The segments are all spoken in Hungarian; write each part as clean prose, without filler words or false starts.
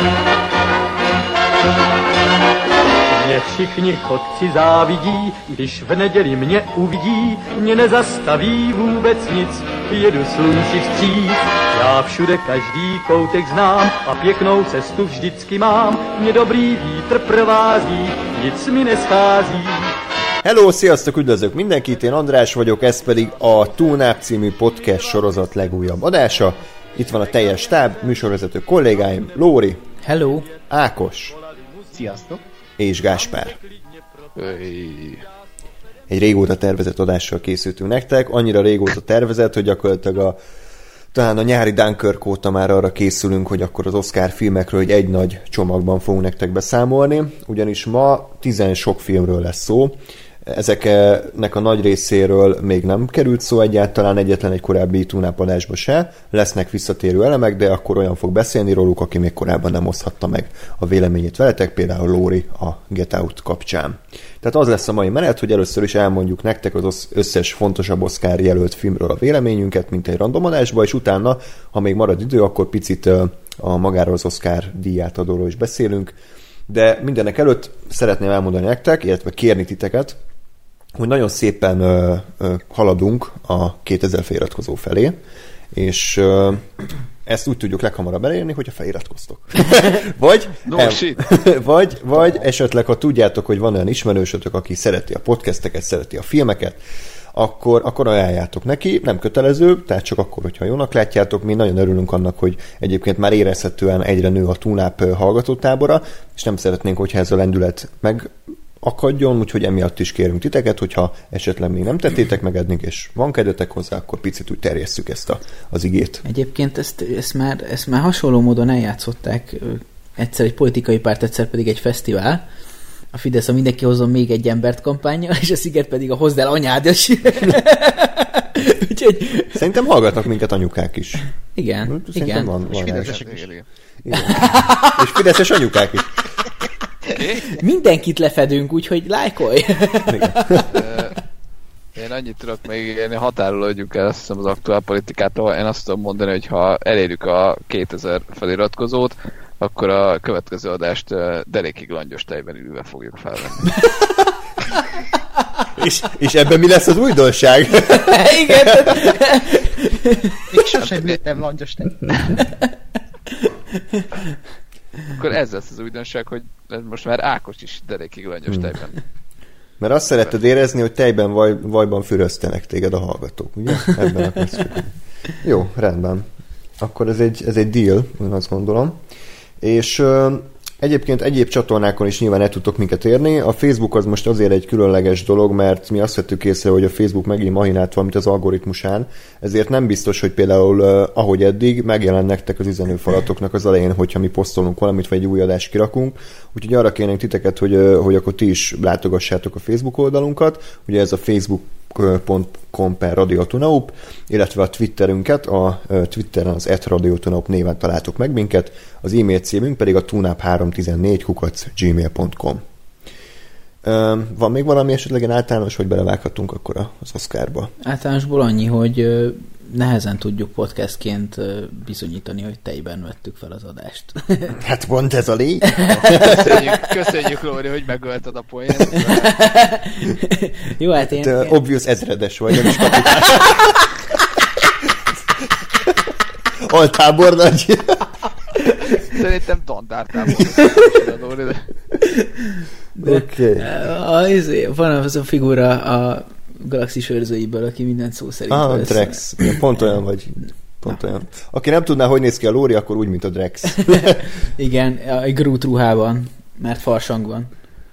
Mě všichni chodci závidí, když v neděli mě uvidí, mě nezastaví vůbec nic, jedu slunci vstříc. Já všude každý koutek znám a pěknou cestu vždycky mám, mě dobrý vítr provází, nic mi neschází. Hello, sziasztok, üdvözlök mindenkit, én András vagyok, ez pedig a Túnáp című podcast sorozat legújabb adása. Itt van a teljes stáb, műsorvezető kollégáim, Lóri. Hello. Ákos. Sziasztok. És Gáspár. Hey. Egy régóta tervezett adással készültünk nektek, annyira régóta tervezett, hogy gyakorlatilag talán a nyári Dunkirk óta már arra készülünk, hogy akkor az Oscar filmekről egy nagy csomagban fogunk nektek beszámolni, ugyanis ma 10 sok filmről lesz szó. Ezeknek a nagy részéről még nem került szó egyáltalán, egyetlen egy korábbi túnápadásba se. Lesznek visszatérő elemek, de akkor olyan fog beszélni róluk, aki még korábban nem oszthatta meg a véleményét veletek, például Lóri a Get Out kapcsán. Tehát az lesz a mai menet, hogy először is elmondjuk nektek az összes fontosabb Oscar jelölt filmről a véleményünket, mint egy random adásba, és utána, ha még marad idő, akkor picit a magáról az Oscar díját adóról is beszélünk. De mindenek előtt szeretném elmondani nektek, illetve kérni titeket, hogy nagyon szépen haladunk a 2000 feliratkozó felé, és ezt úgy tudjuk leghamarabb elérni, hogyha feliratkoztok. vagy esetleg, ha tudjátok, hogy van olyan ismerősötök, aki szereti a podcasteket, szereti a filmeket, akkor ajánljátok neki, nem kötelező, tehát csak akkor, hogyha jónak látjátok. Mi nagyon örülünk annak, hogy egyébként már érezhetően egyre nő a Túnáp hallgatótábora, és nem szeretnénk, hogyha ez a lendület megakadjon, úgyhogy emiatt is kérünk titeket, hogyha esetleg még nem tettétek meg eddig, és van kedvetek hozzá, akkor picit úgy terjesszük ezt az igét. Egyébként ezt már hasonló módon eljátszották, egyszer egy politikai párt, egyszer pedig egy fesztivál. A Fidesz a mindenki hozzon még egy embert kampánnyal, és a Sziget pedig a hozd el anyád. Úgyhogy... Szerintem hallgatnak minket anyukák is. Igen. Igen. Van és fideszesek is. Igen. És fideszes anyukák is. Mindenkit lefedünk, úgyhogy lájkolj! Én annyit tudok még ígérni, határolódjunk el, azt hiszem, az aktuál politikától. Én azt tudom mondani, hogy ha elérjük a 2000 feliratkozót, akkor a következő adást derékig langyos tejben ülve fogjuk felvenni. és ebben mi lesz az újdonság? Igen! Még sosem ültem langyos tejben. Akkor ez lesz az újdonság, hogy most már Ákos is derékig langyos tejben. Mert azt szereted érezni, hogy tejben vajban füröztenek téged a hallgatók, ugye? Ebben akarsz fogni. Jó, rendben. Akkor ez egy deal, én azt gondolom. És egyébként egyéb csatornákon is nyilván el tudtok minket érni. A Facebook az most azért egy különleges dolog, mert mi azt vettük észre, hogy a Facebook megint mahinált valamit az algoritmusán, ezért nem biztos, hogy például ahogy eddig megjelen nektek az üzenőfalatoknak az elején, hogyha mi posztolunk valamit, vagy egy új adást kirakunk. Úgyhogy arra kérnénk titeket, hogy akkor ti is látogassátok a Facebook oldalunkat. Ugye ez a facebook.com/radiotunaup, illetve a Twitterünket, a Twitteren az @radiotunaup néven találtok meg minket, az e-mail címünk pedig a tunap314@gmail.com. Van még valami esetleg ilyen általános, hogy belevághatunk akkor az Oscarba? Általánosból annyi, hogy nehezen tudjuk podcastként bizonyítani, hogy tejben vettük fel az adást. Hát pont ez a légy. Köszönjük, Lóri, hogy megölted a poént. Jó, hát én... Obvious ezredes vagy, nem is kapitány. Altábornagy. Szerintem tandártábor. Oké. Van az a figura a Galaxis őrzőiből, aki minden szó szerint Drex. Pont olyan vagy. Pont olyan. Aki nem tudná, hogy néz ki a Lóri, akkor úgy, mint a Drex. Igen, egy Groot ruhában, mert farsang van.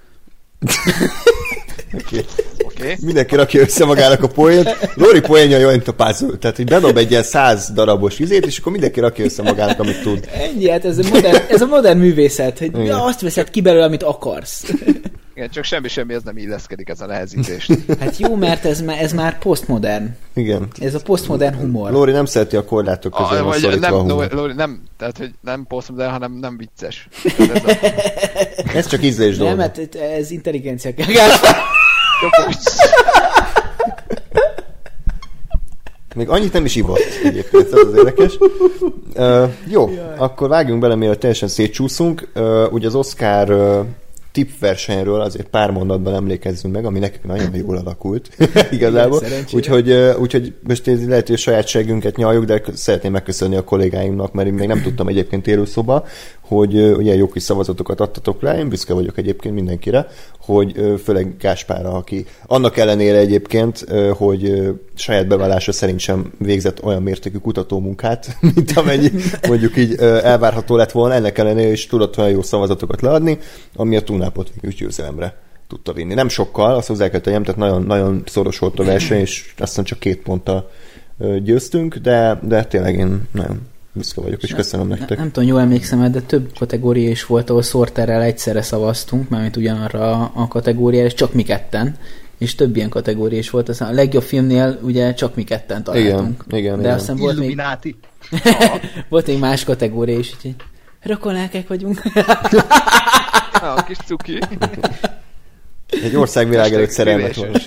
Okay. Mindenki rakja össze magának a poént. Lóri poénja olyan, mint a puzzle. Tehát, hogy bedob egy ilyen 100 darabos izét, és akkor mindenki rakja össze magának, amit tud. Ennyi, hát ez a modern művészet, hogy ja, azt veszed ki belőle, amit akarsz. Igen, csak semmi ez nem illeszkedik, ez a nehezítés. Hát jó, mert ez már posztmodern. Igen. Ez a posztmodern humor. Lóri nem szereti a korlátok közül van szorítva a humor. Lóri nem, tehát hogy nem posztmodern, hanem nem vicces. Ez csak ízlés dolga. Nem, hát ez intelligencia kell. még annyit nem is ivott egyébként, ez az érdekes. Jó, akkor vágjunk bele, mielőtt teljesen szétcsúszunk. Ugye az Oscar tippversenyről azért pár mondatban emlékezzünk meg, ami nekünk nagyon jól alakult igazából. Úgyhogy most lehet, hogy a sajátságünket nyaljuk, de szeretném megköszönni a kollégáimnak, mert én még nem tudtam egyébként élőszoba, hogy ilyen jó kis szavazatokat adtatok rá. Én büszke vagyok egyébként mindenkire, hogy főleg Gáspárra, aki annak ellenére egyébként, hogy saját bevallása szerint sem végzett olyan mértékű kutatómunkát, mint amennyi mondjuk így elvárható lett volna, ennek ellenére is tudott olyan jó szavazatokat leadni, ami a túlnápot végül győzelemre tudta vinni. Nem sokkal, azt hozzá kell tegyem, tehát nagyon, nagyon szoros volt a verseny, és azt hiszem csak 2 ponttal győztünk, de tényleg én nagyon büszke vagyok, és köszönöm nektek. Nem tudom, jól emlékszem, de több kategória is volt, ahol Sorterrel egyszerre szavaztunk, mármint ugyanarra a kategóriára, és csak mi ketten, és több ilyen kategória is volt. Aztán a legjobb filmnél ugye csak mi ketten találtunk. Igen. De aztán volt Illuminati. volt még más kategória is, úgyhogy rokonákek vagyunk. A kis cuki. Egy országvilág előtt szerelmet volt.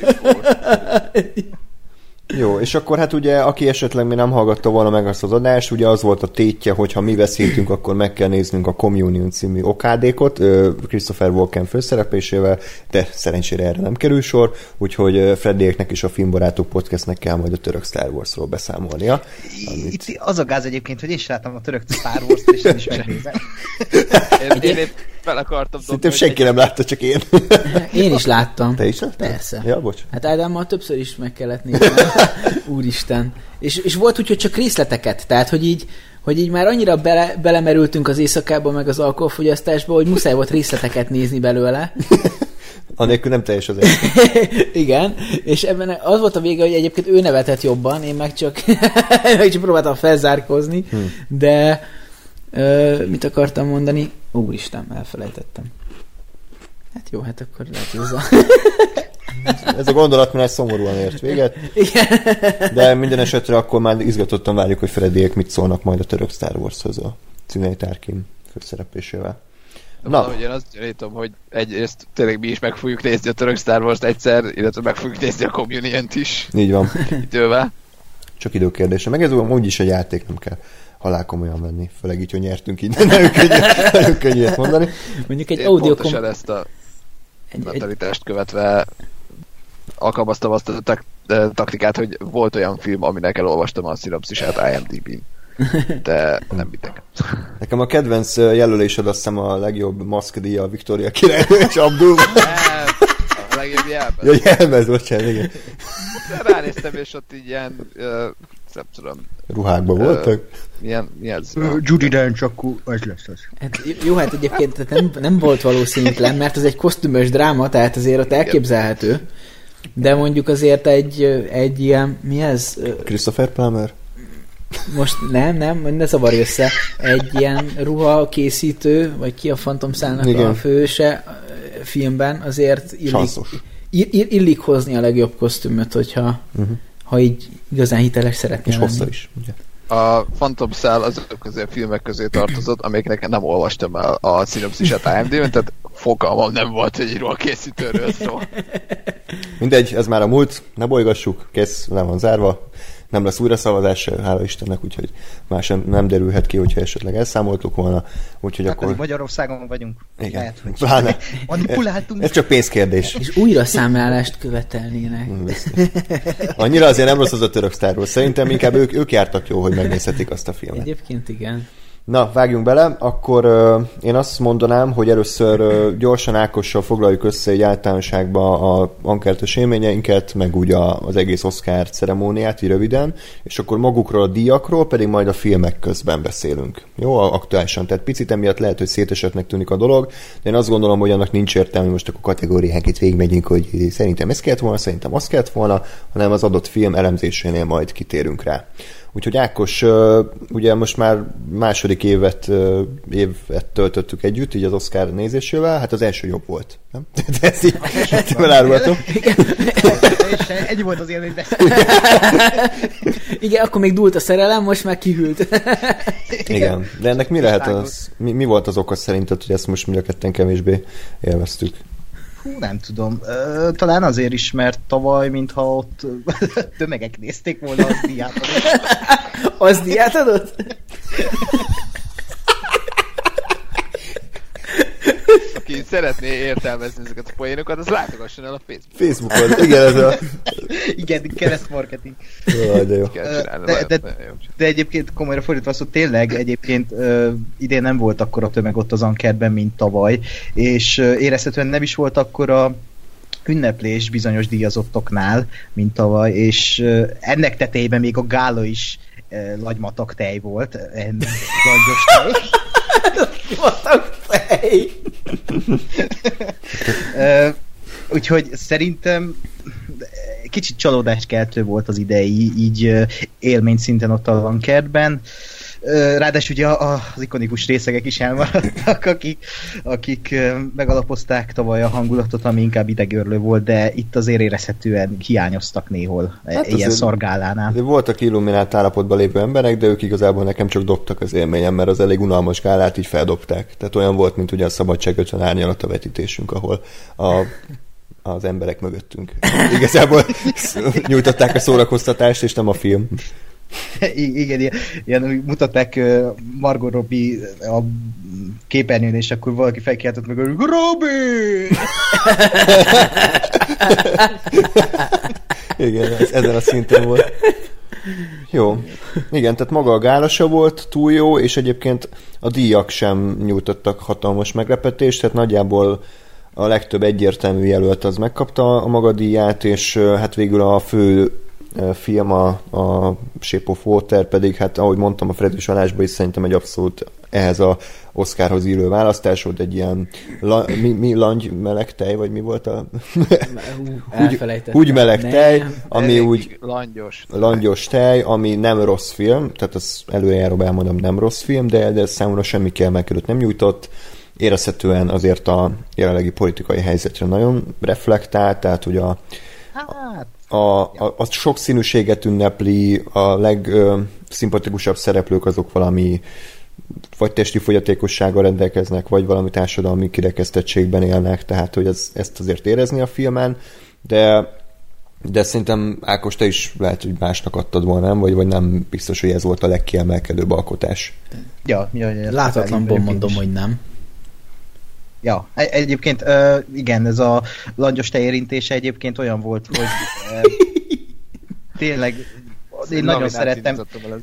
Jó, és akkor hát ugye, aki esetleg még nem hallgatta volna meg azt az adást, ugye az volt a tétje, hogy ha mi veszítünk, akkor meg kell néznünk a Communion című okádékot, Christopher Walken főszereplésével, de szerencsére erre nem kerül sor, úgyhogy Freddyéknek és a Filmbarátok podcastnek kell majd a török Star Warsról beszámolnia. Itt az a gáz egyébként, hogy én is láttam a török Star Wars-t, és nem is megnézem. Én épp fel akartam Szerintem senki nem látta, csak én. Én is láttam. Te is láttad? Persze. Ja, bocs. Hát Ádámmal többször is meg kellett nézni. Úristen. És volt úgy, hogy csak részleteket, tehát hogy így már annyira belemerültünk az éjszakába, meg az alkoholfogyasztásba, hogy muszáj volt részleteket nézni belőle. Anélkül nem teljes az egy. Igen, és ebben az volt a vége, hogy egyébként ő nevetett jobban, én meg csak próbáltam felzárkózni, de mit akartam mondani? Úristen, elfelejtettem. Hát jó, hát akkor lehet hozzá. Ez a gondolatmenés szomorúan ért véget. Igen. De minden esetre akkor már izgatottan várjuk, hogy Freddyék mit szólnak majd a török Star Wars-hoz a Cünei Tárkin főszereplésésével. Valahogy én azt gyanítom, hogy egyrészt tényleg mi is meg fogjuk nézni a török Star Wars-t egyszer, illetve meg fogjuk nézni a Communion-t is. Így van. Idővel. Csak időkérdése. Meg ez úgyis egy játék, nem kell halálkomolyan venni. Főleg így, hogy nyertünk így. Nagyon könnyű ezt mondani. Mondjuk egy én audio pontosan ezt a mentalitást követve alkalmaztam azt a taktikát, hogy volt olyan film, aminek elolvastam a szinopszisát IMDb-n. De nem mindenki. Nekem a kedvenc jelölésed azt hiszem a legjobb maszkdíja a Victoria királynő és Abdul. A legjobb jelmez. Ja, jelmez, bocsánat, igen. Ránéztem, és ott így ilyen, nem tudom. Ruhákban voltak? Mi ez? Judi Dench, akkor ez lesz az. Hát, jó, hát egyébként nem volt valószínűtlen, mert ez egy kosztümös dráma, tehát azért ott elképzelhető. De mondjuk azért egy ilyen, mi ez? Christopher Plummer? Most nem, ne zavarj össze. Egy ilyen ruha készítő, vagy ki a Fantomszálnak a főse filmben azért illik hozni a legjobb kosztümöt, hogyha ha így igazán hiteles szeretnél lenni. És hossza is, ugye? A Phantom Cell azok közé a filmek közé tartozott, amiknek nem olvastam el a szinopszisát IMDb-n, tehát fogalmam nem volt, hogy egy készítőről szól. Mindegy, ez már a múlt, ne bolygassuk, kész, le van zárva, nem lesz újra szavazás, hála Istennek, úgyhogy más nem derülhet ki, hogyha esetleg elszámoltuk volna. Úgyhogy hát akkor... Magyarországon vagyunk. Igen. Lehet, hogy manipuláltunk. Ez csak pénzkérdés. És újra számlálást követelnének. Annyira azért nem rossz az a török Star Wars. Szerintem inkább ők jártak jó, hogy megnézhetik azt a filmet. Egyébként igen. Na, vágjunk bele, akkor én azt mondanám, hogy először gyorsan Ákossal foglaljuk össze egy általánosságba a ankertes élményeinket, meg úgy az egész Oscar ceremóniát, így röviden, és akkor magukról a díjakról pedig majd a filmek közben beszélünk. Jó, aktuálisan. Tehát picit emiatt lehet, hogy szétesetnek tűnik a dolog, de én azt gondolom, hogy annak nincs értelme, hogy most akkor kategóriánként végigmegyünk, hogy szerintem ez kellett volna, szerintem az kellett volna, hanem az adott film elemzésénél majd kitérünk rá. Úgyhogy Ákos, ugye most már második évet töltöttük együtt, így az Oscar nézésével, hát az első jobb volt, nem? De ezt így elárulhatom. Egy volt az élmény, de... Igen, akkor még dúlt a szerelem, most már kihűlt. Igen, de ennek mi lehet az, mi volt az oka szerinted, hogy ezt most mind a ketten kevésbé élveztük? Nem tudom. Talán azért is, mert tavaly, mintha ott tömegek nézték volna, az díját adott. Az díját adott? Aki szeretné értelmezni ezeket a poénokat, az látogasson el a Facebookon. Igen, ez a... Igen, keresztmarketing. Jaj, de jó. De egyébként komolyra fordítva szó, tényleg egyébként idén nem volt akkora tömeg ott az Ankerben, mint tavaly, és érezhetően nem is volt akkora ünneplés bizonyos díjazottoknál, mint tavaly, és ennek tetejében még a gála is lagymatag tej volt, langyos tej. Lagymatag tej! Úgyhogy szerintem kicsit csalódáskeltő volt az idei, így élmény szinten ott a Lankertben. Ráadásul ugye az ikonikus részegek is elmaradtak, akik megalapozták tavaly a hangulatot, ami inkább idegörlő volt, de itt azért érezhetően hiányoztak néhol ilyen szargálánál. Voltak illuminált állapotban lévő emberek, de ők igazából nekem csak dobtak az élményem, mert az elég unalmas gálát így feldobták. Tehát olyan volt, mint ugye a Szabadság 50 árnyalata vetítésünk, ahol az emberek mögöttünk igazából nyújtották a szórakoztatást, és nem a film. Igen, ilyen mutatták Margot Robbie a képernyőn, és akkor valaki felkiáltott meg, hogy Robbie! Igen, ezen a szinten volt. Jó. Igen, tehát maga a gála se volt túl jó, és egyébként a díjak sem nyújtottak hatalmas meglepetést, tehát nagyjából a legtöbb egyértelmű jelölt az megkapta a maga díját, és hát végül a fő film, a Shape of Water pedig, hát ahogy mondtam a Fredős adásban is, szerintem egy abszolút ehhez a Oscarhoz illő választás volt, egy ilyen langy meleg tej, vagy mi volt a... úgy meleg tej, ami úgy... Langyos tej, ami nem rossz film, tehát az előjáróban elmondom, nem rossz film, de számomra semmi kiemelkedőt nem nyújtott. Érezhetően azért a jelenlegi politikai helyzetre nagyon reflektál, tehát ugye a sokszínűséget ünnepli, a legszimpatikusabb szereplők azok valami vagy testi fogyatékossággal rendelkeznek, vagy valami társadalmi kirekesztettségben élnek, tehát hogy ezt azért érezni a filmen, de szerintem Ákos, te is lehet, hogy másnak adtad volna, nem? Vagy nem biztos, hogy ez volt a legkiemelkedőbb alkotás. Ja, láthatlanból mondom, hogy nem. Ja, egyébként igen, ez a langyos tej érintése egyébként olyan volt, hogy tényleg én nagyon szerettem.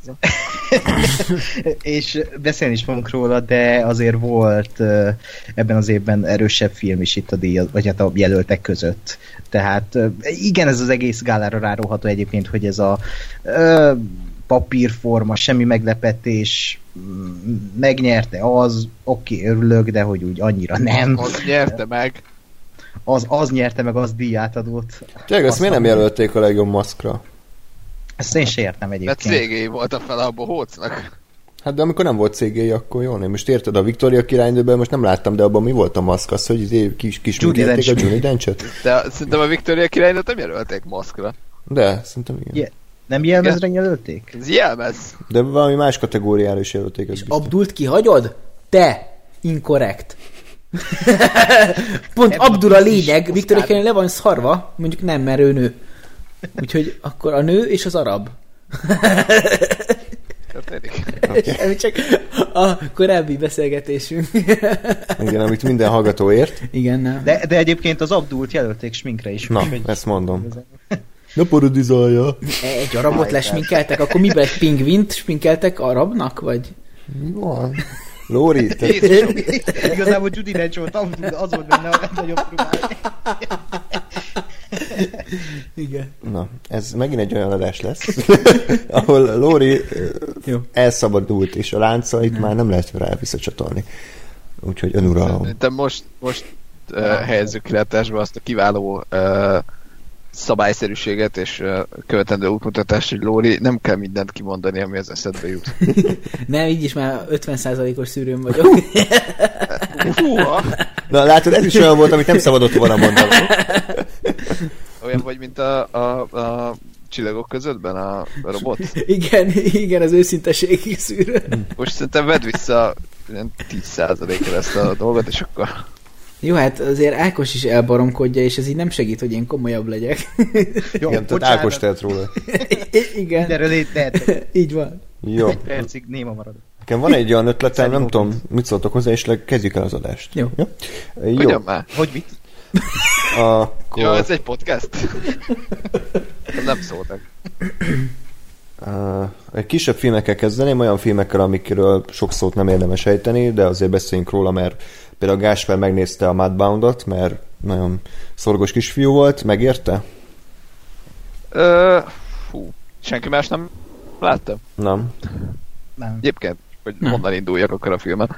És beszélni is fogunk róla, de azért volt ebben az évben erősebb film is itt a díj, vagy hát a jelöltek között. Tehát igen, ez az egész gálára ráróható egyébként, hogy ez a papírforma, semmi meglepetés, megnyerte az, oké, örülök, de hogy úgy annyira nem. Az nyerte meg. Az nyerte meg, az díját adott. Tényleg, ezt miért nem jelölték a legjobb maszkra? Ezt én se értem egyébként. Mert CGI volt a fel a bohócnak. Hát de amikor nem volt CGI, akkor jó, nem. Most érted, a Victoria királynőben most nem láttam, de abban mi volt a maszk? Az, hogy kis műgérték a Judi Dencset? De szerintem a Victoria királynőt nem jelölték maszkra. De, szerintem igen. Yeah. Nem jelmezre jelölték? Ez jelmez. De valami más kategóriára is jelölték. És Abdult kihagyod? Te! Inkorrekt. Pont Abdul a lényeg, Victoria királynő le van szarva, mondjuk nem, mert ő nő. Úgyhogy akkor a nő és az arab. Okay. Csak a korábbi beszélgetésünk. Igen, amit minden hallgató ért. Igen, nem. De egyébként az Abdult jelölték sminkre is. Na, ezt mondom. Ne parodizálja. Egy arabot lesminkeltek, akkor miben egy pingvint sminkeltek arabnak, vagy? Mi van? Lóri, te... Igazából Judi Dench volt, az volt benne a legnagyobb próbálja. Igen. Na, ez megint egy olyan adás lesz, ahol Lóri elszabadult, és a láncait már nem lehet rá visszacsatolni. Úgyhogy önuralom. De most helyezzük kilátásba azt a kiváló szabályszerűséget és követendő útmutatást, hogy Lóri, nem kell mindent kimondani, ami az eszedbe jut. Nem, így is már 50%-os szűrőn vagyok. Na látod, ez is olyan volt, amit nem szabadott volna mondani. Olyan vagy, mint a csillagok közöttben a robot? Igen, az őszinteségi szűrő. Most szerintem vedd vissza 10%-ra ezt a dolgot, és akkor... Jó, hát azért Ákos is elbaromkodja, és ez így nem segít, hogy én komolyabb legyek. Jó, igen, tehát Ákos tehet róla. Igen. Erről így van. Jó. Egy percig néma maradok. Nekem van egy olyan ötletem, nem tudom, mit szóltok hozzá, és kezdjük el az adást. Jó. Jó. Ugyan már. Hogy mit? Akkor... Jó, ez egy podcast. Nem szóltak. Egy kisebb filmekkel kezdeném, olyan filmekkel, amikről sok szót nem érdemes ejteni, de azért beszéljünk róla, mert például Gáspár megnézte a Mudbound-ot, mert nagyon szorgos kisfiú volt, megérte? Senki más nem látta? Nem. Egyébként, hogy honnan induljak akkor a filmet.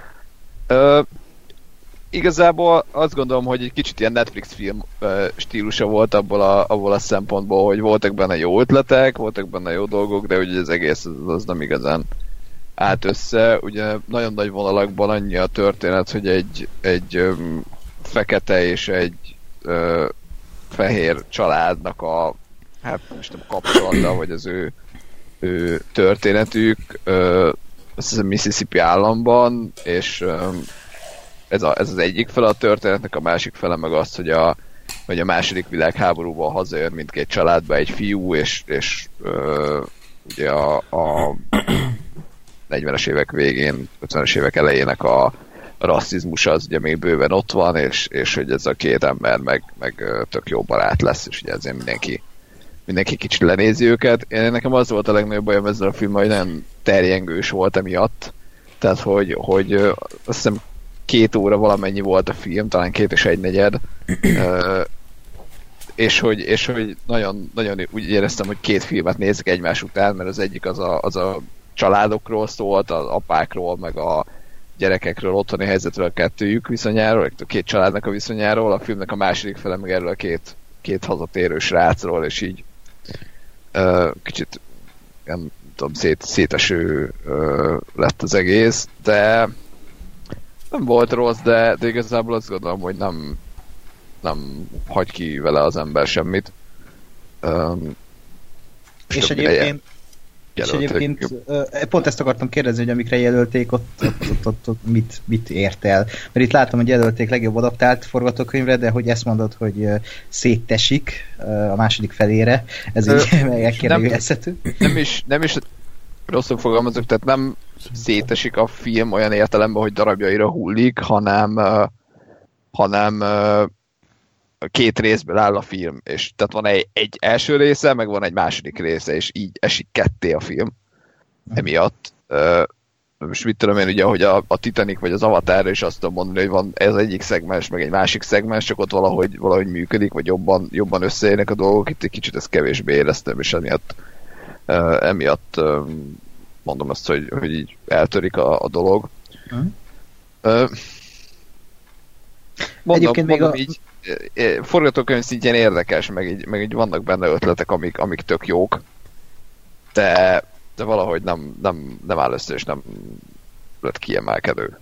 Igazából azt gondolom, hogy egy kicsit ilyen Netflix film stílusa volt abból a szempontból, hogy voltak benne jó ötletek, voltak benne jó dolgok, de ugye az egész az nem igazán állt össze. Ugye nagyon nagy vonalakban annyi a történet, hogy egy fekete és egy fehér családnak a most nem kapcsolata, vagy az ő történetük az a Mississippi államban, és ez az egyik fele a történetnek, a másik fele meg az, hogy a második világháborúban hazajön mindkét családba egy fiú, és ugye a 40-es évek végén, 50-es évek elejének a rasszizmus az ugye még bőven ott van, és hogy ez a két ember meg tök jó barát lesz, és ugye ezért mindenki kicsit lenézi őket. Nekem az volt a legnagyobb bajom ezzel a filmmel, hogy nagyon terjengős volt emiatt. Tehát, hogy azt hiszem 2 óra valamennyi volt a film, talán 2 és 1/4. És hogy nagyon, nagyon úgy éreztem, hogy 2 filmet nézek egymás után, mert az egyik az a családokról szólt, az apákról, meg a gyerekekről, otthoni helyzetről, a kettőjük viszonyáról, a 2 családnak a viszonyáról, a filmnek a második fele meg erről a két hazatérő srácról, és így kicsit nem tudom, széteső lett az egész, de nem volt rossz, de igazából azt gondolom, hogy nem hagy ki vele az ember semmit. És egyébként pont ezt akartam kérdezni, hogy amikre jelölték, ott mit ért el? Mert itt látom, hogy jelölték legjobb adaptált forgatókönyvre, de hogy ezt mondod, hogy széttesik a második felére, ez így megkérdőjelezhető. Nem is rosszul fogalmazok, tehát nem szétesik a film olyan értelemben, hogy darabjaira hullik, hanem 2 részből áll a film, és tehát van egy első része, meg van egy második része, és így esik ketté a film. Emiatt. Most mit tudom én, ugye, hogy a Titanic vagy az Avatar is azt tudom mondani, hogy van ez egyik szegmens, meg egy másik szegmens, csak ott valahogy működik, vagy jobban összeérnek a dolgok, itt egy kicsit ezt kevésbé éreztem, és emiatt mondom azt, hogy így eltörik a dolog. Mondom így, forgatókönyv szintjén érdekes, meg így vannak benne ötletek, amik tök jók, de valahogy nem áll össze, és nem lett kiemelkedő.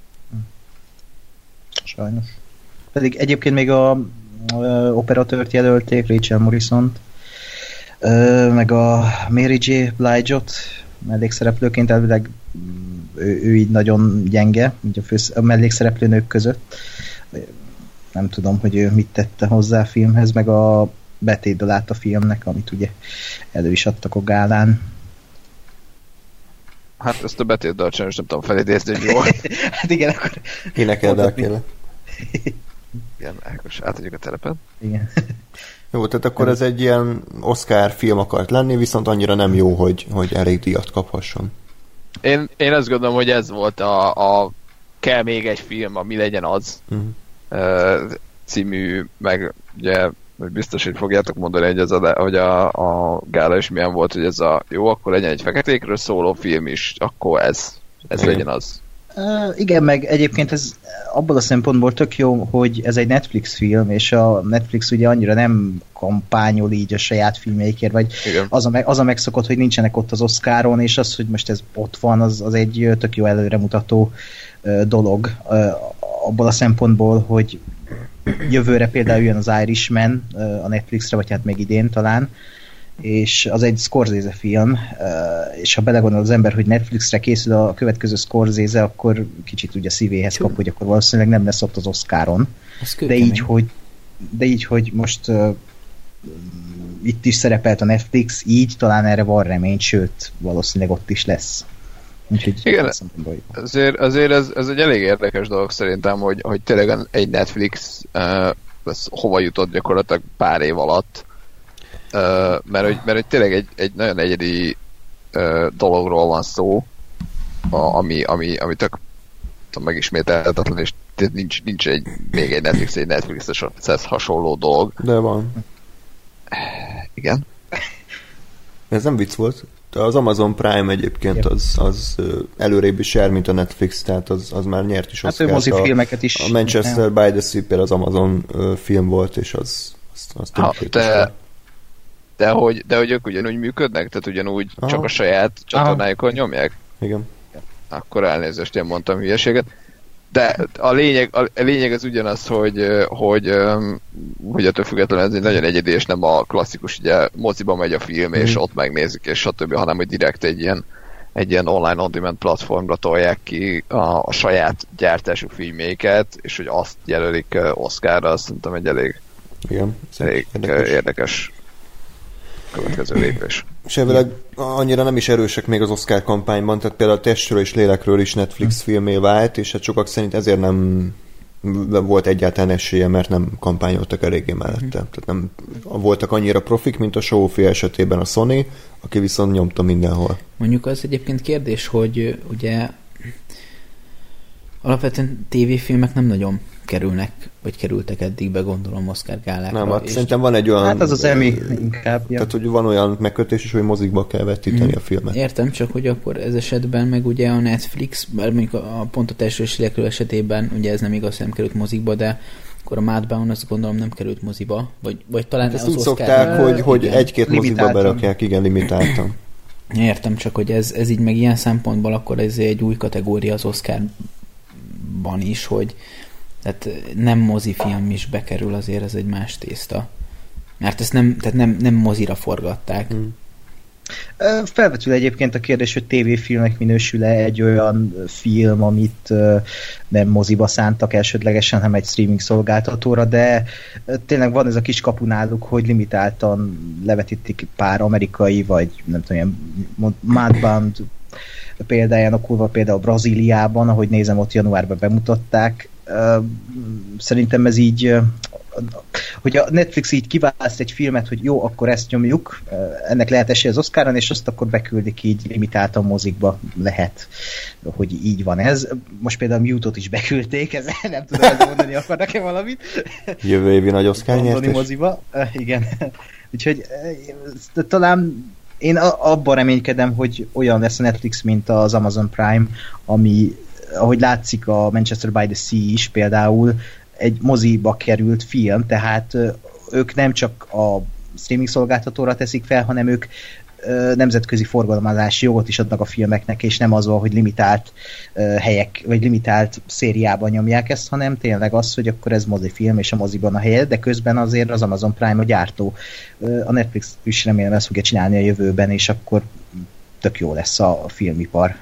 Sajnos. Pedig egyébként még a operatőrt jelölték, Rachel Morrison-t, meg a Mary J. Blige-ot mellékszereplőként, elvileg ő így nagyon gyenge, így a mellékszereplőnők között. Nem tudom, hogy ő mit tette hozzá a filmhez, meg a betétdalát a filmnek, amit ugye elő is adtak a gálán. Hát ezt a betétdalt sem tudom felidézni, hogy jó. Hát igen, akkor... Énekeld el kéne. Igen, Ákos, átadjuk a telepen. Igen. Jó, tehát akkor ez egy ilyen Oscar film akart lenni, viszont annyira nem jó, hogy elég díjat kaphasson. Én azt gondolom, hogy ez volt a kell még egy film, ami legyen az című, meg ugye biztos, hogy fogjátok mondani, hogy a gála is milyen volt, hogy ez jó, akkor legyen egy feketékről szóló film is, akkor ez legyen az. Igen, meg egyébként ez abból a szempontból tök jó, hogy ez egy Netflix film, és a Netflix ugye annyira nem kampányol így a saját filmjeikért, vagy az a megszokott, hogy nincsenek ott az Oscaron, és az, hogy most ez ott van, az egy tök jó előremutató dolog abból a szempontból, hogy jövőre például jön az Irishman a Netflixre, vagy hát még idén talán, és az egy Scorsese film, és ha belegondol az ember, hogy Netflixre készül a következő Scorsese, akkor kicsit ugye szívéhez kap, hogy akkor valószínűleg nem lesz ott az Oscaron. De így, hogy most itt is szerepelt a Netflix, így talán erre van remény, sőt, valószínűleg ott is lesz. Úgyhogy igen, azért ez egy elég érdekes dolog szerintem, hogy tényleg egy Netflix hova jutott gyakorlatilag pár év alatt, mert hogy tényleg egy nagyon egyedi dologról van szó, ami tök megismételhetetlen, és nincs még egy Netflix-es hasonló dolog. De van. Igen. Ez nem vicc volt. Az Amazon Prime egyébként az előrébb is jár, mint a Netflix, tehát az már nyert is Oscart. Hát mozifilmeket is. A Manchester by the Sea például az Amazon film volt, és az de hogy ők ugyanúgy működnek? Tehát ugyanúgy csak a saját csatornájukon nyomják? Igen. Akkor elnézést, én mondtam hülyeséget. De a lényeg az ugyanaz, hogy ettől függetlenül ez egy nagyon egyedi, és nem a klasszikus, ugye moziba megy a film, és ott megnézik, és stb., hanem hogy direkt egy ilyen online on-demand platformra tolják ki a saját gyártású filmjeiket, és hogy azt jelölik Oscarra, azt szerintem egy elég érdekes következő lépés. És elvileg annyira nem is erősek még az Oscar kampányban, tehát például a Testről és lélekről is Netflix filmé vált, és hát sokak szerint ezért nem volt egyáltalán esélye, mert nem kampányoltak eléggé mellette. Tehát nem voltak annyira profik, mint a Sofia esetében a Sony, aki viszont nyomta mindenhol. Mondjuk az egyébként kérdés, hogy ugye alapvetően tévéfilmek nem nagyon kerülnek, vagy kerültek eddig be, gondolom, Oscar gálákra. Nem, hát szerintem van egy olyan... Hát az Emmy inkább. Tehát, hogy van olyan megkötés is, hogy mozikba kell vetíteni a filmet. Értem, csak hogy akkor ez esetben meg ugye a Netflix, bár mondjuk pont a Testről és lélekről esetében, ugye ez nem igaz, hogy nem került mozikba, de akkor a Mudbound azt gondolom nem került moziba, vagy talán ezt úgy szokták, hogy egy-két moziba berakják, igen, limitáltan. Értem, csak hogy ez így meg ilyen szempontból akkor ez egy új kategória az Oscarban is, hogy tehát nem mozifilm is bekerül, azért ez egy más tészta. Mert ezt nem mozira forgatták. Felvetül egyébként a kérdés, hogy tévéfilmnek minősül-e egy olyan film, amit nem moziba szántak elsődlegesen, hanem egy streaming szolgáltatóra, de tényleg van ez a kis kapu náluk, hogy limitáltan levetítik pár amerikai, vagy nem tudom, ilyen Mudbound példáján okulva, például Brazíliában, ahogy nézem, ott januárban bemutatták. Szerintem ez így, hogy a Netflix így kiválaszt egy filmet, hogy jó, akkor ezt nyomjuk, ennek lehet esélye az Oscaron, és azt akkor beküldik így limitáltan mozikba, lehet, hogy így van ez. Most például Mute-ot is beküldték, ez nem tudom, ezt mondani akarnak-e valamit. Jövő évi nagy Oscar nyertes. Moziba. Igen. Úgyhogy talán én abban reménykedem, hogy olyan lesz a Netflix, mint az Amazon Prime, ami, ahogy látszik, a Manchester by the Sea is például egy moziba került film, tehát ők nem csak a streaming szolgáltatóra teszik fel, hanem ők nemzetközi forgalmazási jogot is adnak a filmeknek, és nem az van, hogy limitált helyek, vagy limitált szériában nyomják ezt, hanem tényleg az, hogy akkor ez mozifilm, és a moziban a helye, de közben azért az Amazon Prime a gyártó. A Netflix is remélem ezt fogja csinálni a jövőben, és akkor tök jó lesz a filmipar.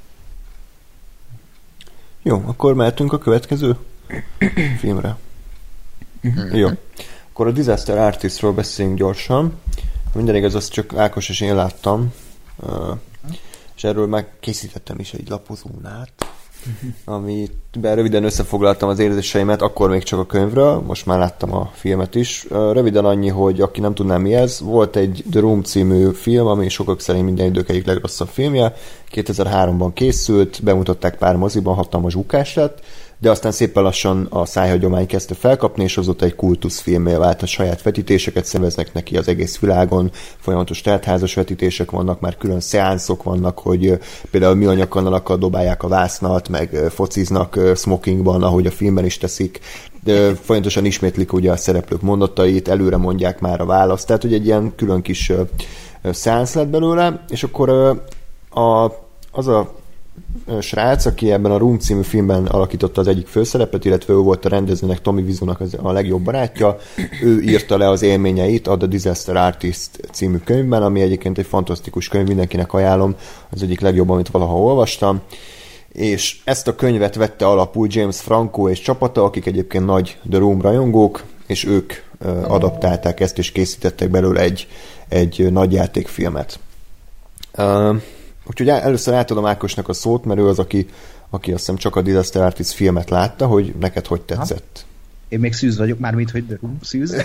Jó, akkor mehetünk a következő filmre. Jó. Akkor a Disaster Artistról beszéljünk gyorsan. Minden igaz, azt csak Ákos és én láttam. És erről már készítettem is egy lapozónát, amiben röviden összefoglaltam az érzéseimet, akkor még csak a könyvről, most már láttam a filmet is. Röviden annyi, hogy aki nem tudná mi ez, volt egy The Room című film, ami sokak szerint minden idők egyik legrosszabb filmje. 2003-ban készült, bemutatták pár moziban, hatalmas bukás lett, de aztán szépen lassan a szájhagyomány kezdte felkapni, és azóta egy kultuszfilmmé vált, a saját vetítéseket szerveznek neki az egész világon, folyamatos teltházas vetítések vannak, már külön szeánszok vannak, hogy például műanyagkannalakkal dobálják a vásznat, meg fociznak smokingban, ahogy a filmben is teszik, de folyamatosan ismétlik ugye a szereplők mondatait, előre mondják már a választ, tehát hogy egy ilyen külön kis szeánsz lett belőle, és akkor az a srác, aki ebben a Room című filmben alakította az egyik főszerepet, illetve ő volt a rendezőnek, Tommy Wiseaunak a legjobb barátja. Ő írta le az élményeit a The Disaster Artist című könyvben, ami egyébként egy fantasztikus könyv, mindenkinek ajánlom, az egyik legjobb, amit valaha olvastam. És ezt a könyvet vette alapul James Franco és csapata, akik egyébként nagy The Room rajongók, és ők adaptálták ezt, és készítettek belőle egy nagy játékfilmet. Úgyhogy először átadom Ákosnak a szót, mert ő az, aki azt hiszem csak a Disaster Artist filmet látta, hogy neked hogy tetszett. Én még szűz vagyok, mármint, hogy The Room szűz.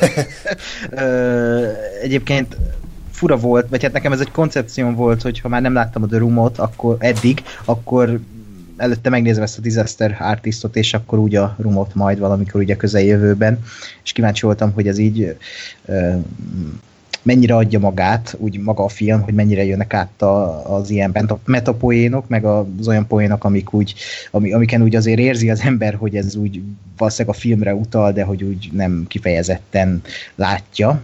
Egyébként fura volt, vagy hát nekem ez egy koncepcióm volt, hogy ha már nem láttam a The Roomot akkor előtte megnézem ezt a Disaster Artistot, és akkor úgy a Roomot majd valamikor ugye közeljövőben, és kíváncsi voltam, hogy ez így mennyire adja magát, úgy maga a film, hogy mennyire jönnek át az ilyen metapoénok, meg az olyan poénok, amiken úgy azért érzi az ember, hogy ez úgy valószínűleg a filmre utal, de hogy úgy nem kifejezetten látja.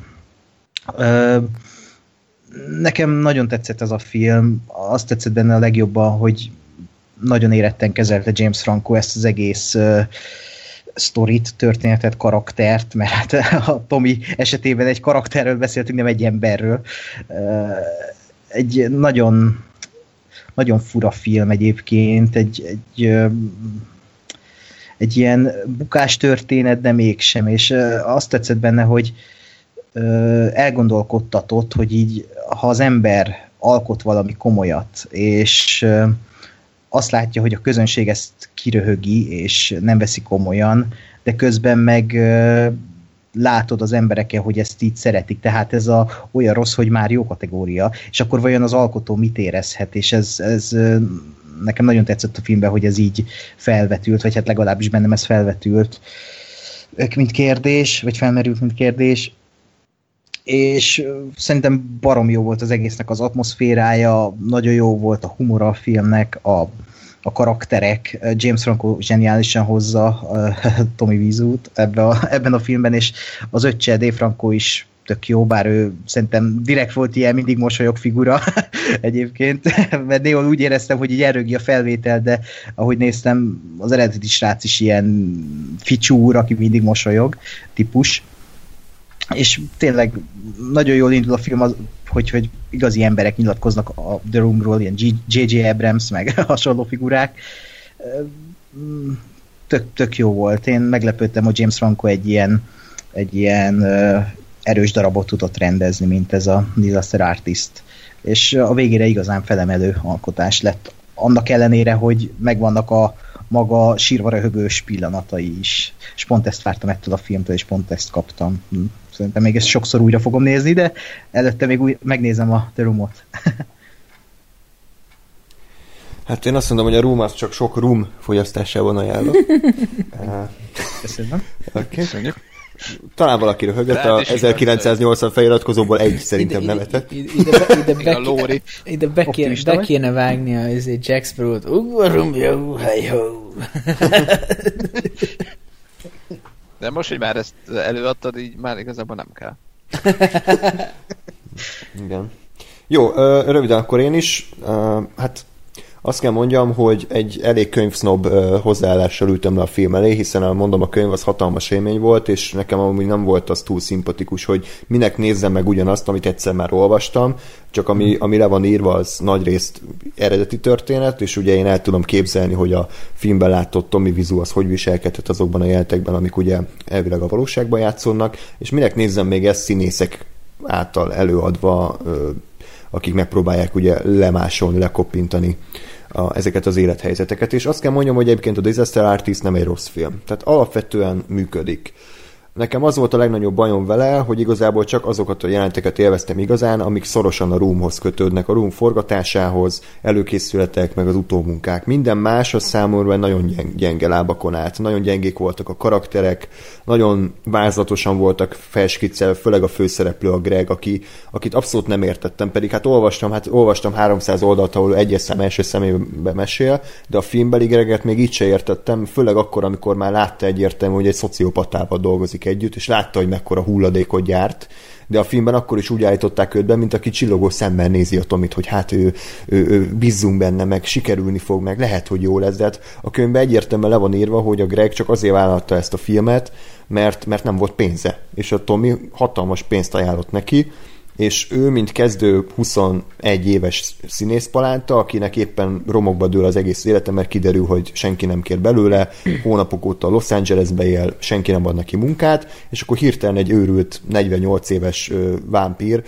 Nekem nagyon tetszett ez a film, azt tetszett benne a legjobban, hogy nagyon éretten kezelte James Franco ezt az egész sztorit, történetet, karaktert, mert a Tommy esetében egy karakterről beszéltünk, nem egy emberről. Egy nagyon, nagyon fura film egyébként, egy ilyen bukás történet, de mégsem, és azt tetszett benne, hogy elgondolkodtatott, hogy így, ha az ember alkot valami komolyat, és azt látja, hogy a közönség ezt kiröhögi, és nem veszi komolyan, de közben meg látod az embereken, hogy ezt így szeretik, tehát ez olyan rossz, hogy már jó kategória, és akkor vajon az alkotó mit érezhet, és ez nekem nagyon tetszett a filmben, hogy ez így felvetült, vagy hát legalábbis bennem ez felvetült, mint kérdés, vagy felmerült, mint kérdés, és szerintem barom jó volt az egésznek az atmoszférája, nagyon jó volt a humora a filmnek, a karakterek, James Franco zseniálisan hozza Tommy Wiseaut ebben a filmben, és az öccse Dave Franco is tök jó, bár ő szerintem direkt volt ilyen mindig mosolyog figura egyébként, mert néhol úgy éreztem, hogy így elrögi a felvétel, de ahogy néztem, az eredeti srác is ilyen ficsúr, aki mindig mosolyog típus. És tényleg nagyon jól indul a film, hogy igazi emberek nyilatkoznak a The Roomról, ilyen J.J. Abrams, meg hasonló figurák. Tök jó volt. Én meglepődtem, hogy James Franco egy ilyen erős darabot tudott rendezni, mint ez a Disaster Artist. És a végére igazán felemelő alkotás lett. Annak ellenére, hogy megvannak a maga sírva röhögős pillanatai is. És pont ezt vártam ettől a filmtől, és pont ezt kaptam. Szerintem még ezt sokszor újra fogom nézni, de előtte még megnézem a The Roomot. Hát én azt mondom, hogy a Room az csak sok rum fogyasztásában ajánlott. Köszönöm. Okay. Talán valaki röhögött, a 1980 feliratkozóból egy szerintem nevetett. Ide be kéne vágni a Jack Sparrow-t. Ugorunk, jó, hej-ho! De most, hogy már ezt előadtad, így már igazából nem kell. Igen. Jó, röviden akkor én is. Hát azt kell mondjam, hogy egy elég könyvsznob hozzáállással ültem le a film elé, hiszen mondom, a könyv az hatalmas élmény volt, és nekem amúgy nem volt az túl szimpatikus, hogy minek nézzem meg ugyanazt, amit egyszer már olvastam, csak ami le van írva, az nagyrészt eredeti történet, és ugye én el tudom képzelni, hogy a filmben látott Tommy Wiseau az hogy viselkedhet azokban a jelentekben, amik ugye elvileg a valóságban játszódnak, és minek nézzem még ezt színészek által előadva, akik megpróbálják ugye lemásolni, lekoppintani ezeket az élethelyzeteket. És azt kell mondjam, hogy egyébként a Disaster Artist nem egy rossz film. Tehát alapvetően működik. Nekem az volt a legnagyobb bajom vele, hogy igazából csak azokat a jelenteket élveztem igazán, amik szorosan a Roomhoz kötődnek, a Room forgatásához, előkészületek, meg az utómunkák. Minden más az számomra nagyon gyenge lábakon állt. Nagyon gyengék voltak a karakterek, nagyon vázlatosan voltak felskiccelve, főleg a főszereplő, a Greg, akit abszolút nem értettem, pedig hát olvastam 300 oldalt, ahol egyes szám első személybe mesél, de a filmbeli Greget még így se értettem, főleg akkor, amikor már látta egyértelmű, hogy egy szociopatával dolgozik dolgozik együtt, és látta, hogy mekkora hulladékot gyárt, de a filmben akkor is úgy állították őt be, mint aki csillogó szemmel nézi a Tomit, hogy hát ő bízzunk benne, meg sikerülni fog, meg lehet, hogy jó lesz, de hát a könyvben egyértelműen le van írva, hogy a Greg csak azért vállalta ezt a filmet, mert nem volt pénze, és a Tommy hatalmas pénzt ajánlott neki, és ő, mint kezdő 21 éves színészpalánta, akinek éppen romokba dől az egész élete, mert kiderül, hogy senki nem kér belőle, hónapok óta Los Angelesbe él, senki nem ad neki munkát, és akkor hirtelen egy őrült 48 éves vámpír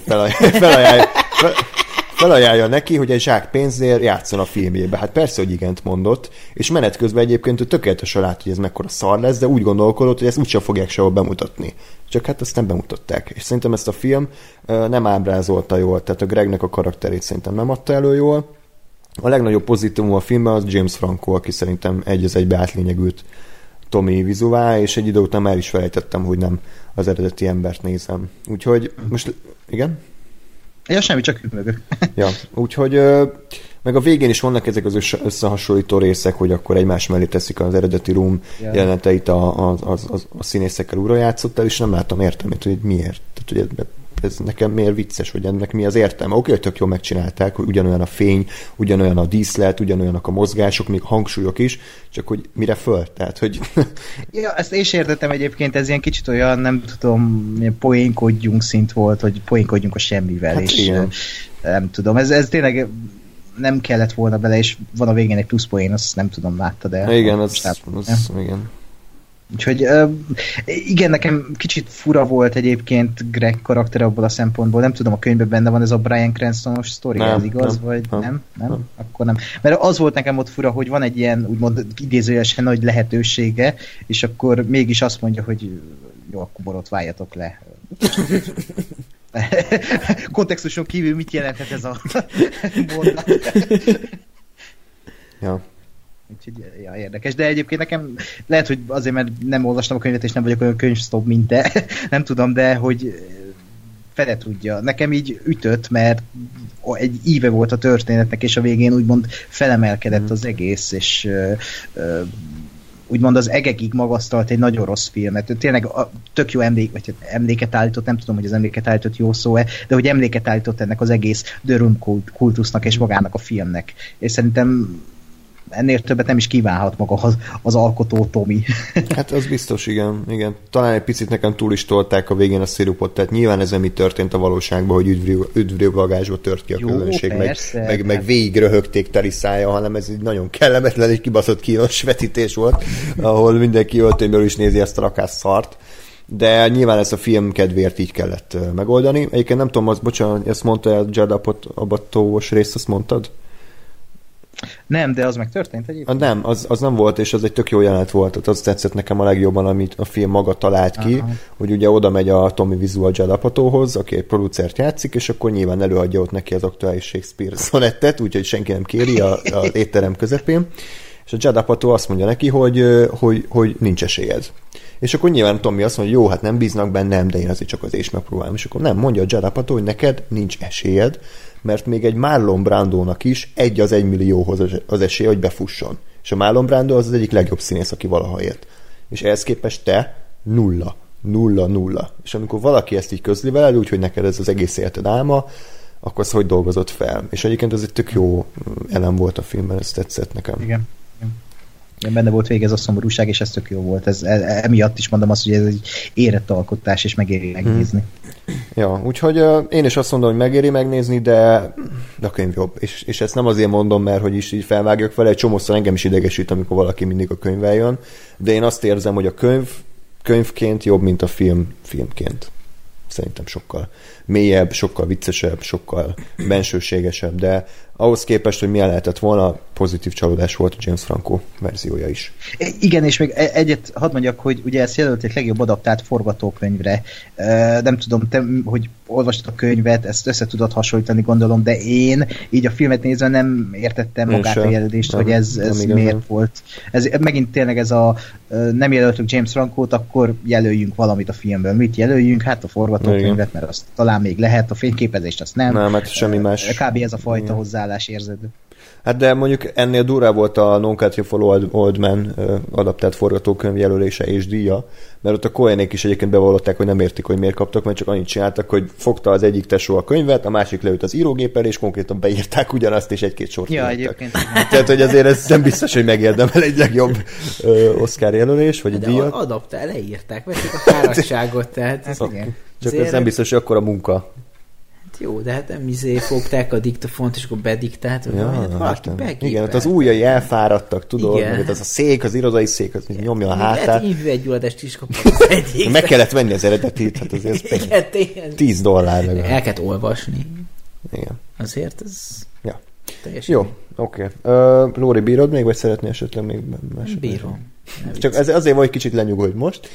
felajánlja neki, hogy egy zsák pénzért játszon a filmjébe. Hát persze, hogy igent mondott, és menet közben egyébként ő tökéletesen lát, hogy ez mekkora szar lesz, de úgy gondolkodott, hogy ezt úgysem fogják sehol bemutatni. Csak hát ezt nem bemutatták. És szerintem ezt a film nem ábrázolta jól, tehát a Gregnek a karakterét szerintem nem adta elő jól. A legnagyobb pozitívum a filmben az James Franco, aki szerintem egy az egybe átlényegült Tommy Wiseau, és egy idő után már is felejtettem, hogy nem az eredeti embert nézem. Úgyhogy most, igen? Ja, semmi, csak mögök. Ja, úgyhogy meg a végén is vannak ezek az összehasonlító részek, hogy akkor egymás mellé teszik az eredeti Room jeleneteit a színészekkel újra játszott el, és nem látom értelmét, hogy miért. Tehát, hogy ez nekem miért vicces, hogy ennek mi az értelme. Oké, tök jól megcsinálták, hogy ugyanolyan a fény, ugyanolyan a díszlet, ugyanolyanak a mozgások, még a hangsúlyok is, csak hogy mire föl? Tehát, hogy... Ja, ezt én is értettem egyébként, ez ilyen kicsit olyan, nem tudom, poénkodjunk szint volt, hogy poénkodjunk a semmivel, hát és igen. Nem tudom, ez tényleg nem kellett volna bele, és van a végén egy plusz poén, azt nem tudom, láttad el. Igen, igen. Úgyhogy igen, nekem kicsit fura volt egyébként Greg karakter abból a szempontból, nem tudom, a könyvben benne van ez a Bryan Cranston-os sztori, ez igaz, vagy nem? Akkor nem. Mert az volt nekem ott fura, hogy van egy ilyen, úgymond idézőjelesen nagy lehetősége, és akkor mégis azt mondja, hogy jó, akkor borotváljatok le. Kontextuson kívül mit jelenthet ez a mondat? Ja. Úgyhogy ja, érdekes, de egyébként nekem lehet, hogy azért, mert nem olvastam a könyvet, és nem vagyok olyan könyvsztob, mint te, nem tudom, de hogy fele tudja. Nekem így ütött, mert egy íve volt a történetnek, és a végén úgymond felemelkedett az egész, és úgymond az egekig magasztalt egy nagyon rossz filmet. Tényleg tök jó emléket állított, nem tudom, hogy az emléket állított jó szó-e, de hogy emléket állított ennek az egész The Room kultusznak és magának a filmnek. És szerintem ennél többet nem is kívánhat maga az alkotó Tommy. Hát az biztos, igen. Talán egy picit nekem túl is tolták a végén a szirupot, tehát nyilván ez mi történt a valóságban, hogy üdvrivalgásba tört ki a közönség, meg végig röhögték teli szája, hanem ez egy nagyon kellemetlen és kibaszott kínos vetítés volt, ahol mindenki öltönyből is nézi ezt a rakás szart. De nyilván ezt a film kedvéért így kellett megoldani. Egyébként nem tudom, bocsánat, ezt mondta el Judd Apatow-os részt, azt mondtad? Nem, de az meg történt egyébként? Nem, az nem volt, és az egy tök jó jelenet volt. Tehát az tetszett nekem a legjobban, amit a film maga talált ki, hogy ugye oda megy a Tommy Wiseau a Judd Apatowhoz, aki egy producert játszik, és akkor nyilván előadja ott neki az aktuális Shakespeare szonettet, úgyhogy senki nem kéri az étterem közepén. És a Judd Apatow azt mondja neki, hogy nincs esélyed. És akkor nyilván Tommy azt mondja, hogy jó, hát nem bíznak bennem, de én azért csak azért is megpróbálom. És akkor nem, mondja a Judd Apatow, hogy neked nincs esélyed, mert még egy Marlon Brandónak is 1/1 millióhoz az esély, hogy befusson. És a Marlon Brando az egyik legjobb színész, aki valaha élt. És ehhez képest te 0. És amikor valaki ezt így közli veled, úgyhogy neked ez az egész életed álma, akkor azt hogy dolgozott fel. És egyébként ez egy tök jó elem volt a filmben, ez tetszett nekem. Igen. Benne volt végig ez a szomorúság, és ez tök jó volt. Emiatt is mondom azt, hogy ez egy érett alkotás, és megéri megnézni. Ja, úgyhogy én is azt mondom, hogy megéri megnézni, de a könyv jobb. És ezt nem azért mondom, mert hogy is így felvágjak vele, egy csomószor engem is idegesít, amikor valaki mindig a könyvvel jön, de én azt érzem, hogy a könyvként jobb, mint a filmként. Szerintem sokkal mélyebb, sokkal viccesebb, sokkal bensőségesebb, de ahhoz képest, hogy milyen lehetett volna, pozitív csalódás volt a James Franco verziója is. Igen, és még egyet hadd mondjak, hogy ugye ezt jelölték legjobb adaptált forgatókönyvre. Nem tudom, te, hogy olvastad a könyvet, ezt össze tudod hasonlítani, gondolom, de én így a filmet nézve nem értettem magát a jelölést, hogy ez miért volt. Ez megint tényleg ez a nem jelöltük James Francót, akkor jelöljünk valamit a filmből. Mit jelöljünk? Hát a forgatókönyvet, mert azt talán még lehet, a fényképezést azt nem. Nem, hát semmi más. Kb. Ez a fajta hozzáállás érződő. Hát de mondjuk ennél durvább volt a No Country for Old Men adaptált forgatókönyv jelölése és díja, mert ott a Coenék is egyébként bevallották, hogy nem értik, hogy miért kaptak, mert csak annyit csináltak, hogy fogta az egyik tesó a könyvet, a másik leült az írógéppel, és konkrétan beírták ugyanazt, és egy-két sort egyébként. Tehát, hogy azért ez nem biztos, hogy megérdemel egy legjobb Oscar jelölés, vagy de díjat. Adaptál, leírták, veszik a fáradtságot, tehát ez igen. Csak ez nem biztos, hogy akkor a munka. Jó, de hát nem fogták a diktafont, és akkor bediktált, valaki begépelt. Igen, ott az ujjai elfáradtak, tudod, meg az a szék, az irodai szék, az nyomja a hátát. Lehet hívőegyuladást is kapott az egyik. Meg kellett venni az eredetit, hát azért $10 legalább. El kellett olvasni. Igen. Azért ez... Ja. Teljesen. Jó, oké. Lóri, bírod még, vagy szeretnél esetleg még másodni? Bírom. Csak azért vagy kicsit lenyugodj most.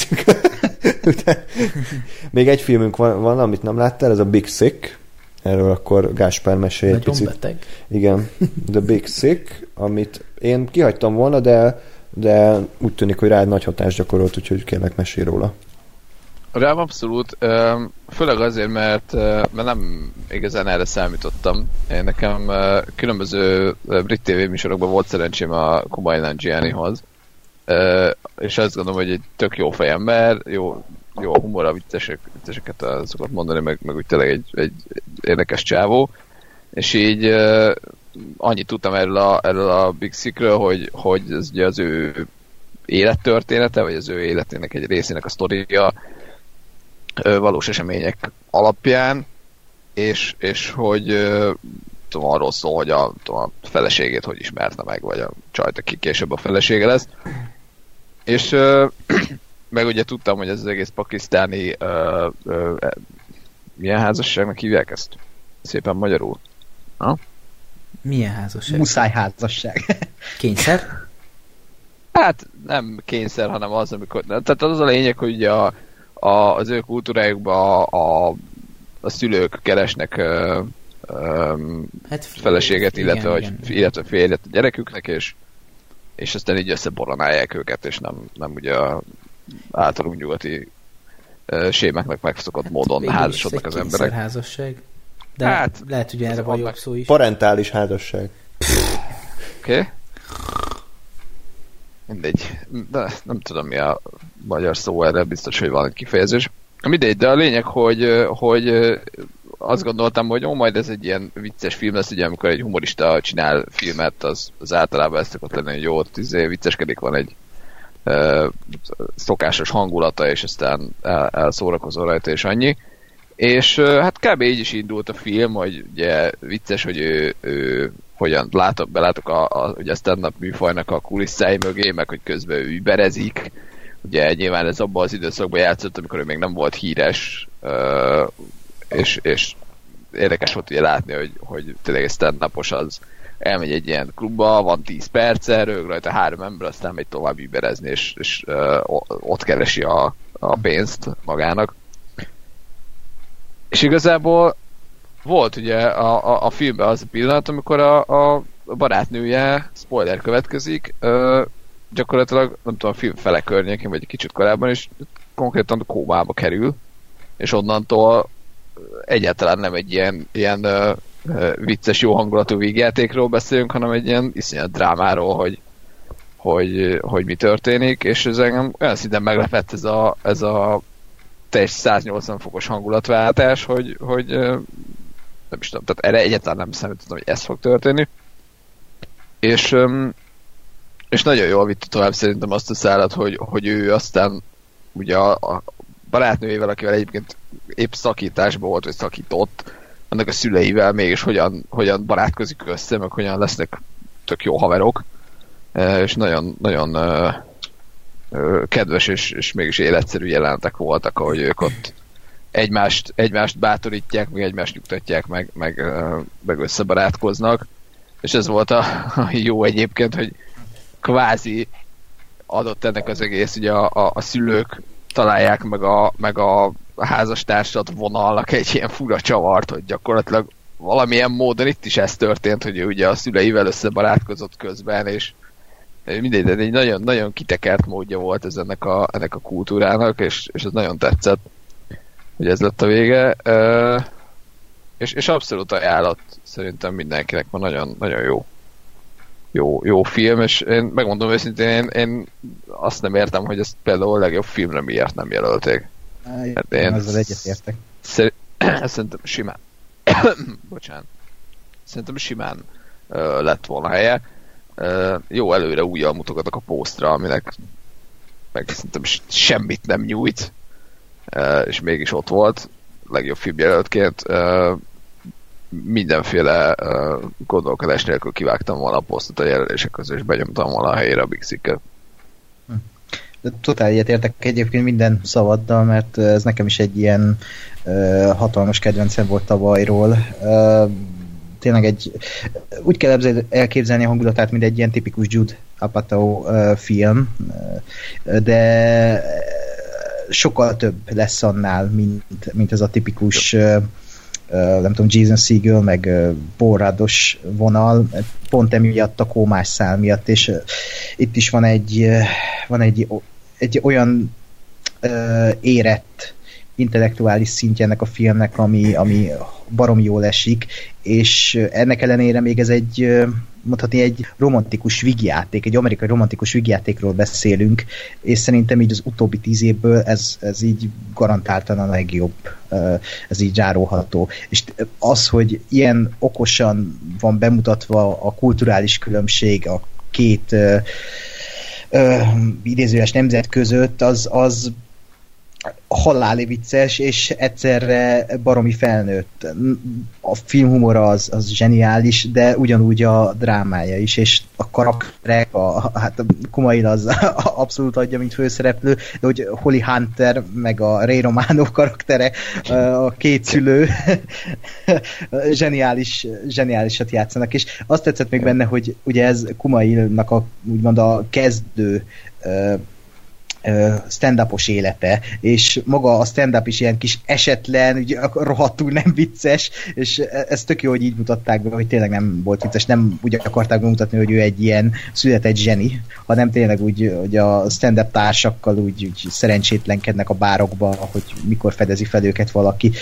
Még egy filmünk van, amit nem láttál, ez a Big Sick. Erről akkor Gáspár mesél egy picit. Beteg. Igen, The Big Sick, amit én kihagytam volna, de úgy tűnik, hogy rád nagy hatást gyakorolt, úgyhogy kérlek, mesélj róla. Rám abszolút, főleg azért, mert nem igazán erre számítottam. Én nekem különböző brit tévéműsorokban volt szerencsém a Kumail Nanjianihoz, és azt gondolom, hogy egy tök jó fejember, jó a humora, vicceseket szokott mondani, meg úgy tényleg egy érdekes csávó, és így annyit tudtam erről a Big Sickről, hogy ez ugye az ő élettörténete, vagy az ő életének egy részének a sztoria valós események alapján, és hogy tudom, arról szól, hogy a feleségét hogy ismerte meg, vagy a csajt, aki később a felesége lesz. És meg ugye tudtam, hogy ez az egész pakisztáni milyen házasságnak hívják ezt? Szépen magyarul. Ha? Milyen házasság? Muszájházasság. Kényszer? Hát nem kényszer, hanem az, amikor... Tehát az a lényeg, hogy ugye az ő kultúrájukban a szülők keresnek feleséget, illetve férjet a gyereküknek, és aztán így összeboronálják őket, és nem ugye általunk nyugati sémáknak megszokott módon házasodnak az emberek. Házasság. De hát, lehet, hogy erre van jobb szó is. Parentális házasság. Oké. Mindegy. De nem tudom, mi a magyar szó erre, biztos, hogy van egy kifejezés. Mindegy, de a lényeg, hogy azt gondoltam, hogy majd ez egy ilyen vicces film lesz, ugye amikor egy humorista csinál filmet, az általában ezt szokott lenni, hogy jó, vicceskedik, van egy szokásos hangulata, és aztán elszórakozol rajta, és annyi. És hát kb. Így is indult a film, hogy ugye vicces, hogy ő hogyan belátok ugye a stand-up műfajnak a kulisszái mögé, meg hogy közben ő überezik. Ugye nyilván ez abban az időszakban játszott, amikor ő még nem volt híres, és érdekes volt ugye látni, hogy tényleg egy stand-upos az elmegy egy ilyen klubba, van 10 perce, rög rajta 3 ember, aztán megy tovább überezni, és ott keresi a pénzt magának. És igazából volt ugye a filmben az a pillanat, amikor a barátnője, spoiler következik, gyakorlatilag, nem tudom, a film fele környékén, vagy egy kicsit korábban is konkrétan kómába kerül, és onnantól egyáltalán nem egy ilyen vicces, jó hangulatú vígjátékról beszélünk, hanem egy ilyen iszonyat drámáról, hogy mi történik, és ez engem olyan szinten meglepett ez a teljes 180 fokos hangulatváltás, hogy nem is tudom, tehát erre egyáltalán nem számítottam, hogy ez fog történni. És nagyon jól vitte tovább szerintem azt a szállat, hogy ő aztán ugye a barátnőjével, akivel egyébként épp szakításban volt, vagy szakított, annak a szüleivel mégis hogyan barátkozik össze, meg hogyan lesznek tök jó haverok, és nagyon, nagyon kedves és mégis életszerű jelenetek voltak, ahogy ők ott egymást bátorítják, meg egymást nyugtatják, meg összebarátkoznak, és ez volt a jó egyébként, hogy kvázi adott ennek az egész, ugye a szülők találják meg a házastársat vonalnak egy ilyen fura csavart, hogy gyakorlatilag valamilyen módon itt is ez történt, hogy ő ugye a szüleivel összebarátkozott közben, és mindegy, de egy nagyon, nagyon kitekert módja volt ez ennek a kultúrának, és ez nagyon tetszett, hogy ez lett a vége. És abszolút ajánlat szerintem mindenkinek, mert nagyon, nagyon jó film, és én megmondom őszintén, én azt nem értem, hogy ezt például a legjobb filmre miért nem jelölték. Hát én azzal egyetértek. Szerintem simán bocsánat. Szerintem simán lett volna helye. Jó előre újjal mutogatok a posztra, aminek meg szerintem semmit nem nyújt, és mégis ott volt legjobb filmjelöltként. Mindenféle gondolkodás nélkül kivágtam volna a posztot a jelölések közül, és benyomtam volna a helyére a Big Sick-et. Totál egyetértek egyébként minden szavaddal, mert ez nekem is egy ilyen hatalmas kedvencem volt tavalyról. Tényleg úgy kell elképzelni a hangulatát, mint egy ilyen tipikus Judd Apatow film, de sokkal több lesz annál, mint ez a tipikus nem tudom, Jason Segel, meg Paul Rudd-os vonal, pont emiatt a kómás szál miatt, és itt is van egy olyan érett intellektuális szintje ennek a filmnek, ami baromi jól esik, és ennek ellenére még ez mondhatni egy romantikus vígjáték, egy amerikai romantikus vígjátékról beszélünk, és szerintem így az utóbbi 10 évből ez így garantáltan a legjobb, ez így zsárolható. És az, hogy ilyen okosan van bemutatva a kulturális különbség a két idézőjeles nemzet között, az haláli vicces, és egyszerre baromi felnőtt. A filmhumora az zseniális, de ugyanúgy a drámája is, és a karakterek, hát a Kumail az abszolút adja, mint főszereplő, de hogy Holly Hunter, meg a Ray Romano karaktere, a két szülő zseniálisat játszanak, és azt tetszett még benne, hogy ugye ez Kumailnak úgymond a kezdő stand-upos élete, és maga a stand-up is ilyen kis esetlen, ugye rohadtul nem vicces, és ez tök jó, hogy így mutatták be, hogy tényleg nem volt vicces, nem úgy akarták bemutatni, hogy ő egy ilyen született zseni, hanem tényleg úgy, hogy a stand-up társakkal úgy szerencsétlenkednek a bárokba, hogy mikor fedezi fel őket valaki.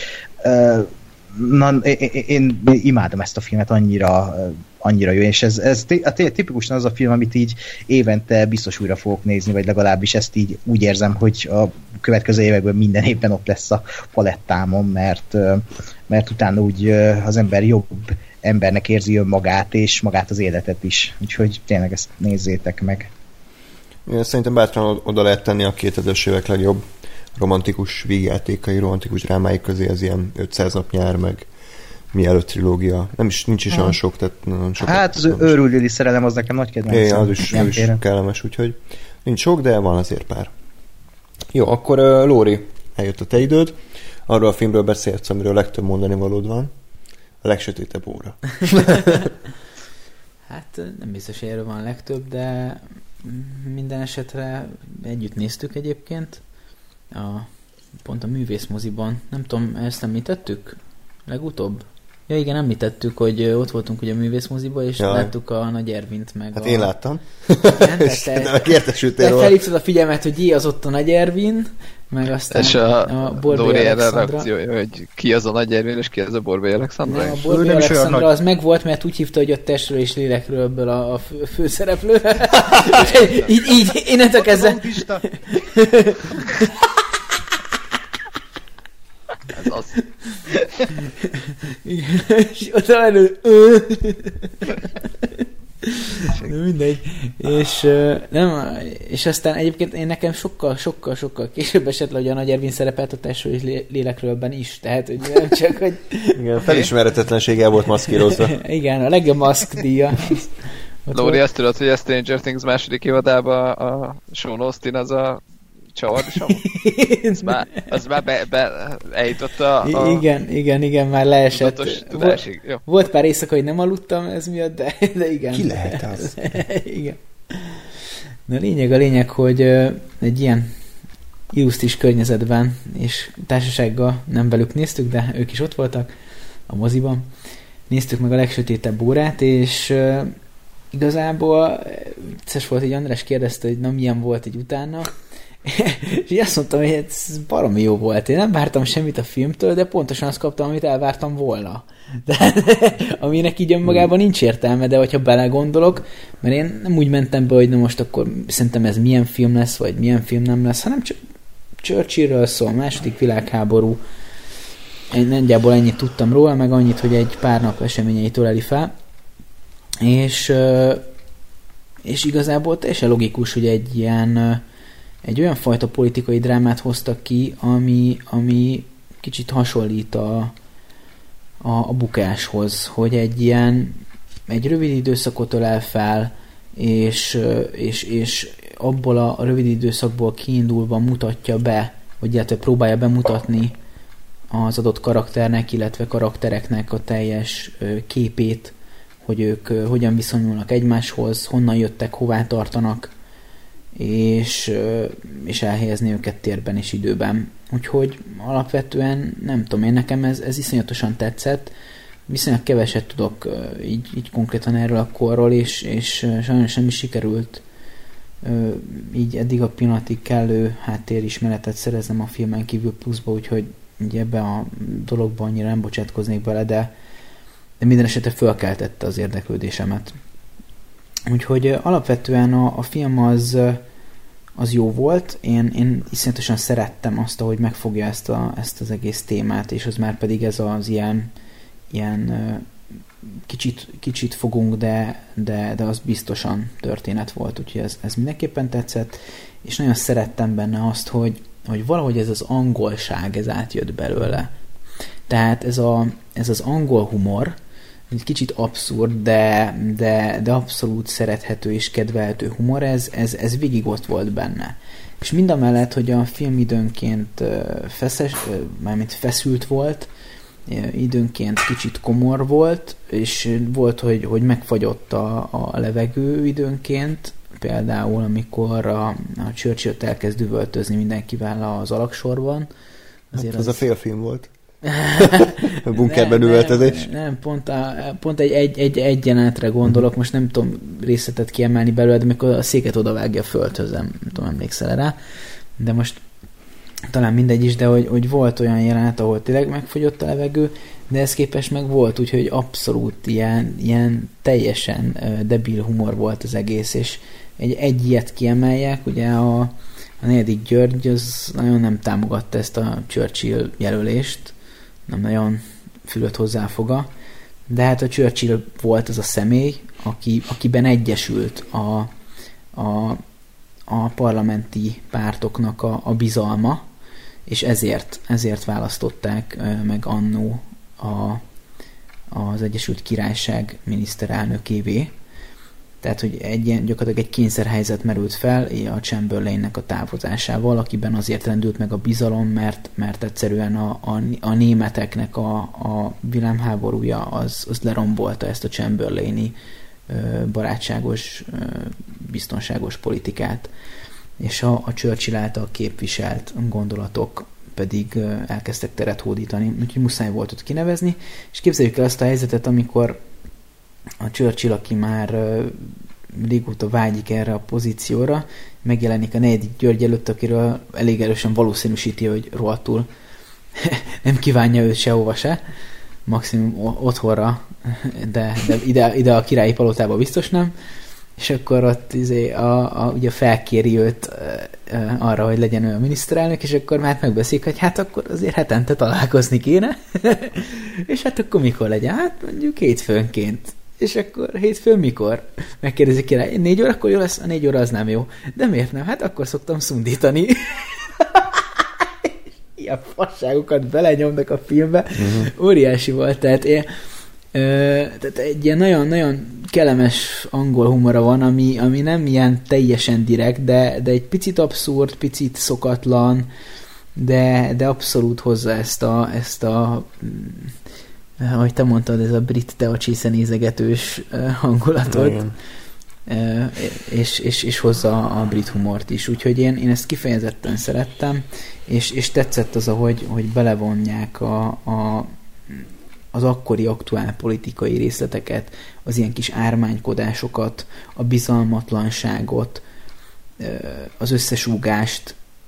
Én imádom ezt a filmet, annyira jó, és ez tipikusan az a film, amit így évente biztos újra fogok nézni, vagy legalábbis ezt így úgy érzem, hogy a következő években minden évben ott lesz a palettámon, mert utána úgy az ember jobb embernek érzi önmagát, és magát az életet is. Úgyhogy tényleg ezt nézzétek meg. Szerintem bátran oda lehet tenni a 2000-es évek legjobb romantikus vígjátékai, romantikus drámái közé, az ilyen 500 nap nyár, meg Mielőtt trilógia. Nincs is olyan sok, tehát nagyon sokat. Hát az őrülőli szerelem az nekem nagy kedvencem. Az is kellemes, úgyhogy nincs sok, de van azért pár. Jó, akkor Lóri, eljött a te időd. Arról a filmről beszélsz, amiről legtöbb mondani valód van. A Legsötétebb óra. Hát nem biztos, hogy erről van a legtöbb, de minden esetre együtt néztük egyébként. Pont a művészmoziban. Nem tudom, ezt említettük legutóbb? Ja igen, említettük, hogy ott voltunk ugye a művészmoziban, és láttuk a Nagy Ervint meg hát én láttam. Igen, te felhívtad a figyelmet, hogy az ott a Nagy Ervin, meg aztán és a Borbély Alexandra. Hogy ki az a Nagy Ervin, és ki az a Borbély Alexandra? Nem, a Borbély Alexandra az megvolt, mert úgy hívta, hogy a testről és lélekről a főszereplő. így innentől kezdve... Ez az. Igen, és ott elő... Mindegy. És aztán egyébként nekem sokkal később esett le, hogy a Nagy Ervin szerepelt a testről és lélekről is. Tehát, hogy nem csak, hogy... Igen, felismeretetlenséggel volt maszkírozva. Igen, a legjobb maszk díja. Lóri, azt tudod, hogy a Stranger Things második évadában a Sean Austin az a csavar, az már eljutotta a igen, már leesett. Volt pár éjszaka, hogy nem aludtam ez miatt, de igen. Ki lehet az? Igen. De a lényeg, hogy egy ilyen illusztris környezetben és társasággal nem velük néztük, de ők is ott voltak a moziban. Néztük meg a Legsötétebb órát, és igazából vicces volt, hogy András kérdezte, hogy na milyen volt egy utána. És így azt mondtam, hogy ez baromi jó volt. Én nem vártam semmit a filmtől, de pontosan azt kaptam, amit elvártam volna. De, aminek így önmagában nincs értelme, de hogyha belegondolok, mert én nem úgy mentem be, hogy na most akkor szerintem ez milyen film lesz, vagy milyen film nem lesz, hanem csak Churchillről szól, második világháború. Én nagyjából ennyit tudtam róla, meg annyit, hogy egy pár nap eseményeit öleli fel. És igazából teljesen logikus, hogy egy olyan fajta politikai drámát hoztak ki, ami kicsit hasonlít a bukáshoz, hogy egy rövid időszakot ölel fel, és abból a rövid időszakból kiindulva mutatja be, vagy illetve próbálja bemutatni az adott karakternek, illetve karaktereknek a teljes képét, hogy ők hogyan viszonyulnak egymáshoz, honnan jöttek, hová tartanak, és elhelyezni őket térben és időben. Úgyhogy alapvetően nem tudom, én nekem ez iszonyatosan tetszett. Viszonylag keveset tudok így konkrétan erről a korról, és sajnos nem is sikerült így eddig a pillanatig kellő háttérismeretet szereznem a filmen kívül pluszba, úgyhogy ebbe a dologba annyira nem bocsátkoznék bele, de minden esetre fölkeltette az érdeklődésemet. Úgyhogy alapvetően a film az jó volt. Én iszonyatosan szerettem azt, ahogy megfogja ezt az egész témát, és az már pedig ez az ilyen kicsit fogunk, de az biztosan történet volt, úgyhogy ez mindenképpen tetszett, és nagyon szerettem benne azt, hogy valahogy ez az angolság, ez átjött belőle. Tehát ez az angol humor, egy kicsit abszurd, de abszolút szerethető és kedvelhető humor, ez végig ott volt benne. És mindamellett, hogy a film időnként mármint feszült volt, időnként kicsit komor volt, és volt, hogy megfagyott a levegő időnként, például amikor a Churchill elkezd üvöltözni mindenkivel az alagsorban. Azért hát ez a félfilm volt. A bunkerben üvöltözés. Nem, pont egy jelenetre gondolok, most nem tudom részletet kiemelni belőle, de amikor a széket odavágja a földhöz, nem tudom, emlékszel rá. De most talán mindegy is, de hogy volt olyan jelenet, ahol tényleg megfogyott a levegő, de ez képest meg volt, úgyhogy abszolút ilyen teljesen debil humor volt az egész, és egy ilyet kiemeljek, ugye a negyedik György az nagyon nem támogatta ezt a Churchill jelölést, nem nagyon fülött hozzáfoga, de hát a Churchill volt az a személy, akiben egyesült a parlamenti pártoknak a bizalma, és ezért választották meg annó az Egyesült Királyság miniszterelnökévé. Tehát, hogy gyakorlatilag egy kényszerhelyzet merült fel a Chamberlainnek a távozásával, akiben azért rendült meg a bizalom, mert egyszerűen a németeknek a világháborúja az lerombolta ezt a Chamberlaini barátságos, biztonságos politikát. És a Churchill által képviselt gondolatok pedig elkezdtek teret hódítani, úgyhogy muszáj volt ott kinevezni, és képzeljük el azt a helyzetet, amikor a Churchill, aki már régóta vágyik erre a pozícióra, megjelenik a negyedik György előtt, akiről elég erősen valószínűsíti, hogy rohadtul nem kívánja őt sehova se, maximum otthonra, de ide a királyi palotába biztos nem, és akkor ott ugye felkéri őt arra, hogy legyen ő a miniszterelnök, és akkor már megbeszélik, hogy hát akkor azért hetente találkozni kéne, és hát akkor mikor legyen? Hát mondjuk hétfőnként. És akkor hétfőn mikor? Megkérdezik rá, 4 órakor jó lesz? A 4 óra az nem jó. De miért nem? Hát akkor szoktam szundítani. Ilyen fasságokat belenyomnak a filmbe. Óriási volt, tehát egy ilyen nagyon-nagyon kellemes angol humora van, ami nem ilyen teljesen direkt, de egy picit abszurd, picit szokatlan, de abszolút hozza ezt a ahogy te mondtad, ez a brit teacsésze nézegetős hangulatot, és hozza a brit humort is. Úgyhogy én ezt kifejezetten szerettem, és tetszett az, hogy belevonják az akkori aktuál politikai részleteket, az ilyen kis ármánykodásokat, a bizalmatlanságot, az összesúgást,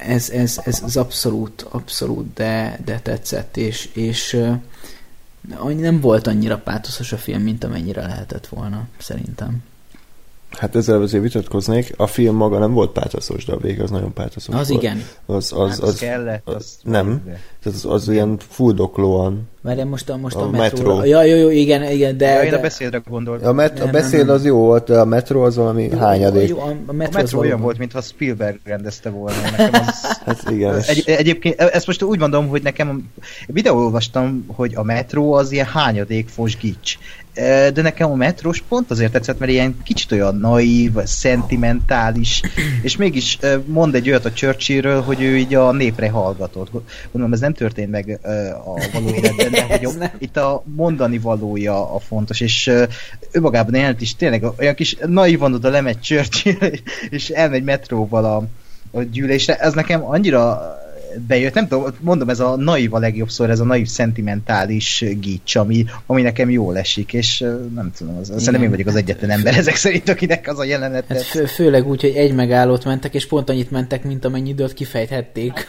ez abszolút, de tetszett, és nem volt annyira pátoszos a film, mint amennyire lehetett volna, szerintem. Hát ezzel azért vitatkoznék. A film maga nem volt pátoszos, de a vége az nagyon pátoszos az volt. Igen. Az kellett. Nem. Tehát az ilyen fuldoklóan. Várjál, most a metró. Ja, jó, igen, de... Én a beszédre gondoltam. A beszéd az jó volt, de a metró az valami hányadék. Jó, a metró olyan volt, mintha Spielberg rendezte volna. Nekem az... Hát igen. Egyébként ezt most úgy mondom, hogy nekem videó olvastam, hogy a metró az ilyen hányadékfos gics. De nekem a metrós pont azért tetszett, mert ilyen kicsit olyan naív, szentimentális, és mégis mond egy olyat a Churchillről, hogy ő így a népre hallgatott. Gondolom, ez nem történt meg a való életben, de hogy itt a mondani valója a fontos, és önmagában jelent is tényleg olyan kis naívan oda lemegy Churchill, és elmegy metróval a gyűlésre. Ez nekem annyira bejött, nem tudom, mondom, ez a naív a legjobb szó, ez a naív szentimentális gics, ami nekem jól esik, és nem tudom, szerintem én vagyok az egyetlen ember ezek szerint, akinek az a jelenet. Hát főleg úgy, hogy egy megállót mentek, és pont annyit mentek, mint amennyi időt kifejthették.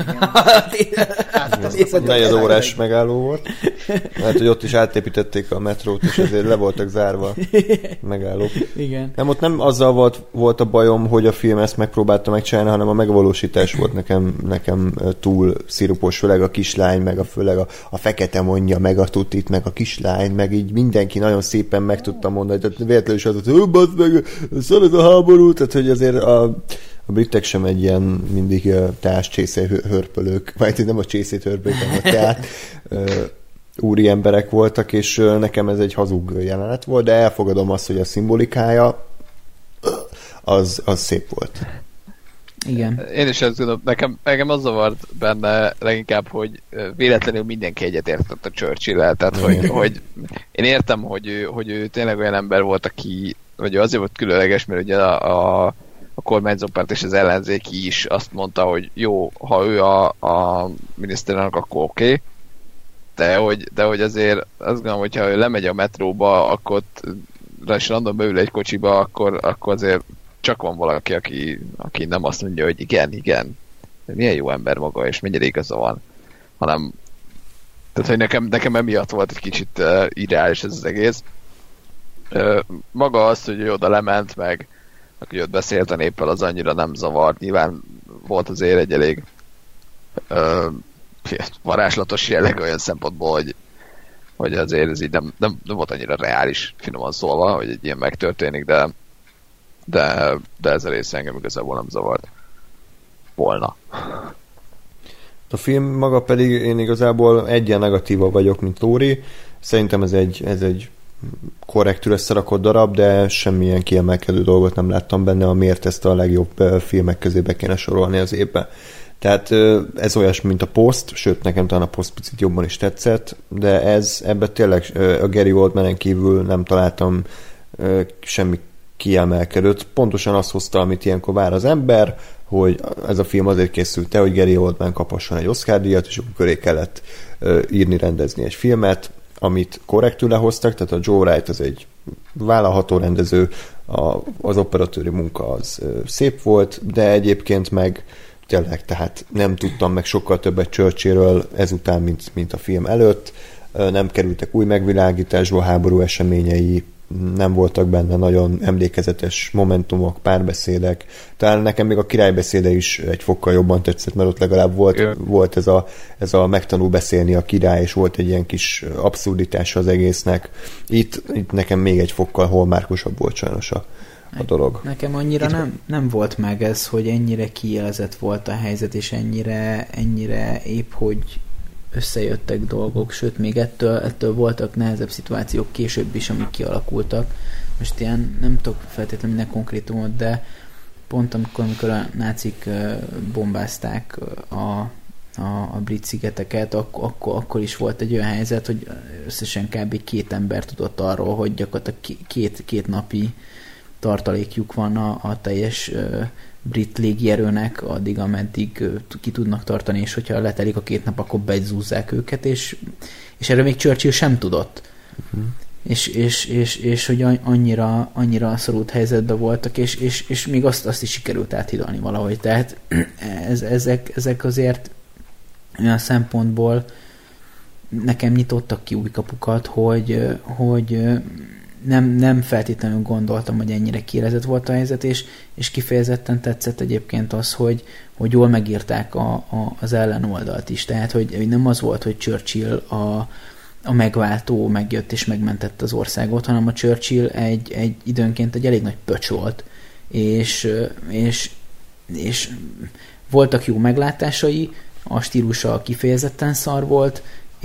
Negyed órás megálló volt. Hát, hogy ott is átépítették a metrót, és ezért le voltak zárva megállók. Igen. Nem, ott nem azzal volt a bajom, hogy a film ezt megpróbálta megcsinálni, hanem a megvalósítás volt nekem túl szirupos, főleg a kislány, meg főleg a fekete mondja, meg a tutit, meg a kislány, meg így mindenki nagyon szépen meg tudta mondani, tehát véletlenül is az, hogy bazd meg, szar ez a háború, tehát hogy azért a britek sem egy ilyen mindig teáscsészé hörpölők, vagy nem a csészét hörpölők, hanem a teát úri emberek voltak, és nekem ez egy hazug jelenet volt, de elfogadom azt, hogy a szimbolikája az szép volt. Igen. Én is ezt gondolom, nekem az zavart benne leginkább, hogy véletlenül mindenki egyetértett a Churchill-el, tehát hogy én értem, hogy ő tényleg olyan ember volt, aki, vagy azért volt különleges, mert ugye a kormányzópárt és az ellenzéki is azt mondta, hogy jó, ha ő a miniszterelnök, akkor oké. De hogy azért azt gondolom, hogyha ő lemegy a metróba, akkor és random beül egy kocsiba, akkor azért csak van valaki, aki nem azt mondja, hogy igen, milyen jó ember maga, és mennyire igaza van, hanem tehát, hogy nekem emiatt volt egy kicsit irreális ez az egész. Maga az, hogy ő oda lement, meg aki ott beszélt a néppel, az annyira nem zavart. Nyilván volt azért egy elég varázslatos jelleg olyan szempontból, hogy azért ez így nem volt annyira reális, finoman szólva, hogy egy ilyen megtörténik, de ez a része engem igazából nem zavart volna. A film maga pedig én igazából egyen negatíva vagyok, mint Lóri. Szerintem ez egy korrektül összerakott darab, de semmilyen kiemelkedő dolgot nem láttam benne, amiért ezt a legjobb filmek közébe kéne sorolni az évben. Tehát ez olyasmi, mint a Post, sőt, nekem talán a Post picit jobban is tetszett, de ebben tényleg a Gary Oldmanen kívül nem találtam semmi kiemelkedőt. Pontosan azt hozta, amit ilyenkor vár az ember, hogy ez a film azért készült el, hogy Gary Oldman kaphasson egy Oscar-díjat, és akkor köré kellett írni, rendezni egy filmet, amit korrektül lehoztak, tehát a Joe Wright az egy vállalható rendező, az operatőri munka az szép volt, de egyébként meg tényleg, tehát nem tudtam meg sokkal többet Churchillről ezután, mint a film előtt. Nem kerültek új megvilágításba, háború eseményei, nem voltak benne nagyon emlékezetes momentumok, párbeszédek. Talán nekem még a királybeszéde is egy fokkal jobban tetszett, mert ott legalább volt ez a megtanul beszélni a király, és volt egy ilyen kis abszurditása az egésznek. Itt nekem még egy fokkal holmárkosabb volt sajnos a dolog. Nekem annyira nem volt meg ez, hogy ennyire kijelzett volt a helyzet, és ennyire épp, hogy összejöttek dolgok, sőt, még ettől voltak nehezebb szituációk később is, amik kialakultak. Most ilyen nem tudok feltétlenül minden konkrétumot, de pont amikor a nácik bombázták a brit szigeteket, akkor is volt egy olyan helyzet, hogy összesen kb. 2 ember tudott arról, hogy gyakorlatilag két napi tartalékjuk van a teljes brit légierőnek, addig, ameddig ki tudnak tartani, és hogyha letelik a 2 nap, akkor begyzúzzák őket, és erről még Churchill sem tudott. Uh-huh. és hogy annyira szorult helyzetben voltak, és még azt is sikerült áthidalni valahogy. Tehát ezek azért olyan szempontból nekem nyitottak ki új kapukat, hogy nem feltétlenül gondoltam, hogy ennyire kiélezett volt a helyzet, és kifejezetten tetszett egyébként az, hogy jól megírták az ellenoldalt is. Tehát, hogy nem az volt, hogy Churchill a megváltó megjött és megmentette az országot, hanem a Churchill időnként egy elég nagy pöcs volt, és voltak jó meglátásai, a stílusa kifejezetten szar volt,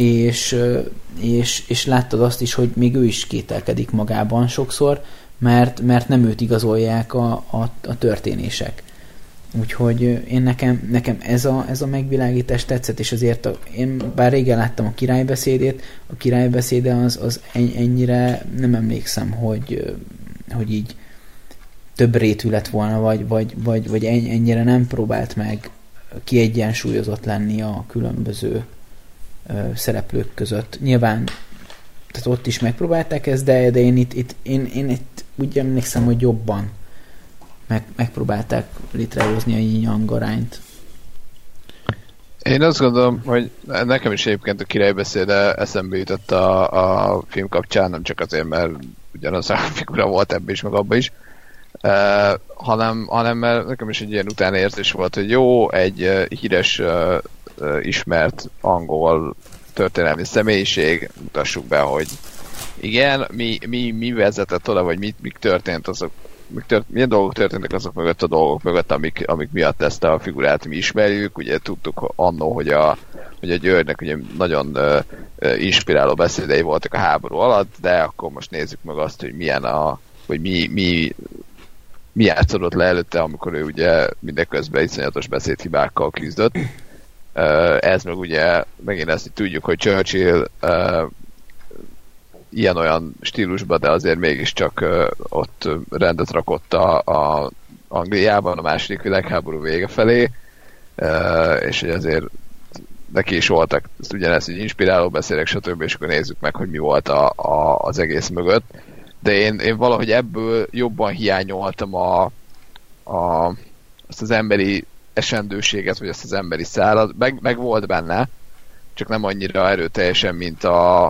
és láttad azt is, hogy még ő is kételkedik magában sokszor, mert nem őt igazolják a történések. Úgyhogy nekem ez a megvilágítás tetszett, és azért én bár régen láttam a királybeszédét, a királybeszéde az ennyire nem emlékszem, hogy így több rétű lett volna, vagy ennyire nem próbált meg kiegyensúlyozott lenni a különböző szereplők között. Nyilván tehát ott is megpróbálták ezt, de én itt úgy emlékszem, hogy jobban megpróbálták létrehozni a yin-yang arányt. Én azt gondolom, hogy nekem is egyébként a királybeszéde eszembe jutott a film kapcsán, nem csak azért, mert ugyanaz a figura volt ebben is, meg abban is, hanem mert nekem is egy ilyen utánérzés volt, hogy jó, egy híres, ismert angol történelmi személyiség, mutassuk be, hogy igen, mi vezetett oda, vagy mik történt azok, milyen dolgok történtek azok mögött a dolgok mögött, amik miatt ezt a figurát mi ismerjük. Ugye tudtuk annó, hogy a Györgynek ugye nagyon inspiráló beszédei voltak a háború alatt, de akkor most nézzük meg azt, hogy milyen hogy mi játszódott le előtte, amikor ő ugye mindeközben iszonyatos beszédhibákkal küzdött. Ez meg ugye megint ezt tudjuk, hogy Churchill ilyen-olyan stílusban, de azért mégiscsak ott rendet rakott a Angliában a második világháború vége felé, és hogy azért neki is voltak ugyanezt, hogy inspiráló beszélek, stb. És akkor nézzük meg, hogy mi volt az egész mögött. De én valahogy ebből jobban hiányoltam azt az emberi esendőséget, vagy azt az emberi szálat. Meg volt benne, csak nem annyira erőteljesen, mint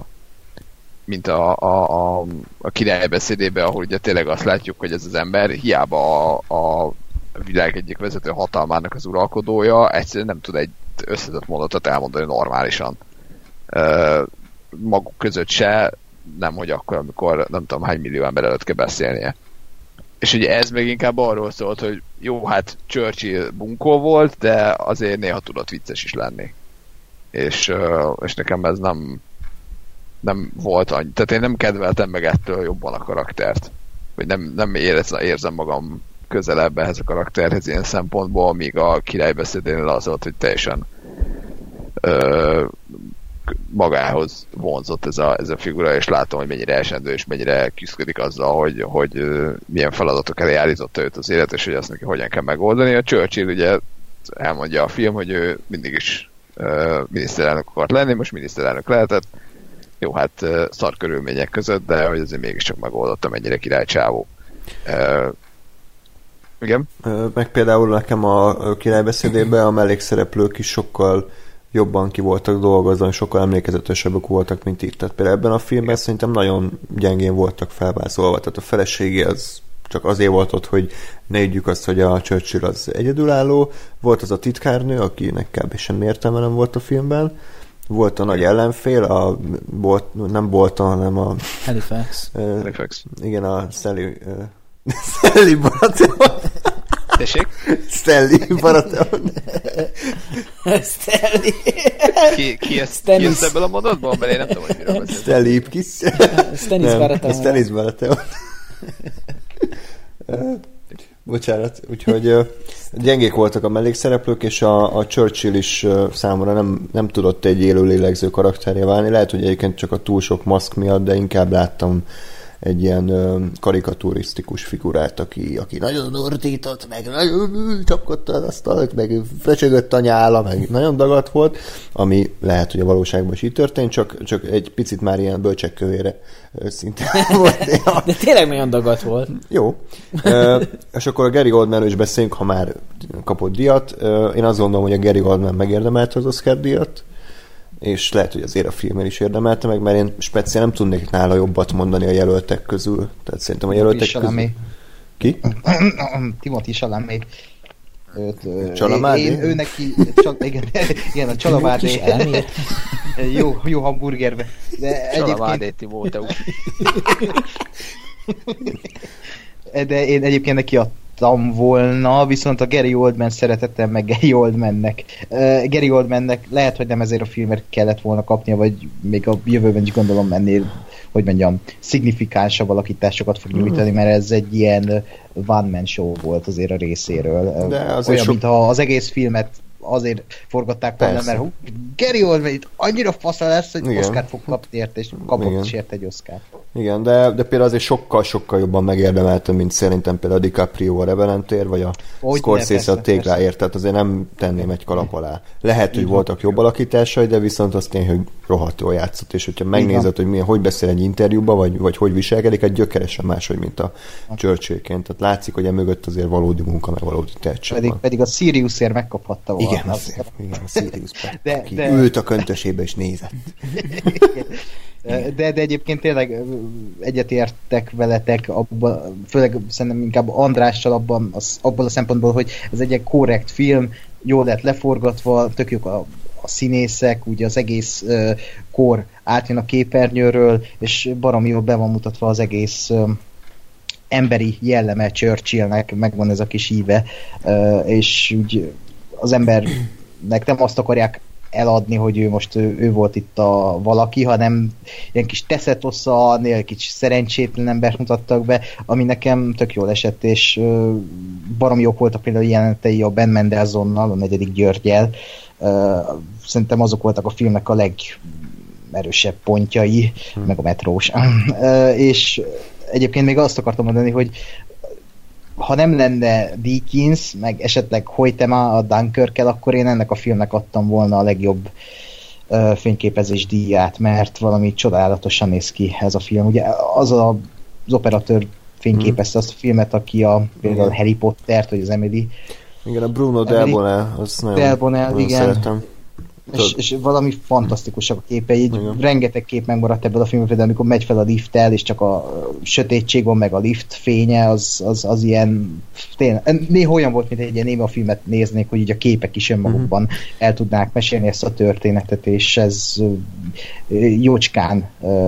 a királybeszédében, ahol ugye tényleg azt látjuk, hogy ez az ember hiába a világ egyik vezető hatalmának az uralkodója, egyszerűen nem tud egy összetett mondatot elmondani normálisan. Maguk között se, nemhogy akkor, amikor nem tudom hány millió ember előtt kell beszélnie. És ugye ez még inkább arról szólt, hogy jó, hát Churchill bunkó volt, de azért néha tudott vicces is lenni. És nekem ez nem volt annyi. Tehát én nem kedveltem meg ettől jobban a karaktert. Vagy nem érzem magam közelebb ehhez a karakterhez ilyen szempontból, míg a királybeszédénél az volt, hogy teljesen magához vonzott ez a figura, és látom, hogy mennyire esendő, és mennyire küszködik azzal, hogy milyen feladatok elé állította őt az élet, és hogy azt neki hogyan kell megoldani. A Churchill ugye elmondja a film, hogy ő mindig is miniszterelnök akart lenni, most miniszterelnök lehetett. Jó, hát szar körülmények között, de hogy azért mégiscsak megoldotta, mennyire királycsávó. Igen? Meg például nekem a királybeszédében a mellékszereplők is sokkal jobban ki voltak dolgozva, sokkal emlékezetesebbek voltak, mint itt. Tehát például ebben a filmben szerintem nagyon gyengén voltak felvázolva. Tehát a felesége az csak azért volt ott, hogy ne higgyük azt, hogy a Churchill az egyedülálló. Volt az a titkárnő, akinek kb. Semmi értelme nem volt a filmben. Volt a nagy ellenfél, nem Bolton, hanem a... Halifax. Igen, a Stanley Baratheon. Tessék? Stanley Baratheon. Stanley. Ki ezt ebből a mondatból? Mert én nem tudom, hogy miről beszél. Stanley Ipkiss. Stanley Baratheon. Bocsánat. Úgyhogy gyengék voltak a mellékszereplők, és a Churchill is számomra nem tudott egy élő lélegző karakterje válni. Lehet, hogy egyébként csak a túl sok maszk miatt, de inkább láttam egy ilyen karikaturisztikus figurát, aki nagyon ordított, meg nagyon csapkodta az asztalt, meg fecsegött a nyála, meg nagyon dagadt volt, ami lehet, hogy a valóságban is így történt, csak egy picit már ilyen bölcsekkövére szinten volt. Ja. De tényleg nagyon dagadt volt. Jó. És akkor a Gary Oldmanről is beszéljünk, ha már kapott díjat. Én azt gondolom, hogy a Gary Oldman megérdemelte az Oscar díjat, és lehet, hogy azért a filmen is érdemelte meg, mert én speciál nem tudnék nála jobbat mondani a jelöltek közül. Tehát szerintem a jelöltek közül... Ki? Timothy Chalamet. Chalamet? Ő neki... Igen, a Chalamet. Jó hamburgerbe. Chalamet Timóteus. De én egyébként neki adtam volna, viszont a Gary Oldman szeretettem meg Gary Oldmannek. Gary Oldmannek lehet, hogy nem ezért a filmért kellett volna kapnia, vagy még a jövőben is gondolom mennél, hogy mondjam, szignifikánsabb alakításokat fog nyújtani, mert ez egy ilyen one-man show volt azért a részéről. De azért olyan, mintha az egész filmet azért forgatták volna, mert Gary Oldman itt annyira fasza lesz, hogy Oscart fog kapni érte, és kapott is érte egy Oscart. Igen, de például azért sokkal jobban megérdemeltem, mint szerintem például a DiCaprio a Revenantért, vagy a Scorsese a Tégláért, tehát azért nem tenném egy kalap alá. Lehet, hogy voltak jobb alakításai, de viszont azt tény, hogy rohadt jól játszott, és hogyha megnézed, hogy hogy beszél egy interjúba, vagy hogy viselkedik, egy gyökeresen máshogy, mint a Churchill-ként. Tehát látszik, hogy emögött azért valódi munka, meg valódi tehetség. Pedig a Siriusért megkaphatta volna. Igen, a Siriusban. De ült a köntösébe és nézett. De egyébként tényleg egyetértek veletek, főleg szerintem inkább Andrással abban a szempontból, hogy ez egy ilyen korrekt film, jól lett leforgatva, tök jók a színészek, ugye az egész kor átjön a képernyőről, és baromi jól be van mutatva az egész emberi jelleme Churchillnek, megvan ez a kis íve, és úgy az embernek nem azt akarják eladni, hogy ő volt itt a valaki, hanem ilyen kis teszetossza, kicsi szerencsétlen embert mutattak be, ami nekem tök jól esett, és baromi jók voltak például jelenetei a Ben Mendelssohnnal, a 4. Györggyel. Szerintem azok voltak a filmnek a legerősebb pontjai, meg a metrós. És egyébként még azt akartam mondani, hogy ha nem lenne Deakins, meg esetleg Hoytema a Dunkirkkel, akkor én ennek a filmnek adtam volna a legjobb fényképezés díját, mert valami csodálatosan néz ki ez a film. Ugye az operatőr fényképezte azt a filmet, aki például a Harry Pottert, vagy az Emily. Igen, a Bruno Delbonnel, azt nagyon szeretem. És valami fantasztikusak a képei, így rengeteg kép megmaradt ebből a filmből, például amikor megy fel a lifttel, és csak a sötétség van, meg a lift fénye, az ilyen tényleg, néha olyan volt, mint egy ilyen néma filmet néznék, hogy így a képek is önmagukban el tudnák mesélni ezt a történetet, és ez jócskán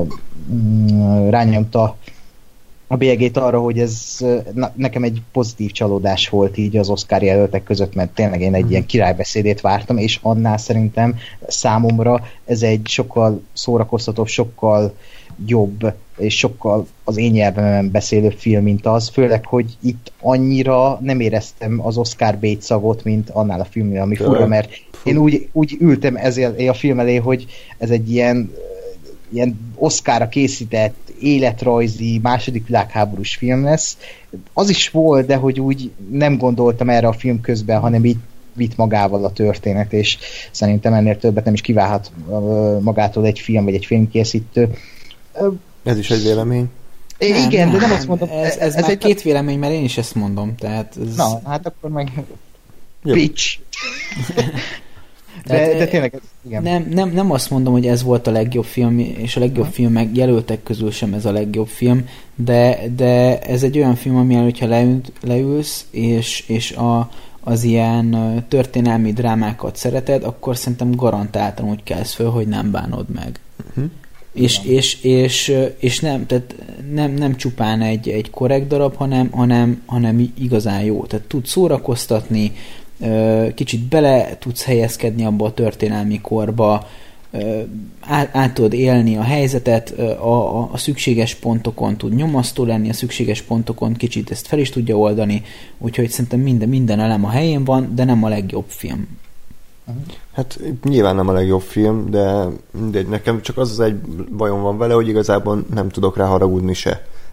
rányomta a bélyegét arra, hogy ez nekem egy pozitív csalódás volt így az Oscar jelöltek között, mert tényleg én egy ilyen királybeszédét vártam, és annál szerintem számomra ez egy sokkal szórakoztatóbb, sokkal jobb, és sokkal az én nyelvemen beszélő film, mint az, főleg, hogy itt annyira nem éreztem az Oscar bait szagot, mint annál a filmnél, ami fura, mert én úgy ültem ezért a film elé, hogy ez egy ilyen Oscarra készített életrajzi, második világháborús film lesz. Az is volt, de hogy úgy nem gondoltam erre a film közben, hanem így vitt magával a történet, és szerintem ennél többet nem is kívánhat magától egy film, vagy egy filmkészítő. Ez is egy vélemény. Igen, de nem azt mondom. Ez már két vélemény, mert én is ezt mondom. Tehát ez... Na, hát akkor meg pitch. De tényleg, igen. Nem azt mondom, hogy ez volt a legjobb film, és a legjobb filmek jelöltek közül sem ez a legjobb film, de ez egy olyan film, amilyen, hogyha leülsz, és az ilyen történelmi drámákat szereted, akkor szerintem garantáltan úgy kelsz föl, hogy nem bánod meg. És nem csupán egy korrekt darab, hanem igazán jó. Tehát tud szórakoztatni, kicsit bele tudsz helyezkedni abba a történelmi korba, át tudod élni a helyzetet, a szükséges pontokon tud nyomasztó lenni, a szükséges pontokon kicsit ezt fel is tudja oldani, úgyhogy szerintem minden elem a helyén van, de nem a legjobb film. Hát nyilván nem a legjobb film, de nekem csak az egy bajom van vele, hogy igazából nem tudok rá haragudni se.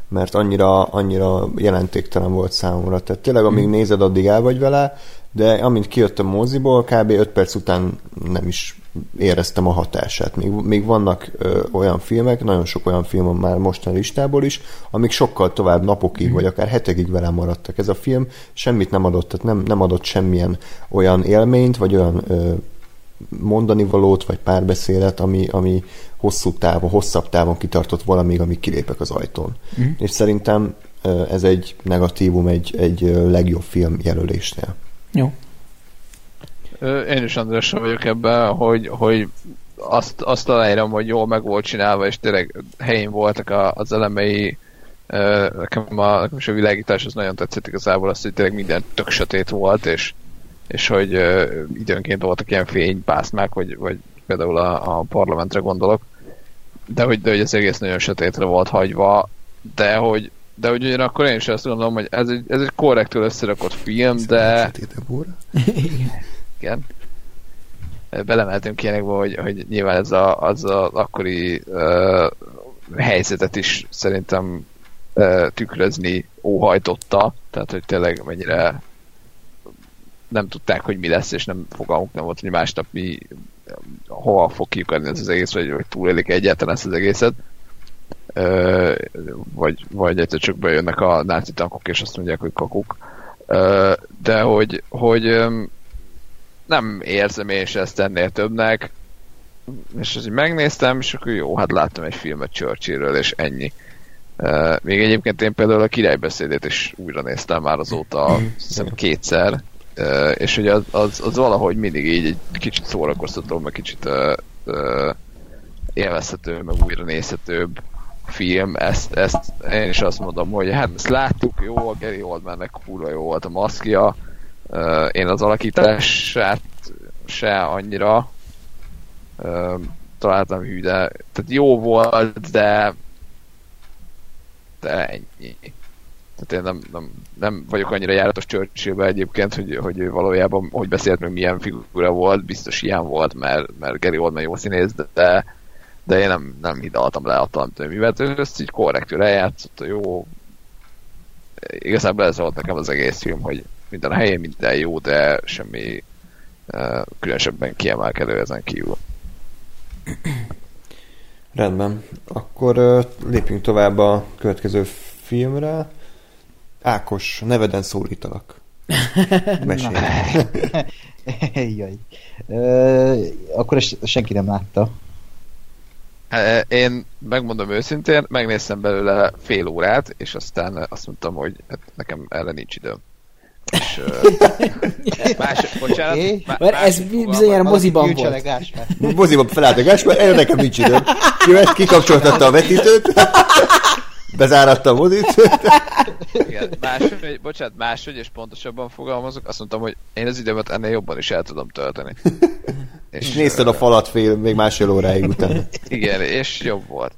mert annyira jelentéktelen volt számomra. Tehát tényleg, amíg nézed, addig el vagy vele, de amint kijöttem moziból, kb. 5 perc után nem is éreztem a hatását. Még vannak olyan filmek, nagyon sok olyan film van már mostan listából is, amik sokkal tovább napokig, vagy akár hetekig velem maradtak. Ez a film semmit nem adott, tehát nem adott semmilyen olyan élményt, vagy olyan mondani valót, vagy párbeszédet, ami hosszabb távon kitartott valamíg, amíg kilépek az ajtón. És szerintem ez egy negatívum egy legjobb film jelölésnél. Jó. Én is Andrással vagyok ebben, hogy azt aláírom, hogy jól meg volt csinálva, és tényleg helyén voltak az elemei. Nekem a világítás az nagyon tetszett igazából, azt, hogy tényleg minden tök sötét volt, és hogy időnként voltak ilyen fénypászmák, vagy például a parlamentre gondolok, de hogy az egész nagyon sötétre volt hagyva, de hogy ugyanakkor én is azt gondolom, hogy ez egy korrektül összerakott film, de... Igen. Belemeltünk ilyenekbe, hogy nyilván ez az akkori helyzetet is szerintem tükrözni óhajtotta, tehát hogy tényleg mennyire nem tudták, hogy mi lesz, és nem fogalmuk nem volt, hogy másnap hova fog kiukadni ez az egész, vagy túlélik egyáltalán ezt az egészet. Vagy egyszer csak bejönnek a náci tankok, és azt mondják, hogy kakuk. De hogy nem érzem én se ezt ennél többnek, és azért megnéztem, és akkor jó, hát láttam egy filmet Churchillről, és ennyi. Még egyébként én például a királybeszédét is újra néztem már azóta, hiszem 2-szer, és hogy az valahogy mindig így egy kicsit szórakoztató, meg kicsit élvezhető, meg újra nézhetőbb film. Ezt én is azt mondom, hogy hát ezt láttuk, jó, a Gary Oldmannek kurva jó volt a maszkja, én az alakítását se annyira találtam hű, de tehát jó volt, de ennyi. Tehát én nem vagyok annyira járatos Churchillbe egyébként, hogy ő valójában, hogy beszélt meg milyen figura volt, biztos ilyen volt, mert Gary Oldman jó színész, de én nem hidaltam le a tanítőművet, ő ezt így korrektül eljátszott, jó. Igazából ez volt nekem az egész film, hogy minden a helyén, minden jó, de semmi különösebben kiemelkedő ezen kívül. Rendben. Akkor lépjünk tovább a következő filmre. Ákos, neveden szólítalak. Mesélj. Jaj. Akkor ezt senki nem látta. Én megmondom őszintén, megnéztem belőle fél órát, és aztán azt mondtam, hogy hát nekem erre nincs időm. És, bocsánat. Ez bizonyára moziban volt. Moziban felállt a Gáspár, erre nekem nincs időm. Kikapcsoltatta a vetítőt, bezáratta a mozit. Igen, máshogy, és pontosabban fogalmazok, azt mondtam, hogy én az időmet ennél jobban is el tudom tölteni. És nézted a falat még másfél óráig után. Igen, és jobb volt.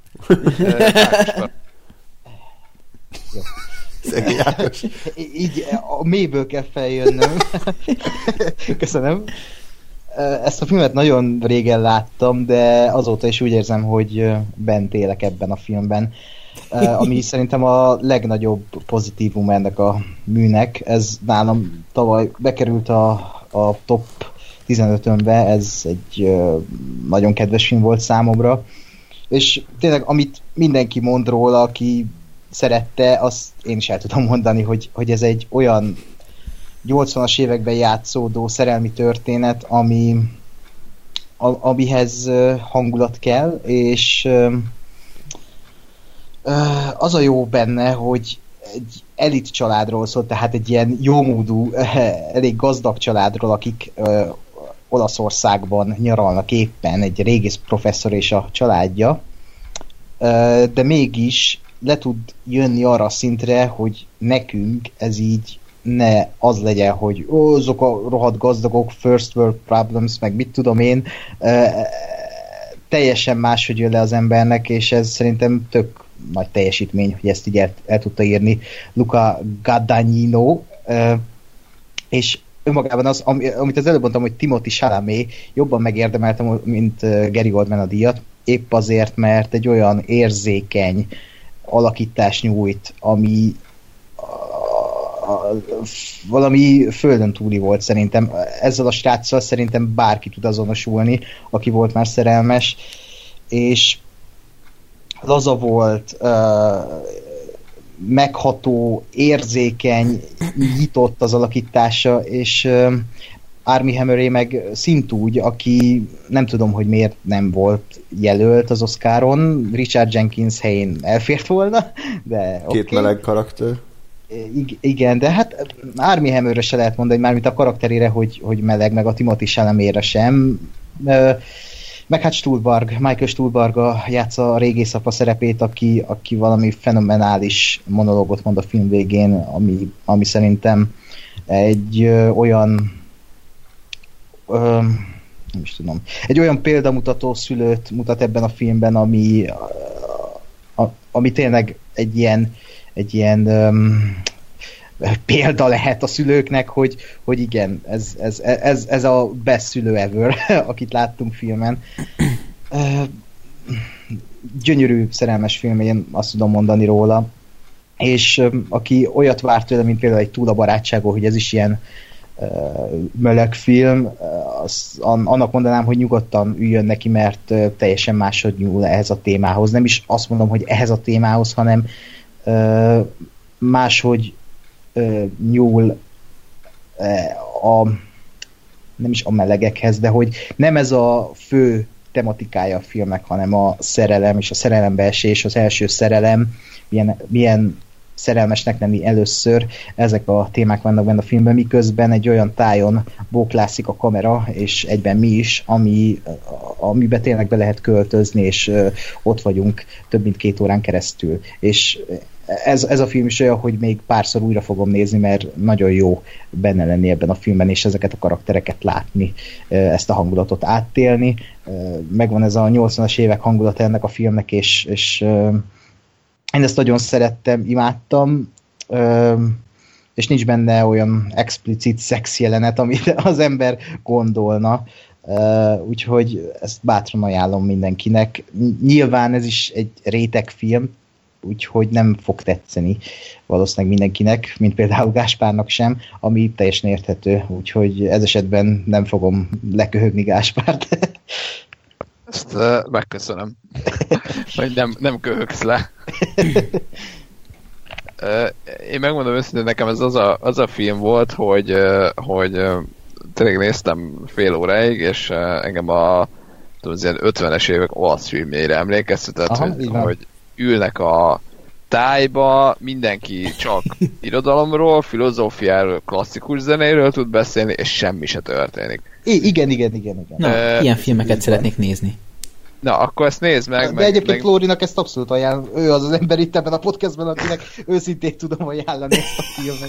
Szegény Ákos. Így a mélyből kell feljönnöm. Köszönöm. Ezt a filmet nagyon régen láttam, de azóta is úgy érzem, hogy bent élek ebben a filmben. Ami szerintem a legnagyobb pozitívum ennek a műnek. Ez nálam tavaly bekerült a top 15-önbe, ez egy nagyon kedves film volt számomra. És tényleg, amit mindenki mond róla, aki szerette, azt én is el tudom mondani, hogy ez egy olyan 80-as években játszódó szerelmi történet, amihez hangulat kell, és az a jó benne, hogy egy elit családról szól, tehát egy ilyen jómódú, elég gazdag családról, akik Olaszországban nyaralnak éppen, egy régész professzor és a családja, de mégis le tud jönni arra a szintre, hogy nekünk ez így ne az legyen, hogy azok a rohadt gazdagok, first world problems, meg mit tudom én, teljesen máshogy jön le az embernek, és ez szerintem tök nagy teljesítmény, hogy ezt így el tudta írni Luca Guadagnino, és önmagában az, amit az előbb mondtam, hogy Timothée Chalamet jobban megérdemeltem, mint Gary Oldman a díjat, épp azért, mert egy olyan érzékeny, alakítás nyújt, ami valami földön túli volt szerintem. Ezzel a sráccal szerintem bárki tud azonosulni, aki volt már szerelmes, és laza volt, megható, érzékeny, nyitott az alakítása, és Armie Hammeré meg szintúgy, aki nem tudom, hogy miért nem volt jelölt az Oscaron, Richard Jenkins helyén elfért volna, de Két meleg karakter. Igen, de hát Armie Hammerre se lehet mondani, mármint a karakterére, hogy meleg, meg a Timothy Chalamére sem. Meg hát Michael Stuhlbarg játsza a régészapa szerepét, aki valami fenomenális monológot mond a film végén, ami szerintem egy olyan nem is tudom, egy olyan példamutató szülőt mutat ebben a filmben, ami tényleg egy ilyen példa lehet a szülőknek, hogy igen, ez a best szülő ever, akit láttunk filmen. Gyönyörű szerelmes film, én azt tudom mondani róla. És aki olyat várt tőle, mint például egy Túl a barátságon, hogy ez is ilyen meleg film, annak mondanám, hogy nyugodtan üljön neki, mert teljesen máshogy nyúl ehhez a témához. Nem is azt mondom, hogy ehhez a témához, hanem máshogy nyúl nem is a melegekhez, de hogy nem ez a fő tematikája a filmnek, hanem a szerelem és a szerelembeesés, az első szerelem, milyen szerelmesnek lenni először, ezek a témák vannak benne a filmben, miközben egy olyan tájon bóklászik a kamera, és egyben mi is, amiben tényleg be lehet költözni, és ott vagyunk több mint 2 órán keresztül. És ez a film is olyan, hogy még párszor újra fogom nézni, mert nagyon jó benne lenni ebben a filmben, és ezeket a karaktereket látni, ezt a hangulatot áttélni. Megvan ez a 80-as évek hangulata ennek a filmnek, és én ezt nagyon szerettem, imádtam, és nincs benne olyan explicit szex jelenet, amit az ember gondolna, úgyhogy ezt bátran ajánlom mindenkinek. Nyilván ez is egy rétegfilm, úgyhogy nem fog tetszeni valószínűleg mindenkinek, mint például Gáspárnak sem, ami teljesen érthető, úgyhogy ez esetben nem fogom leköhögni Gáspárt. Ezt megköszönöm, hogy nem köhögsz le. Én megmondom őszintén, nekem ez az a film volt, hogy tényleg néztem fél óráig, és engem az ilyen 50-es évek olasz filmjére emlékeztetett, hogy ülnek a tájba, mindenki csak irodalomról, filozófiáról, klasszikus zenéről tud beszélni, és semmi se történik. Igen. Na, ilyen filmeket szeretnék nézni. Na, akkor ezt nézd meg. De egyébként Flórinak ezt abszolút ajánlom. Ő az ember itt ebben a podcastben, akinek őszintén tudom ajánlani ezt a filmet.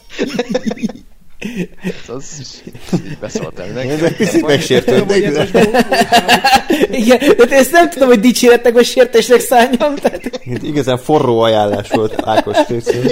Így beszóltam neki. Ez egy picit megsértődnek. Igen, de ezt nem tudom, hogy dicséretnek vagy sértésnek szálljam. Tehát... Igazán forró ajánlás volt Ákos részéről.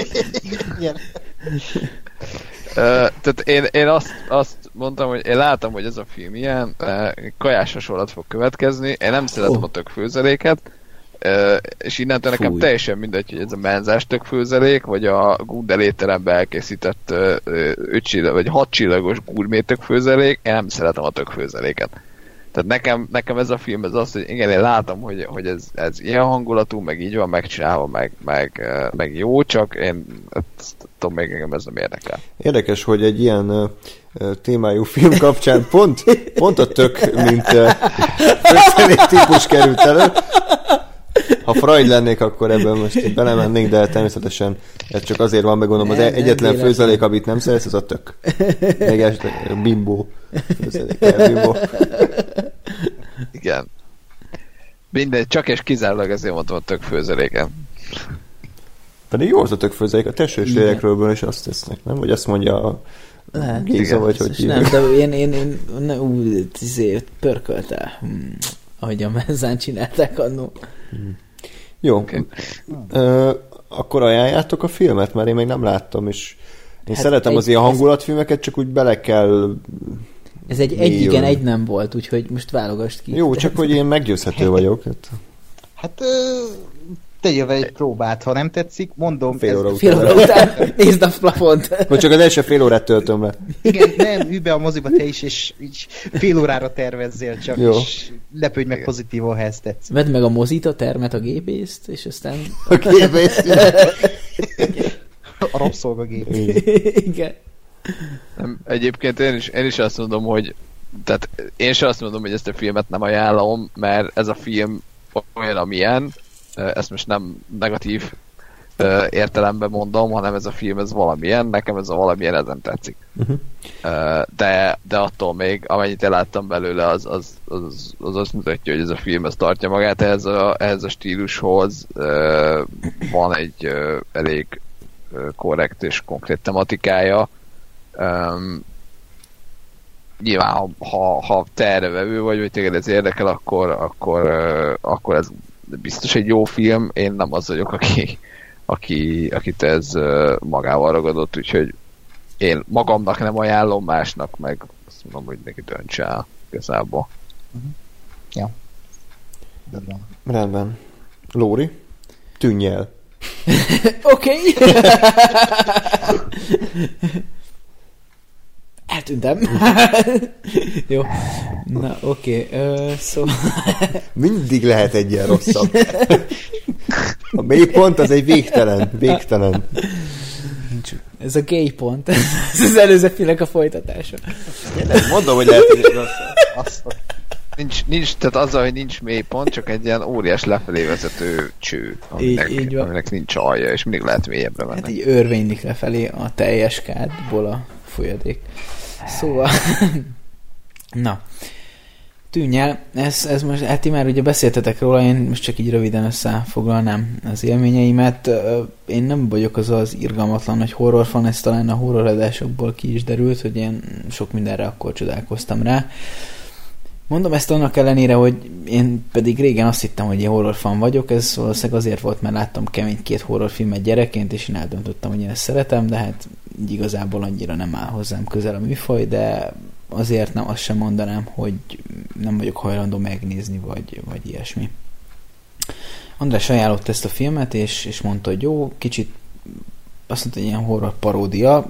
Tehát én azt mondtam, hogy én látom, hogy ez a film ilyen, kajás hasonlat fog következni, én nem szeretem a tökfőzeléket, és innentől nekem teljesen mindegy, hogy ez a menzás tökfőzelék, vagy a Gundel étteremben elkészített 6 csillagos gurmé tökfőzelék, én nem szeretem a tökfőzeléket. Tehát nekem ez a film ez az, hogy igen, én látom, hogy ez ilyen hangulatú, meg így van megcsinálva, meg jó, csak én tudom, még engem ez nem érdekel. Érdekes, hogy egy ilyen témájú film kapcsán pont a tök, mint főszerék típus került elő. Ha Freud lennék, akkor ebben most belemennék, de természetesen ez csak azért van, meg gondolom, az egyetlen főzelék, amit nem szeretsz, az a tök. Még bimbó főzelék, bimbó. Igen. Mindegy, csak és kizárólag ezért mondtam a tök főzeléken. Pedig jó az a tök főzelék, a testős lélekről is azt tesznek, nem? Vagy azt mondja a Géza, vagy hogy nem, de én pörkölte, ahogy a mezzán csinálták annó. Jó. Okay. Akkor ajánljátok a filmet, mert én még nem láttam, és én szeretem az ilyen hangulatfilmeket, csak úgy bele kell... Ez egy igen, egy nem volt, úgyhogy most válogasd ki. Jó, csak hogy én meggyőzhető vagyok. Hát tegyél vele egy próbát, ha nem tetszik, mondom. Fél óra után. Nézd a plafont. Vagy csak az első fél órát töltöm le. Igen, nem, ülj be a moziba te is, és így fél órára tervezzél csak, jó. És lepődj meg pozitívan, ha ezt tetszik. Vedd meg a mozit, a termet, a gépészt, és aztán... A gépészt? A rabszolgagép. Igen. Nem, egyébként én is azt mondom, hogy tehát én sem azt mondom, hogy ezt a filmet nem ajánlom, mert ez a film olyan, amilyen, ezt most nem negatív értelemben mondom, hanem ez a film ez valamilyen, nekem ez a valamilyen ezen tetszik. De attól még, amennyit eláttam belőle, az azt mutatja, hogy ez a film ez tartja magát ehhez a stílushoz, van egy elég korrekt és konkrét tematikája. Nyilván, ha te erre vevő vagy téged ez érdekel, akkor ez biztos egy jó film. Én nem az vagyok, akit ez magával ragadott, úgyhogy én magamnak nem ajánlom, másnak meg azt mondom, hogy neki döntse el igazából. Ja. Rendben. Lóri, tűnj el. Oké. Eltűntem. Jó. Na, oké. Szóval... Mindig lehet egy ilyen rosszabb. A mélypont az egy végtelen. Ez a gay pont. Ez az előző filmnek a folytatása. Mondom, hogy lehet egy rosszabb. Nincs, tehát azzal, hogy nincs mélypont, csak egy ilyen óriás lefelé vezető cső, aminek nincs alja, és mindig lehet mélyebbre menni. Hát így örvénylik lefelé a teljes kádból a folyadék. Szóval, na, tűnj el, ez most, hát ti már ugye beszéltetek róla, én most csak így röviden összefoglalnám az élményeimet. Én nem vagyok az irgalmatlan nagy horrorfan, ez talán a horroradásokból ki is derült, hogy én sok mindenre akkor csodálkoztam rá. Mondom ezt annak ellenére, hogy én pedig régen azt hittem, hogy én horrorfan vagyok, ez valószínűleg azért volt, mert láttam kemény 2 horrorfilmet gyerekként, és én eldöntöttem, hogy én ezt szeretem, de hát igazából annyira nem áll hozzám közel a műfaj, de azért nem azt sem mondanám, hogy nem vagyok hajlandó megnézni, vagy ilyesmi. András ajánlott ezt a filmet, és mondta, hogy jó, kicsit azt mondta, hogy ilyen horror paródia,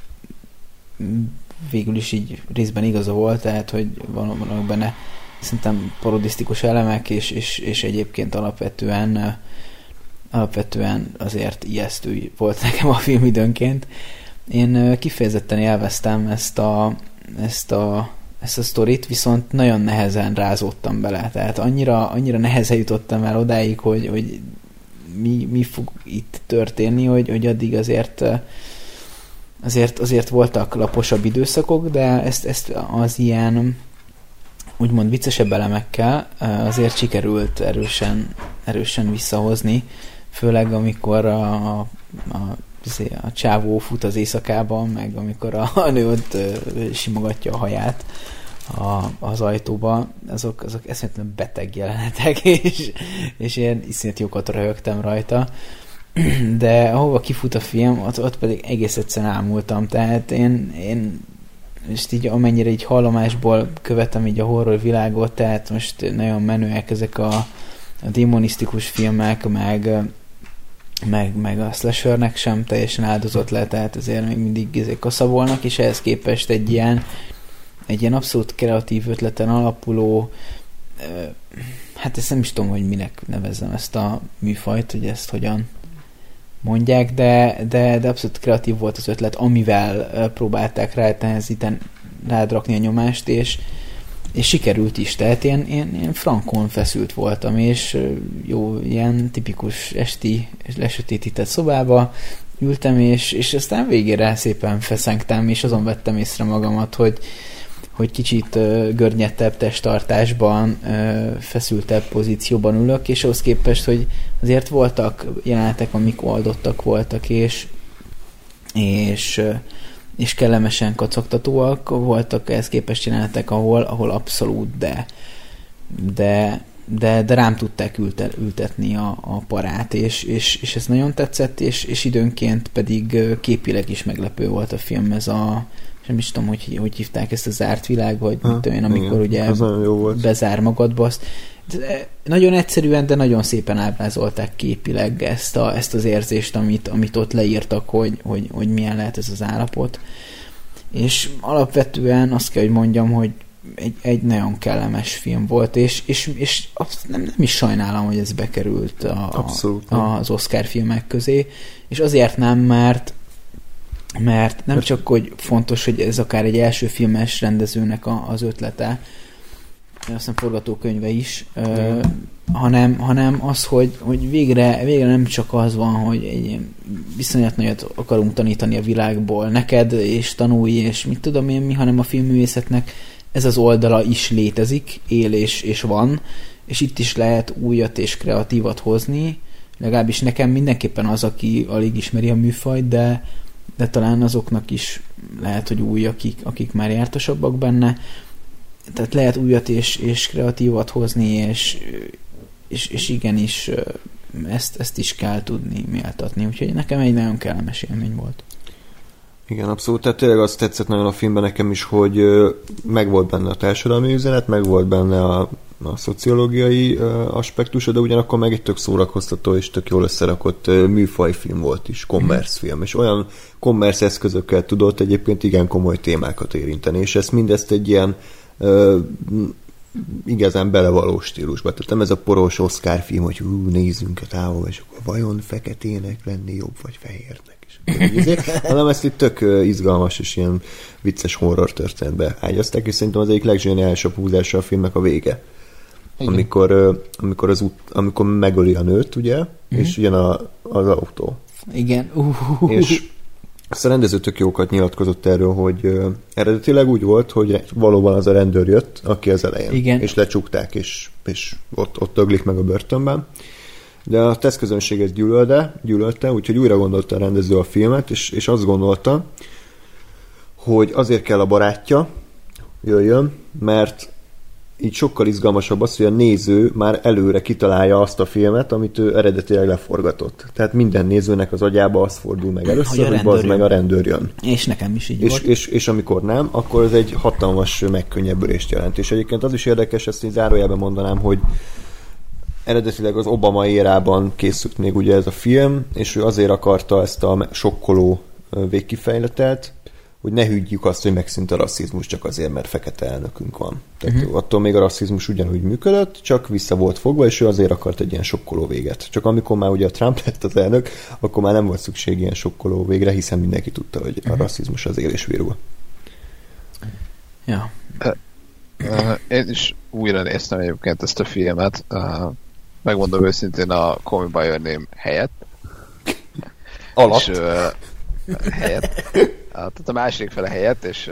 végül is így részben igaza volt, tehát, hogy vannak benne szerintem parodisztikus elemek, és egyébként alapvetően azért ijesztő volt nekem a film időnként. Én kifejezetten élveztem ezt a sztorit, viszont nagyon nehezen rázódtam bele, tehát annyira nehezen jutottam el odáig, hogy mi fog itt történni, hogy addig azért voltak laposabb időszakok, de ezt az ilyen úgymond viccesebb elemekkel azért sikerült erősen visszahozni, főleg amikor a csávó fut az éjszakában, meg amikor a nő ott simogatja a haját az ajtóba, azok eszméletlen beteg jelenetek, és én iszonyat jókat röhögtem rajta. De ahova kifut a film, ott pedig egész egyszerűen ámultam, tehát én most így amennyire így hallomásból követem így a horror világot, tehát most nagyon menőek ezek a démonisztikus filmek, meg a slashernek sem teljesen áldozott le, tehát azért még mindig kaszabolnak, és ehhez képest egy ilyen abszolút kreatív ötleten alapuló, hát ezt nem is tudom, hogy minek nevezzem ezt a műfajt, hogy ezt hogyan mondják, de abszolút kreatív volt az ötlet, amivel próbálták rád rakni a nyomást, és sikerült is, tehát én frankon feszült voltam, és jó, ilyen tipikus esti lesötétített szobába ültem, és aztán végére szépen feszengtem, és azon vettem észre magamat, hogy kicsit görnyettebb testtartásban, feszültebb pozícióban ülök, és ahhoz képest, hogy azért voltak jelenetek, amik oldottak voltak, és kellemesen kacagtatóak, voltak ehhez képest jelenetek, ahol abszolút, de rám tudták ültetni a parát, és ez nagyon tetszett, és időnként pedig képileg is meglepő volt a film, ez és nem is tudom, hogy hívták ezt a zárt világ, vagy mit tudom én, amikor igen, ugye bezár magadba azt. Nagyon egyszerűen, de nagyon szépen ábrázolták képileg ezt az érzést, amit ott leírtak, hogy milyen lehet ez az állapot. És alapvetően azt kell, hogy mondjam, hogy egy nagyon kellemes film volt, és nem is sajnálom, hogy ez bekerült az Oscar filmek közé, és azért nem, mert nem csak, hogy fontos, hogy ez akár egy első filmes rendezőnek az ötlete, aztán forgatókönyve is, hanem az, hogy végre nem csak az van, hogy egy viszonyat nagyot akarunk tanítani a világból neked, és tanulj, és mit tudom én mi, hanem a filmművészetnek ez az oldala is létezik, él és van, és itt is lehet újat és kreatívat hozni, legalábbis nekem mindenképpen az, aki alig ismeri a műfajt, de talán azoknak is lehet, hogy új, akik már jártasabbak benne, tehát lehet újat és kreatívat hozni, és igenis ezt is kell tudni méltatni, úgyhogy nekem egy nagyon kellemes élmény volt. Igen, abszolút. Tehát tényleg azt tetszett nagyon a filmben nekem is, hogy megvolt benne a társadalmi üzenet, megvolt benne a szociológiai aspektusa, de ugyanakkor meg egy tök szórakoztató és tök jól összerakott műfajfilm volt is, commerce film, és olyan commerce eszközökkel tudott egyébként igen komoly témákat érinteni, és mindezt egy ilyen igazán belevaló stílusba. Tehát nem ez a poros Oscar film, hogy nézzünk a távol, és akkor vajon feketének lenni jobb, vagy fehérnek is. Hanem ezt itt tök izgalmas és ilyen vicces horror történetbe ágyazták, és szerintem az egyik legzseniálisabb húzása a filmnek a vége. Amikor megöli a nőt, ugye, és jön az autó. Igen. És azt a rendező tök jókat nyilatkozott erről, hogy eredetileg úgy volt, hogy valóban az a rendőr jött, aki az elején. Igen. És lecsukták, és ott öglik meg a börtönben. De a tesztközönség ezt gyűlölte, úgyhogy újra gondolta a rendező a filmet, és azt gondolta, hogy azért kell a barátja jöjjön, mert így sokkal izgalmasabb az, hogy a néző már előre kitalálja azt a filmet, amit ő eredetileg leforgatott. Tehát minden nézőnek az agyába az fordul meg először, hogy bazd meg a rendőr jön. És nekem is így volt. És amikor nem, akkor ez egy hatalmas megkönnyebbülést jelent. És egyébként az is érdekes, ezt így zárójelben mondanám, hogy eredetileg az Obama érában készült még ugye ez a film, és ő azért akarta ezt a sokkoló végkifejletet, hogy ne higgyük azt, hogy megszűnt a rasszizmus csak azért, mert fekete elnökünk van. Tehát attól még a rasszizmus ugyanúgy működött, csak vissza volt fogva, és ő azért akart egy ilyen sokkoló véget. Csak amikor már ugye a Trump lett az elnök, akkor már nem volt szükség ilyen sokkoló végre, hiszen mindenki tudta, hogy a rasszizmus az él és virul. Ja. Én is újra néztem egyébként ezt a filmet. Megmondom őszintén a Call Me By Your Name helyett. Alatt? És, helyett. Tehát a második fele helyett, és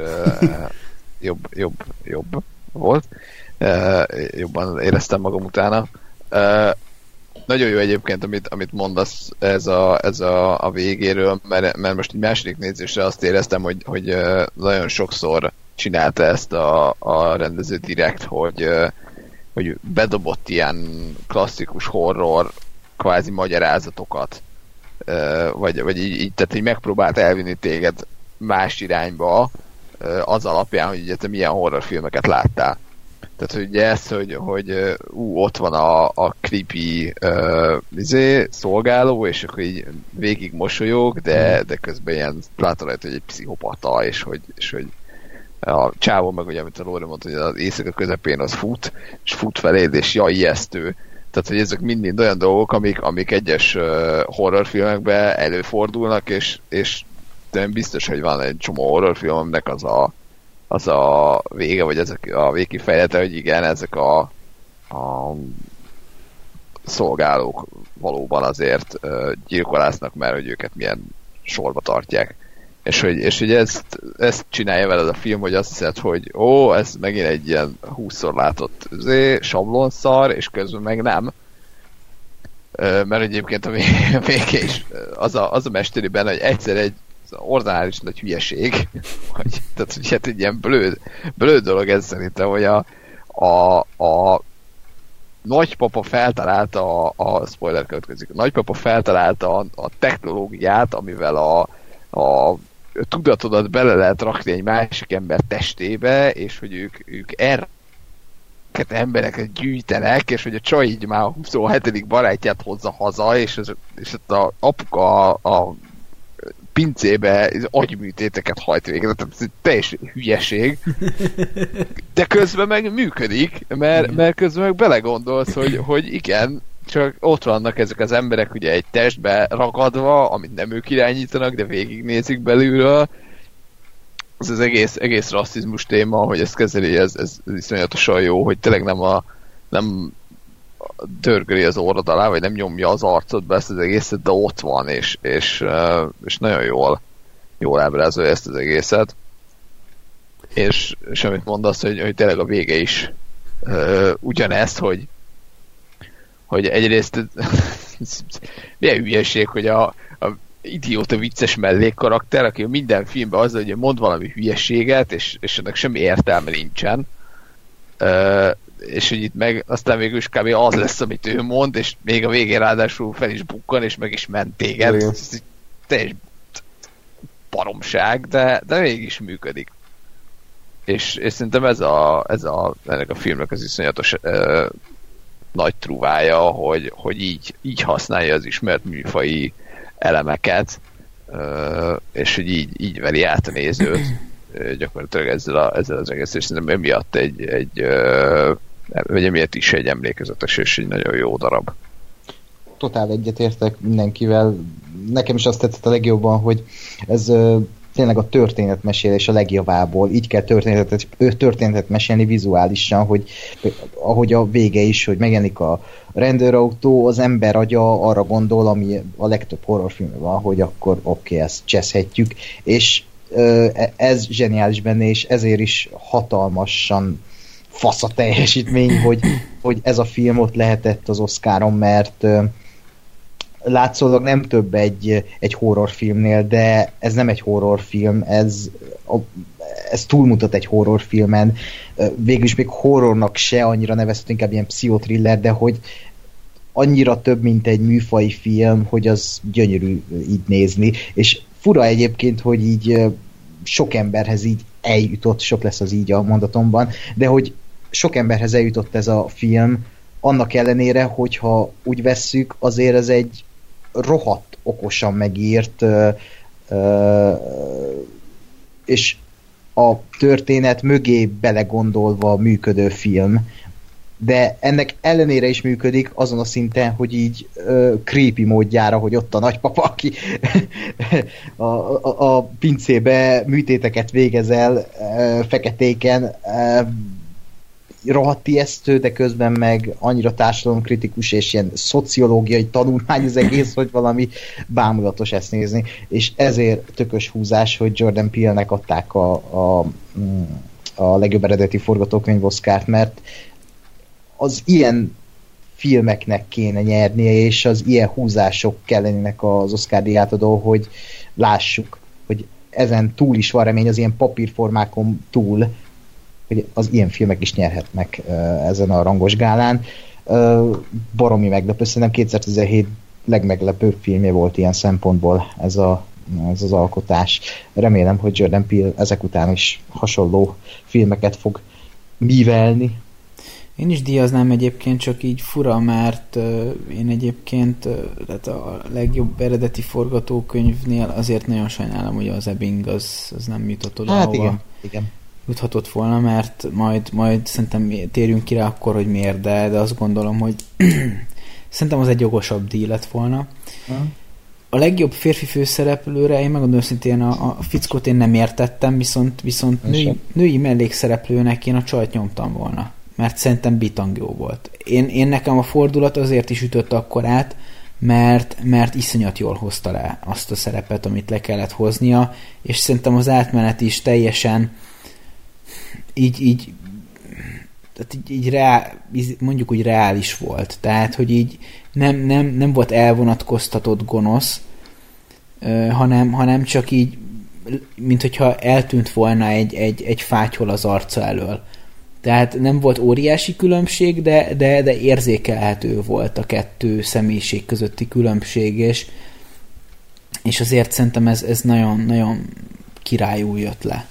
jobb volt. Jobban éreztem magam utána. Nagyon jó egyébként, amit mondasz ez a végéről, mert most egy második nézésre azt éreztem, hogy nagyon sokszor csinálta ezt a rendező direkt, hogy bedobott ilyen klasszikus horror kvázi magyarázatokat, vagy így, tehát hogy megpróbált elvinni téged más irányba az alapján, hogy ugye te milyen horrorfilmeket láttál. Tehát, hogy ugye ezt, hogy ott van a creepy szolgáló, és akkor így végig mosolyog, de közben ilyen látom rajta, hogy egy pszichopata, és hogy a csávó meg ugye, amit a Lóri mondta, hogy az éjszaka közepén az fut, és fut feléd, és jaj, ijesztő. Tehát, hogy ezek mind olyan dolgok, amik egyes horrorfilmekben előfordulnak, és biztos, hogy van egy csomó horrorfilm, aminek az a vége, vagy ezek a végkifejlete, hogy igen, ezek a szolgálók valóban azért gyilkolásznak, mert hogy őket milyen sorba tartják. És hogy ezt csinálja veled a film, hogy azt hiszed, hogy ez megint egy ilyen 20-szor látott sablonszar, és közben meg nem. Mert egyébként a vége is az a mesteri benne, hogy egyszer egy ordinális nagy hülyeség, tehát hogy hát egy ilyen blöd dolog ez szerintem, hogy a nagypapa feltalálta a spoiler következik, a nagypapa feltalálta a technológiát, amivel a tudatodat bele lehet rakni egy másik ember testébe, és hogy ők erre embereket gyűjtenek, és hogy a csaj így már a 27. barátját hozza haza, és az apuka a pincébe agyműtéteket hajt végre, tehát ez egy teljes hülyeség. De közben meg működik, mert közben meg belegondolsz, hogy igen, csak ott vannak ezek az emberek ugye egy testbe ragadva, amit nem ők irányítanak, de végignézik belülről. Az egész rasszizmus téma, hogy ezt kezeli, ez iszonyatosan jó, hogy tényleg nem dörgöli az orrod alá, vagy nem nyomja az arcodba ezt az egészet, de ott van, és nagyon jól ábrázolja ezt az egészet. És amit mondasz, hogy tényleg a vége is ugyanezt, hogy egyrészt milyen hülyeség, hogy a idióta vicces mellékkarakter, aki minden filmben az, hogy mond valami hülyeséget, és ennek semmi értelme nincsen. És hogy itt meg aztán végül is kb. Az lesz, amit ő mond, és még a végén ráadásul fel is bukkan, és meg is ment téged. Ez egy teljes baromság, de mégis működik. És szerintem ennek a filmnek az iszonyatos nagy truvája, hogy így használja az ismert műfaji elemeket, és hogy így veri át a nézőt gyakorlatilag ezzel az egész, és szerintem emiatt vagy emiatt is egy emlékezetes és egy nagyon jó darab. Totál egyetértek mindenkivel. Nekem is azt tetszett a legjobban, hogy ez tényleg a történetmesélés a legjavából. Így kell történetet mesélni vizuálisan, hogy ahogy a vége is, hogy megjelenik a rendőrautó, az ember agya arra gondol, ami a legtöbb horrorfilmben van, hogy akkor oké, ezt cseszhetjük, és ez zseniális benne, és ezért is hatalmasan fasz a teljesítmény, hogy ez a film ott lehetett az Oscaron, mert látszólag nem több egy horrorfilmnél, de ez nem egy horrorfilm, ez túlmutat egy horrorfilmen. Végülis még horrornak se annyira nevezhető, inkább ilyen pszichotriller, de hogy annyira több, mint egy műfai film, hogy az gyönyörű így nézni. És fura egyébként, hogy így sok emberhez így eljutott, sok lesz az így a mondatomban, de hogy sok emberhez eljutott ez a film, annak ellenére, hogyha úgy vesszük, azért ez egy rohadt okosan megírt, és a történet mögé belegondolva működő film. De ennek ellenére is működik azon a szinten, hogy így creepy módjára, hogy ott a nagypapa, aki a pincébe műtéteket végezel feketéken, rohadt ijesztő, de közben meg annyira társadalomkritikus és ilyen szociológiai tanulmány az egész, hogy valami bámulatos ezt nézni. És ezért tökös húzás, hogy Jordan Peele-nek adták a legjobb eredeti forgatókönyv Oscart, mert az ilyen filmeknek kéne nyernie, és az ilyen húzások kellenének az Oscar-díj átadó, hogy lássuk, hogy ezen túl is van remény, az ilyen papírformákon túl, hogy az ilyen filmek is nyerhetnek ezen a rangos gálán. Baromi meglepő, szerintem 2017 legmeglepőbb filmje volt ilyen szempontból ez az alkotás. Remélem, hogy Jordan Peele ezek után is hasonló filmeket fog művelni. Én is díjaznám egyébként, csak így fura, mert én egyébként tehát a legjobb eredeti forgatókönyvnél azért nagyon sajnálom, hogy az Ebbing az nem jutott oda, hát igen. juthatott volna, mert majd szerintem térjünk ki rá akkor, hogy miért, de azt gondolom, hogy szerintem az egy jogosabb díj lett volna. A legjobb férfi főszereplőre, én megmondom szintén a fickót én nem értettem, viszont női mellékszereplőnek én a csajt nyomtam volna, mert szerintem bitang jó volt. Én nekem a fordulat azért is ütött akkor át, mert iszonyat jól hozta le azt a szerepet, amit le kellett hoznia, és szerintem az átmenet is teljesen így mondjuk úgy reális volt. Tehát, hogy így nem volt elvonatkoztatott gonosz, hanem csak így, mint hogyha eltűnt volna egy fátyhol az arca elől. Tehát nem volt óriási különbség, de érzékelhető volt a kettő személyiség közötti különbség, és azért szerintem ez nagyon, nagyon királyul jött le.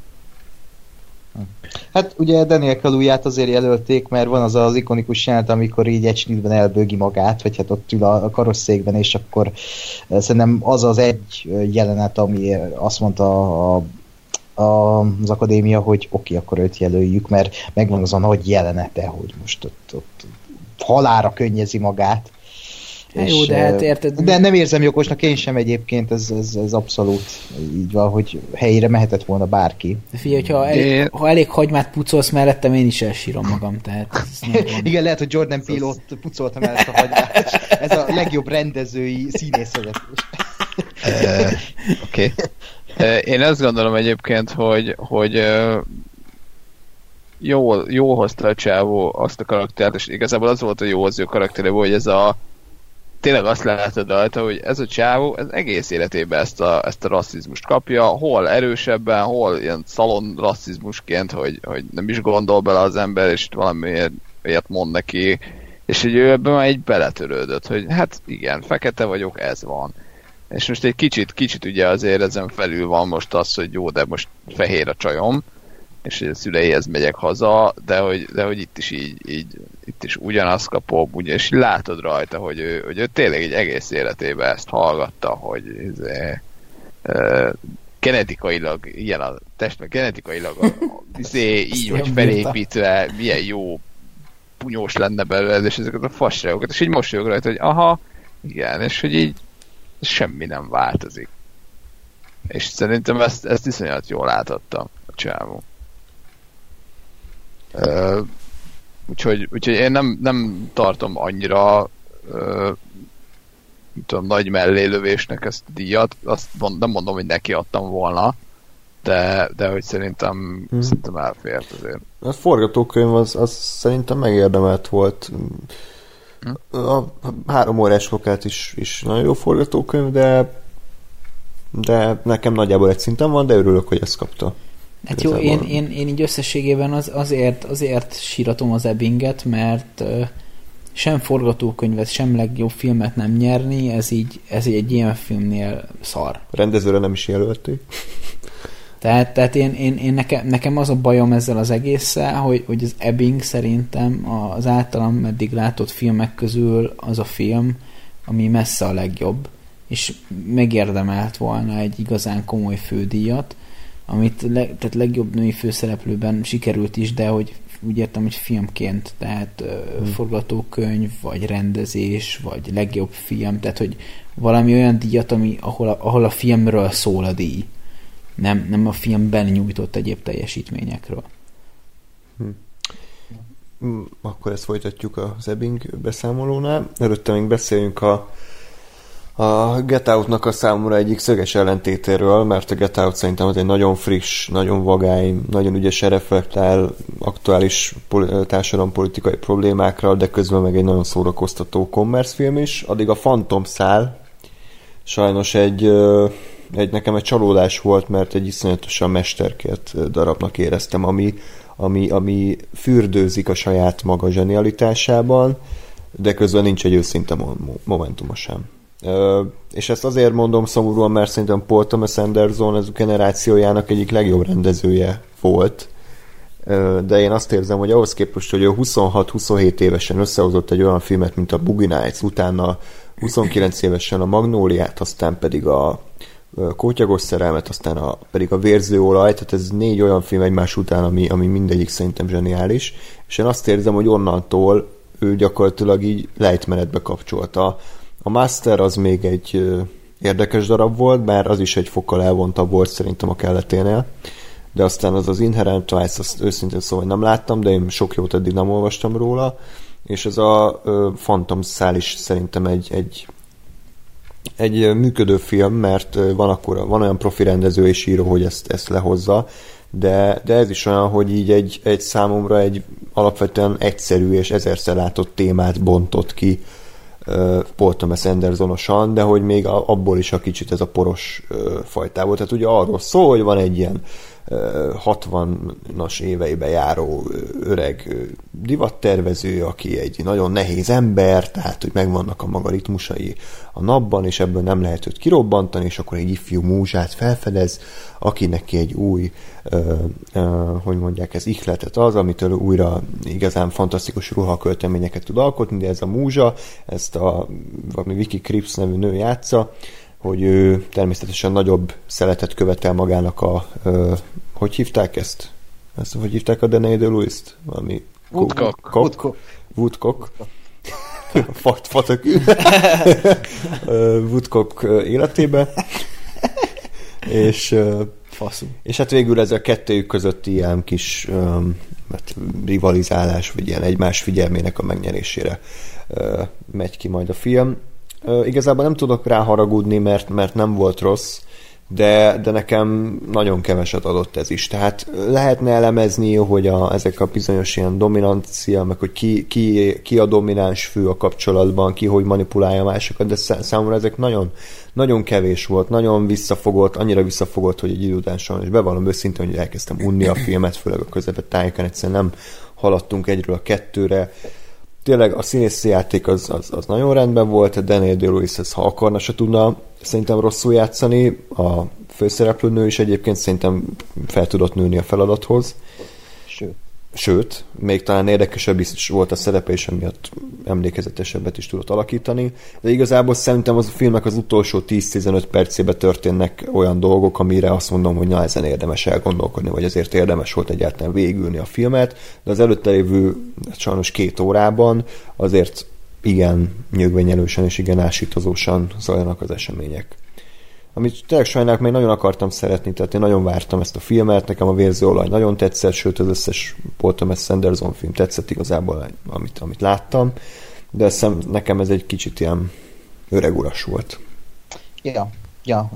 Hát ugye Daniel Kaluuyát azért jelölték, mert van az ikonikus jelenet, amikor így egy snitben elbőgi magát, vagy hát ott ül a karosszékben, és akkor szerintem az egy jelenet, ami azt mondta az akadémia, hogy oké, akkor őt jelöljük, mert megvan az a nagy jelenete, hogy most ott halálra könnyezi magát. És, jó, de hát érted... De nem érzem jogosnak én sem egyébként, ez abszolút így van, hogy helyére mehetett volna bárki. De figyelj, ha elég hagymát pucolsz mellettem, én is elsírom magam, tehát... Igen, lehet, hogy Jordan Peele ott pucolta mellett a hagymát. Ez a legjobb rendezői színészvezetés. Oké. Én azt gondolom egyébként, hogy jól hozta a csávó azt a karaktert, és igazából az volt a jó az ő karakterében, hogy ez tényleg azt látod rajta, hogy ez a csávó ez egész életében ezt a rasszizmust kapja, hol erősebben, hol ilyen szalon rasszizmusként, hogy nem is gondol bele az ember, és valamiért mond neki, és hogy ő ebben már így beletörődött, hogy hát igen, fekete vagyok, ez van. És most egy kicsit ugye azért ezen felül van most az, hogy jó, de most fehér a csajom, és a szüleihez megyek haza, de hogy itt is itt is ugyanazt kapom, ugye, és látod rajta, hogy ő tényleg egy egész életében ezt hallgatta, hogy genetikailag ilyen a testben, genetikailag így vagy felépítve, milyen jó punyós lenne belőle, és ezeket a fasságokat, és így mosolyog rajta, hogy aha, igen, és hogy így semmi nem változik. És szerintem ezt iszonyat jól láthatta a csávó. Úgyhogy én nem tartom annyira nagy mellélövésnek ezt a díjat, azt nem mondom, hogy neki adtam volna, de hogy szerintem elfért azért. A forgatókönyv az szerintem megérdemelt volt. A 3 órás Lokát is nagyon jó forgatókönyv, de nekem nagyjából egy szinten van, de örülök, hogy ezt kapta. Hát jó, én így összességében azért síratom az Ebbinget, mert sem forgatókönyvet, sem legjobb filmet nem nyerni, ez egy ilyen filmnél szar. Rendezőre nem is jelölték. Tehát nekem az a bajom ezzel az egésszel, hogy az Ebbing szerintem az általam eddig látott filmek közül az a film, ami messze a legjobb, és megérdemelt volna egy igazán komoly fődíjat, amit tehát legjobb női főszereplőben sikerült is, de hogy úgy értem, hogy filmként, tehát forgatókönyv, vagy rendezés, vagy legjobb film, tehát hogy valami olyan díjat, ahol a filmről szól a díj. Nem a filmben nyújtott egyéb teljesítményekről. Akkor ezt folytatjuk az Ebbing beszámolónál. Előtte még beszéljünk a Get Out-nak a számomra egyik szöges ellentétéről, mert a Get Out szerintem az egy nagyon friss, nagyon vagány, nagyon ügyesen reflektál aktuális társadalompolitikai problémákra, de közben meg egy nagyon szórakoztató commerce film is. Addig a Phantom szál sajnos nekem egy csalódás volt, mert egy iszonyatosan mesterkért darabnak éreztem, ami fürdőzik a saját maga zsenialitásában, de közben nincs egy őszinte momentuma sem. És ezt azért mondom szomorúan, mert szerintem Paul Thomas Anderson az generációjának egyik legjobb rendezője volt, de én azt érzem, hogy ahhoz képest, hogy ő 26-27 évesen összehozott egy olyan filmet, mint a Boogie Nights, utána 29 évesen a Magnóliát, aztán pedig a Kótyagos szerelmet, aztán pedig a Vérzőolaj, tehát ez 4 olyan film egymás után, ami mindegyik szerintem zseniális, és én azt érzem, hogy onnantól ő gyakorlatilag így lejtmenetbe kapcsolta. A Master az még egy érdekes darab volt, bár az is egy fokkal elvontabb volt szerintem a kelleténél, de aztán az Inherent Vice, azt őszintén szóval nem láttam, de én sok jót eddig nem olvastam róla, és ez a Phantom szál is szerintem egy működő film, mert van olyan profi rendező és író, hogy ezt lehozza, de ez is olyan, hogy így egy számomra egy alapvetően egyszerű és ezerszer látott témát bontott ki Paul Thomas Andersonosan, de hogy még abból is a kicsit ez a poros fajtából. Tehát ugye arról szól, hogy van egy ilyen 60-as éveibe járó öreg divattervező, aki egy nagyon nehéz ember, tehát hogy megvannak a maga ritmusai a napban, és ebből nem lehet őt kirobbantani, és akkor egy ifjú múzsát felfedez, aki neki egy új hogy mondják, ez ihletet az, amitől újra igazán fantasztikus ruhakölteményeket tud alkotni, de ez a múzsa, ezt a valami Vicky Krieps nevű nő játsza, hogy ő természetesen nagyobb szeletet követel magának a hogy hívták ezt? Hogy hívták a Daniel Day-Lewis-t? Valami Woodcock. Fatökű. Woodcock életébe. És hát végül ez a kettőjük közötti ilyen kis rivalizálás, vagy ilyen egymás figyelmének a megnyerésére megy ki majd a film. Igazából nem tudok rá haragudni, mert nem volt rossz, de nekem nagyon keveset adott ez is. Tehát lehetne elemezni, hogy ezek a bizonyos ilyen dominancia, meg hogy ki a domináns fő a kapcsolatban, ki hogy manipulálja másokat, de számomra ezek nagyon, nagyon kevés volt, nagyon visszafogott, annyira visszafogott, hogy egy idő után sajnos bevallom őszintén, hogy elkezdtem unni a filmet, főleg a közepet egyszerűen nem haladtunk egyről a kettőre. Tényleg a színészi játék az nagyon rendben volt, Daniel Day-Lewis, ha akarna, se tudna szerintem rosszul játszani, a főszereplőnő is egyébként szerintem fel tudott nőni a feladathoz. Sőt, még talán érdekesebb is volt a szerepe, és emiatt emlékezetesebbet is tudott alakítani, de igazából szerintem az a filmnek az utolsó 10-15 percében történnek olyan dolgok, amire azt mondom, hogy na, ezen érdemes elgondolkodni, vagy azért érdemes volt egyáltalán végigülni a filmet, de az előtte lévő sajnos 2 órában azért igen nyögvenyelősen és igen ásítozósan zajlanak az események. Amit tényleg sajnálok, még nagyon akartam szeretni, tehát én nagyon vártam ezt a filmet, nekem a Vérzőolaj nagyon tetszett, sőt az összes Paul Thomas Anderson film tetszett igazából, amit láttam, de nekem ez egy kicsit ilyen öreguras volt. Ja.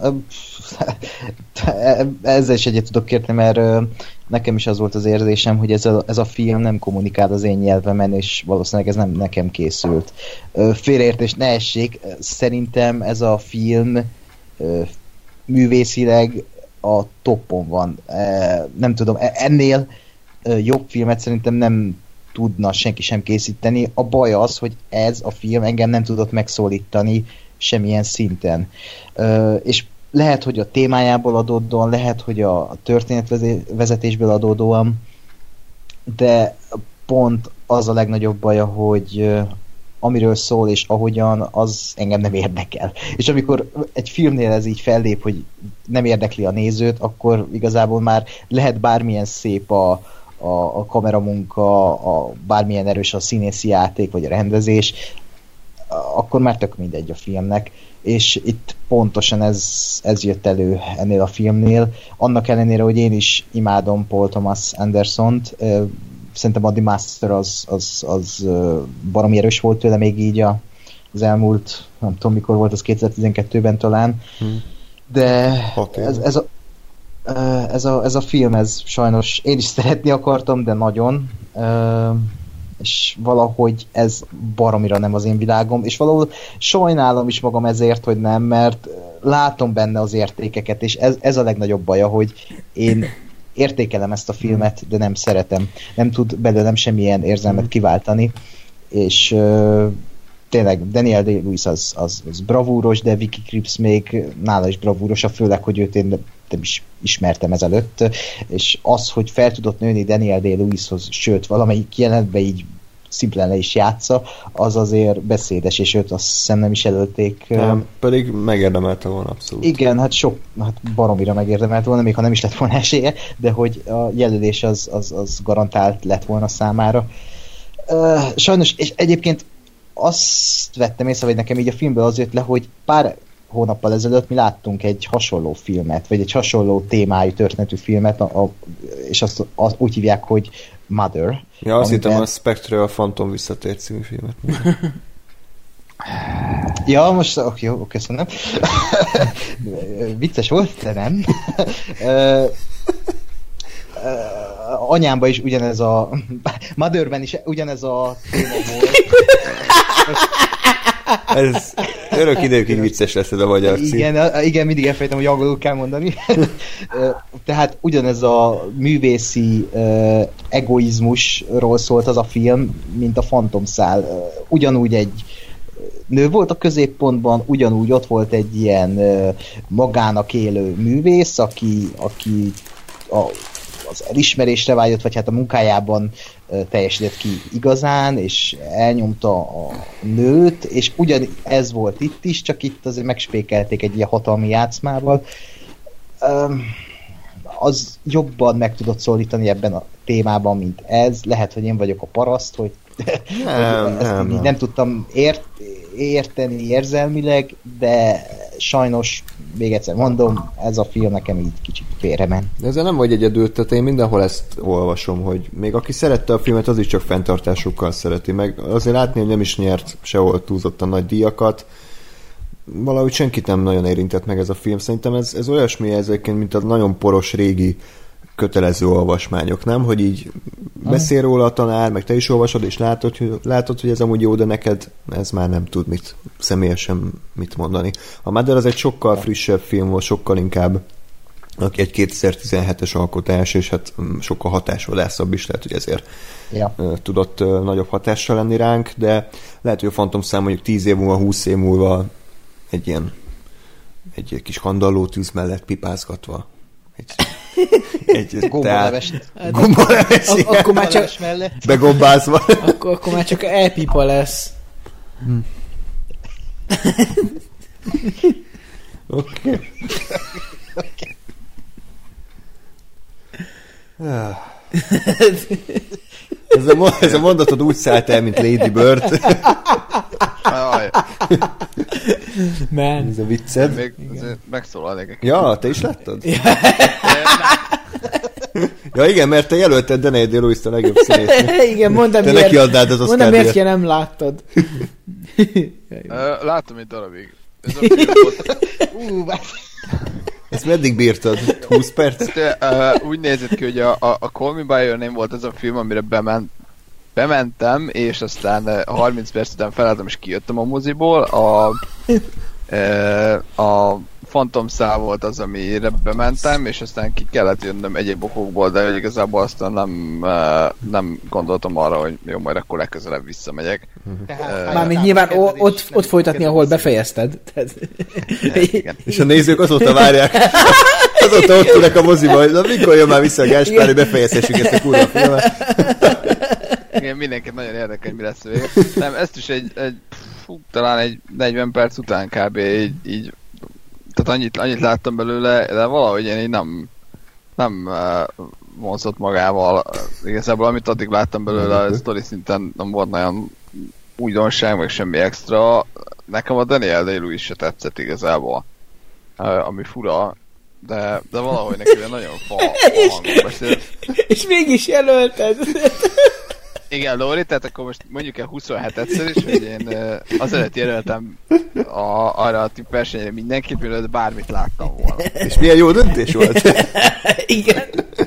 Ezzel is egyet tudok érteni, mert nekem is az volt az érzésem, hogy ez a film nem kommunikál az én nyelvemen, és valószínűleg ez nem nekem készült. Félreértés ne essék, szerintem ez a film művészileg a toppon van. Nem tudom, ennél jobb filmet szerintem nem tudna senki sem készíteni. A baj az, hogy ez a film engem nem tudott megszólítani semmilyen szinten. És lehet, hogy a témájából adódóan, lehet, hogy a történetvezetésből adódóan, de pont az a legnagyobb baja, hogy amiről szól és ahogyan, az engem nem érdekel. És amikor egy filmnél ez így fellép, hogy nem érdekli a nézőt, akkor igazából már lehet bármilyen szép a kameramunka, bármilyen erős a színészi játék, vagy a rendezés, akkor már tök mindegy a filmnek. És itt pontosan ez jött elő ennél a filmnél. Annak ellenére, hogy én is imádom Paul Thomas Andersont, szerintem a The Master az baromi erős volt tőle még így az elmúlt, nem tudom mikor volt, az 2012-ben talán, de ez a film, ez sajnos én is szeretni akartam, de nagyon, és valahogy ez baromira nem az én világom, és valahol sajnálom is magam ezért, hogy nem, mert látom benne az értékeket, és ez a legnagyobb baja, hogy én értékelem ezt a filmet, de nem szeretem. Nem tud belőlem semmilyen érzelmet kiváltani, és tényleg Daniel Day-Lewis az bravúros, de Vicky Krieps még nála is bravúros, főleg, hogy őt én nem is ismertem ezelőtt, és az, hogy fel tudott nőni Daniel Day-Lewishoz, sőt, valamelyik jelenetben így szimplán le is játsza, az azért beszédes, és őt azt hiszem nem is jelölték. Nem, pedig megérdemelte volna abszolút. Igen, hát baromira megérdemelt volna, még ha nem is lett volna esélye, de hogy a jelölés az garantált lett volna számára. Sajnos, és egyébként azt vettem észre, hogy nekem így a filmből az jött le, hogy pár hónappal ezelőtt mi láttunk egy hasonló filmet, vagy egy hasonló témájú történetű filmet, és azt úgy hívják, hogy Mother. Ja, azt hittem a Spectre a Phantom visszatért című filmet. Ja, most jó, köszönöm. Vicces volt, de nem. Anyámban is ugyanez a Motherben is ugyanez a téma volt. Örök időkig vicces lesz ez a magyar cím. Igen, mindig elfejtem, hogy angolul kell mondani. Tehát ugyanez a művészi egoizmusról szólt az a film, mint a Fantomszál. Ugyanúgy egy nő volt a középpontban, ugyanúgy ott volt egy ilyen magának élő művész, aki az elismerésre vágyott, vagy hát a munkájában teljesített ki igazán, és elnyomta a nőt, és ugyan ez volt itt is, csak itt azért megspékelték egy ilyen hatalmi játszmával. Az jobban meg tudott szólítani ebben a témában, mint ez. Lehet, hogy én vagyok a paraszt, hogy nem tudtam érteni érzelmileg, de sajnos, még egyszer mondom, ez a film nekem így kicsit félrement. De ezzel nem vagy egyedül, tehát én mindenhol ezt olvasom, hogy még aki szerette a filmet, az is csak fenntartásukkal szereti, meg azért látni, hogy nem is nyert sehol túlzottan nagy díjakat. Valahogy senkit nem nagyon érintett meg ez a film. Szerintem ez olyasmi ezeken, mint a nagyon poros régi kötelező olvasmányok, nem? Hogy így beszél róla a tanár, meg te is olvasod, és látod, hogy ez amúgy jó, de neked ez már nem tud személyesen mit mondani. A Mother az egy sokkal frissebb film volt, sokkal inkább egy 2017-es alkotás, és hát sokkal hatásvadászabb is, lehet, hogy ezért tudott nagyobb hatással lenni ránk, de lehet, hogy a Fantomszám mondjuk 10 év múlva, 20 év múlva egy kis kandallótűz mellett pipázgatva egy gombalevest. Akkor már csak begombázva. Akkor már csak elpipa lesz. Oké. Ez a mondatod úgy szállt el, mint Lady Bird. Man. Ez a vicced. Még megszólalnék. Ja, te is láttad? Ja igen, mert te jelölted Daniel Day-Lewis-t a legjobb színésznő. Igen, mondom, te neki adnád az Oscar-díjat. miért nem láttad. Láttam egy darabig. Ez ezt meddig bírtad? 20 perc? Úgy nézett ki, hogy a Call Me By Your Name volt ez a film, amire bementem, és aztán 30 perc után felálltam, és kijöttem a moziból. A Fantomszál volt az, amire bementem, és aztán ki kellett jönnöm egyéb okokból, de igazából aztán nem gondoltam arra, hogy jó, majd akkor legközelebb visszamegyek. Mármint nyilván ott folytatni, ahol befejezted. És a nézők azóta várják. Azóta ott ülnek a moziba, hogy na mikor jön már vissza a Gáspár, hogy befejezhessük ezt a kurva filmet. Igen, mindenkit nagyon érdekel, hogy mi lesz a vége. Nem, ezt is talán egy 40 perc után kb. így tehát annyit láttam belőle, de valahogy én így nem vonzott magával. Igazából amit addig láttam belőle, a sztori szinten nem volt nagyon újdonság, meg semmi extra. Nekem a Daniel Day-Lewis se tetszett igazából, ami fura, de valahogy neki nagyon fa hangon beszél. És mégis jelölted. Igen, Lóri, tehát akkor most mondjuk el 27-szer is, hogy én azelőtt jelöltem arra a tipp versenyre mindenkit, mielőtt bármit láttam volna. És milyen jó döntés volt? Igen.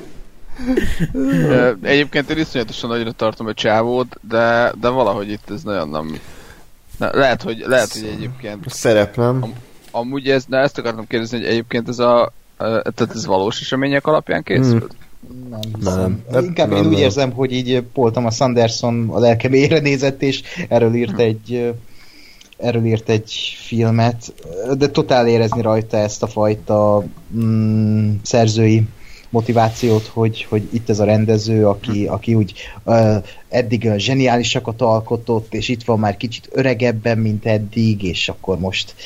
Egyébként én iszonyatosan nagyra tartom a csávót, de valahogy itt ez nagyon nem... Lehet, hogy egyébként... Szerep, nem? Amúgy ezt akartam kérdezni, hogy egyébként tehát ez valós események alapján készült? Nem. Inkább én úgy érzem, hogy így Paul Thomas Anderson a lelke mélyre nézett, és erről írt egy filmet, de totál érezni rajta ezt a fajta szerzői motivációt, hogy itt ez a rendező, aki úgy eddig zseniálisakat alkotott, és itt van már kicsit öregebben, mint eddig, és akkor most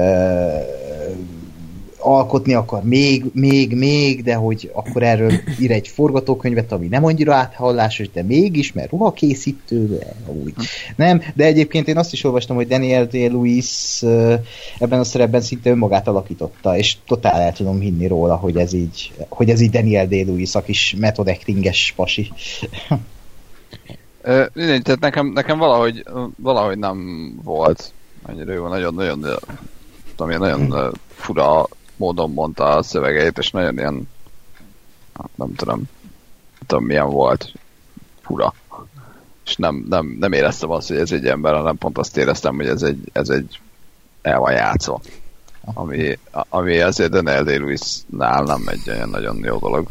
alkotni akar még, de hogy akkor erről ír egy forgatókönyvet, ami nem annyira áthallásos, de mégis, mert ruhakészítő, úgy. Nem, de egyébként én azt is olvastam, hogy Daniel Day-Lewis ebben a szerepben szinte önmagát alakította, és totál el tudom hinni róla, hogy ez így Daniel Day-Lewis, a kis method acting-es pasi. Tehát nekem valahogy nem volt annyira jó, nagyon fura módon mondta a szövegeit, és nagyon ilyen nem tudom milyen volt, fura. És nem éreztem azt, hogy ez egy ember, hanem pont azt éreztem, hogy ez egy el van játszva. Ami azért Daniel Day-Lewisnál nem egy olyan nagyon jó dolog.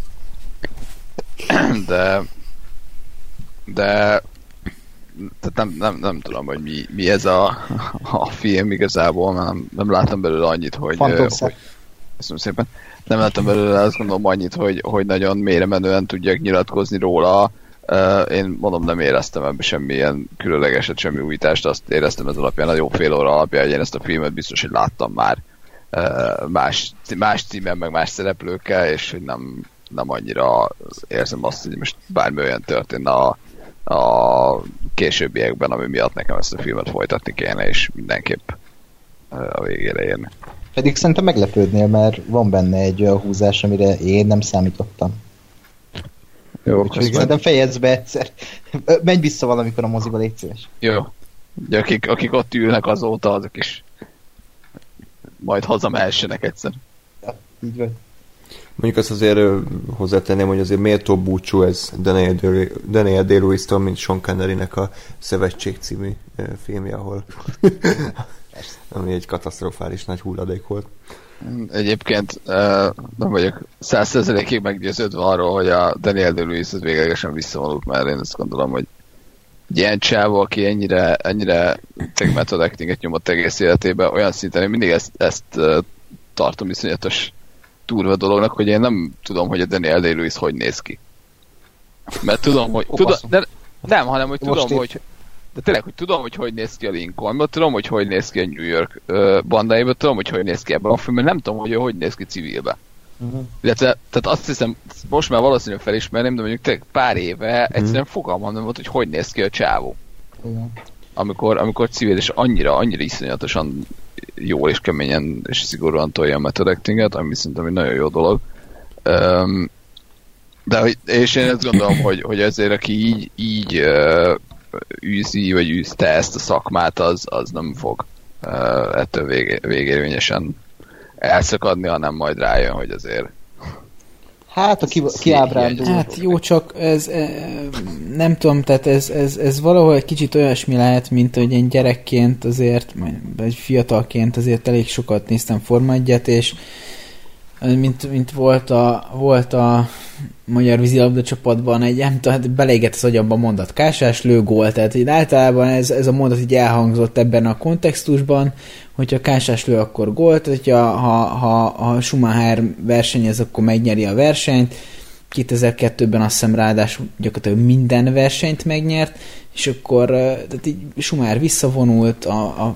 De tehát nem tudom, hogy mi ez a film igazából, mert nem láttam belőle annyit, hogy köszönöm szépen. Nem láttam belőle, azt gondolom annyit, hogy nagyon mélyre menően tudják nyilatkozni róla. Én mondom, nem éreztem ebben semmilyen különlegeset, semmi újítást, azt éreztem ez alapján, a jó fél óra alapján, hogy én ezt a filmet biztos, hogy láttam már más címen, meg más szereplőkkel, és hogy nem annyira érzem azt, hogy most bármi olyan történne a későbbiekben, ami miatt nekem ezt a filmet folytatni kéne, és mindenképp a végére érni. Pedig szerintem meglepődnél, mert van benne egy olyan húzás, amire én nem számítottam. Jó, szerintem fejezd be egyszer. Menj vissza valamikor a moziba, légy szíves. Jó. Ugye, akik ott ülnek azóta, azok is majd hazamehessenek egyszer. Ja, így van. Mondjuk azt azért hozzátenném, hogy azért méltó búcsú ez Daniel Day-Lewis-től, mint Sean Connery-nek a Szövetség című filmje, ahol ami egy katasztrofális nagy hulladék volt. Egyébként nem vagyok 100%-ig meggyőződve arról, hogy a Daniel Day-Lewis az véglegesen visszavonult, mert én azt gondolom, hogy egy ilyen csávó, aki ennyire method actinget nyomott egész életében, olyan szinten én mindig ezt tartom iszonyatos durva dolognak, hogy én nem tudom, hogy a Daniel Day-Lewis hogy néz ki. Mert tudom, hogy... nem, hanem, hogy tudom, hogy... De tényleg, hogy tudom, hogy néz ki a Lincolnban, tudom, hogy néz ki a New York bandáiban, tudom, hogy néz ki ebben a filmben, nem tudom, hogy néz ki civilben. Illetve, tehát azt hiszem, most már valószínűleg felismerném, de mondjuk tényleg pár éve egyszerűen fogalmam nem volt, hogy néz ki a csávó. Amikor civil, és annyira iszonyatosan jól és keményen és szigorúan tolja a method actinget, ami szerintem egy nagyon jó dolog. És én azt gondolom, hogy azért, aki így űzi, vagy űzte ezt a szakmát, az nem fog ettől végérvényesen elszakadni, hanem majd rájön, hogy azért hát a kiábrándul. Hát jó, csak ez nem tudom, tehát ez valahol egy kicsit olyasmi lehet, mint hogy én gyerekként azért, vagy fiatalként azért elég sokat néztem Forma 1-et, és mint volt a magyar vízilabda csapatban egy, nem tudom, hát beleégett az agyamba a mondat, Kásás lő gól, tehát így általában ez a mondat így elhangzott ebben a kontextusban, hogyha Kásás lő, akkor gólt, hogyha ha Schumacher versenyez, akkor megnyeri a versenyt. 2002-ben azt hiszem ráadásul gyakorlatilag minden versenyt megnyert, és akkor tehát így Schumacher visszavonult a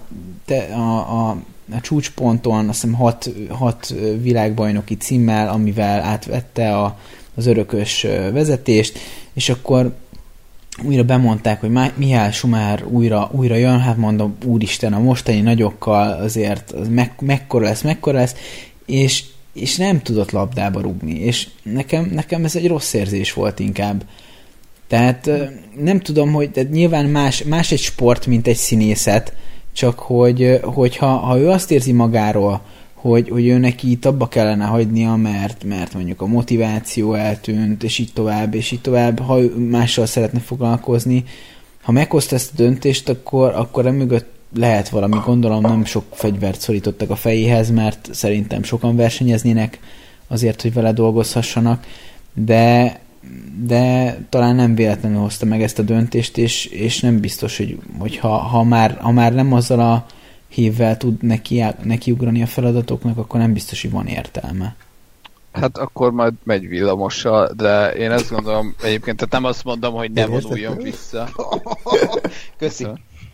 csúcsponton, azt hiszem 6 világbajnoki címmel, amivel átvette az örökös vezetést, és akkor újra bemondták, hogy Michael Schumacher újra jön, hát mondom, úristen, a mostani nagyokkal azért az mekkora lesz, és nem tudott labdába rúgni, és nekem ez egy rossz érzés volt inkább. Tehát nem tudom, hogy tehát nyilván más egy sport, mint egy színészet, csak hogyha ő azt érzi magáról, hogy ő neki itt abba kellene hagynia, mert mondjuk a motiváció eltűnt, és így tovább, ha ő mással szeretne foglalkozni, ha meghozta ezt a döntést, akkor emögött lehet valami, gondolom nem sok fegyvert szorítottak a fejéhez, mert szerintem sokan versenyeznének azért, hogy vele dolgozhassanak, de talán nem véletlenül hozta meg ezt a döntést, és nem biztos, hogy ha már nem azzal a hívvel tud nekiugrani a feladatoknak, akkor nem biztos, hogy van értelme. Hát akkor majd megy villamossal, de én azt gondolom, egyébként tehát nem azt mondom, hogy ne vonuljon vissza. Köszi.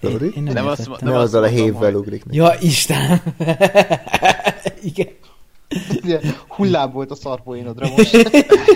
Nem azzal a hévvel ugrik. Ja, Isten! Igen. Hullám volt a szarpoénodra most.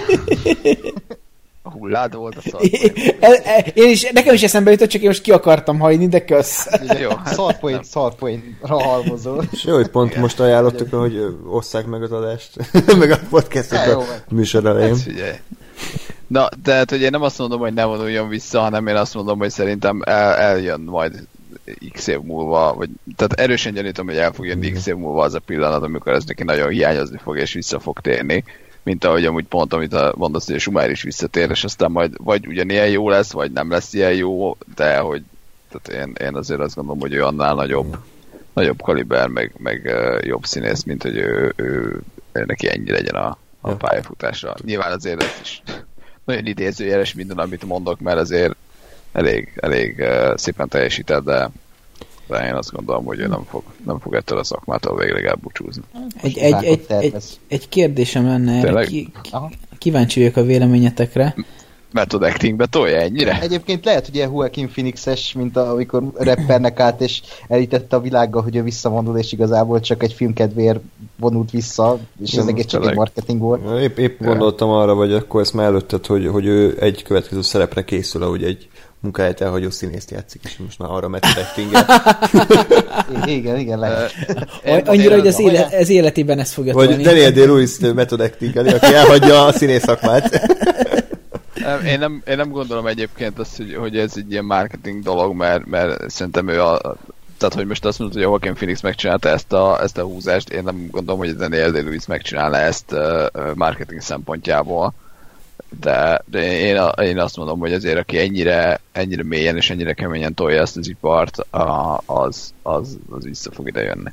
A hullád volt a szarpoén. Nekem is eszembe jutott, csak én most ki akartam hajni, de kösz. Jó, hát szarpoénra halmozol. És jó, hogy pont most ajánlottuk, hogy osszák meg az adást, meg a podcastot a műsor elején. Na, tehát, hogy én nem azt mondom, hogy ne vonuljon vissza, hanem én azt mondom, hogy szerintem eljön majd x év múlva, vagy, tehát erősen gyanítom, hogy el fog jönni x év múlva az a pillanat, amikor ez neki nagyon hiányozni fog, és vissza fog térni, mint ahogy amúgy pont, amit mondasz, hogy a Schumacher is visszatér, és aztán majd vagy ugyanilyen jó lesz, vagy nem lesz ilyen jó, de hogy tehát én azért azt gondolom, hogy ő annál nagyobb nagyobb kaliber, meg jobb színész, mint hogy ő neki ennyi legyen a pályafutásra. Nyilván azért ez is nagyon idézőjeles minden, amit mondok, mert azért elég szépen teljesített, de én azt gondolom, hogy ő nem fog ettől a szakmától végleg elbúcsúzni. Egy kérdésem lenne, kíváncsi vagyok a véleményetekre. Method actingbe tolja ennyire? Egyébként lehet, hogy ilyen Joaquin Phoenix-es, mint amikor rappernek állt, és elítette a világgal, hogy ő visszavonul, és igazából csak egy filmkedvéért vonult vissza, és az egész csak egy marketing volt. Épp gondoltam arra, vagy akkor ezt már előtted, hogy ő egy következő szerepre készül, ahogy egy munkáját elhagyó színészt játszik, és most már arra method actinget. Igen, lehet. Annyira, hogy az életében ezt fogja tolni. Vagy Daniel Day-Lewis method acting-eli, aki elhagyja a színész szakmát. Én nem gondolom egyébként azt, hogy ez egy ilyen marketing dolog, mert szerintem ő tehát, hogy most azt mondod, hogy a Joaquin Phoenix megcsinálta ezt a húzást, én nem gondolom, hogy a Daniel Day-Lewis megcsinálna ezt marketing szempontjából. De én azt mondom, hogy azért, aki ennyire mélyen és ennyire keményen tolja ezt az ipart, az vissza fog ide jönni.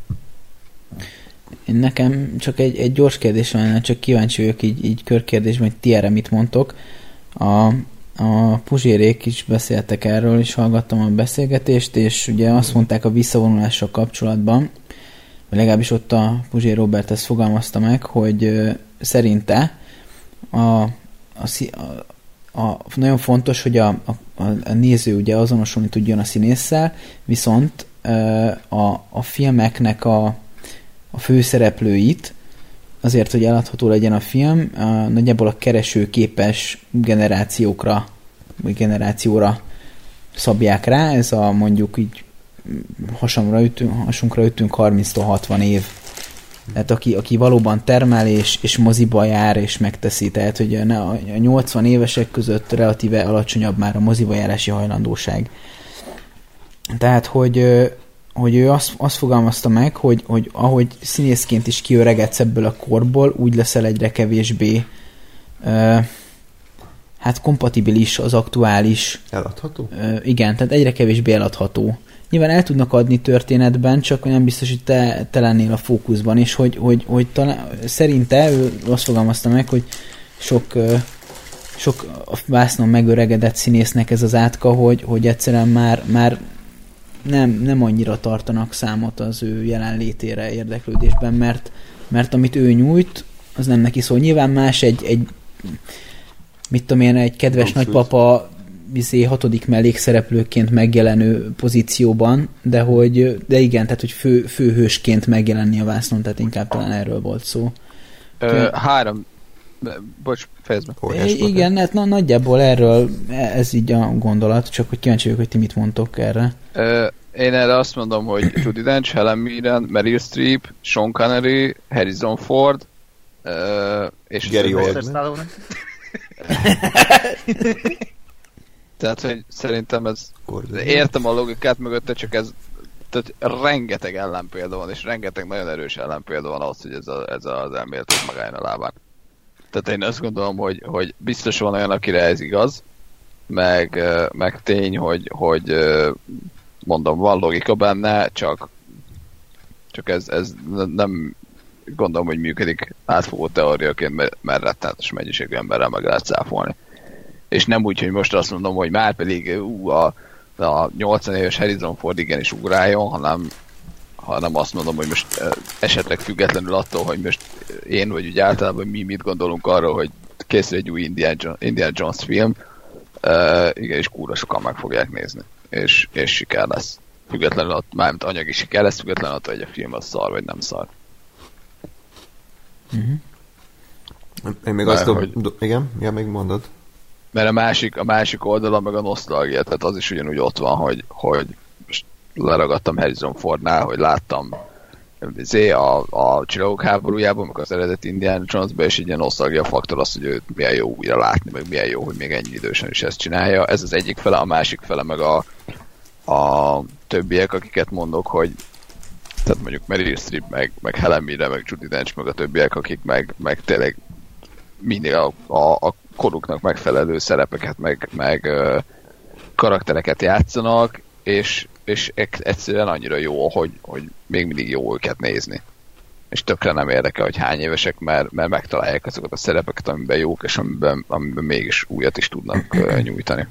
Nekem csak egy gyors kérdés van, csak kíváncsi vagyok így körkérdésben, hogy ti erre mit mondtok. A Puzsérék is beszéltek erről, és hallgattam a beszélgetést, és ugye azt mondták a visszavonulással kapcsolatban, vagy legalábbis ott a Puzsér Robert ezt fogalmazta meg, hogy szerinte nagyon fontos, hogy a néző ugye azonosulni tudjon a színésszel, viszont a filmeknek a főszereplőit azért, hogy eladható legyen a film, nagyjából a keresőképes generációra szabják rá, ez a mondjuk így hasunkra ütünk 30-60 év. Tehát aki valóban termel és moziba jár és megteszi, tehát hogy a 80 évesek között relatíve alacsonyabb már a moziba járási hajlandóság. Tehát, hogy ő azt fogalmazta meg, hogy ahogy színészként is kiöregedsz ebből a korból, úgy leszel egyre kevésbé kompatibilis az aktuális. Eladható? Igen, tehát egyre kevésbé eladható. Nyilván el tudnak adni történetben, csak nem biztos, hogy te lennél a fókuszban, és hogy szerinte ő azt fogalmazta meg, hogy sok a vásznon megöregedett színésznek ez az átka, hogy egyszerűen már nem annyira tartanak számot az ő jelenlétére, érdeklődésben, mert amit ő nyújt, az nem neki szól. Nyilván más egy mit tudom én, egy kedves nagypapa 6. mellékszereplőként megjelenő pozícióban, de igen, tehát hogy főhősként megjelenni a vásznon, tehát inkább talán erről volt szó. Fejezd be. Igen, hát nagyjából erről ez így a gondolat, csak hogy kíváncsi vagyok, hogy ti mit mondtok erre. Én erre azt mondom, hogy Judi Dench, Helen Mirren, Meryl Streep, Sean Connery, Harrison Ford, és Gary Oldman. Tehát, hogy szerintem ez... Értem a logikát mögötte, csak ez... Tehát rengeteg ellenpélda van, és rengeteg nagyon erős ellenpélda van ahhoz, hogy ez az elmélet magáján a lábán. Tehát én azt gondolom, hogy biztos van olyan, akire ez igaz, meg tény, hogy mondom, van logika benne, csak ez nem gondolom, hogy működik átfogó teóriaként, mert rettenetes mennyiségű emberrel meg lehet cáfolni. És nem úgy, hogy most azt mondom, hogy már pedig a 80 éves Harrison Ford igenis ugráljon, hanem azt mondom, hogy most esetleg függetlenül attól, hogy most én vagy úgy általában mi mit gondolunk arról, hogy készül egy új Indiana Jones film, igenis kúra sokan meg fogják nézni. És siker lesz. Függetlenül attól, mármint anyagi siker lesz, függetlenül attól, hogy a film az szar, vagy nem szar. Én még azt igen, még mondod. Mert a másik oldalon meg a nosztalgia, tehát az is ugyanúgy ott van, hogy most leragadtam Harrison Fordnál, hogy láttam a Csillagok háborújában, meg az eredeti Indiana Jonesban, és így ilyen nosztalgia faktor az, hogy őt milyen jó újra látni, meg milyen jó, hogy még ennyi idősen is ezt csinálja. Ez az egyik fele, a másik fele meg a többiek, akiket mondok, hogy tehát mondjuk Meryl Streep, meg Helen Mirren, meg Judi Dench, meg a többiek, akik meg tényleg mindig a koruknak megfelelő szerepeket, meg karaktereket játszanak, és és egyszerűen annyira jó, hogy még mindig jó őket nézni. És tökre nem érdekel, hogy hány évesek, mert megtalálják azokat a szerepeket, amiben jók, és amiben mégis újat is tudnak nyújtani.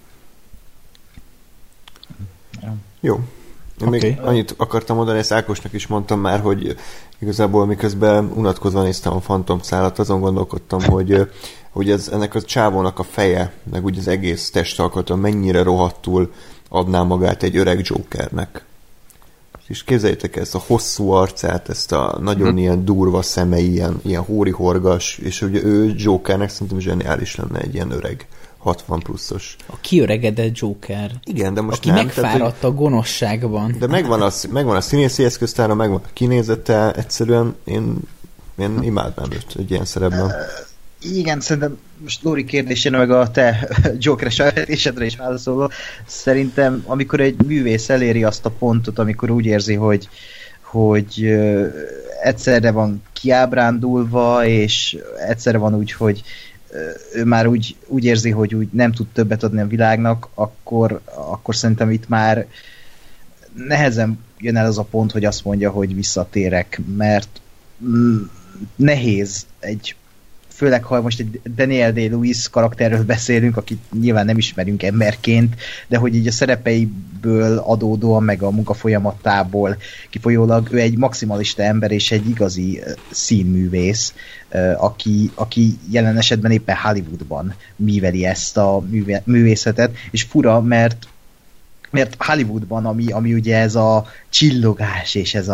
Jó. Én még annyit akartam mondani, ezt Ákosnak is mondtam már, hogy igazából miközben unatkozva néztem a Phantom szállat, azon gondolkodtam, hogy ennek a csávónak a feje, meg úgy az egész testalkata mennyire rohadtul adná magát egy öreg Jokernek. És képzeljétek ezt a hosszú arcát, ezt a nagyon ilyen durva szemei, ilyen hórihorgas, és ugye ő Jokernek szerintem zseniális lenne egy ilyen öreg 60 pluszos. A kiöregedett Joker. Igen, de most aki nem. Aki megfáradt a gonoszságban. De megvan a színészi eszköztára, megvan a kinézete, egyszerűen én imádnám őt egy ilyen szerepben. Igen, szerintem most Lóri kérdésére meg a te Joker-es felvetésedre is válaszolva, szerintem amikor egy művész eléri azt a pontot, amikor úgy érzi, hogy egyszerre van kiábrándulva, és egyszerre van úgy, hogy ő már úgy érzi, hogy úgy nem tud többet adni a világnak, akkor szerintem itt már nehezen jön el az a pont, hogy azt mondja, hogy visszatérek, mert nehéz főleg ha most egy Daniel Day-Lewis karakterről beszélünk, akit nyilván nem ismerünk emberként, de hogy így a szerepeiből adódóan, meg a munkafolyamatából kifolyólag ő egy maximalista ember és egy igazi színművész, aki jelen esetben éppen Hollywoodban műveli ezt a művészetet, és fura, mert Hollywoodban, ami ugye ez a csillogás, és ez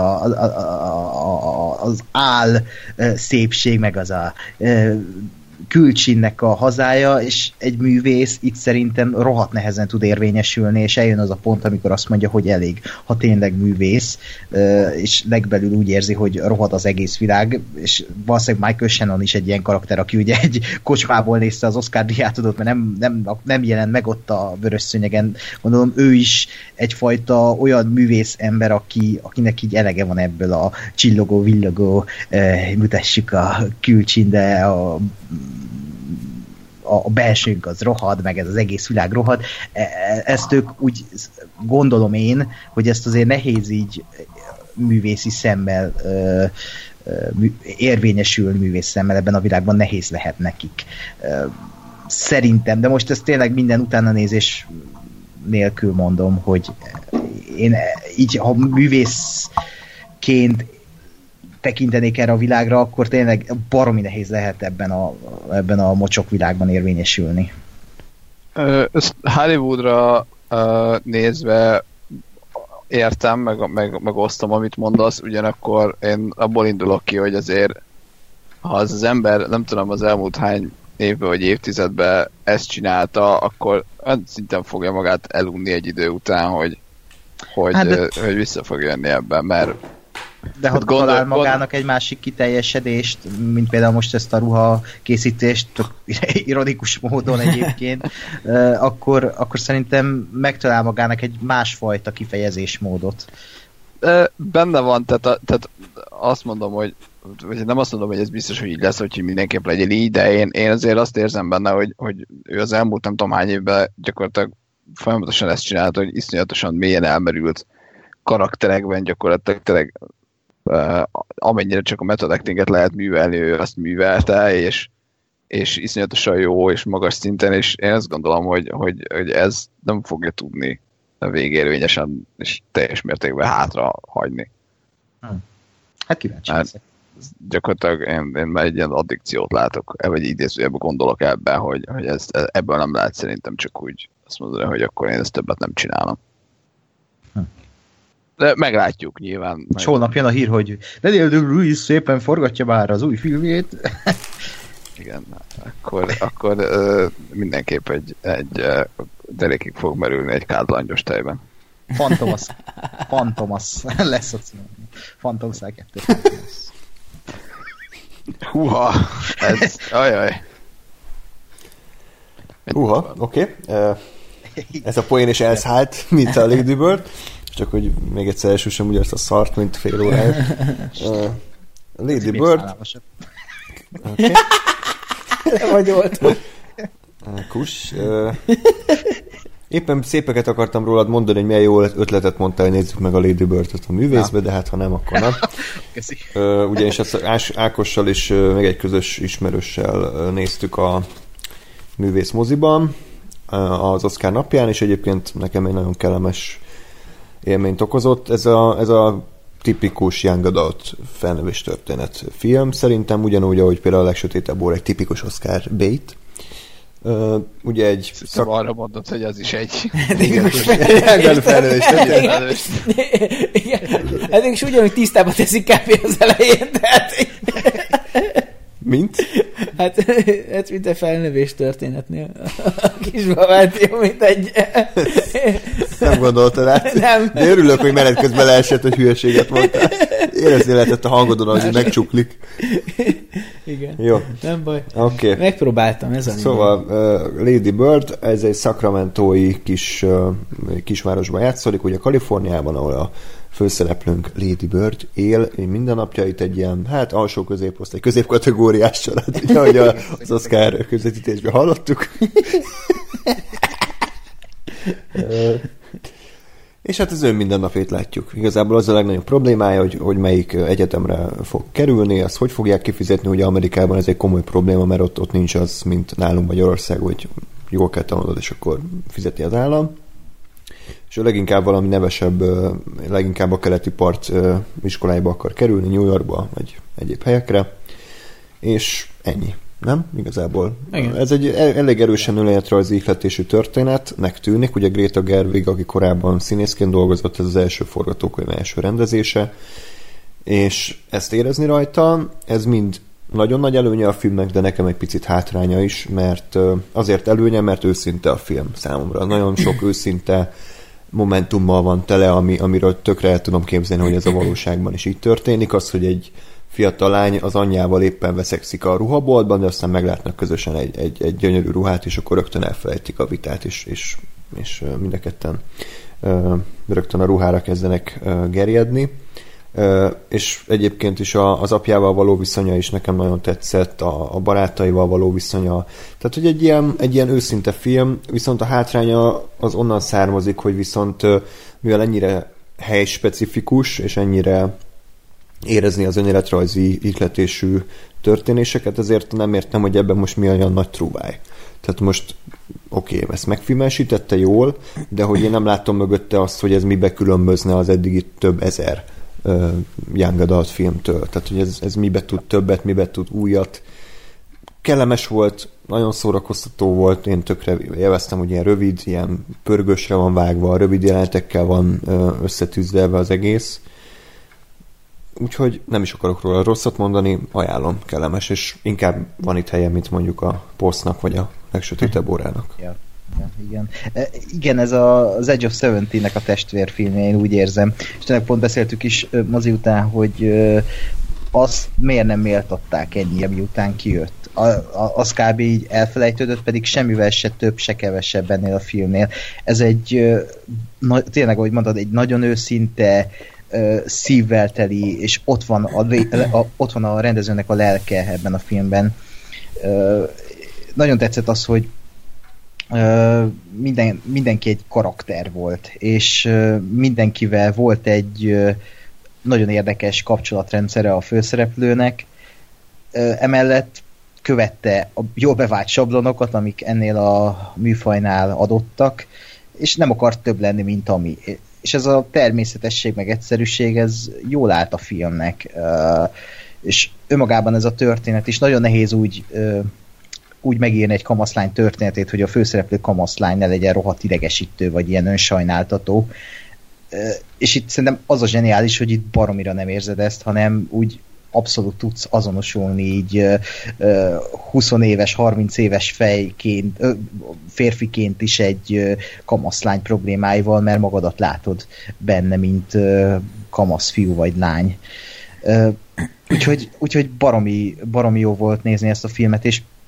az áll szépség, meg az a külcsinnek a hazája, és egy művész itt szerintem rohadt nehezen tud érvényesülni, és eljön az a pont, amikor azt mondja, hogy elég, ha tényleg művész, és legbelül úgy érzi, hogy rohad az egész világ, és valószínűleg Michael Shannon is egy ilyen karakter, aki ugye egy kocsmából nézte az Oscar díjátadót, mert nem jelent meg ott a vörös szőnyegen. Gondolom, ő is egyfajta olyan művész ember, akinek így elege van ebből a csillogó, villogó, mutassuk a külcsin, de a belsőnk az rohad, meg ez az egész világ rohad. Ezt ők úgy gondolom én, hogy ezt azért nehéz így művészi szemmel érvényesülni művész szemmel ebben a világban, nehéz lehet nekik. Szerintem, de most ez tényleg minden utánanézés nélkül mondom, hogy én így, ha művészként tekintenék erre a világra, akkor tényleg baromi nehéz lehet ebben a mocsok világban érvényesülni. Hollywoodra nézve értem, meg osztom, amit mondasz, ugyanakkor én abból indulok ki, hogy azért ha az ember, nem tudom, az elmúlt hány évben vagy évtizedben ezt csinálta, akkor szinten fogja magát elunni egy idő után, hogy vissza fog jönni ebben, mert de ha talál magának egy másik kiteljesedést, mint például most ezt a ruha készítést, ironikus módon egyébként, akkor szerintem megtalál magának egy másfajta kifejezésmódot. Benne van, tehát azt mondom, vagy nem azt mondom, hogy ez biztos, hogy így lesz, hogy mindenképp legyen így, de én azért azt érzem benne, hogy ő az elmúlt nem tudom hány évben gyakorlatilag folyamatosan ezt csinálta, hogy iszonyatosan mélyen elmerült karakterekben gyakorlatilag tényleg amennyire csak a method actinget lehet művelni, ő azt művelte, és iszonyatosan jó, és magas szinten, és én azt gondolom, hogy ez nem fogja tudni végérvényesen és teljes mértékben hátra hagyni. Hát kíváncsi leszek. Gyakorlatilag én már egy ilyen addikciót látok, vagy idézőjebben gondolok ebben, hogy ebből nem lehet szerintem csak úgy azt mondani, hogy akkor én ezt többet nem csinálom. De meglátjuk nyilván. És holnap jön a hír, hogy Daniel Day-Lewis szépen forgatja már az új filmjét. Igen, akkor mindenképp egy derékig fog merülni egy kádlangyos tejben. Fantomas lesz a cím. Fantomszál 2. Húha, ez, ajaj. Húha, oké. Ez a poén is elszállt, mint a Lady Bird. Csak hogy még egyszer elsősem ugyanazt a szart, mint fél órája. Lady Bird. Okay. Vagy volt. Kus. Éppen szépeket akartam rólad mondani, hogy milyen jó ötletet mondtál, hogy nézzük meg a Lady Bird-ot a művészbe, de hát ha nem, akkor nem. Ugyanis ezt Ákossal és még egy közös ismerőssel néztük a művész moziban az Oscar napján, és egyébként nekem egy nagyon kellemes élményt okozott. Ez a tipikus young adult felnövés történet film. Szerintem ugyanúgy, ahogy például a Legsötétebb óra egy tipikus Oscar bait. Ugye egy... Arra mondod, hogy az is egy... felnövés történet. Igen. Hát mégis ugyanúgy tisztába teszik kb. Az elején, tehát... Mint? Hát mint a felnövés történetnél. A kisbabát jó, mint egy... Nem gondoltad át. Nem. De örülök, hogy menet közben leesett, hogy hülyeséget mondtál. Érezni lehetett a hangodon, hogy megcsuklik. Igen. Jó. Nem baj. Okay. Megpróbáltam, ez a Szóval Lady Bird, ez egy sacramentói kisvárosban játszódik, ugye Kaliforniában, ahol a főszereplőnk Lady Bird él mindennapjait egy ilyen, hát alsó középosztály, középkategóriás család, ugye, ahogy az Oscar közvetítésben hallottuk. És hát az ő mindennapjait látjuk. Igazából az a legnagyobb problémája, hogy melyik egyetemre fog kerülni, azt hogy fogják kifizetni, ugye Amerikában ez egy komoly probléma, mert ott nincs az, mint nálunk Magyarország, hogy jól kell tanulod, és akkor fizeti az állam. És leginkább valami nevesebb, leginkább a keleti part iskoláiba akar kerülni, New Yorkba, vagy egyéb helyekre, és ennyi. Nem? Igazából. Igen. Ez egy elég erősen önéletrajzi ihletésű történetnek tűnik. Ugye Greta Gerwig, aki korábban színészként dolgozott, ez az első forgatókönyv, első rendezése, és ezt érezni rajta, ez mind nagyon nagy előnye a filmnek, de nekem egy picit hátránya is, mert azért előnye, mert őszinte a film számomra. Nagyon sok őszinte momentummal van tele, amiről tökre el tudom képzelni, hogy ez a valóságban is így történik. Az, hogy egy fiatal lány az anyjával éppen veszekszik a ruhaboltban, de aztán meglátnak közösen egy gyönyörű ruhát, és akkor rögtön elfelejtik a vitát, és mind a ketten rögtön a ruhára kezdenek gerjedni. És egyébként is az apjával való viszonya is nekem nagyon tetszett, a barátaival való viszonya. Tehát, hogy egy ilyen őszinte film, viszont a hátránya az onnan származik, hogy viszont mivel ennyire helyspecifikus, és ennyire érezni az önéletrajzi ihletésű történéseket, ezért nem értem, hogy ebben most mi olyan nagy trúváj. Tehát most oké, ezt megfilmesítette jól, de hogy én nem látom mögötte azt, hogy ez mibe különbözne az eddigi több ezer young adult filmtől. Tehát, hogy ez mibe tud többet, mibe tud újat. Kellemes volt, nagyon szórakoztató volt, én tökre élveztem, hogy ilyen rövid, ilyen pörgősre van vágva, rövid jelenetekkel van összetűzdelve az egész. Úgyhogy nem is akarok róla rosszat mondani, ajánlom, kellemes, és inkább van itt helye, mint mondjuk a Postnak, vagy a Legsötétebb órának. Ja. Igen. Igen, ez az Edge of 70-nek a testvérfilmje, én úgy érzem. És tényleg pont beszéltük is mozi után, hogy azt miért nem méltatták ennyire, miután kijött. Az kb. Így elfelejtődött, pedig semmivel se több, se kevesebb ennél a filmnél. Ez egy, tényleg, ahogy mondod, egy nagyon őszinte, szívvel teli, és ott van a rendezőnek a lelke ebben a filmben. Nagyon tetszett az, hogy mindenki egy karakter volt, és mindenkivel volt egy nagyon érdekes kapcsolatrendszere a főszereplőnek. Emellett követte a jól bevált sablonokat, amik ennél a műfajnál adottak, és nem akart több lenni, mint ami. És ez a természetesség meg egyszerűség, ez jól állt a filmnek. És önmagában ez a történet is nagyon nehéz úgy megírni egy kamaszlány történetét, hogy a főszereplő kamaszlány ne legyen rohadt idegesítő, vagy ilyen önsajnáltató. És itt szerintem az a zseniális, hogy itt baromira nem érzed ezt, hanem úgy abszolút tudsz azonosulni így 20 éves, 30 éves férfiként is egy kamaszlány problémáival, mert magadat látod benne, mint kamasz fiú vagy lány. Úgyhogy baromi jó volt nézni ezt a filmet, és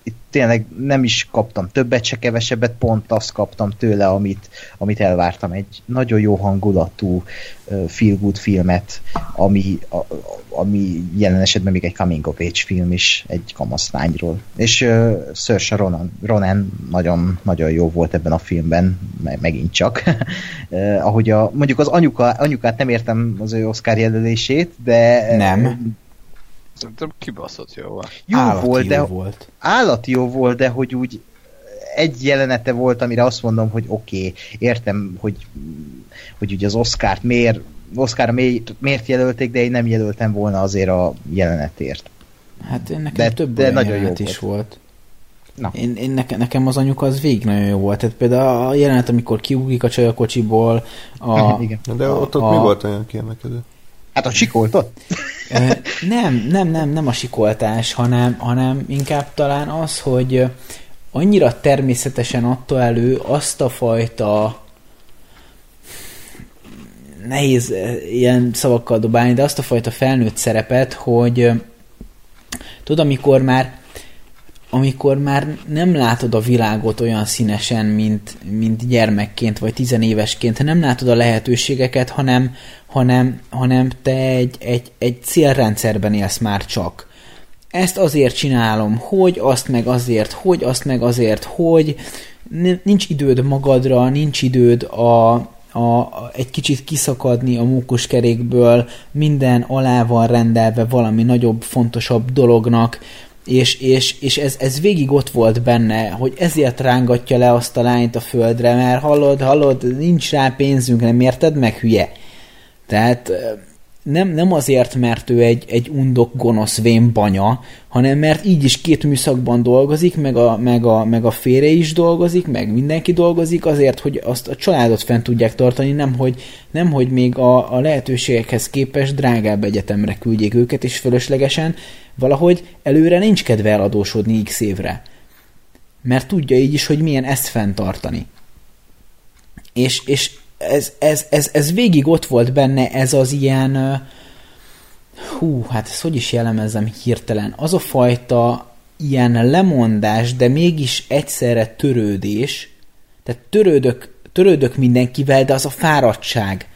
itt tényleg nem is kaptam többet, se kevesebbet, pont azt kaptam tőle, amit elvártam. Egy nagyon jó hangulatú feel good filmet, ami jelen esetben még egy coming of age film is, egy kamaszlányról. És Saoirse Ronan nagyon, nagyon jó volt ebben a filmben, megint csak. Ahogy mondjuk az anyukát nem értem az ő Oscar jelölését, de... Nem. Szerintem kibaszott jó volt. Állati jó volt, de hogy úgy egy jelenete volt, amire azt mondom, hogy oké, értem, hogy ugye az Oscárt miért jelölték, de én nem jelöltem volna azért a jelenetért. Hát nekem több olyan jelenet is volt. Na. Nekem az anyuka az végig nagyon jó volt. Tehát például a jelenet, amikor kiugrik a csaj a kocsiból. Igen. De ott mi volt olyan kiemelkedő? Hát a sikoltott? Nem a sikoltás, hanem inkább talán az, hogy annyira természetesen adta elő azt a fajta, nehéz ilyen szavakkal dobálni, de azt a fajta felnőtt szerepet, hogy tudod, amikor már nem látod a világot olyan színesen, mint gyermekként, vagy tizenévesként, nem látod a lehetőségeket, hanem te egy célrendszerben élsz már csak. Ezt azért csinálom, hogy azt meg azért, hogy nincs időd magadra, nincs időd egy kicsit kiszakadni a mókuskerékből, minden alá van rendelve valami nagyobb, fontosabb dolognak, és ez végig ott volt benne, hogy ezért rángatja le azt a lányt a földre, mert hallod, nincs rá pénzünk, nem érted meg, hülye? Tehát nem azért, mert ő egy undok, gonosz, vén banya, hanem mert így is 2 műszakban dolgozik, meg a férje is dolgozik, meg mindenki dolgozik azért, hogy azt a családot fent tudják tartani, nem hogy még a lehetőségekhez képest drágább egyetemre küldjék őket, és fölöslegesen valahogy előre nincs kedve eladósodni x évre. Mert tudja így is, hogy milyen ezt fenntartani. És ez végig ott volt benne, ez az ilyen hát ezt hogy is jellemezzem hirtelen, az a fajta ilyen lemondás, de mégis egyszerre törődés, tehát törődök mindenkivel, de az a fáradtság,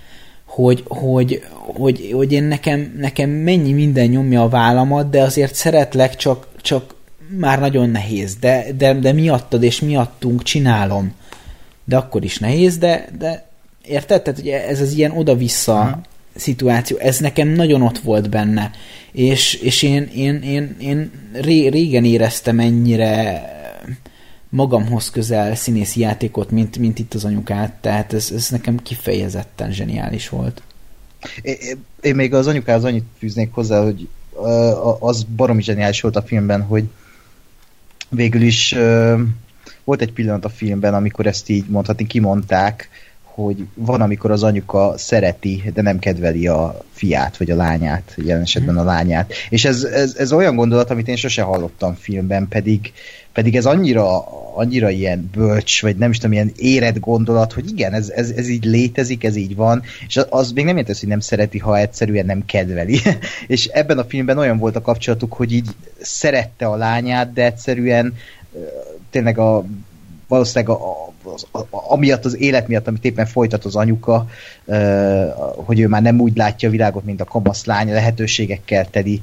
hogy én nekem mennyi minden nyomja a vállamat, de azért szeretlek, csak már nagyon nehéz, de miattad és miattunk csinálom. De akkor is nehéz, de érted? Tehát ugye ez az ilyen oda-vissza szituáció, ez nekem nagyon ott volt benne. És én régen éreztem ennyire magamhoz közel színészi játékot, mint itt az anyukát, tehát ez nekem kifejezetten zseniális volt. Én még az anyukához annyit fűznék hozzá, hogy az baromi zseniális volt a filmben, hogy végül is volt egy pillanat a filmben, amikor ezt így mondhatni, kimondták, hogy van, amikor az anyuka szereti, de nem kedveli a fiát, vagy a lányát, jelen esetben a lányát. És ez olyan gondolat, amit én sose hallottam filmben, pedig ez annyira ilyen bölcs, vagy nem is tudom, ilyen érett gondolat, hogy igen, ez így létezik, ez így van, és az még nem jelenti, hogy nem szereti, ha egyszerűen nem kedveli. És ebben a filmben olyan volt a kapcsolatuk, hogy így szerette a lányát, de egyszerűen tényleg valószínűleg amiatt az élet miatt, amit éppen folytat az anyuka, hogy ő már nem úgy látja a világot, mint a kamasz lány, lehetőségekkel teli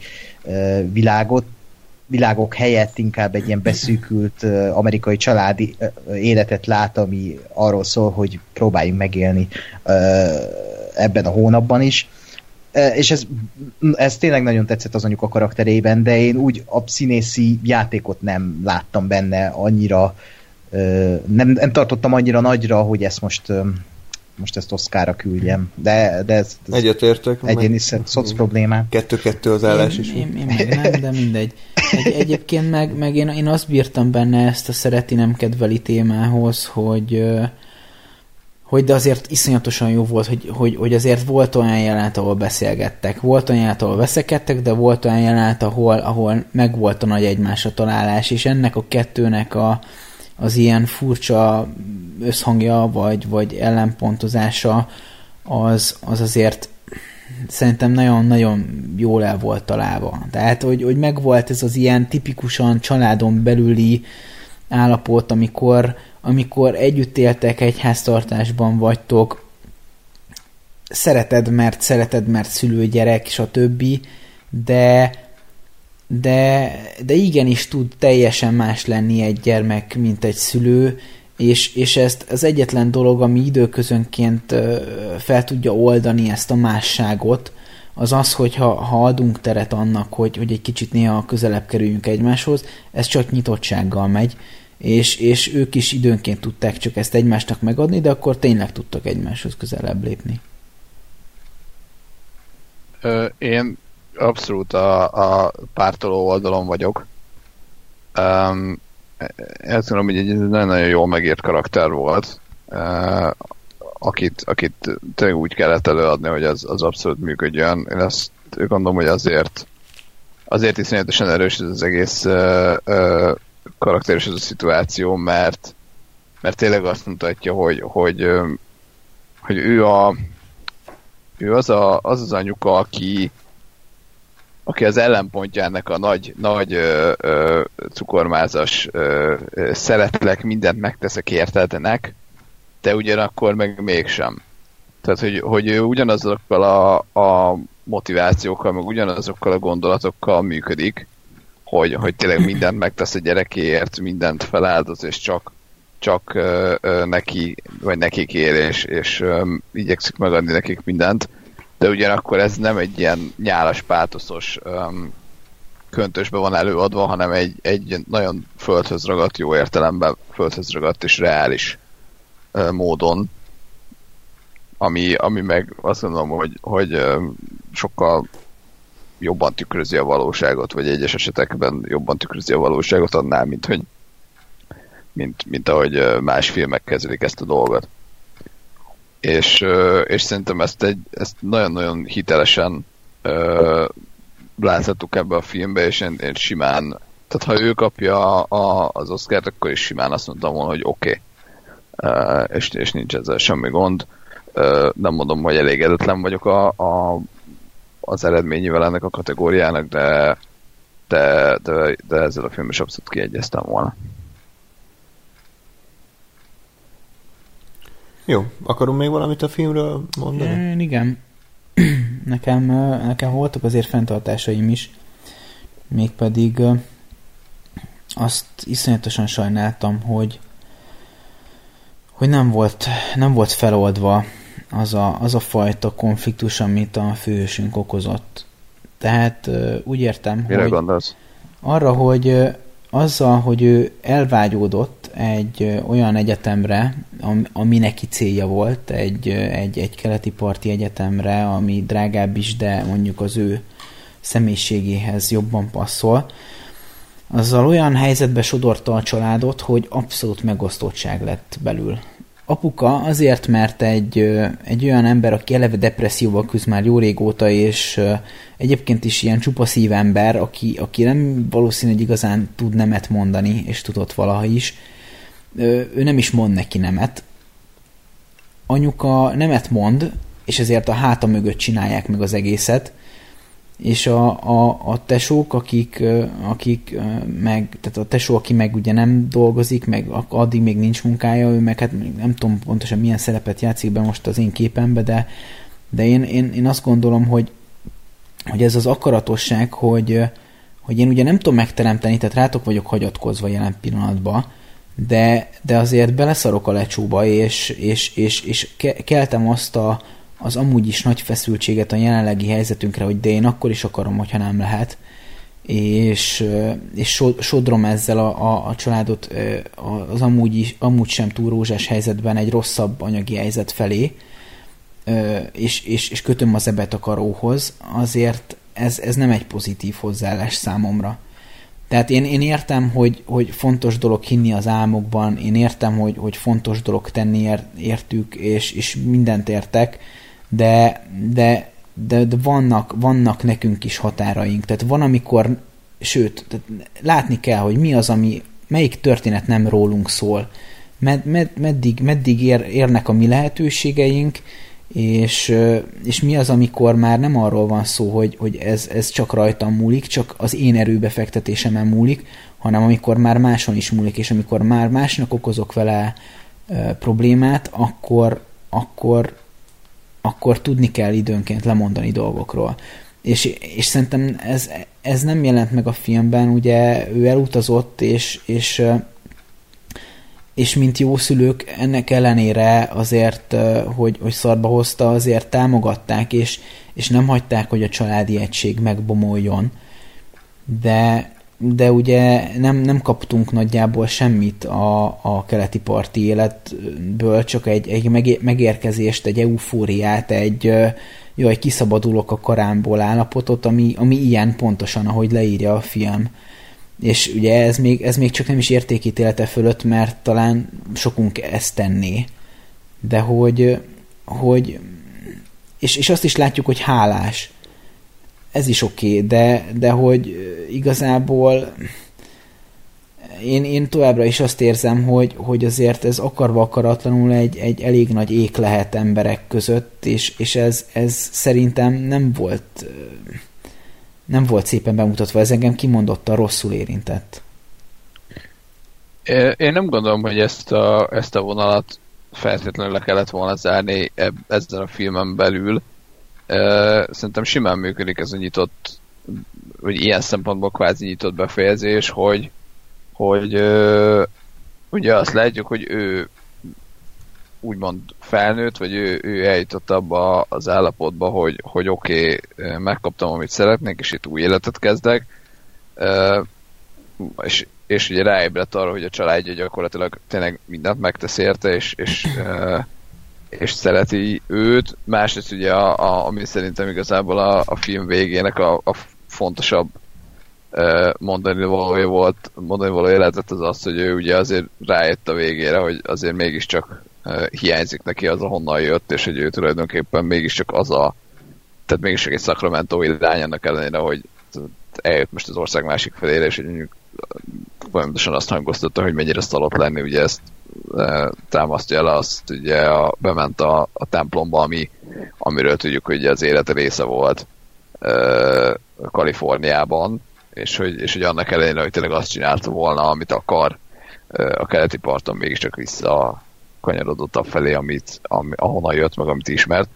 világok helyett inkább egy ilyen beszűkült amerikai családi életet lát, ami arról szól, hogy próbáljunk megélni ebben a hónapban is. És ez tényleg nagyon tetszett az anyuka karakterében, de én úgy a színészi játékot nem láttam benne annyira, nem tartottam annyira nagyra, hogy ezt most ezt Oscarra küldjem. De ez egyetértek. Egyéni szoc problémám. 2-2 az állás is. Én meg nem, de mindegy. Egyébként meg én azt bírtam benne ezt a szereti nem kedveli témához, hogy de azért iszonyatosan jó volt, hogy azért volt olyan jelenet, ahol beszélgettek, volt olyan jelenet, ahol veszekedtek, de volt olyan jelenet, ahol megvolt a nagy egymásra találás, és ennek a kettőnek az ilyen furcsa összhangja, vagy ellenpontozása az azért szerintem nagyon-nagyon jól el volt találva. Tehát, hogy megvolt ez az ilyen tipikusan családon belüli állapot, amikor együtt éltek, egy háztartásban vagytok, szereted, mert szülő-gyerek, stb., de igenis tud teljesen más lenni egy gyermek, mint egy szülő, és ezt az egyetlen dolog, ami időközönként fel tudja oldani ezt a másságot, az, hogyha adunk teret annak, hogy egy kicsit néha közelebb kerüljünk egymáshoz, ez csak nyitottsággal megy, és ők is időnként tudták csak ezt egymásnak megadni, de akkor tényleg tudtak egymáshoz közelebb lépni. Én abszolút a pártoló oldalon vagyok. Ezt mondom, hogy egy nagyon-nagyon jól megírt karakter volt, akit tényleg úgy kellett előadni, hogy az abszolút működjön. Én ezt gondolom, hogy azért iszonyatosan erős ez az egész karakter és ez a szituáció, mert tényleg azt mutatja, hogy ő az anyuka, aki az ellenpontja ennek a nagy cukormázas szeretlek, mindent megteszek értedenek, de ugyanakkor meg mégsem. Tehát, hogy ő ugyanazokkal a motivációkkal, meg ugyanazokkal a gondolatokkal működik, hogy tényleg mindent megtesz a gyerekéért, mindent feláldoz, és csak neki, vagy nekik ér, és igyekszik megadni nekik mindent, de ugyanakkor ez nem egy ilyen nyálas, pátoszos köntösbe van előadva, hanem egy nagyon földhöz ragadt, jó értelemben földhöz ragadt és reális módon, ami meg azt gondolom, hogy sokkal jobban tükrözi a valóságot, vagy egyes esetekben jobban tükrözi a valóságot annál, mint ahogy más filmek kezelik ezt a dolgot. És szerintem ezt nagyon-nagyon hitelesen láthattuk ebbe a filmbe, és én simán, tehát ha ő kapja az Oscart, akkor is simán azt mondtam volna, hogy oké. És nincs ezzel semmi gond. Nem mondom, hogy elégedetlen vagyok az eredményével ennek a kategóriának, de ezzel a film is abszolút kiegyeztem volna. Jó, akarunk még valamit a filmről mondani? Igen. Nekem voltak azért fenntartásaim is. Mégpedig azt iszonyatosan sajnáltam, hogy nem volt feloldva az a fajta konfliktus, amit a főhősünk okozott. Tehát úgy értem, mire hogy gondolsz? Arra, hogy azzal, hogy ő elvágyódott egy olyan egyetemre, ami neki célja volt, egy keleti parti egyetemre, ami drágább is, de mondjuk az ő személyiségéhez jobban passzol, azzal olyan helyzetbe sodorta a családot, hogy abszolút megosztottság lett belül. Apuka azért, mert egy olyan ember, aki eleve depresszióval küzd már jó régóta, és egyébként is ilyen csupa szívember, aki nem valószínű, hogy igazán tud nemet mondani, és tudott valaha is, ő nem is mond neki nemet. Anyuka nemet mond, és ezért a háta mögött csinálják meg az egészet, és a tesók, akik meg, tehát a tesó, aki meg ugye nem dolgozik, meg addig még nincs munkája, ő meg hát nem tudom pontosan milyen szerepet játszik be most az én képembe, de én azt gondolom, hogy ez az akaratosság, hogy én ugye nem tudom megteremteni, tehát rátok vagyok hagyatkozva jelen pillanatban, de azért beleszarok a lecsóba, és keltem azt az amúgy is nagy feszültséget a jelenlegi helyzetünkre, hogy de én akkor is akarom, hogyha nem lehet, és sodrom ezzel a családot az amúgy sem túl rózsás helyzetben egy rosszabb anyagi helyzet felé, és kötöm az ebet a karóhoz, azért ez nem egy pozitív hozzáállás számomra. Tehát én értem, hogy fontos dolog hinni az álmokban, én értem, hogy fontos dolog tenni értük, és mindent értek, de vannak nekünk is határaink. Tehát van, amikor, sőt, látni kell, hogy mi az, melyik történet nem rólunk szól. Meddig érnek a mi lehetőségeink, és mi az, amikor már nem arról van szó, hogy ez csak rajtam múlik, csak az én erőbefektetésemen múlik, hanem amikor már máson is múlik, és amikor már másnak okozok vele problémát, akkor tudni kell időnként lemondani dolgokról. És szerintem ez nem jelent meg a filmben, ugye ő elutazott, és mint jó szülők ennek ellenére azért, hogy szarba hozta, azért támogatták, és nem hagyták, hogy a családi egység megbomoljon. De ugye nem kaptunk nagyjából semmit a keleti parti életből, csak egy megérkezést, egy eufóriát, egy kiszabadulok a karámból állapotot, ami ilyen pontosan, ahogy leírja a film. És ugye ez még csak nem is értékítélete fölött, mert talán sokunk ezt tenné. De és azt is látjuk, hogy hálás. Ez is oké, de hogy igazából én továbbra is azt érzem, hogy azért ez akarva akaratlanul egy elég nagy ék lehet emberek között, és ez szerintem nem volt szépen bemutatva, ez engem kimondottan rosszul érintett. Én nem gondolom, hogy ezt a vonalat feltétlenül le kellett volna zárni ezzel a filmen belül. Szerintem simán működik ez a nyitott, vagy ilyen szempontból kvázi nyitott befejezés, hogy ugye azt látjuk, hogy ő úgymond felnőtt, vagy ő eljutott abba az állapotba, hogy oké, megkaptam, amit szeretnék, és itt új életet kezdek, és ugye ráébredt arra, hogy a családja gyakorlatilag tényleg mindent megtesz érte, és szereti őt. Másrészt ugye, ami szerintem igazából a film végének a fontosabb mondani valója lehetett az, hogy ő ugye azért rájött a végére, hogy azért mégiscsak hiányzik neki az, ahonnan jött, és hogy ő tulajdonképpen mégiscsak tehát mégiscsak egy szakramentói lány, annak ellenére, hogy eljött most az ország másik felére, és hogy mondjuk folyamatosan azt hangoztatta, hogy mennyire szalott lenni, ugye ezt támasztja el azt, ugye bement a templomba, amiről tudjuk, hogy az élete része volt Kaliforniában, és hogy annak ellenére, hogy tényleg azt csinálta volna, amit akar, a keleti parton mégiscsak vissza kanyarodott a felé, ahonnan jött, meg amit ismert.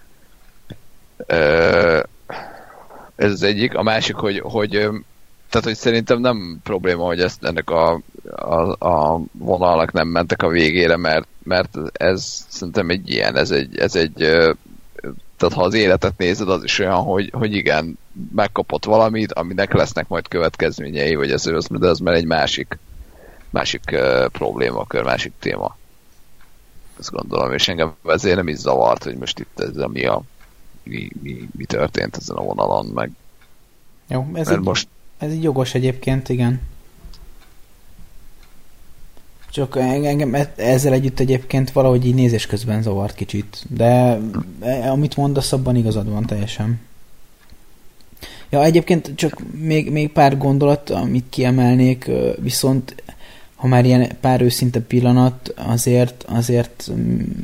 Ez az egyik. A másik, tehát, hogy szerintem nem probléma, hogy ennek a vonalnak nem mentek a végére, mert ez szerintem egy ilyen, ez egy tehát ha az életet nézed, az is olyan, hogy igen, megkapott valamit, aminek lesznek majd következményei, vagy de az már egy másik problémakör, másik téma. Ezt gondolom, és engem ezért nem is zavart, hogy most itt ez mi történt ezen a vonalon, meg. Jó, ez így jogos egyébként, igen. Csak engem ezzel együtt egyébként valahogy így nézés közben zavart kicsit. De amit mondasz, abban igazad van teljesen. Ja, egyébként csak még pár gondolat, amit kiemelnék, viszont ha már ilyen pár őszinte pillanat, azért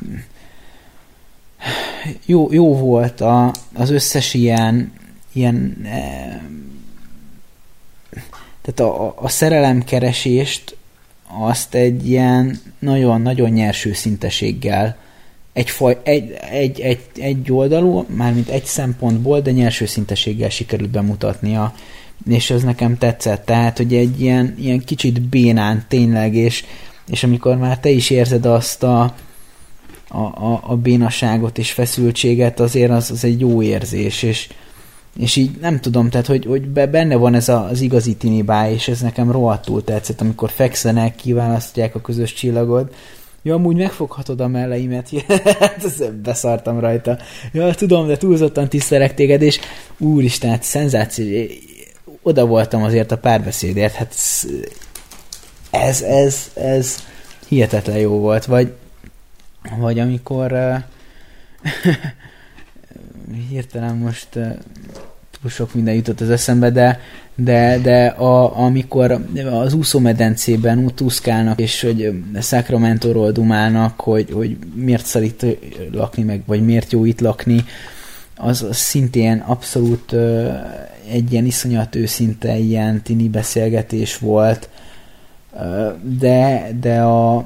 jó volt az összes ilyen tehát a szerelemkeresést azt egy ilyen nagyon-nagyon nyers őszinteséggel egy oldalú, mármint egy szempontból, de nyers őszinteséggel sikerült bemutatnia, és ez nekem tetszett. Tehát, hogy egy ilyen kicsit bénán tényleg, és amikor már te is érzed azt a bénaságot és feszültséget, azért az egy jó érzés, és így nem tudom, tehát, hogy benne van ez az igazi tinibáj, és ez nekem rohadtul tetszett, amikor fekszenek, kiválasztják a közös csillagot. Ja, amúgy megfoghatod a melleimet. Beszartam rajta. Ja, tudom, de túlzottan tisztelek téged, és úristen, hát szenzáció. Oda voltam azért a párbeszédért. Hát ez hihetetlen jó volt. Vagy amikor hirtelen most túl sok minden jutott az eszembe, de amikor az úszómedencében ott úszkálnak, és hogy Sacramento-ról dumálnak, hogy miért szar itt lakni, meg, vagy miért jó itt lakni, az szintén abszolút egy ilyen iszonyat őszinte, ilyen tini beszélgetés volt, de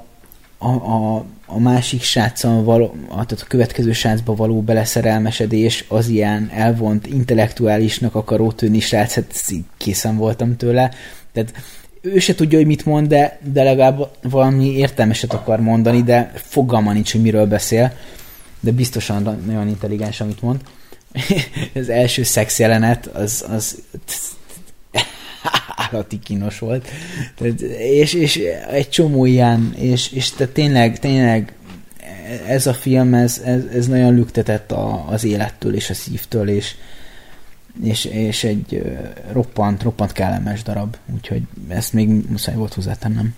a másik sráccal való, tehát a következő srácba való beleszerelmesedés az ilyen elvont, intellektuálisnak akaró tűnni srác, hát készen voltam tőle. Tehát ő se tudja, hogy mit mond, de legalább valami értelmeset akar mondani, de fogalma nincs, hogy miről beszél, de biztosan nagyon intelligens, amit mond. Az első szex jelenet, az állati kínos volt. Tehát, és egy csomó ilyen, és tehát tényleg ez a film, ez nagyon lüktetett az élettől és a szívtől, és egy roppant kellemes darab. Úgyhogy ezt még muszáj volt hozzátennem.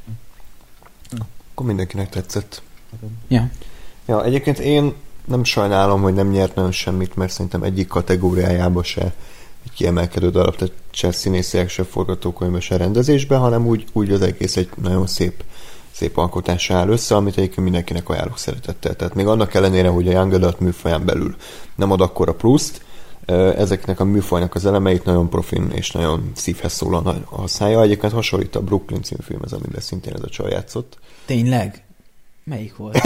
Akkor mindenkinek tetszett. Ja, egyébként én nem sajnálom, hogy nem nyert nagyon semmit, mert szerintem egyik kategóriájába se egy kiemelkedő darab, tehát se színésziek, se forgatókönyvbe, se rendezésbe, hanem úgy az egész egy nagyon szép alkotásra áll össze, amit egyébként mindenkinek ajánlok szeretettel. Tehát még annak ellenére, hogy a Young Adult műfaján belül nem ad akkora pluszt, ezeknek a műfajnak az elemeit nagyon profin és nagyon szívhez szólóan használja. Egyébként hasonlít a Brooklyn című filmhez, amiben szintén ez a csaj játszott. Tényleg? Melyik volt?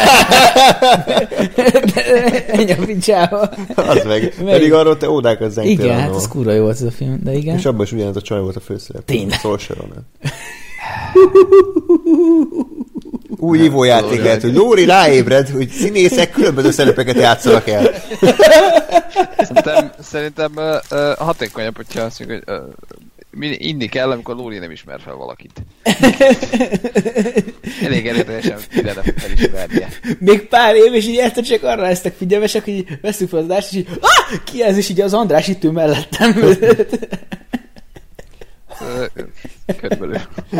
Ennyi a picsába. Az meg. Pedig arról te ódákat zengtél. Igen, hát ez kurva jó volt ez a film, de igen. És abban is ugyanez a csaj volt a főszerep. Tényleg. Saoirse Ronan. Új ivójáték lehet, hogy Lóri ráébred, hogy színészek különböző szerepeket játszanak el. Szerintem hatékonyabb, hogyha azt mondjuk, hogy inni kell, amikor Lóri nem ismer fel valakit. Elég erőteljesen fülene felismernie. Még pár év, és így ezt csak arra lesznek figyelmesek, hogy így veszünk fel az adást, és így ki ez, és így az András itt ül mellettem. Körülbelül.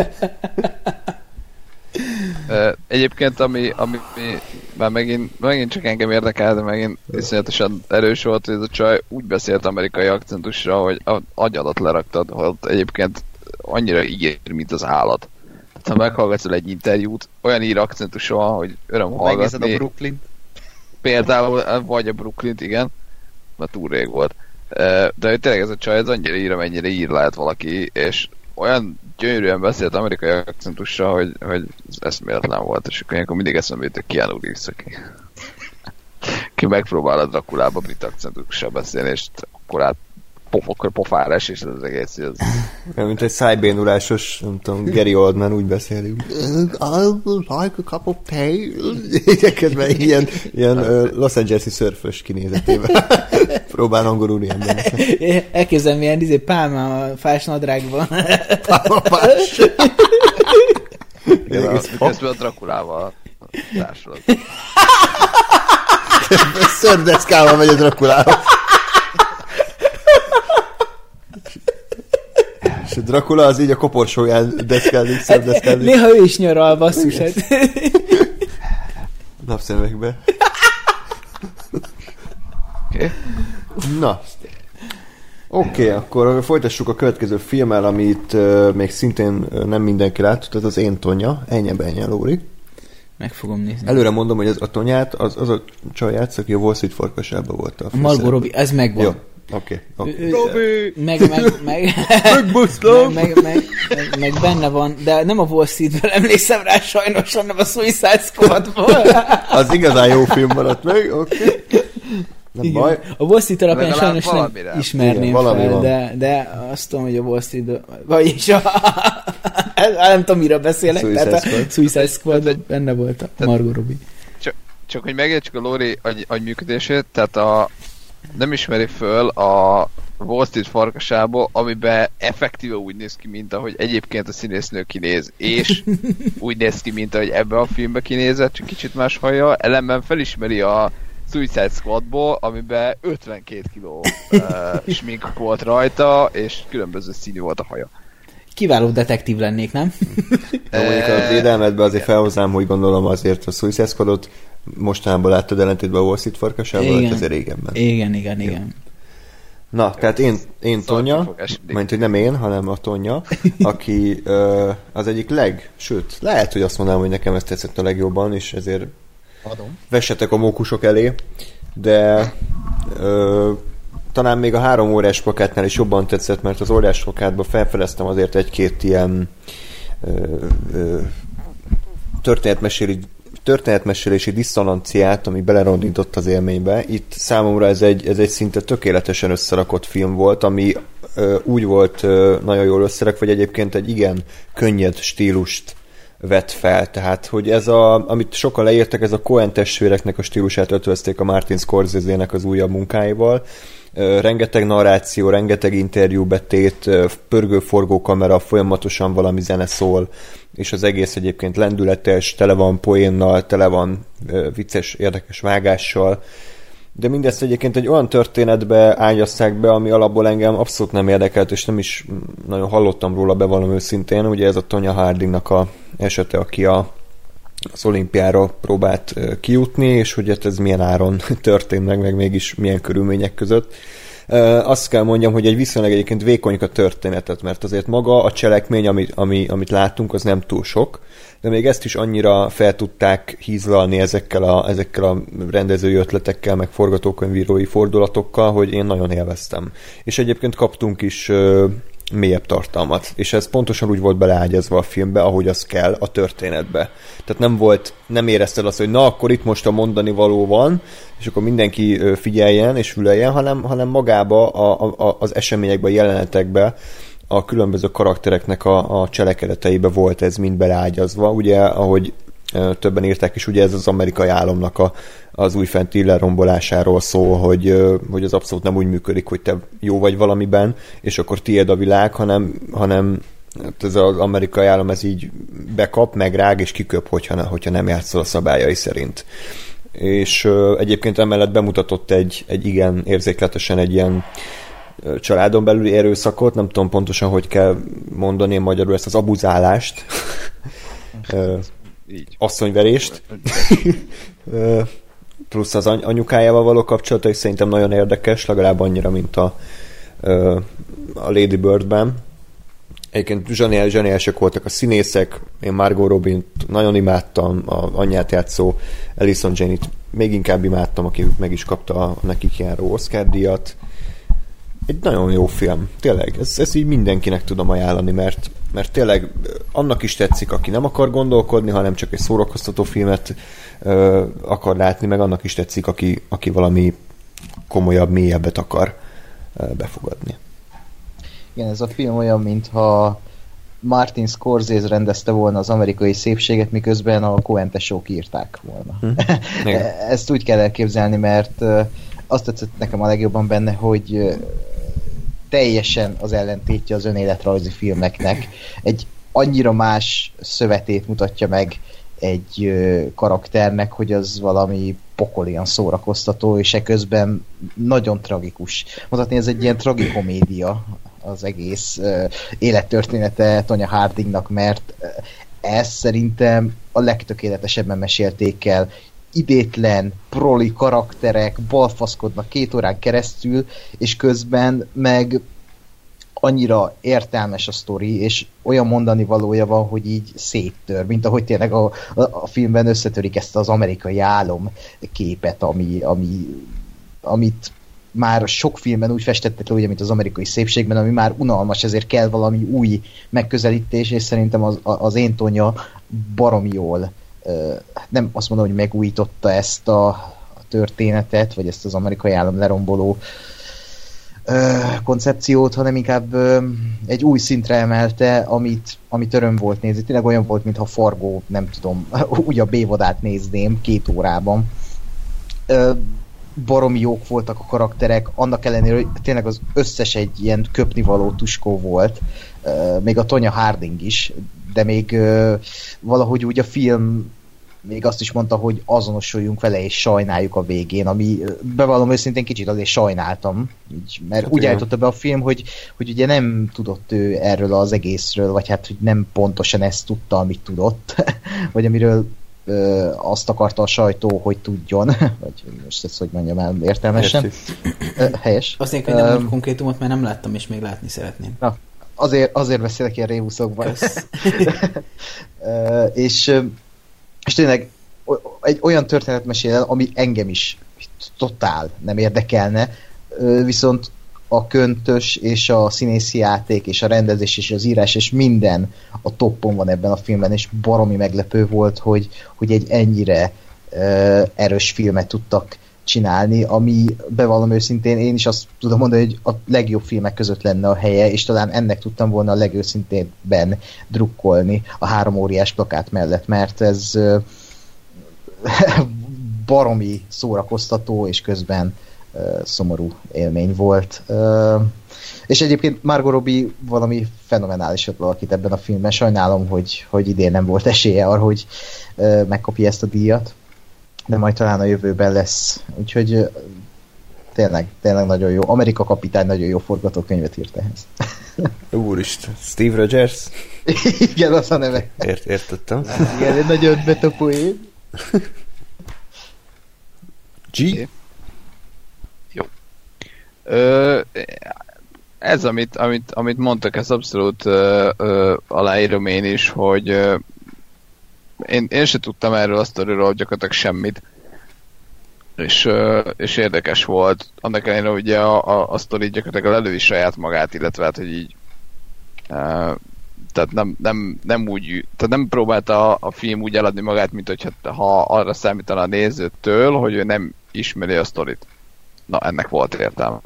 Egyébként, ami már megint csak engem érdekel, de megint iszonyatosan erős volt, hogy ez a csaj úgy beszélt amerikai akcentusra, hogy agyadat leraktad, hogy egyébként annyira ír, mint az állat. Tehát, ha meghallgatsz egy interjút, olyan ír akcentus van, hogy öröm hallgatni. Megnézed a Brooklyn-t? Például, vagy a Brooklyn-t, igen, mert túl rég volt. De hogy tényleg ez a csaj, ez annyira ír, amennyire ír lehet valaki, és olyan gyönyörűen beszélt amerikai akcentussal, hogy ez eszméletlen volt, és akkor mindig eszembe jut a Keanu Reeves, aki megpróbál a Draculába brit akcentussal beszélni, és akkor pofára esés az egész. Mint egy szájbénulásos, nem tudom, Gary Oldman úgy beszélünk. I would like a cup of tea. Közben ilyen Los Angeles-i szörfös kinézetével próbál angolulni embernek. Elkezdem ilyen pálmafás nadrágban. Pálmafás. Közben a Draculával társulod. Szördeszkával megy a Draculával. És a Dracula az így a koporsóján deszkázik, szördeszkázik. Néha ő is nyaral, basszus. Napszemekbe. Okay. Na. Oké, akkor folytassuk a következő filmmel, amit még szintén nem mindenki látott, ez az Én Tonya, Ennye Lóri. Meg fogom nézni. Előre mondom, hogy a Tonyát, az a csaj játsz, aki a Wall Street Farkasában volt a Margot Robbie, ez megvan. Jó. Oké. Robbie! Meg benne van, de nem a Wall Streetből emlékszem rá sajnos, hanem a Suicide Squadból. Az igazán jó film maradt meg, oké. Nem baj. A Wall Street alapján sajnos nem ismerném fel, de azt tudom, hogy a Wall Streetből, vagyis nem tudom, mire beszélek, tehát a Suicide Squad benne volt a Margot Robbie. Csak hogy megértsük a Lóri agyműködését, tehát nem ismeri föl a Wall Street Farkasából, amiben effektíve úgy néz ki, mint ahogy egyébként a színésznő kinéz, és úgy néz ki, mint ahogy ebben a filmben kinézett, csak kicsit más haja, ellenben felismeri a Suicide Squadból, amiben 52 kiló smink volt rajta, és különböző színű volt a haja. Kiváló detektív lennék, nem? Mondjuk a védelmedben azért felhoznám, hogy gondolom azért a Suicide Squadot mostanában láttad ellentétben a Wall Street Farkasával, ezért régebben. Igen. Na, tehát én Tonya, mint hogy nem én, hanem a Tonya, aki az egyik sőt, lehet, hogy azt mondanám, hogy nekem ezt tetszett a legjobban, és ezért vessetek a mókusok elé, de talán még a 3 órás plakátnál is jobban tetszett, mert az órás plakátban felfedeztem azért egy-két ilyen történetmesélési diszonanciát, ami belerondított az élménybe. Itt számomra ez egy szinte tökéletesen összerakott film volt, ami úgy volt nagyon jól összerak, vagy egyébként egy igen könnyed stílust vett fel. Tehát, hogy amit sokan leírtak, ez a Coen testvéreknek a stílusát ötvözték a Martin Scorsese-nek az újabb munkáival. Rengeteg narráció, rengeteg interjúbetét, pörgő-forgó kamera, folyamatosan valami zene szól, és az egész egyébként lendületes, tele van poénnal, tele van vicces, érdekes vágással, de mindezt egyébként egy olyan történetbe ágyasszák be, ami alapból engem abszolút nem érdekelt, és nem is nagyon hallottam róla, bevallom őszintén. Ugye ez a Tonya Hardingnak a esete, aki az olimpiára próbált kijutni, és hogy ez milyen áron történt meg mégis milyen körülmények között. Azt kell mondjam, hogy egy viszonylag egyébként vékonyka történetet, mert azért maga a cselekmény, amit láttunk, az nem túl sok, de még ezt is annyira fel tudták hízlalni ezekkel a rendezői ötletekkel, meg forgatókönyvírói fordulatokkal, hogy én nagyon élveztem. És egyébként kaptunk is mélyebb tartalmat. És ez pontosan úgy volt beleágyazva a filmbe, ahogy az kell a történetbe. Tehát nem érezted azt, hogy na, akkor itt most a mondani való van, és akkor mindenki figyeljen és füleljen, hanem magába az eseményekben, a jelenetekben, a különböző karaktereknek a cselekedeteibe volt ez mind beleágyazva. Ugye, ahogy többen írták is, ugye ez az amerikai álomnak az újfenti lerombolásáról szól, hogy az abszolút nem úgy működik, hogy te jó vagy valamiben, és akkor tiéd a világ, hanem ez az amerikai állam ez így bekap, megrág, és kiköp, hogyha nem játszol a szabályai szerint. És egyébként emellett bemutatott egy igen érzékletesen egy ilyen családon belüli erőszakot, nem tudom pontosan, hogy kell mondani magyarul ezt az abuzálást, asszonyverést, plusz az anyukájával való kapcsolata is szerintem nagyon érdekes, legalább annyira, mint a Lady Birdben. Egyébként zseniálisak voltak a színészek, én Margot Robbie-t nagyon imádtam, a anyját játszó Alison Janney-t még inkább imádtam, aki meg is kapta a nekik járó Oscar-díjat. Egy nagyon jó film, tényleg. Ezt így mindenkinek tudom ajánlani, mert tényleg annak is tetszik, aki nem akar gondolkodni, hanem csak egy szórakoztató filmet akar látni, meg annak is tetszik, aki valami komolyabb, mélyebbet akar befogadni. Igen, ez a film olyan, mintha Martin Scorsese rendezte volna az Amerikai Szépséget, miközben a Coen-tesók írták volna. Ezt úgy kell elképzelni, mert azt tetszett nekem a legjobban benne, hogy teljesen az ellentétje az önéletrajzi filmeknek. Egy annyira más szövetét mutatja meg egy karakternek, hogy az valami pokolian szórakoztató, és eközben nagyon tragikus. Mondhatni, ez egy ilyen tragikomédia az egész élettörténete Tonya Hardingnak, mert ezt szerintem a legtökéletesebben mesélték el. Idétlen, proli karakterek balfaszkodnak 2 órán keresztül, és közben meg annyira értelmes a sztori, és olyan mondani valója van, hogy így széttör, mint ahogy tényleg a filmben összetörik ezt az amerikai álom képet, amit már sok filmben úgy festettek le, ugye, mint az Amerikai Szépségben, ami már unalmas, ezért kell valami új megközelítés, és szerintem az én Tonya baromi jól, nem azt mondom, hogy megújította ezt a történetet, vagy ezt az amerikai állam leromboló koncepciót, hanem inkább egy új szintre emelte, amit öröm volt nézni. Tényleg olyan volt, mintha Fargo, nem tudom, úgy a B-vadát nézném 2 órában. Baromi jók voltak a karakterek, annak ellenére, hogy tényleg az összes egy ilyen köpnivaló tuskó volt, még a Tonya Harding is, de még valahogy úgy a film még azt is mondta, hogy azonosuljunk vele és sajnáljuk a végén, ami bevallom őszintén kicsit azért sajnáltam, így, mert hát úgy állította be a film, hogy ugye nem tudott ő erről az egészről, vagy hát hogy nem pontosan ezt tudta, amit tudott, vagy amiről azt akarta a sajtó, hogy tudjon, vagy most ezt hogy mondjam el értelmesen. Helyes. Azt mondjuk, hogy nem konkrétumot, mert nem láttam, és még látni szeretném. Na, azért beszélek ilyen rébuszokban. És tényleg egy olyan történet mesél el, ami engem is totál nem érdekelne, viszont a köntös és a színészi játék és a rendezés és az írás és minden a toppon van ebben a filmben, és baromi meglepő volt, hogy egy ennyire erős filmet tudtak csinálni, ami bevallom őszintén, én is azt tudom mondani, hogy a legjobb filmek között lenne a helye, és talán ennek tudtam volna a legőszintébben drukkolni a 3 óriás plakát mellett, mert ez baromi szórakoztató, és közben szomorú élmény volt. És egyébként Margot Robbie valami fenomenálisat alakít ebben a filmben. Sajnálom, hogy idén nem volt esélye arra, hogy megkapja ezt a díjat, de majd talán a jövőben lesz. Úgyhogy tényleg nagyon jó. Amerika kapitány nagyon jó forgatókönyvet írt ehhez. Úristen, Steve Rogers? Igen, az a neve. Értettem. Igen, egy nagyon betopoén. G? Jó. Ez, amit mondtak, ez abszolút aláírom én is, hogy én se tudtam erről a sztoriról gyakorlatilag semmit. És érdekes volt. Annak ellenére ugye a sztori gyakorlatilag lelő is saját magát, illetve hát, hogy így tehát nem úgy, tehát nem próbálta a film úgy eladni magát, mint hogyha arra számítana a nézőtől, hogy ő nem ismeri a sztorit. Na, ennek volt értelme.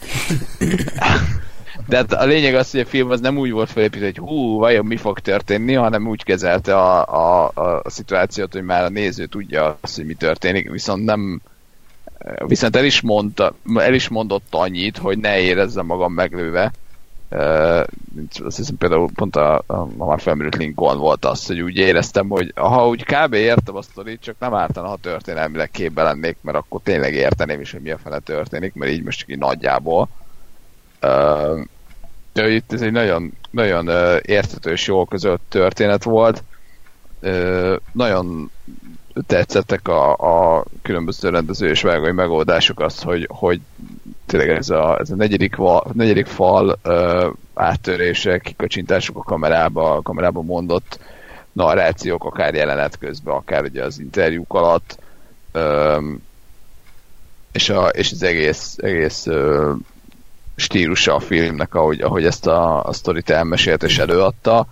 De hát a lényeg az, hogy a film az nem úgy volt felépítve, hogy vajon mi fog történni, hanem úgy kezelte a szituációt, hogy már a néző tudja azt, hogy mi történik, viszont el is mondott annyit, hogy ne érezzem magam meglőve. Azt hiszem például pont ha már felmerült Lincoln volt az, hogy úgy éreztem, hogy ha úgy kb. Értem a sztorit, csak nem ártana, ha történelmileg képbe lennék, mert akkor tényleg érteném is, hogy mi a fele történik, mert így most csak így nagyjából. De itt ez egy nagyon, nagyon érthető és jól közölt történet volt. Nagyon tetszettek a különböző rendező és vágói megoldások, az, hogy tényleg ez a negyedik fal áttörések, kikacsintások a kamerába mondott narrációk, akár jelenet közben, akár ugye az interjúk alatt, és az egész stílusa a filmnek, ahogy ezt a sztorit elmesélt és előadta.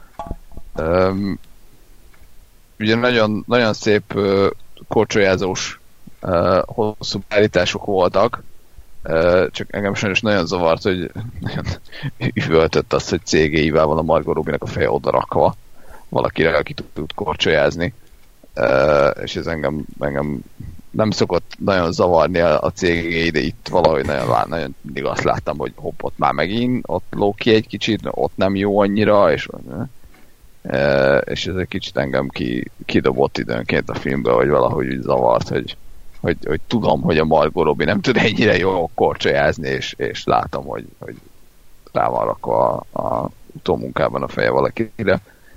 Ugye nagyon, nagyon szép korcsolyázós hosszú beállítások voltak, csak engem sajnos nagyon zavart, hogy nagyon üvöltött azt, hogy CGI-vel van a Margot Robbie-nek a feje odarakva valakire, aki tud korcsolyázni, és ez engem nem szokott nagyon zavarni a CGI, de itt valahogy nagyon mindig azt láttam, hogy hopp, ott már megint, ott lóg ki egy kicsit, ott nem jó annyira, és ez egy kicsit engem kidobott időnként a filmből, hogy valahogy úgy zavart, hogy tudom, hogy a Margot Robbie nem tud ennyire jól korcsolyázni, és látom, hogy rá van rakva a utómunkában a feje valakire.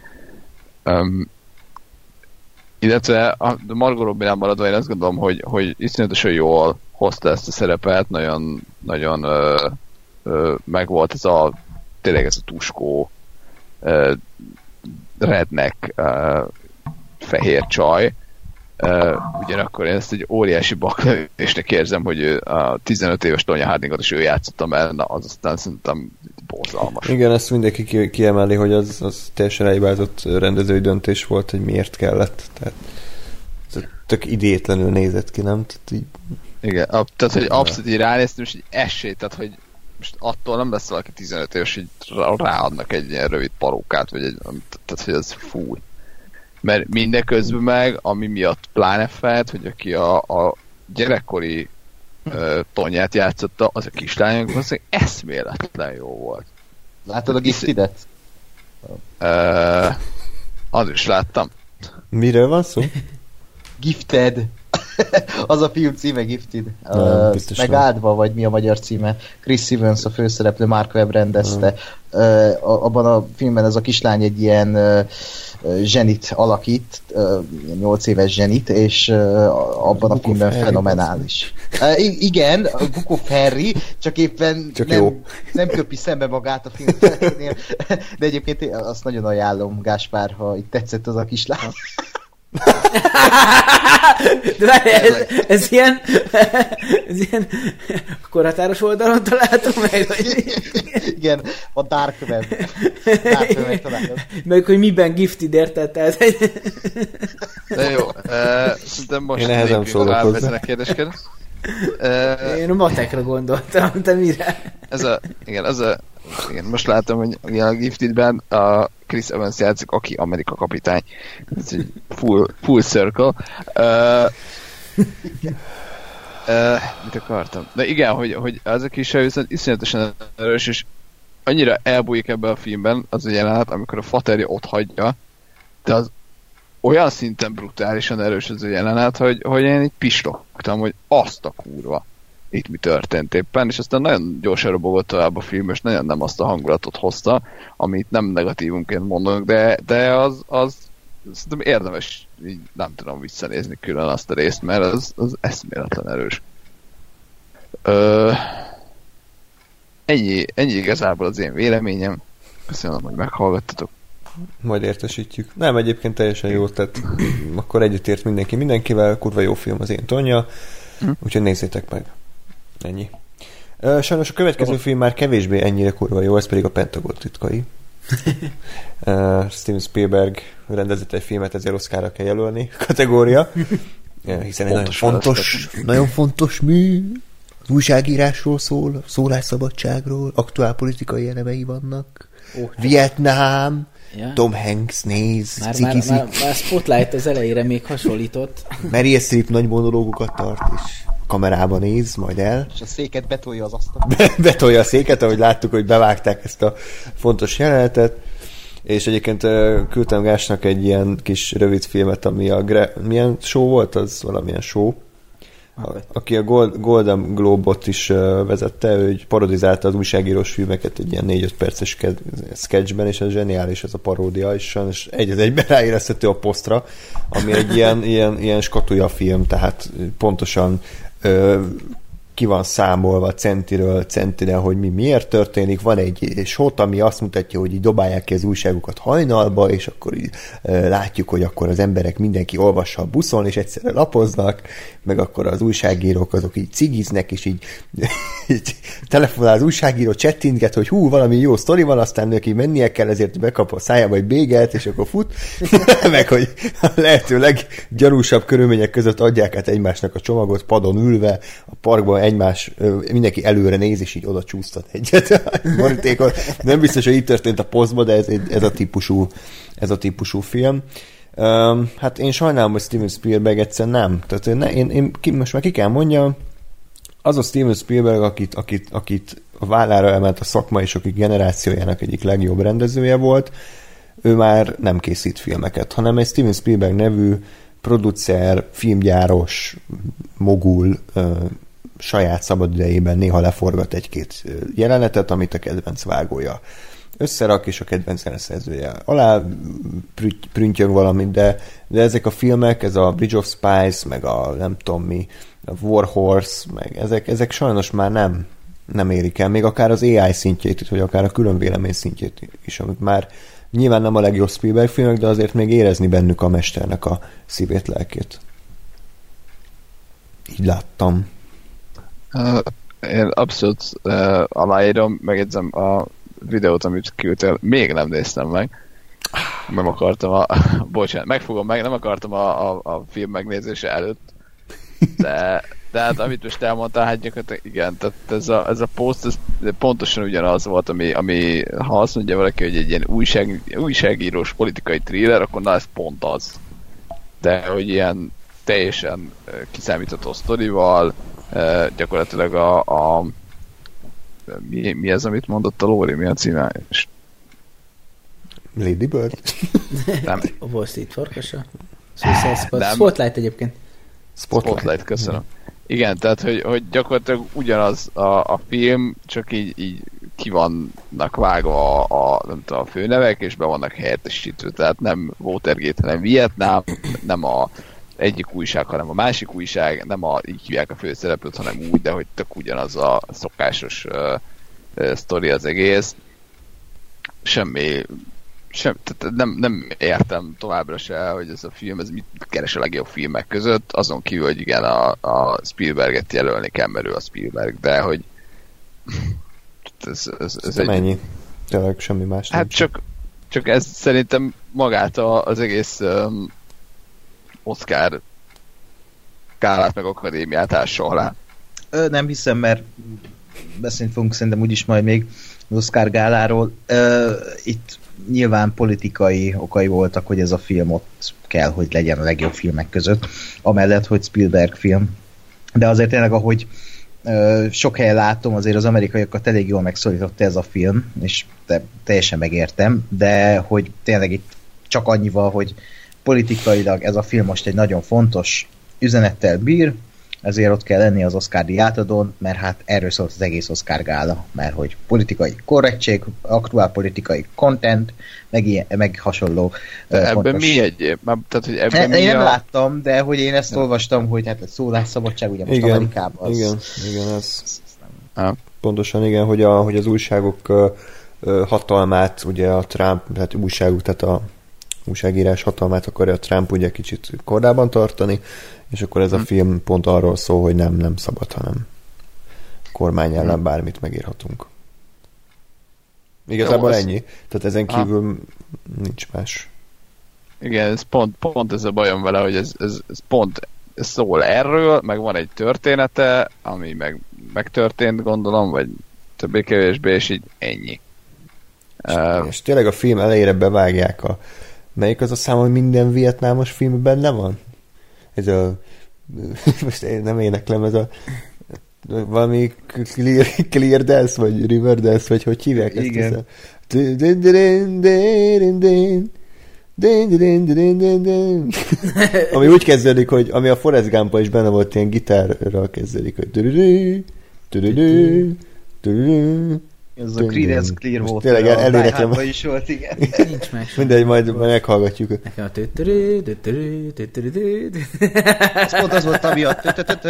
Illetve a Margot Robbie-nál maradva én azt gondolom, hogy iszonyatosan jól hozta ezt a szerepet, nagyon, nagyon megvolt tényleg ez a tuskó redneck fehér csaj. Ugyanakkor én ezt egy óriási baklövésnek érzem, hogy a 15 éves Tonya Hardingot is ő játszottam el, na az aztán szerintem borzalmas. Igen, ezt mindenki kiemeli, hogy az teljesen elhibázott rendezői döntés volt, hogy miért kellett. Tehát ez tök idétlenül nézett ki, nem? Tehát így... Igen, tehát hogy abszolút így ránéztem, és így esély, tehát hogy most attól nem lesz valaki 15 éves, hogy ráadnak egy ilyen rövid parókát, vagy tehát hogy ez fúj. Mert mindeközben meg, ami miatt pláne felt, hogy aki a gyerekkori Tonyát játszotta, az a kislányok, az eszméletlen jó volt. Látod a Gifted-et? Az is láttam. Miről van szó? Gifted. Az a film címe Gifted. Megáldva, vagy mi a magyar címe. Chris Evans a főszereplő, Mark Webb rendezte. Abban a filmben ez a kislány egy ilyen zsenit alakít, 8 éves zsenit, és abban a filmben fenomenális. Igen, a Bukó Ferri, csak éppen nem köpi szembe magát a filmnél, de egyébként azt nagyon ajánlom, Gáspár, ha itt tetszett az a kislány. De ez ilyen korhatáros oldalon találtam meg, vagy... Igen, a Dark Web találtam. Meg, hogy miben Gifted, érted? De jó, szerintem most lépjünk kérdéskedni. Én a matekra gondoltam, te mire? Igen, most látom, hogy a Giftedben a Chris Evans játszik, aki Amerika kapitány. Ez egy full circle. Mit akartam? De igen, hogy az a kis viszont iszonyatosan erős, és annyira elbújik ebben a filmben az a jelenet, amikor a faterja ott hagyja, de az olyan szinten brutálisan erős az a jelenet, hogy én így pislogtam, hogy azt a kurva, itt mi történt éppen, és aztán nagyon gyorsan robogott tovább a film, és nagyon nem azt a hangulatot hozta, amit nem negatívunként mondok, de az szerintem érdemes, így nem tudom visszanézni külön azt a részt, mert az eszméletlen erős. Ennyi igazából az én véleményem. Köszönöm, hogy meghallgattatok. Majd értesítjük. Nem, egyébként teljesen jó, tehát akkor együttért mindenki mindenkivel, kurva jó film az én Tonya, úgyhogy nézzétek meg. Ennyi. Sajnos a következő film már kevésbé ennyire kurva jó, ez pedig a Pentagon titkai. Steven Spielberg rendezett egy filmet, ezért Oscarra kell jelölni kategória, hiszen egy nagyon fontos mű, az újságírásról szól, a szólásszabadságról, aktuál politikai elemei vannak, Vietnám, ja. Tom Hanks néz, cikizik. Már Spotlight az elejére még hasonlított. Meryl Streep nagy monológokat tart, és kamerában néz, majd el. És a széket betolja az asztal. Betolja a széket, ahogy láttuk, hogy bevágták ezt a fontos jelenetet. És egyébként küldtem Gásnak egy ilyen kis rövid filmet, ami milyen show volt? Az valamilyen show. Aki a Golden Globe-ot is vezette, ő parodizálta az újságírós filmeket egy ilyen 4-5 perces sketchben, és ez zseniális ez a paródia, és sajnos egyben ráérezhető a posztra, ami egy ilyen skatulya film, tehát pontosan ki van számolva centiről centire, hogy miért történik. Van egy shot, ami azt mutatja, hogy így dobálják ki az újságokat hajnalba, és akkor így látjuk, hogy akkor az emberek mindenki olvassa a buszon, és egyszerre lapoznak, meg akkor az újságírók azok így cigiznek, és így telefonál az újságíró, csettintget, hogy valami jó sztori van, aztán neki mennie kell, ezért bekap a szájába egy bégelt, és akkor fut, meg hogy a lehető leggyanúsabb körülmények között adják át egymásnak a csomagot, padon ülve, a parkban mindenki előre néz, és így oda csúsztat egyet a borítékot. Nem biztos, hogy így történt a posztban, de ez a típusú film. Hát én sajnálom, hogy Steven Spielberg egyszer nem. Tehát én most már ki kell mondjam, az a Steven Spielberg, akit a vállára emelt a szakma, és aki generációjának egyik legjobb rendezője volt, ő már nem készít filmeket, hanem egy Steven Spielberg nevű producer, filmgyáros, mogul, saját szabadidejében néha leforgat egy-két jelenetet, amit a kedvenc vágója összerak, és a kedvenc zeneszerzője alá prüntjön valamit, de ezek a filmek, ez a Bridge of Spies, meg a nem tudom mi, a War Horse, meg ezek sajnos már nem érik el, még akár az AI szintjét, vagy akár a külön vélemény szintjét is, amit már nyilván nem a legjobb Spielberg filmek, de azért még érezni bennük a mesternek a szívét, lelkét. Így láttam. Én abszolút aláírom, megjegyzem a videót, amit küldtél, még nem néztem meg. Nem akartam nem akartam a film megnézése előtt. De hát amit most elmondtál, hát gyakorlatilag igen, tehát ez a poszt, ez pontosan ugyanaz volt, ami ha azt mondja valaki, hogy egy ilyen újságírós politikai thriller, akkor na ez pont az. De hogy ilyen teljesen kiszámítható sztorival, gyakorlatilag mi az, amit mondott a Lóri, mi a címe? Lady Bird? Nem. A Wall Street farkasa? Spotlight egyébként. Spotlight, köszönöm. Igen, tehát, hogy gyakorlatilag ugyanaz a film, csak így ki vannak vágva a főnevek, és be vannak helyettesítve. Tehát nem Watergate, hanem Vietnám, nem a egyik újság, hanem a másik újság, nem így hívják a főszereplőt, hanem úgy, de hogy tök ugyanaz a szokásos sztori az egész. Tehát nem értem továbbra se, hogy ez a film, ez mit keres a legjobb filmek között, azon kívül, hogy igen, a Spielberget jelölni kell, mert ő a Spielberg, de hogy ez egy... Mennyi? Tényleg semmi más hát csak ez szerintem magát az egész Oscar gálát meg akadémiát ássa alá. Nem hiszem, mert beszélni fogunk szerintem úgyis majd még az Oscar gáláról. Itt nyilván politikai okai voltak, hogy ez a film ott kell, hogy legyen a legjobb filmek között, amellett, hogy Spielberg film. De azért tényleg, ahogy sok helyen látom, azért az amerikaiakat elég jól megszólította ez a film, és teljesen megértem, de hogy tényleg itt csak annyival, hogy politikailag ez a film most egy nagyon fontos üzenettel bír, ezért ott kell lenni az Oscar-díj átadón, mert hát erről szólt az egész Oscar gála, mert hogy politikai korrektség, aktuál politikai content, meg hasonló. Ebben mi egyéb? Tehát, hogy ebben én nem láttam, de hogy én ezt olvastam, hogy hát a szólásszabadság ugye most Amerikában az... Igen, ez pontosan igen, hogy az újságok hatalmát, ugye a Trump, tehát újságuk, tehát a újságírás hatalmát akarja a Trump ugye kicsit kordában tartani, és akkor ez a film pont arról szól, hogy nem szabad, hanem kormány ellen bármit megírhatunk. Igazából ennyi. Tehát ezen kívül nincs más. Igen, ez pont ez a bajom vele, hogy ez pont szól erről, meg van egy története, ami megtörtént, gondolom, vagy többé-kevésbé, és így ennyi. És tényleg a film elejére bevágják melyik az a szám, hogy minden vietnámos film benne van? Ez most én nem éneklem, ez valami Clear Dance, vagy River Dance, vagy hogy hívják ezt? Igen. Ami úgy kezdődik, hogy ami a Forrest Gump-ban is benne volt, ilyen gitárral kezdődik, hogy ez a Creedence Clearwater. Tényleg eléneklem. Is volt, igen. Nincs más. Mindegy, majd meghallgatjuk. Nekem a ez pont az volt, ami a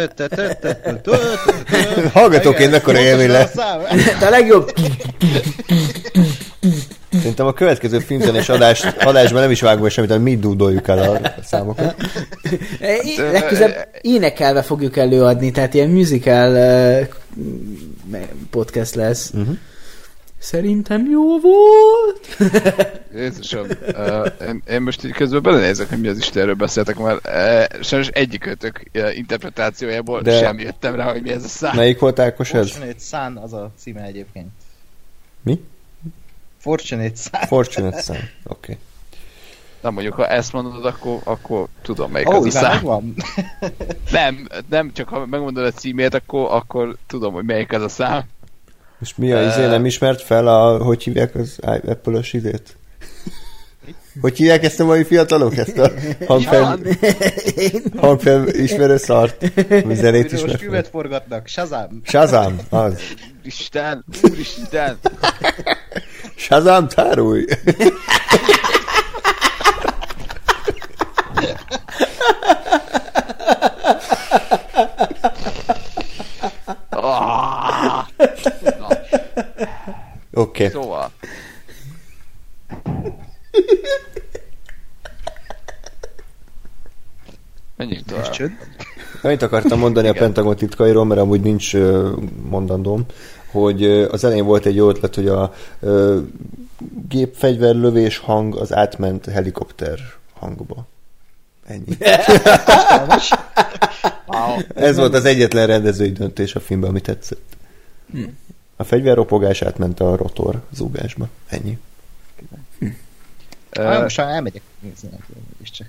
hallgatóként akkora élmény le. De a legjobb. Szerintem a következő filmzenés adásban nem is vágunk semmit, hanem mi dúdoljuk el a számokat. Legközelebb énekelve fogjuk előadni, tehát ilyen musical podcast lesz. Szerintem jó volt. Jézusom, én most így közben belenézek, hogy mi az Istenről beszéltek, mert sajnos egyikőtök interpretációjából sem jöttem rá, hogy mi ez a szám. Melyik volt, Ákos ez? Fortunate Son az a címe egyébként. Mi? Fortunate Son. Fortunate Son, oké. Na mondjuk, ha ezt mondod, akkor tudom, melyik az a szám. Van. Nem, csak ha megmondod a címét, akkor tudom, hogy melyik az a szám. Most mi a nem ismert fel hogy hívják az Apple-os izét? Hogy hívják ezt a mai fiatalok? Ezt a hangfilm ismerő szart? Zenét ismer fel? Filmet forgatnak. Shazam. Shazam, az. Úristen. Shazam, tárulj! Oké. Szóval. Menjünk tovább. Annyit akartam mondani a Pentagon titkairól, mert amúgy nincs mondandóm, hogy az elején volt egy jó ötlet, hogy a gépfegyverlövés hang az átment helikopter hangba. Ennyi. Ez volt az egyetlen rendezői döntés a filmben, ami tetszett. A fegyverropogás átment a rotor zúgásba. Ennyi. Most elmegyek nézni is csak.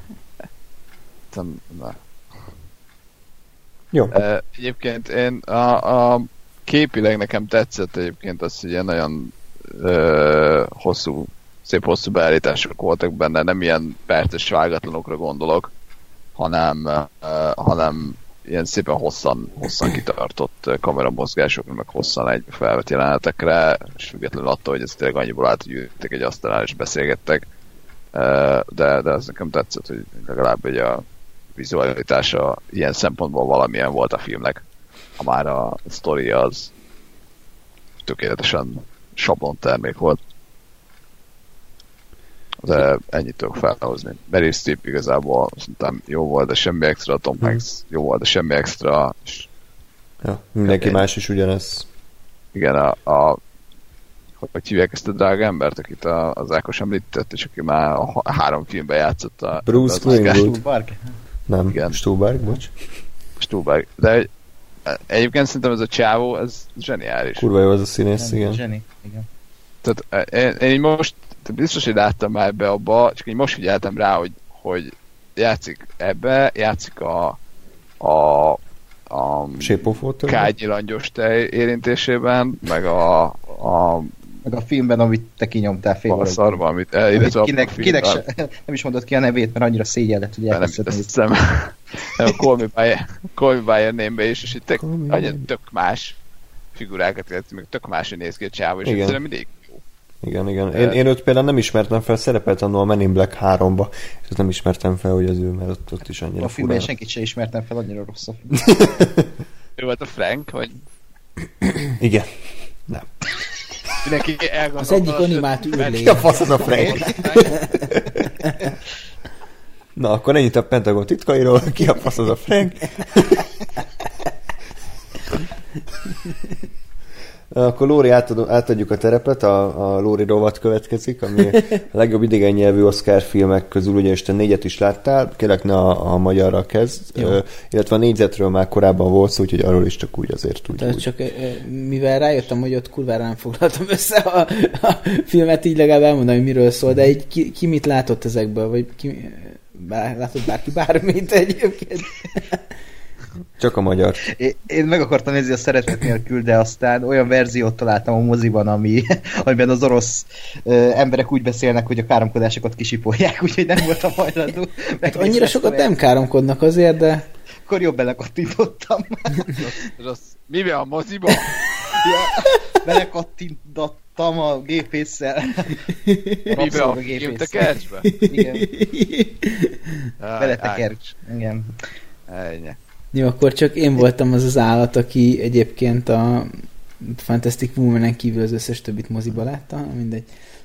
Jó. Egyébként én a képileg nekem tetszett egyébként az, hogy ilyen nagyon szép hosszú beállítások voltak benne, nem ilyen perces vágatlanokra gondolok. hanem ilyen szépen hosszan kitartott kameramozgások, meg hosszan egy felvett jelenetekre, és függetlenül attól, hogy ez tényleg annyiból állt, hogy ültek egy asztalnál és beszélgettek. De ez nekem tetszett, hogy legalább egy a vizualitása ilyen szempontból valamilyen volt a filmnek. Ha már a sztori az tökéletesen sablon termék volt. De ennyit tudok felhozni. Meryl Streep igazából szerintem jó volt, de semmi extra, Tom Hanks jó volt, de semmi extra. És ja, mindenki más is ugyanez. Igen, hogy hívják ezt a drága embert, akit az Ákos említett, és aki már 3 filmben játszott a... Bruce Greenwood. Nem, igen. Stuhlbarg, bocs. Stuhlbarg. De egyébként szerintem ez a csávó, ez zseniális. Kurva jó az a színész, igen. Zseni, igen. Tehát én így most biztos, hogy láttam már ebbe abba, csak így most figyeltem rá, hogy játszik ebbe, játszik a kágyi langyos tej érintésében, meg a filmben, amit te kinyomtál fél a szarva, amit illetve kinek nem is mondod ki a nevét, mert annyira szégyen lett, hogy elkezdett. A Call Me By Your Name-be is, és itt tök más figurákat illetve, meg tök máshogy néz ki a csávó, és egyszerűen mindig jó. Igen. Én őt például nem ismertem fel, szerepelt annól a Men in Black 3-ba, és nem ismertem fel, hogy az ő, mert ott is annyira a filmben senkit sem ismertem fel, annyira rossz a film. Ő volt a Frank, vagy? Igen. Nem. Az egyik animált űrlény. Ki a fasz az a Frank? Na, akkor ennyit a Pentagon titkairól. Ki a fasz az a Frank? Akkor Lóri, átadjuk a terepet, a Lóri rovat következik, ami a legjobb idegen nyelvű Oscar filmek közül, ugyanis te 4-et is láttál, kérlek ne a magyarra kezd, illetve a négyzetről már korábban volt szó, úgyhogy arról is csak úgy azért úgy. Tehát csak mivel rájöttem, hogy ott kurvára nem foglaltam össze a filmet, így legalább elmondom, hogy miről szól, de így ki mit látott ezekből, vagy látott bárki bármit egyébként? Csak a magyar. Én meg akartam nézni a Szeretet nélkül, de aztán olyan verziót találtam a moziban, amiben az orosz emberek úgy beszélnek, hogy a káromkodásokat kisipolják, úgyhogy nem voltam hajlandó. Hát annyira sokat nem káromkodnak azért, de... Akkor jobb belekattintottam. Mivel a moziban? Belekattintottam a gépésszel. Mivel a filmtekercsbe? Igen. Beletekercs. Igen. Ennyi. Jó, akkor csak én voltam az állat, aki egyébként a Fantastic Woman-en kívül az összes többit moziba látta, mindegy.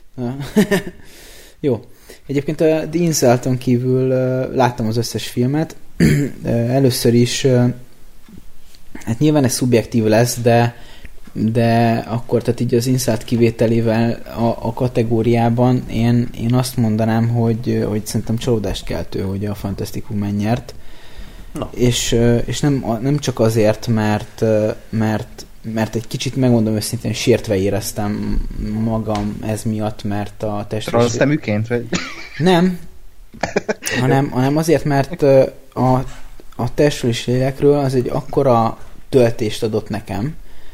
Jó. Egyébként a The Insulton kívül láttam az összes filmet. Először is hát nyilván ez szubjektív lesz, de akkor, tehát így az Insult kivételével a kategóriában én azt mondanám, hogy szerintem csalódást keltő, hogy a Fantastic Woman nyert. No. És nem csak azért, mert egy kicsit, megmondom őszintén, sértve éreztem magam ez miatt, mert a testről... Transzneműként, vagy? Nem, hanem azért, mert a testről és lélekről az egy akkora töltést adott nekem,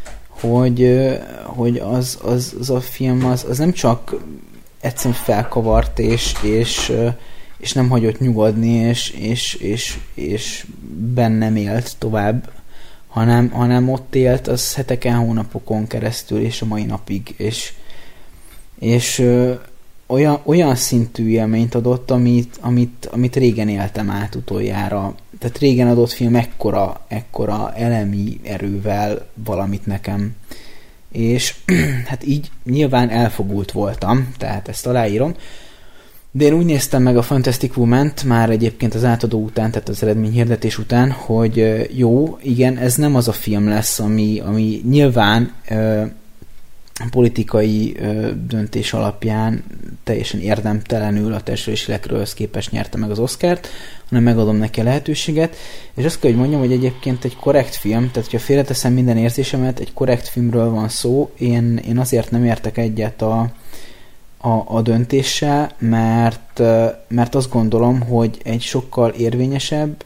hogy az a film az nem csak egyszerűen felkavart, és nem hagyott nyugodni, és bennem élt tovább, hanem ott élt az heteken, hónapokon keresztül, és a mai napig, és olyan szintű élményt adott, amit régen éltem át utoljára. Tehát régen adott film ekkora elemi erővel valamit nekem. És hát így nyilván elfogult voltam, tehát ezt aláírom. De én úgy néztem meg a Fantastic Woman-t már egyébként az átadó után, tehát az eredményhirdetés után, hogy jó, igen, ez nem az a film lesz, ami nyilván politikai döntés alapján teljesen érdemtelenül a testről és lélekről képest nyerte meg az Oscart, hanem megadom neki a lehetőséget, és azt kell, hogy mondjam, hogy egyébként egy korrekt film, tehát hogyha félreteszem minden érzésemet, egy korrekt filmről van szó, én azért nem értek egyet a döntéssel, mert azt gondolom, hogy egy sokkal érvényesebb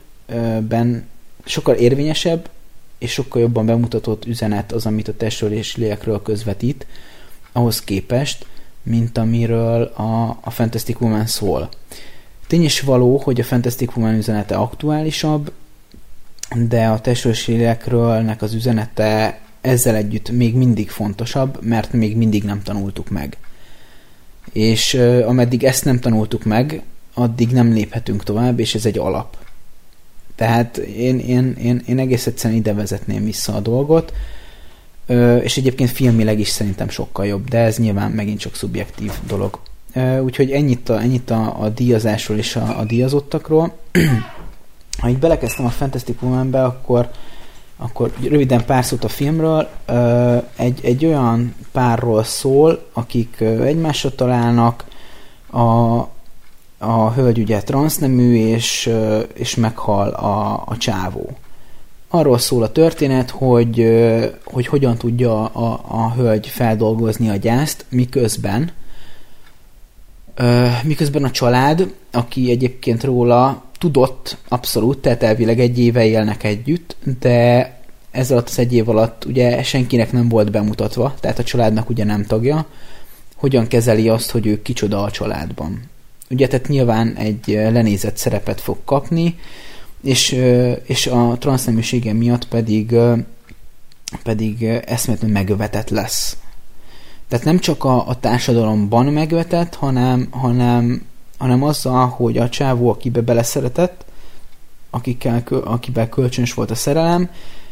és sokkal jobban bemutatott üzenet az, amit a testről és lélekről közvetít, ahhoz képest, mint amiről a Fantastic Woman szól. Tény is való, hogy a Fantastic Woman üzenete aktuálisabb, de a Testről lélekről az üzenete ezzel együtt még mindig fontosabb, mert még mindig nem tanultuk meg. És ameddig ezt nem tanultuk meg, addig nem léphetünk tovább, és ez egy alap. Tehát én egész egyszerűen ide vezetném vissza a dolgot, és egyébként filmileg is szerintem sokkal jobb, de ez nyilván megint csak szubjektív dolog. Úgyhogy ennyit a díjazásról és a díjazottakról. Ha így belekezdtem a Fantastic Woman-be, akkor röviden pár szót a filmről. Egy olyan párról szól, akik egymásra találnak, a hölgy ugye transznemű, és meghal a csávó. Arról szól a történet, hogy hogyan tudja a hölgy feldolgozni a gyászt, miközben a család, aki egyébként róla tudott abszolút, tehát elvileg 1 éve élnek együtt, de ez alatt az 1 év alatt ugye senkinek nem volt bemutatva, tehát a családnak ugye nem tagja, hogyan kezeli azt, hogy ő kicsoda a családban. Ugye, tehát nyilván egy lenézett szerepet fog kapni, és a transzneműsége miatt pedig eszméletlenül megvetett lesz. Tehát nem csak a társadalomban megvetett, hanem azzal, hogy a csávó, akibe beleszeretett, akiben kölcsönös volt a szerelem,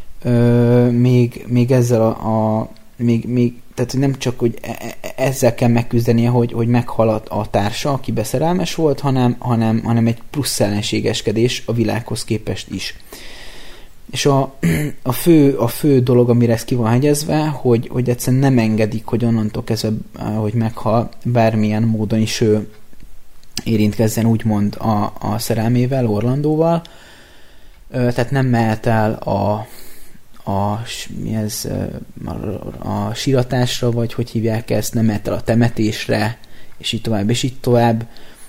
még ezzel tehát nem csak, hogy ezzel kell megküzdenie, hogy meghal a társa, akibe szerelmes volt, hanem egy plusz ellenségeskedés a világhoz képest is. És a fő dolog, amire ez ki van hegyezve, hogy egyszerűen nem engedik, hogy onnantól kezdve, hogy meghal, bármilyen módon is ő érintkezzen úgymond a szerelmével, Orlandóval. Tehát nem mehet el a síratásra, vagy hogy hívják ezt, nem mehet el a temetésre, és így tovább, és így tovább.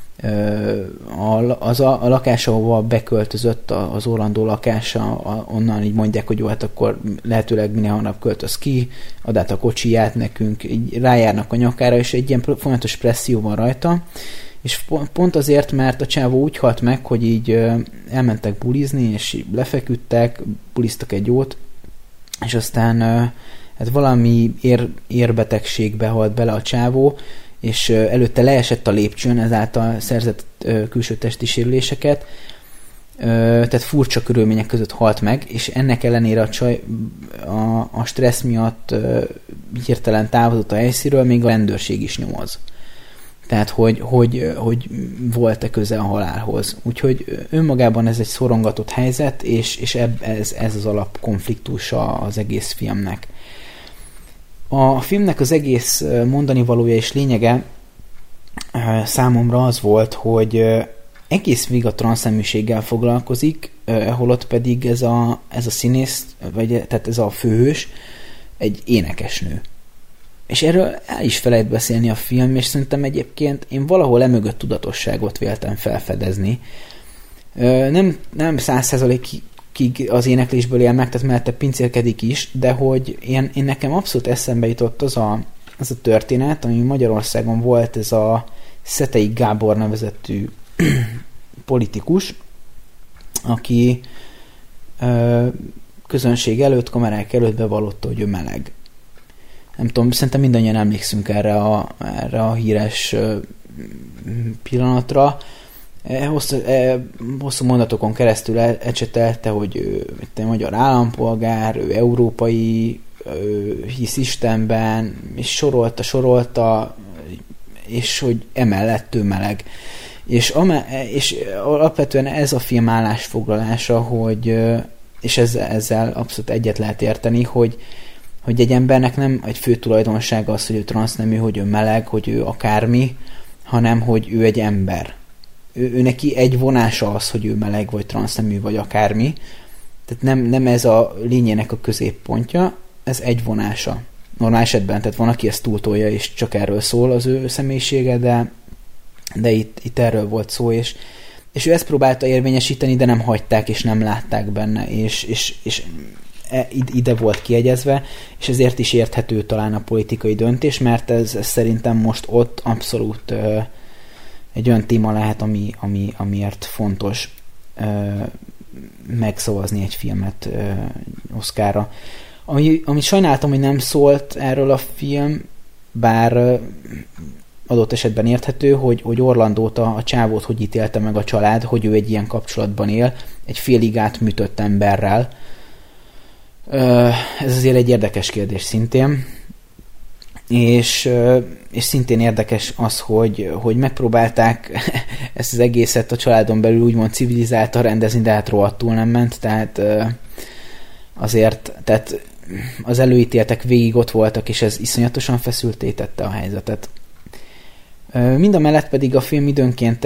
A lakás, ahova beköltözött, az Orlandó lakása, onnan így mondják, hogy jó, hát akkor lehetőleg minél hamarabb költöz ki, ad át a kocsiját nekünk, így rájárnak a nyakára, és egy ilyen folyamatos presszió van rajta, és pont azért, mert a csávó úgy halt meg, hogy így elmentek bulizni, és lefeküdtek, buliztak egy jót, és aztán hát valami érbetegségbe halt bele a csávó, és előtte leesett a lépcsőn, ezáltal szerzett külső testi sérüléseket, tehát furcsa körülmények között halt meg, és ennek ellenére a csaj a stressz miatt hirtelen távozott a helyszínről, még a rendőrség is nyomoz. Tehát, hogy volt-e köze a halálhoz. Úgyhogy önmagában ez egy szorongatott helyzet, és ez az alapkonfliktusa az egész filmnek. A filmnek az egész mondani valója és lényege számomra az volt, hogy egész végig a transzneműséggel foglalkozik, holott pedig ez a színész, tehát ez a főhős egy énekesnő. És erről el is felejt beszélni a film, és szerintem egyébként én valahol emögött tudatosságot véltem felfedezni. Nem 100%-ig az éneklésből él meg, tehát mellette pincérkedik is, de hogy én nekem abszolút eszembe jutott az a történet, ami Magyarországon volt, ez a Szetei Gábor nevezetű politikus, aki közönség előtt, kamerák előtt bevallotta, hogy ő meleg. Nem tudom, szerintem mindannyian emlékszünk erre a híres pillanatra. Hosszú mondatokon keresztül ecsetelte, hogy ő magyar állampolgár, ő európai, hisz Istenben, és sorolta, és hogy emellett ő meleg. És alapvetően ez a film állásfoglalása, és ezzel abszolút egyet lehet érteni, hogy egy embernek nem egy fő tulajdonsága az, hogy ő transznemű, hogy ő meleg, hogy ő akármi, hanem hogy ő egy ember. Ő neki egy vonása az, hogy ő meleg, vagy transznemű, vagy akármi. Tehát nem ez a lényének a középpontja, ez egy vonása. Normál esetben, tehát van, aki ezt túltolja, és csak erről szól az ő személyisége, de itt erről volt szó, és ő ezt próbálta érvényesíteni, de nem hagyták, és nem látták benne, és ide volt kiegyezve, és ezért is érthető talán a politikai döntés, mert ez szerintem most ott abszolút egy olyan téma lehet, amiért fontos megszavazni egy filmet Oscarra. Amit sajnáltam, hogy nem szólt erről a film, bár adott esetben érthető, hogy Orlandót, a csávót hogy ítélte meg a család, hogy ő egy ilyen kapcsolatban él, egy félig átműtött emberrel. Ez azért egy érdekes kérdés szintén. És szintén érdekes az, hogy megpróbálták ezt az egészet a családon belül úgymond civilizáltan rendezni, de hát rohadtul nem ment, tehát azért az előítéltek végig ott voltak, és ez iszonyatosan feszültté tette a helyzetet. Mindamellett pedig a film időnként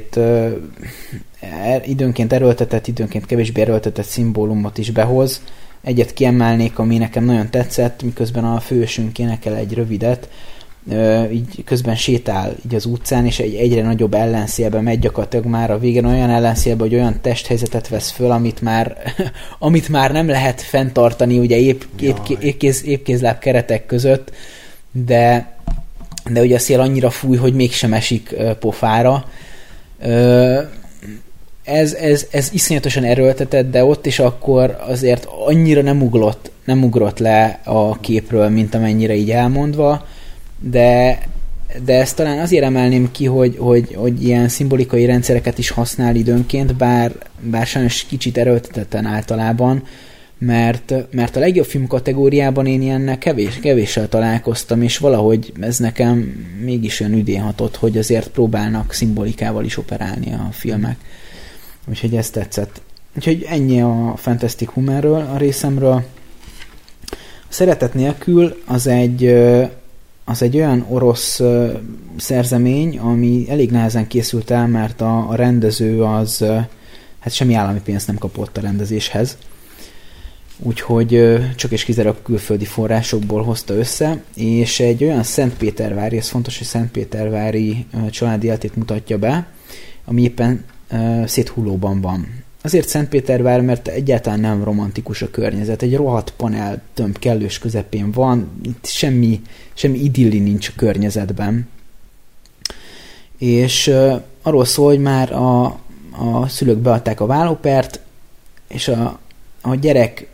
időnként erőltetett, időnként kevésbé erőltetett szimbólumot is behoz. Egyet kiemelnék, ami nekem nagyon tetszett, miközben a fősünk énekel egy rövidet, így közben sétál így az utcán, és egy egyre nagyobb ellenszélbe megy, gyakorlatilag már a végén olyan ellenszélbe, hogy olyan testhelyzetet vesz föl, amit már nem lehet fenntartani, ugye épkézláb keretek között, de ugye a szél annyira fúj, hogy mégsem esik pofára. Ez iszonyatosan erőltetett, de ott is akkor azért annyira nem ugrott le a képről, mint amennyire így elmondva, de ezt talán azért emelném ki, hogy ilyen szimbolikai rendszereket is használ időnként, bár sajnos kicsit erőltetetten általában, mert a legjobb film kategóriában én ilyennel kevéssel találkoztam, és valahogy ez nekem mégis olyan üdén hatott, hogy azért próbálnak szimbolikával is operálni a filmek. Úgyhogy ez tetszett. Úgyhogy ennyi a Fantastic Humorről a részemről. A Szeretet nélkül az egy olyan orosz szerzemény, ami elég nehezen készült el, mert a rendező az hát semmi állami pénzt nem kapott a rendezéshez. Úgyhogy csak és kizárólag külföldi forrásokból hozta össze, és egy olyan szentpétervári, ez fontos, hogy szentpétervári családi életét mutatja be, ami éppen széthullóban van. Azért Szentpétervár, mert egyáltalán nem romantikus a környezet. Egy rohadt panel tömb kellős közepén van, itt semmi idilli nincs a környezetben. És arról szól, hogy már a szülők beadták a vállópert, és a gyerek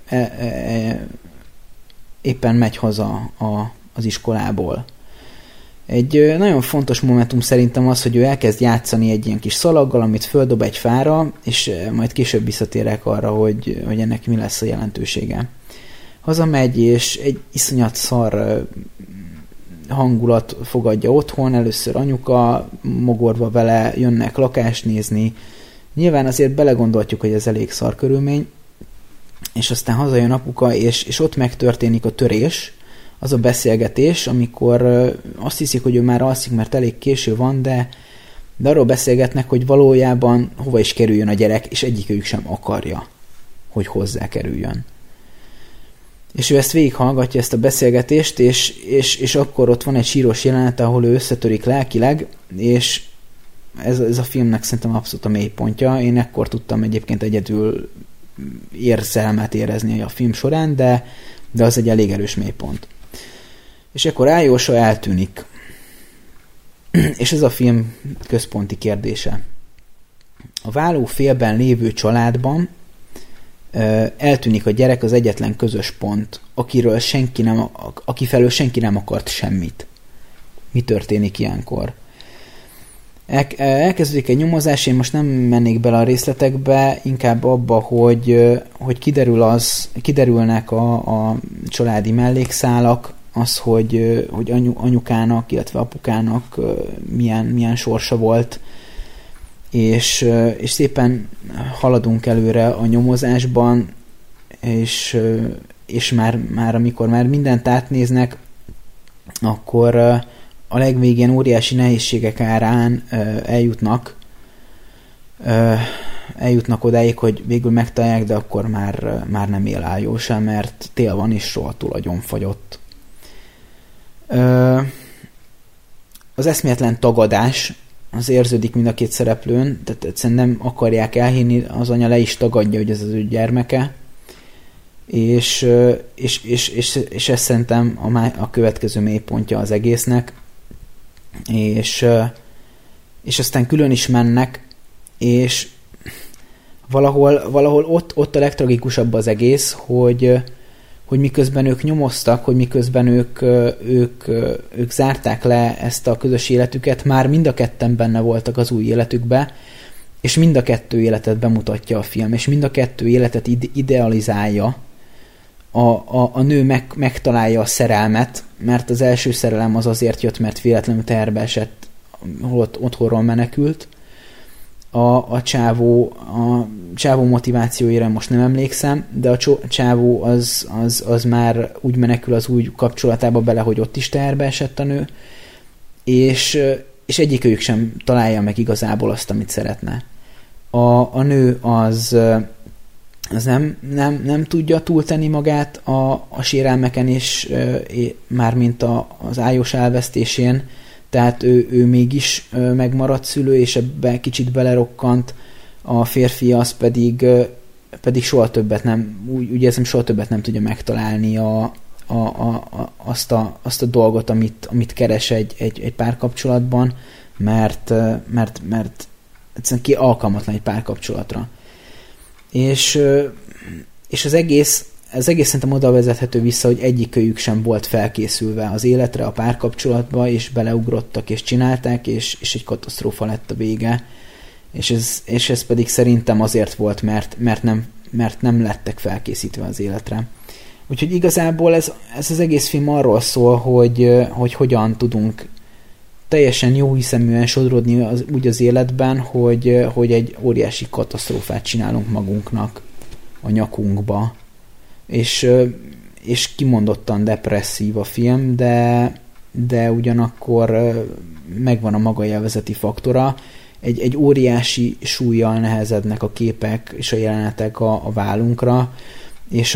éppen megy haza az iskolából. Egy nagyon fontos momentum szerintem az, hogy ő elkezd játszani egy ilyen kis szalaggal, amit földob egy fára, és majd később visszatérek arra, hogy ennek mi lesz a jelentősége. Hazamegy, és egy iszonyat szar hangulat fogadja otthon, először anyuka, mogorva vele, jönnek lakást nézni. Nyilván azért belegondoltjuk, hogy ez elég szar körülmény, és aztán hazajön apuka, és ott megtörténik a törés, az a beszélgetés, amikor azt hiszik, hogy ő már alszik, mert elég késő van, de arról beszélgetnek, hogy valójában hova is kerüljön a gyerek, és egyikőjük sem akarja, hogy hozzá kerüljön. És ő ezt végighallgatja, ezt a beszélgetést, és akkor ott van egy sírós jelenet, ahol ő összetörik lelkileg, és ez a filmnek szerintem abszolút a mélypontja. Én ekkor tudtam egyébként egyedül érzelmet érezni a film során, de az egy elég erős mélypont. És akkor Ájósa eltűnik. És ez a film központi kérdése. A vállófélben lévő családban eltűnik a gyerek, az egyetlen közös pont, akifelől senki nem akart semmit. Mi történik ilyenkor? Elkezdődik egy nyomozás, én most nem mennék bele a részletekbe, inkább abba, hogy kiderülnek a családi mellékszálak, az, hogy anyukának, illetve apukának milyen sorsa volt, és szépen haladunk előre a nyomozásban, és már amikor már mindent átnéznek, akkor a legvégén óriási nehézségek árán eljutnak odáig, hogy végül megtalálják, de akkor már nem él Ájósa, mert tél van, és rohadtul agyonfagyott. Az eszméletlen tagadás az érződik mind a két szereplőn, tehát egyszerűen nem akarják elhinni, az anya le is tagadja, hogy ez az ő gyermeke, és ez szerintem a következő mélypontja az egésznek, és és aztán külön is mennek, és valahol ott a legtragikusabb az egész, hogy miközben ők nyomoztak, hogy miközben ők zárták le ezt a közös életüket, már mind a ketten benne voltak az új életükbe, és mind a kettő életet bemutatja a film, és mind a kettő életet idealizálja. A nő megtalálja a szerelmet, mert az első szerelem az azért jött, mert véletlenül teherbe esett, holott otthonról menekült. A csávó motivációira most nem emlékszem, de a csávó az már úgy menekül az új kapcsolatába bele, hogy ott is teherbe esett a nő, és egyikőjük sem találja meg igazából azt, amit szeretne. A nő az nem tudja túltenni magát a sérelmeken, és mármint az ájos elvesztésén, tehát ő mégis megmaradt szülő, és ebbe kicsit belerokkant, a férfi az pedig soha többet nem, úgy érzem, soha többet nem tudja megtalálni azt a dolgot, amit keres egy párkapcsolatban, mert egyszerűen alkalmatlan egy párkapcsolatra. És az egész szerintem oda vezethető vissza, hogy egyikőjük sem volt felkészülve az életre, a párkapcsolatba, és beleugrottak, és csinálták, és egy katasztrófa lett a vége. És ez pedig szerintem azért volt, mert nem lettek felkészítve az életre. Úgyhogy igazából ez az egész film arról szól, hogy hogyan tudunk teljesen jóhiszeműen sodródni úgy az életben, hogy egy óriási katasztrófát csinálunk magunknak a nyakunkba. És kimondottan depresszív a film, de ugyanakkor megvan a maga élvezeti faktora. Egy óriási súllyal nehezednek a képek és a jelenetek a vállunkra, és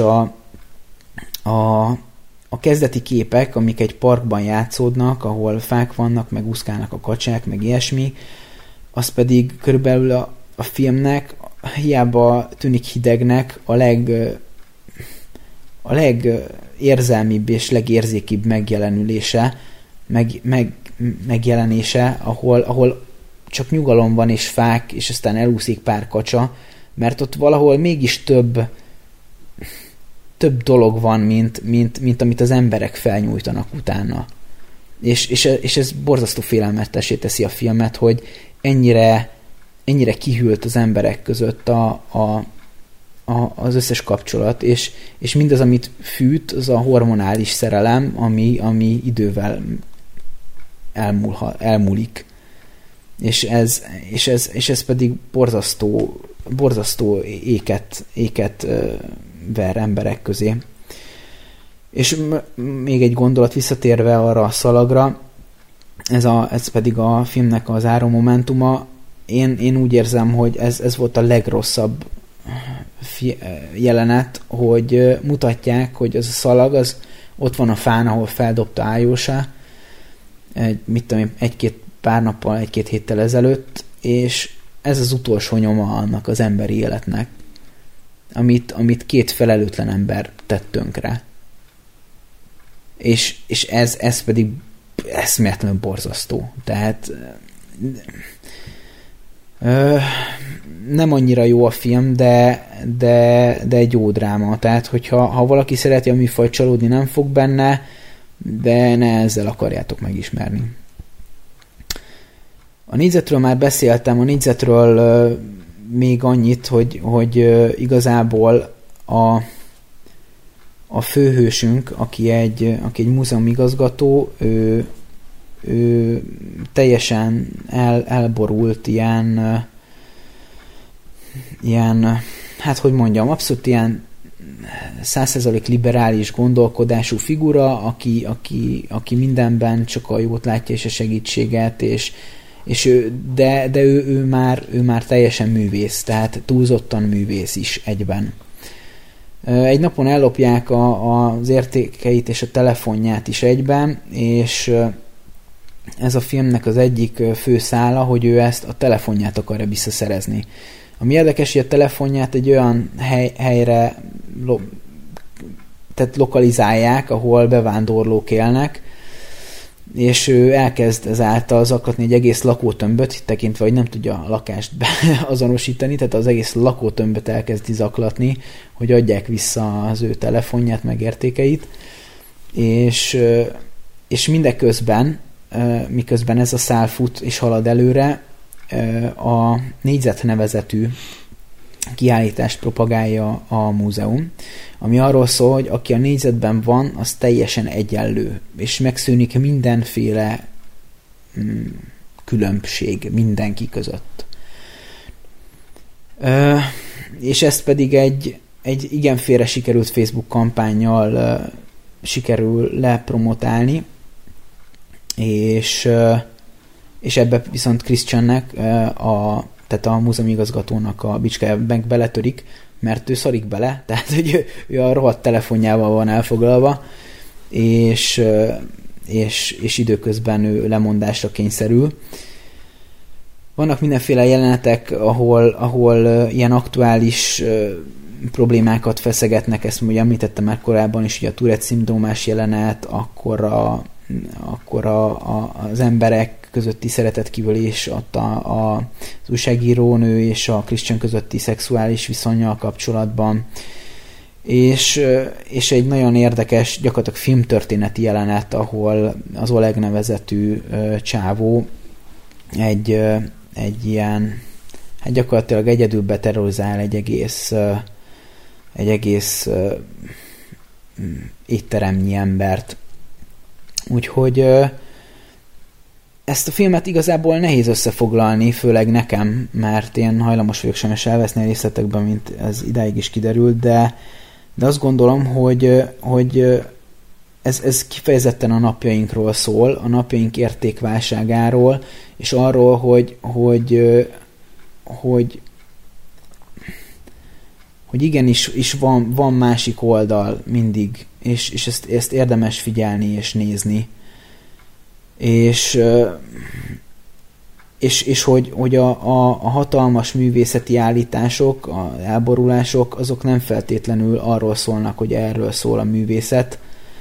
a kezdeti képek, amik egy parkban játszódnak, ahol fák vannak, meg úszkálnak a kacsák, meg ilyesmi, az pedig körülbelül a filmnek hiába tűnik hidegnek a legérzelmibb és legérzékibb megjelenése, ahol csak nyugalom van és fák, és aztán elúszik pár kacsa, mert ott valahol mégis több dolog van, mint amit az emberek felnyújtanak utána. És ez borzasztó félelmetessé teszi a filmet, hogy ennyire kihűlt az emberek között az összes kapcsolat, és mindaz, amit fűt, az a hormonális szerelem, ami idővel elmúlik. És ez pedig borzasztó éket ver emberek közé. És még egy gondolat visszatérve arra a szalagra, ez pedig a filmnek az záró momentuma. Én úgy érzem, hogy ez volt a legrosszabb jelenet, hogy mutatják, hogy az a szalag az ott van a fán, ahol feldobta Ájósa, egy-két héttel ezelőtt, és ez az utolsó nyoma annak az emberi életnek, amit két felelőtlen ember tett tönkre. És ez pedig eszméletlenül borzasztó. Tehát nem annyira jó a film, de egy jó dráma. Tehát, hogyha valaki szereti a műfajt, csalódni nem fog benne, de ne ezzel akarjátok megismerni. A négyzetről már beszéltem, a négyzetről még annyit, hogy igazából a főhősünk, aki egy múzeumigazgató, ő teljesen elborult ilyen, hát hogy mondjam, abszolút ilyen 100% liberális gondolkodású figura, aki mindenben csak a jót látja és a segítséget, de ő már teljesen művész, tehát túlzottan művész is egyben. Egy napon ellopják az értékeit és a telefonját is egyben, és ez a filmnek az egyik fő szála, hogy ő ezt a telefonját akarja visszaszerezni. Ami érdekes, hogy a telefonját egy olyan helyre tehát lokalizálják, ahol bevándorlók élnek, és ő elkezd ezáltal zaklatni egy egész lakótömböt, tekintve, hogy nem tudja a lakást azonosítani, tehát az egész lakótömböt elkezdi zaklatni, hogy adják vissza az ő telefonját, meg értékeit, és mindeközben, miközben ez a szál fut és halad előre, a Négyzet nevezetű kiállítást propagálja a múzeum, ami arról szól, hogy aki a négyzetben van, az teljesen egyenlő, és megszűnik mindenféle különbség mindenki között. És ezt pedig egy igen félre sikerült Facebook kampánnyal sikerül lepromotálni, és ebbe viszont Christiannek, tehát a múzeum igazgatónak a bicskája beletörik, mert ő szarik bele, tehát hogy ő a rohadt telefonjával van elfoglalva, és időközben ő lemondásra kényszerül. Vannak mindenféle jelenetek, ahol ilyen aktuális problémákat feszegetnek, ezt ugye említettem már korábban is, ugye a Tourette-szindrómás jelenet, akkor az emberek közötti szeretetkívülés, ott az újságírónő és a Christian közötti szexuális viszonnyal kapcsolatban, és egy nagyon érdekes, gyakorlatilag filmtörténeti jelenet, ahol az Oleg nevezetű csávó egy ilyen, hát gyakorlatilag egyedül beterrorizál egy egész étteremnyi embert. Úgyhogy ezt a filmet igazából nehéz összefoglalni, főleg nekem, mert én hajlamos vagyok sajnos elveszni a részletekben, mint ez idáig is kiderült, de azt gondolom, hogy ez kifejezetten a napjainkról szól, a napjaink értékválságáról, és arról, hogy igenis van másik oldal mindig, és ezt érdemes figyelni és nézni. És hogy a hatalmas művészeti állítások, a elborulások, azok nem feltétlenül arról szólnak, hogy erről szól a művészet,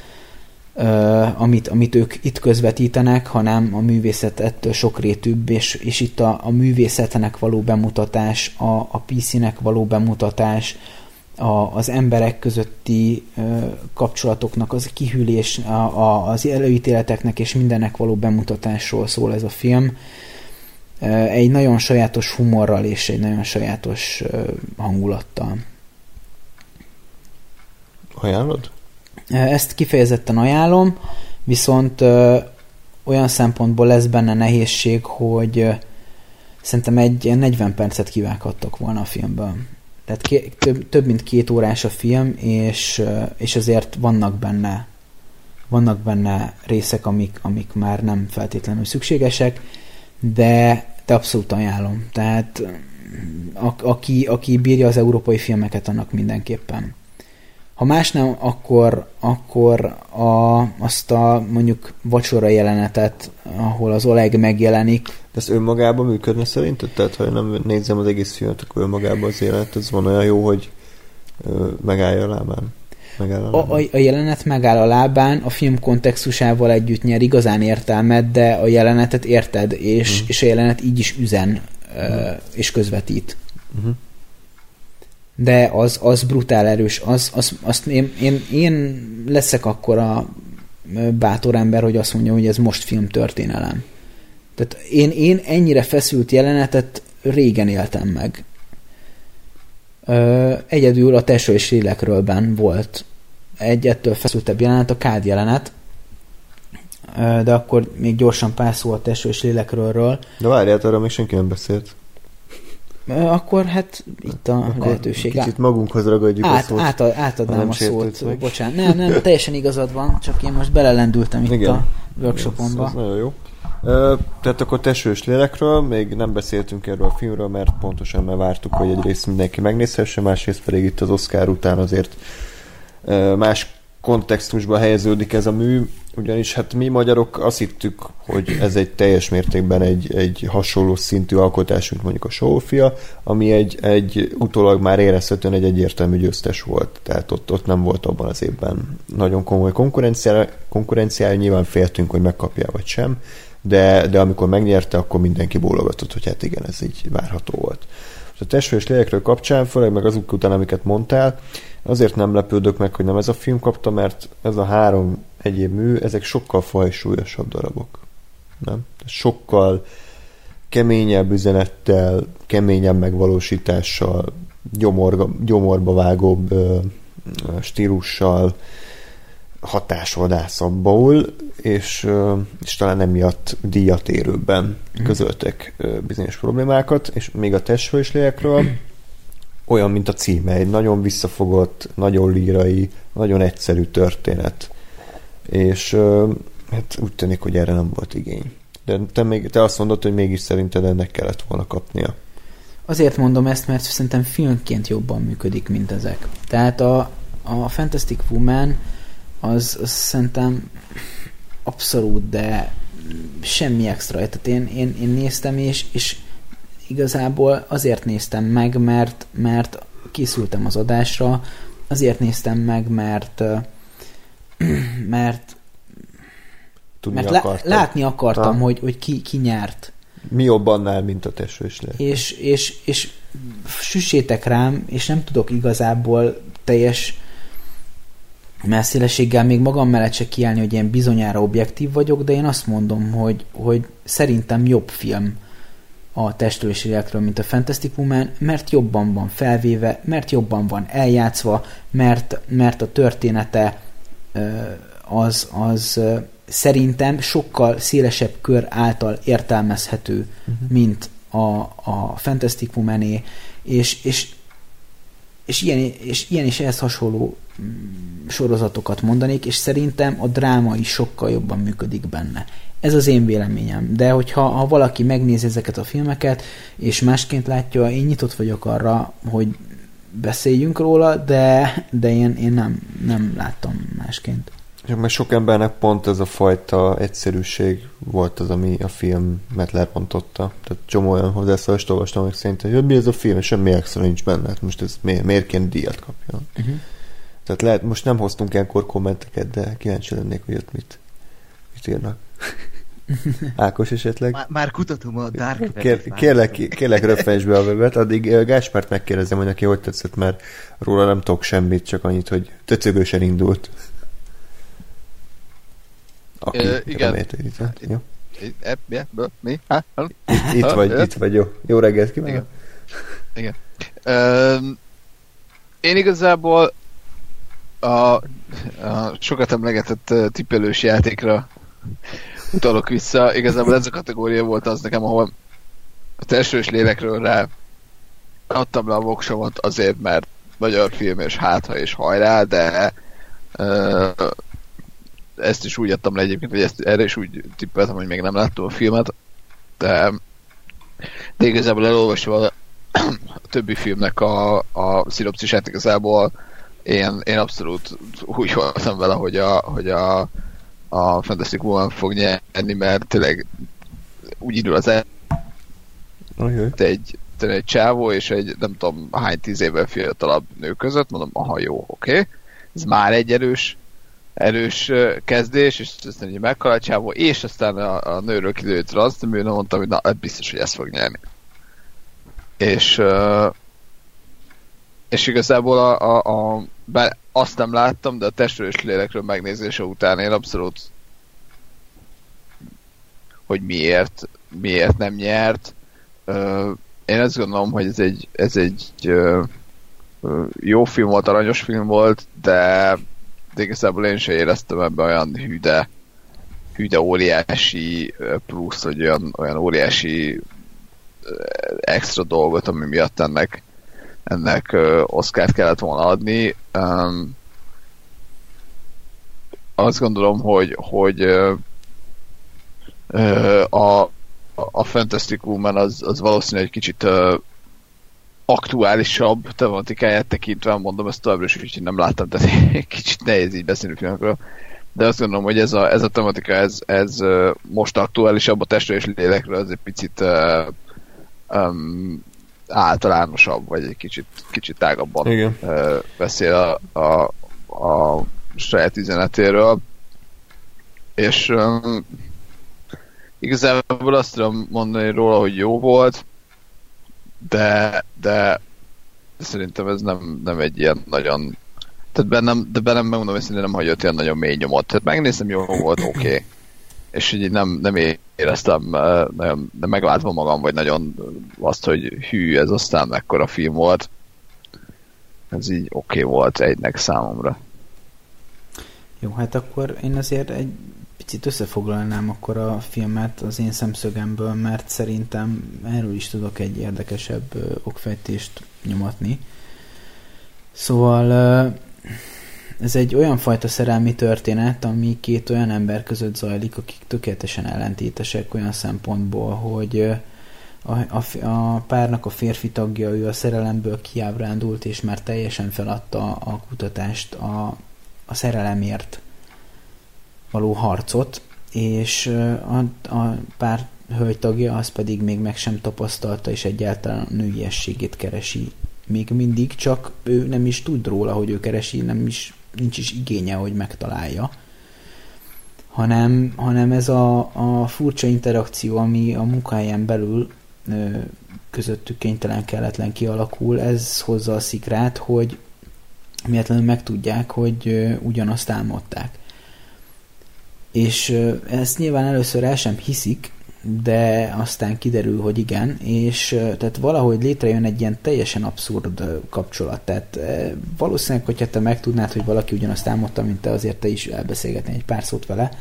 amit ők itt közvetítenek, hanem a művészet ettől sokrétűbb, és itt a művészetnek való bemutatás, a PC-nek való bemutatás, az emberek közötti kapcsolatoknak az kihűlés, az előítéleteknek és mindennek való bemutatásról szól ez a film. Egy nagyon sajátos humorral és egy nagyon sajátos hangulattal. Ajánlod? Ezt kifejezetten ajánlom, viszont olyan szempontból lesz benne nehézség, hogy szerintem egy 40 percet kivághattak volna a filmből. Tehát több mint 2 órás a film, és azért vannak benne részek, amik már nem feltétlenül szükségesek, de abszolút ajánlom. Tehát aki bírja az európai filmeket, annak mindenképpen. Ha más nem, akkor azt a mondjuk vacsora jelenetet, ahol az Oleg megjelenik. De ez önmagában működne szerinted? Tehát ha nem nézem az egész filmet, akkor önmagában az jelenet, ez van olyan jó, hogy megállja a lábán? A jelenet megáll a lábán, a film kontextusával együtt nyer igazán értelmet, de a jelenetet érted, és a jelenet így is üzen, és közvetít. De az brutál erős. Azt én leszek akkora bátor ember, hogy azt mondjam, hogy ez most filmtörténelem. Tehát én ennyire feszült jelenetet régen éltem meg. Egyedül a Tesó és Lélekről volt egy ettől feszültebb jelenet, a kád jelenet, de akkor még gyorsan pár szó a Tesó és Lélekről. De várjál, arra még senki nem beszélt. Akkor hát itt a akkor lehetőség. Kicsit magunkhoz ragadjuk a szót. Átadnám a szót. Bocsánat. Nem, teljesen igazad van, csak én most belelendültem itt a workshopomba. Ez nagyon jó. Tehát akkor Tesó és Lélekről még nem beszéltünk erről a filmről, mert pontosan már vártuk, hogy egyrészt mindenki megnézhesse, másrészt pedig itt az Oscar után azért más kontextusba helyeződik ez a mű. Ugyanis hát mi magyarok azt hittük, hogy ez egy teljes mértékben egy hasonló szintű alkotás, mint mondjuk a Sófia, ami egy utólag már érezhetően egy egyértelmű győztes volt. Tehát ott nem volt abban az évben nagyon komoly konkurenciája, nyilván féltünk, hogy megkapja vagy sem, de amikor megnyerte, akkor mindenki bólogatott, hogy hát igen, ez így várható volt. A Testről és lélekről kapcsán, főleg meg azok után, amiket mondtál, azért nem lepődök meg, hogy nem ez a film kapta, mert ez a 3 egyéb mű, ezek sokkal fajsúlyosabb darabok. Nem? Sokkal keményebb üzenettel, keményebb megvalósítással, gyomorba vágóbb stílussal, hatásvadászabbul, és talán emiatt díjatérőbben közöltek bizonyos problémákat, és még a Testről és lélekről olyan, mint a címe, egy nagyon visszafogott, nagyon lírai, nagyon egyszerű történet. És hát úgy tűnik, hogy erre nem volt igény. De te azt mondod, hogy mégis szerinted ennek kellett volna kapnia. Azért mondom ezt, mert szerintem filmként jobban működik, mint ezek. Tehát a Fantastic Woman az szerintem abszolút, de semmi extra. Tehát én néztem, és igazából azért néztem meg, mert készültem az adásra, azért néztem meg, mert látni akartam, hogy ki nyert. Mi jobb annál, mint a Testről és lélek. És süssétek rám, és nem tudok igazából teljes messzélességgel még magam mellett se kiállni, hogy ilyen bizonyára objektív vagyok, de én azt mondom, hogy szerintem jobb film a Testről és lélekről, mint a Fantastic Woman, mert jobban van felvéve, mert jobban van eljátszva, mert a története az szerintem sokkal szélesebb kör által értelmezhető, mint a Fantastic Woman-é, és ilyen és ehhez hasonló sorozatokat mondanék, és szerintem a dráma is sokkal jobban működik benne. Ez az én véleményem. De hogyha valaki megnézi ezeket a filmeket, és másként látja, én nyitott vagyok arra, hogy beszéljünk róla, de én nem láttam másként. Ja, mert sok embernek pont ez a fajta egyszerűség volt az, ami a filmet lerontotta. Tehát csomó olyan hozzászólást olvastam, hogy szerintem, hogy mi ez a film, semmi extra nincs benne. Hát most ez miért kéne díjat kapjon? Tehát lehet, most nem hoztunk ilyenkor kommenteket, de kíváncsi lennék, hogy ott mit írnak. Ákos esetleg? Már kutatom a Dark Kérlek röffentsd be a webet, addig Gáspárt megkérdezem, hogy neki hogy tetszett, mert róla nem tudok semmit, csak annyit, hogy töcögősen indult. Igen. Itt vagy, jó. Jó reggelt kívánok. Igen. Én igazából a sokat emlegetett tippelős játékra utalok vissza. Igazából ez a kategória volt az nekem, ahol a Testről és lélekről rá adtam le a voksomat azért, mert magyar film és hátha és hajrá, de ezt is úgy adtam le egyébként, hogy erre is úgy tippeltem, hogy még nem láttam a filmet, de igazából elolvasva a többi filmnek a szinopszisát igazából én abszolút úgy voltam vele, hogy a Fantastic Woman fog nyerni, mert tényleg úgy indul az egy csávó és egy nem tudom hány 10 évvel fiatalabb nő között, mondom, aha, jó, oké. Ez már egy erős kezdés, és aztán így meghal a csávó, és aztán a nőről kidőlt transznemű, mondtam, hogy na, biztos, hogy ezt fog nyerni. És igazából bár azt nem láttam, de a Testről és lélekről megnézése után én abszolút hogy miért nem nyert. Én azt gondolom, hogy ez egy jó film volt, aranyos film volt, de igazából én sem éreztem ebben olyan hűde óriási plusz, vagy olyan óriási extra dolgot, ami miatt ennek Oscart kellett volna adni. Azt gondolom, hogy a Fantastic Woman az valószínűleg egy kicsit aktuálisabb tematikáját tekintve, mondom ezt továbbra is, úgyhogy nem láttam, tehát egy kicsit nehéz így beszélni filmekről, de azt gondolom, hogy ez a tematika, ez most aktuálisabb, a testről és lélekről, az egy picit általánosabb, vagy egy kicsit tágabban beszél a saját üzenetéről. És igazából azt tudom mondani róla, hogy jó volt, de szerintem ez nem egy ilyen nagyon... Tehát bennem megmondom, hogy nem hagyott ilyen nagyon mély nyomot. Tehát megnéztem, jó volt, oké. És így nem éreztem nagyon megváltva magam, vagy nagyon azt, hogy hű, ez aztán mekkora film volt. Ez így oké volt egynek számomra. Jó, hát akkor én azért egy picit összefoglalnám akkor a filmet az én szemszögemből, mert szerintem erről is tudok egy érdekesebb okfejtést nyomatni. Szóval ez egy olyan fajta szerelmi történet, ami két olyan ember között zajlik, akik tökéletesen ellentétesek olyan szempontból, hogy a párnak a férfi tagja, ő a szerelemből kiábrándult, és már teljesen feladta a kutatást a szerelemért való harcot, és a pár hölgy tagja az pedig még meg sem tapasztalta, és egyáltalán a nőiességét keresi még mindig, csak ő nem is tud róla, hogy ő keresi, nincs is igénye, hogy megtalálja. Hanem ez a furcsa interakció, ami a munkahelyen belül közöttük kénytelen kelletlen kialakul, ez hozza a szikrát, hogy miatlanul megtudják, hogy ugyanazt álmodták. És ezt nyilván először el sem hiszik, de aztán kiderül, hogy igen, és tehát valahogy létrejön egy ilyen teljesen abszurd kapcsolat. Tehát valószínűleg, hogyha te megtudnád, hogy valaki ugyanazt álmodta, mint te, azért te is elbeszélgetni egy pár szót vele.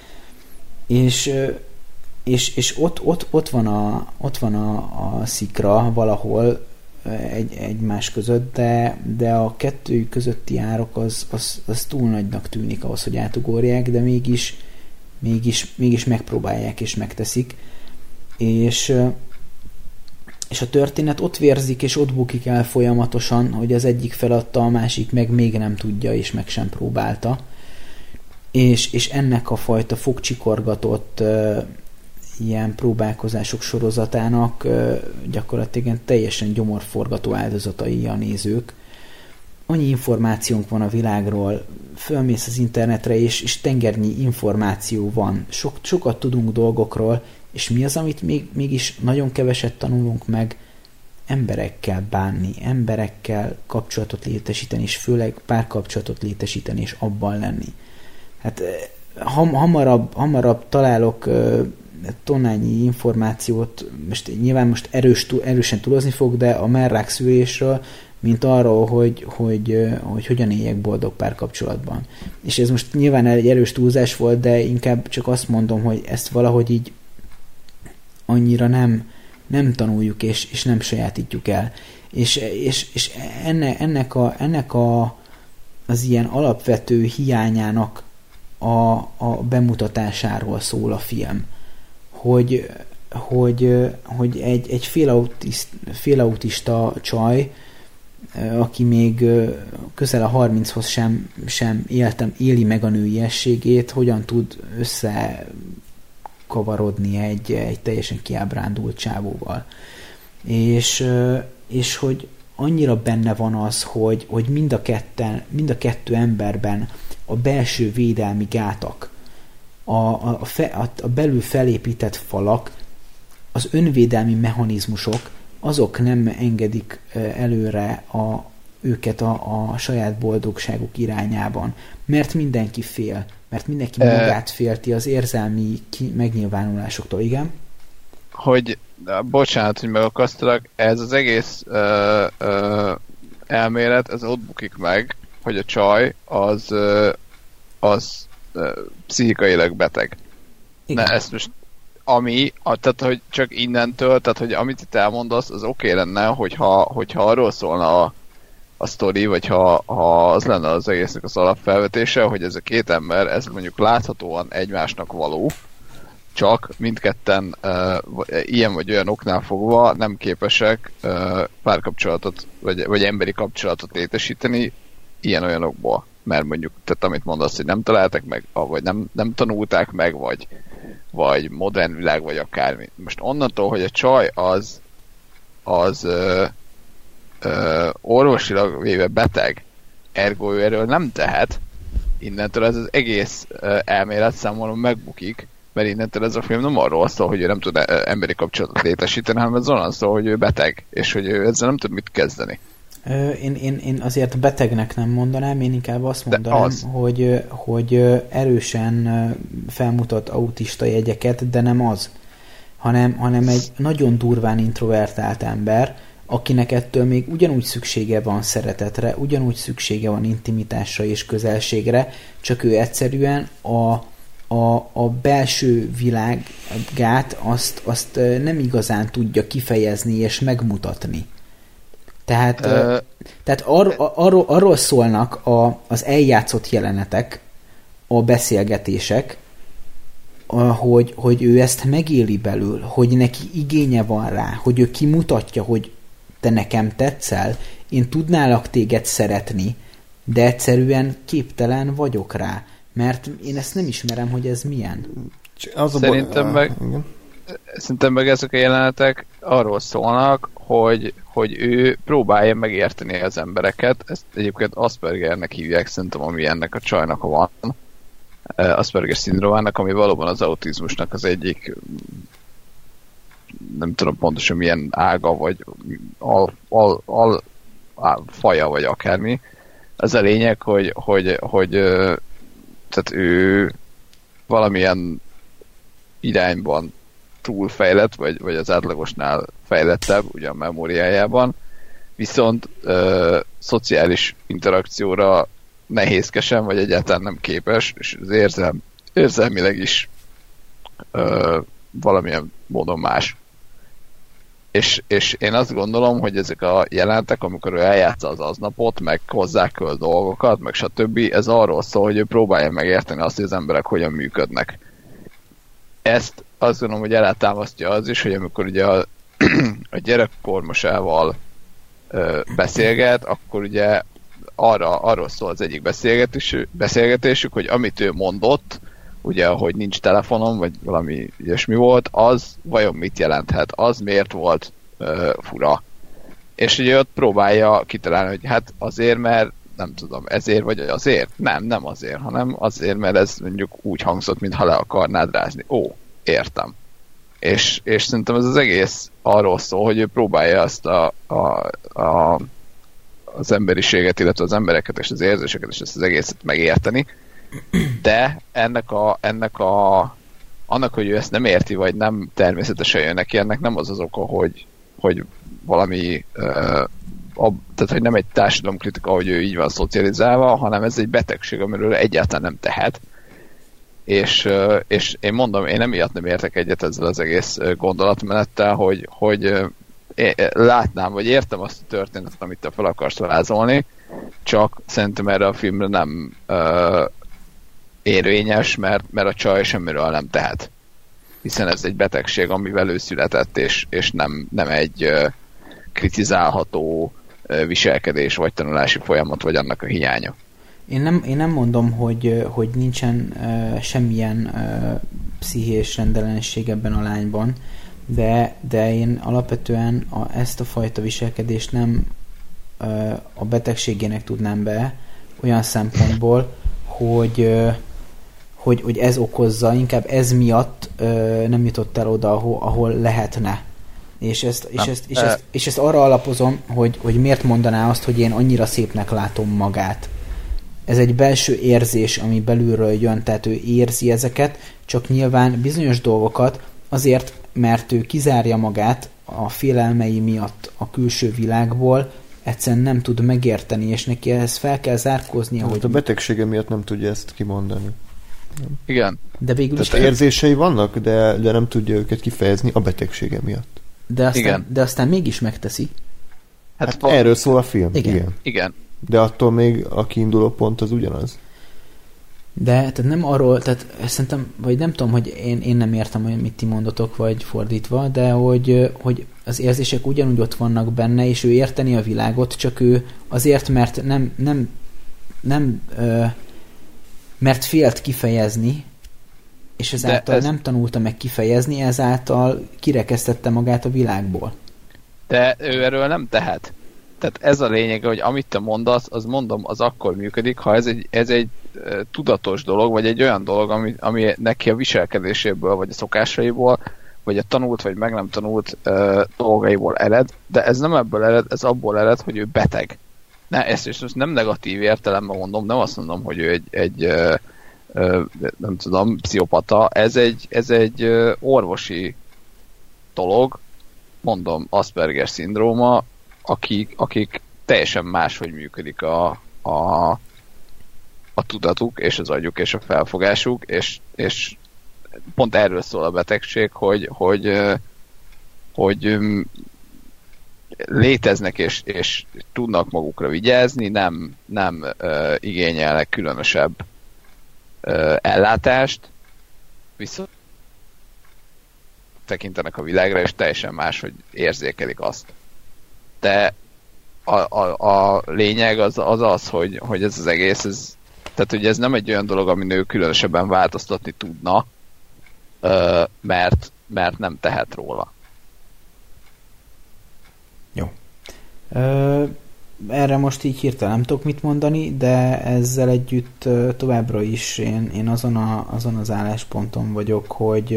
És ott van a szikra valahol egymás között, de a kettő közötti árok az túl nagynak tűnik ahhoz, hogy átugorják, de mégis megpróbálják és megteszik. És a történet ott vérzik és ott bukik el folyamatosan, hogy az egyik feladta, a másik meg még nem tudja és meg sem próbálta. És ennek a fajta fogcsikorgatott ilyen próbálkozások sorozatának gyakorlatilag teljesen gyomorforgató áldozatai a nézők. Annyi információnk van a világról, fölmész az internetre, és tengernyi információ van. Sokat tudunk dolgokról, és mi az, amit mégis nagyon keveset tanulunk meg? Emberekkel bánni, emberekkel kapcsolatot létesíteni, és főleg párkapcsolatot létesíteni, és abban lenni. Hát hamarabb találok tonnányi információt, nyilván erősen túlozni fog, de a merrák szűrésről, mint arról, hogy hogyan éljek boldog párkapcsolatban. És ez most nyilván egy erős túlzás volt, de inkább csak azt mondom, hogy ezt valahogy így annyira nem tanuljuk, és nem sajátítjuk el. És ennek az ilyen alapvető hiányának a bemutatásáról szól a film. Hogy egy félautista csaj, aki még közel a 30-hoz sem éli meg a nőiességét, hogyan tud összekavarodni egy teljesen kiábrándult csávóval. És hogy annyira benne van az, hogy mind a kettő emberben a belső védelmi gátak, a belül felépített falak, az önvédelmi mechanizmusok, azok nem engedik előre őket a saját boldogságuk irányában. Mert mindenki fél. Mert mindenki magát félti az érzelmi megnyilvánulásoktól. Igen? Hogy, bocsánat, hogy megakasztalak, ez az egész elmélet, ez ott bukik meg, hogy a csaj az pszichikailag beteg. Igen. Ne, ezt most tehát, hogy csak innentől, tehát, hogy amit itt elmondasz, az oké lenne, hogyha arról szólna a sztori, vagy ha az lenne az egésznek az alapfelvetése, hogy ez a két ember, ez mondjuk láthatóan egymásnak való, csak mindketten ilyen vagy olyan oknál fogva nem képesek párkapcsolatot, vagy emberi kapcsolatot létesíteni ilyen olyanokból. mert mondjuk, tehát amit mondasz, hogy nem találtak meg, vagy nem tanulták meg, vagy modern világ, vagy akármi. Most onnantól, hogy a csaj az orvosilag véve beteg, ergo ő erről nem tehet, innentől ez az egész elmélet számomra megbukik, mert innentől ez a film nem arról szól, hogy ő nem tud emberi kapcsolatot létesíteni, hanem ez onnan szól, hogy ő beteg, és hogy ő ezzel nem tud mit kezdeni. Én azért betegnek nem mondanám, én inkább azt mondanám, hogy erősen felmutat autista jegyeket, de nem az, hanem egy nagyon durván introvertált ember, akinek ettől még ugyanúgy szüksége van szeretetre, ugyanúgy szüksége van intimitásra és közelségre, csak ő egyszerűen a belső világát azt nem igazán tudja kifejezni és megmutatni. Tehát arról szólnak az eljátszott jelenetek, a beszélgetések, hogy ő ezt megéli belül, hogy neki igénye van rá, hogy ő kimutatja, hogy te nekem tetszel, én tudnálak téged szeretni, de egyszerűen képtelen vagyok rá, mert én ezt nem ismerem, hogy ez milyen. Szerintem meg ezek a jelenetek arról szólnak, hogy ő próbálja megérteni az embereket. Ezt egyébként Aspergernek hívják, szerintem, ami ennek a csajnak van. Asperger szindrómának, ami valóban az autizmusnak az egyik, nem tudom pontosan milyen ága, vagy faja, vagy akármi. Az a lényeg, hogy tehát ő valamilyen irányban túlfejlett, vagy az átlagosnál fejlettebb, ugye a memóriájában, viszont szociális interakcióra nehézkesen, vagy egyáltalán nem képes, és az érzelmileg is valamilyen módon más. És én azt gondolom, hogy ezek a jelenetek, amikor ő eljátsza az aznapot, meg hozzáköl dolgokat, meg stb., ez arról szól, hogy ő próbálja megérteni azt, hogy az emberek hogyan működnek. Ezt azt gondolom, hogy alátámasztja az is, hogy amikor ugye a gyerekkormosával beszélget, akkor ugye arról szól az egyik beszélgetésük, hogy amit ő mondott, ugye, hogy nincs telefonom, vagy valami ilyesmi volt, az vajon mit jelenthet? Az miért volt fura? És ugye ott próbálja kitalálni, hogy hát azért, mert nem tudom, ezért vagy azért? Nem azért, hanem azért, mert ez mondjuk úgy hangzott, mintha le akarnád rázni. Ó, értem. És szerintem ez az egész arról szól, hogy ő próbálja azt az emberiséget, illetve az embereket és az érzéseket és ezt az egészet megérteni, de annak, hogy ő ezt nem érti, vagy nem természetesen jön neki, ennek nem az oka, hogy valami tehát, hogy nem egy társadalomkritika, hogy ő így van szocializálva, hanem ez egy betegség, amiről egyáltalán nem tehet. És én mondom, én emiatt nem értek egyet ezzel az egész gondolatmenettel, hogy látnám, vagy értem azt a történetet, amit te fel akarsz vázolni, csak szerintem erre a filmre nem érvényes, mert a csaj semmiről nem tehet. Hiszen ez egy betegség, amivel ő született, és nem egy kritizálható viselkedés, vagy tanulási folyamat, vagy annak a hiánya. Én nem mondom, hogy nincsen semmilyen pszichés rendellenesség ebben a lányban, de én alapvetően ezt a fajta viselkedést nem a betegségének tudnám be, olyan szempontból, hogy ez okozza, inkább ez miatt nem jutott el oda, ahol lehetne. És ezt arra alapozom, hogy miért mondaná azt, hogy én annyira szépnek látom magát. Ez egy belső érzés, ami belülről jön, tehát ő érzi ezeket, csak nyilván bizonyos dolgokat azért, mert ő kizárja magát a félelmei miatt a külső világból, egyszerűen nem tud megérteni, és neki ehhez fel kell zárkóznia. Hát a betegsége miatt nem tudja ezt kimondani. Igen. De végül is érzései vannak, de nem tudja őket kifejezni a betegsége miatt. De aztán mégis megteszi. Hát erről szól a film. Igen. De attól még a kiinduló pont az ugyanaz. De tehát nem arról, tehát szerintem, vagy nem tudom, hogy én nem értem, hogy mit ti mondotok, vagy fordítva, de hogy az érzések ugyanúgy ott vannak benne, és ő érteni a világot, csak ő azért, mert nem mert félt kifejezni, és ezáltal nem tanulta meg kifejezni, ezáltal kirekesztette magát a világból. De ő erről nem tehet. Tehát ez a lényeg, hogy amit te mondasz, az mondom, az akkor működik, ha ez egy tudatos dolog, vagy egy olyan dolog, ami neki a viselkedéséből, vagy a szokásaiból, vagy a tanult, vagy meg nem tanult dolgaiból ered, de ez nem ebből ered, ez abból ered, hogy ő beteg. Ezt most nem negatív értelemben mondom, nem azt mondom, hogy ő egy nem tudom, pszichopata, ez egy orvosi dolog, mondom, Asperger szindróma, akik teljesen máshogy működik a tudatuk, és az agyuk, és a felfogásuk, és pont erről szól a betegség, hogy léteznek, és tudnak magukra vigyázni, nem igényelnek különösebb ellátást, viszont tekintenek a világra, és teljesen máshogy érzékelik azt. De a lényeg az, hogy ez az egész, tehát hogy ez nem egy olyan dolog, amin ő különösebben változtatni tudna, mert nem tehet róla. Jó. Erre most így hirtelen nem tudok mit mondani, de ezzel együtt továbbra is én azon az állásponton vagyok,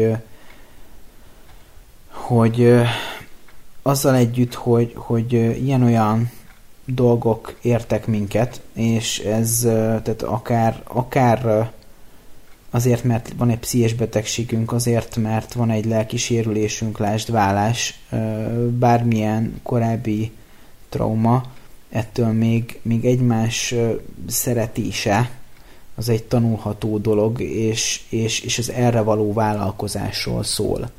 hogy azzal együtt, hogy ilyen-olyan dolgok értek minket, és ez tehát akár azért, mert van egy pszichés betegségünk, azért, mert van egy lelki sérülésünk, lásd vállás, bármilyen korábbi trauma, ettől még egymás szeretése az egy tanulható dolog, és az erre való vállalkozásról szól.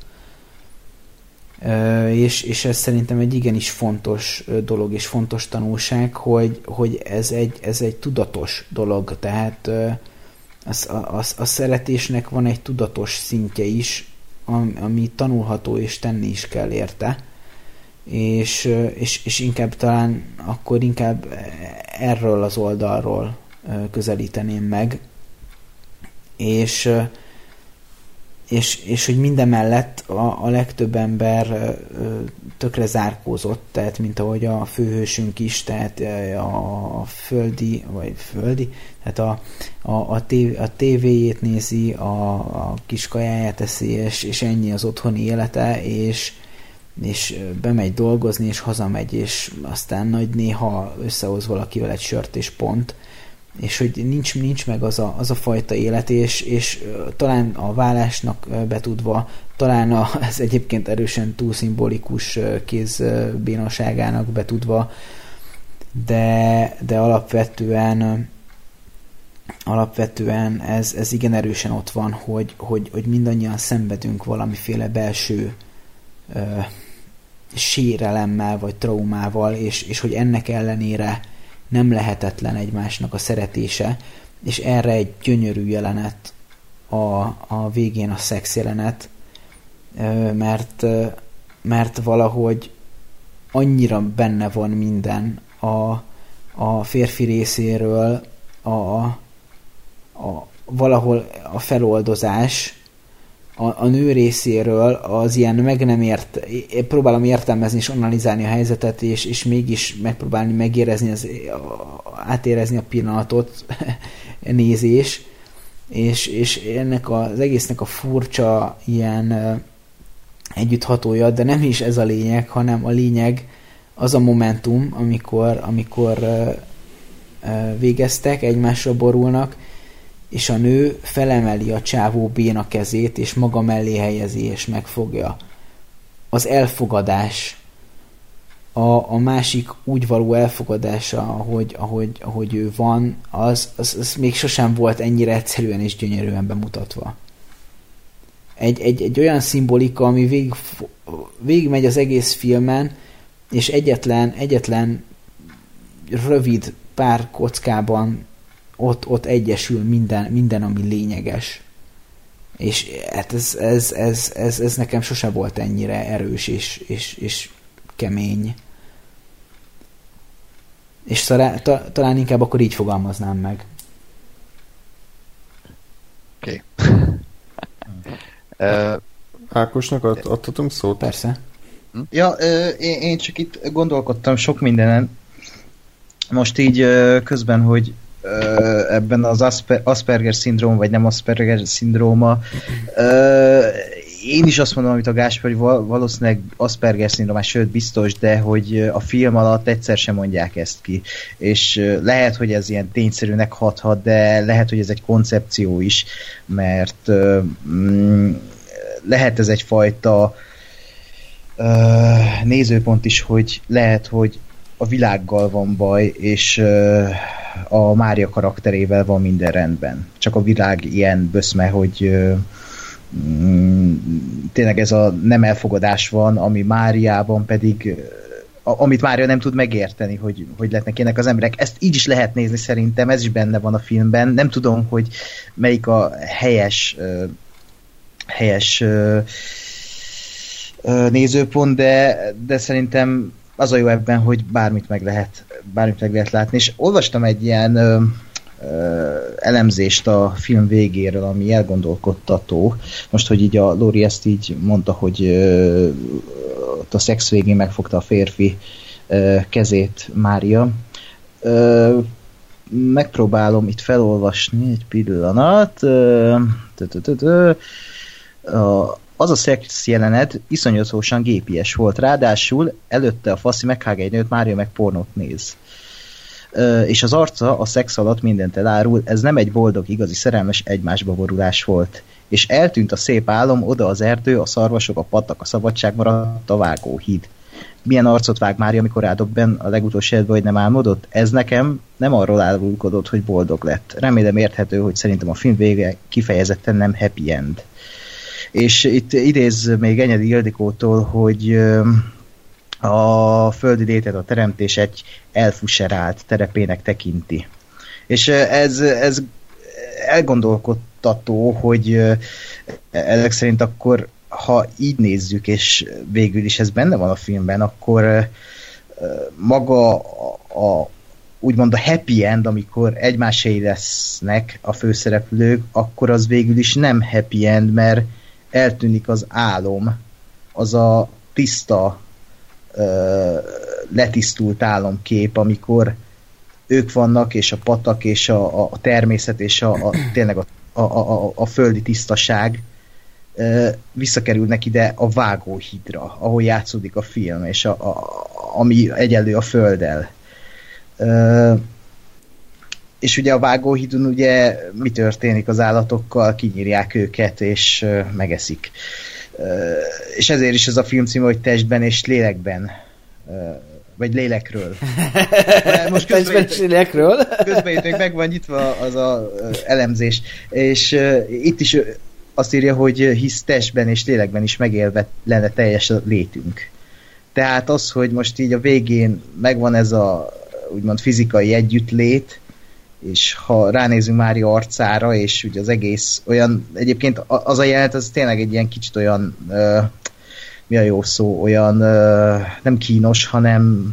És ez szerintem egy igenis fontos dolog, és fontos tanulság, hogy ez egy tudatos dolog, tehát a szeretésnek van egy tudatos szintje is, ami tanulható, és tenni is kell érte. És inkább talán akkor inkább erről az oldalról közelíteném meg, és hogy mindemellett a legtöbb ember tökre zárkózott, tehát mint ahogy a főhősünk is, tehát a földi, tehát a tévéjét nézi, a kis kajáját eszi, és ennyi az otthoni élete, és bemegy dolgozni, és hazamegy, és aztán nagy néha összehoz valakivel egy sört, és pont. És hogy nincs meg az a fajta élet, és talán a vállásnak betudva, talán ez egyébként erősen túl szimbolikus kézbénaságának betudva, de alapvetően ez igen erősen ott van, hogy mindannyian szenvedünk valamiféle belső sérelemmel, vagy traumával, és hogy ennek ellenére nem lehetetlen egymásnak a szeretése, és erre egy gyönyörű jelenet a végén a szex jelenet, mert valahogy annyira benne van minden a férfi részéről, valahol a feloldozás, a nő részéről az ilyen meg nem próbálom értelmezni és analizálni a helyzetet, és mégis megpróbálni megérezni, átérezni a pillanatot, nézés, és ennek az egésznek a furcsa ilyen együtthatója, de nem is ez a lényeg, hanem a lényeg az a momentum, amikor végeztek, egymásra borulnak, és a nő felemeli a csávó béna kezét, és maga mellé helyezi, és megfogja. Az elfogadás, a másik úgy való elfogadása, ahogy ő van, az még sosem volt ennyire egyszerűen és gyönyörűen bemutatva. Egy olyan szimbolika, ami végigmegy az egész filmen, és egyetlen rövid pár kockában ott egyesül minden, ami lényeges. És hát ez nekem sose volt ennyire erős és kemény. És talán inkább akkor így fogalmaznám meg. Oké. Ákosnak adhatunk szót? Persze. Ja, én csak itt gondolkodtam sok mindenen. Most így közben, hogy ebben az Asperger-szindróm, vagy nem Asperger-szindróma, én is azt mondom, amit a Gáspár, hogy valószínűleg Asperger-szindrómás, sőt biztos, de hogy a film alatt egyszer sem mondják ezt ki. És lehet, hogy ez ilyen tényszerűnek hathat, de lehet, hogy ez egy koncepció is, mert lehet ez egyfajta nézőpont is, hogy lehet, hogy a világgal van baj, és a Mária karakterével van minden rendben. Csak a világ ilyen böszme, hogy tényleg ez a nem elfogadás van, ami Máriában pedig, amit Mária nem tud megérteni, hogy lehetnek ilyenek az emberek. Ezt így is lehet nézni szerintem, ez is benne van a filmben. Nem tudom, hogy melyik a helyes nézőpont, de szerintem az a jó ebben, hogy bármit meg lehet látni. És olvastam egy ilyen elemzést a film végéről, ami elgondolkodtató. Most, hogy így a Lóri ezt így mondta, hogy ott a szex végén megfogta a férfi kezét Mária. Megpróbálom itt felolvasni egy pillanat. Az a szex jelenet iszonyatosan gépies volt. Ráadásul előtte a faszi meghág egy nőt, Mária meg pornót néz. És az arca a szex alatt mindent elárul, ez nem egy boldog, igazi, szerelmes egymásba borulás volt. És eltűnt a szép álom, oda az erdő, a szarvasok, a patak, a szabadság, maradt a vágóhíd. Milyen arcot vág Mária, amikor rádobben a legutolsó életben, hogy nem álmodott? Ez nekem nem arról árulkodott, hogy boldog lett. Remélem érthető, hogy szerintem a film vége kifejezetten nem happy end. És itt idéz még Enyedi Ildikótól, hogy a földi létet, a teremtés egy elfuserált terepének tekinti. És ez elgondolkodtató, hogy ezek szerint akkor, ha így nézzük, és végül is ez benne van a filmben, akkor maga úgymond a happy end, amikor egymásé lesznek a főszereplők, akkor az végül is nem happy end, mert eltűnik az álom, az a tiszta, letisztult álomkép, amikor ők vannak, és a patak, és a természet, és tényleg a földi tisztaság visszakerülnek ide a vágóhídra, ahol játszódik a film, és ami egyenlő a földdel. És ugye a vágóhídon ugye mi történik az állatokkal? Kinyírják őket, és megeszik. És ezért is ez a film címe, hogy Testben és lélekben. Vagy lélekről. Most testben és lélekről? Közben itt még meg van nyitva az a elemzés. És itt is azt írja, hogy hisz testben és lélekben is megélve lenne teljes a létünk. Tehát az, hogy most így a végén megvan ez a úgymond fizikai együttlét, és ha ránézünk Mária arcára, és ugye az egész olyan, egyébként az a jelenet, az tényleg egy ilyen kicsit olyan, mi a jó szó, olyan nem kínos, hanem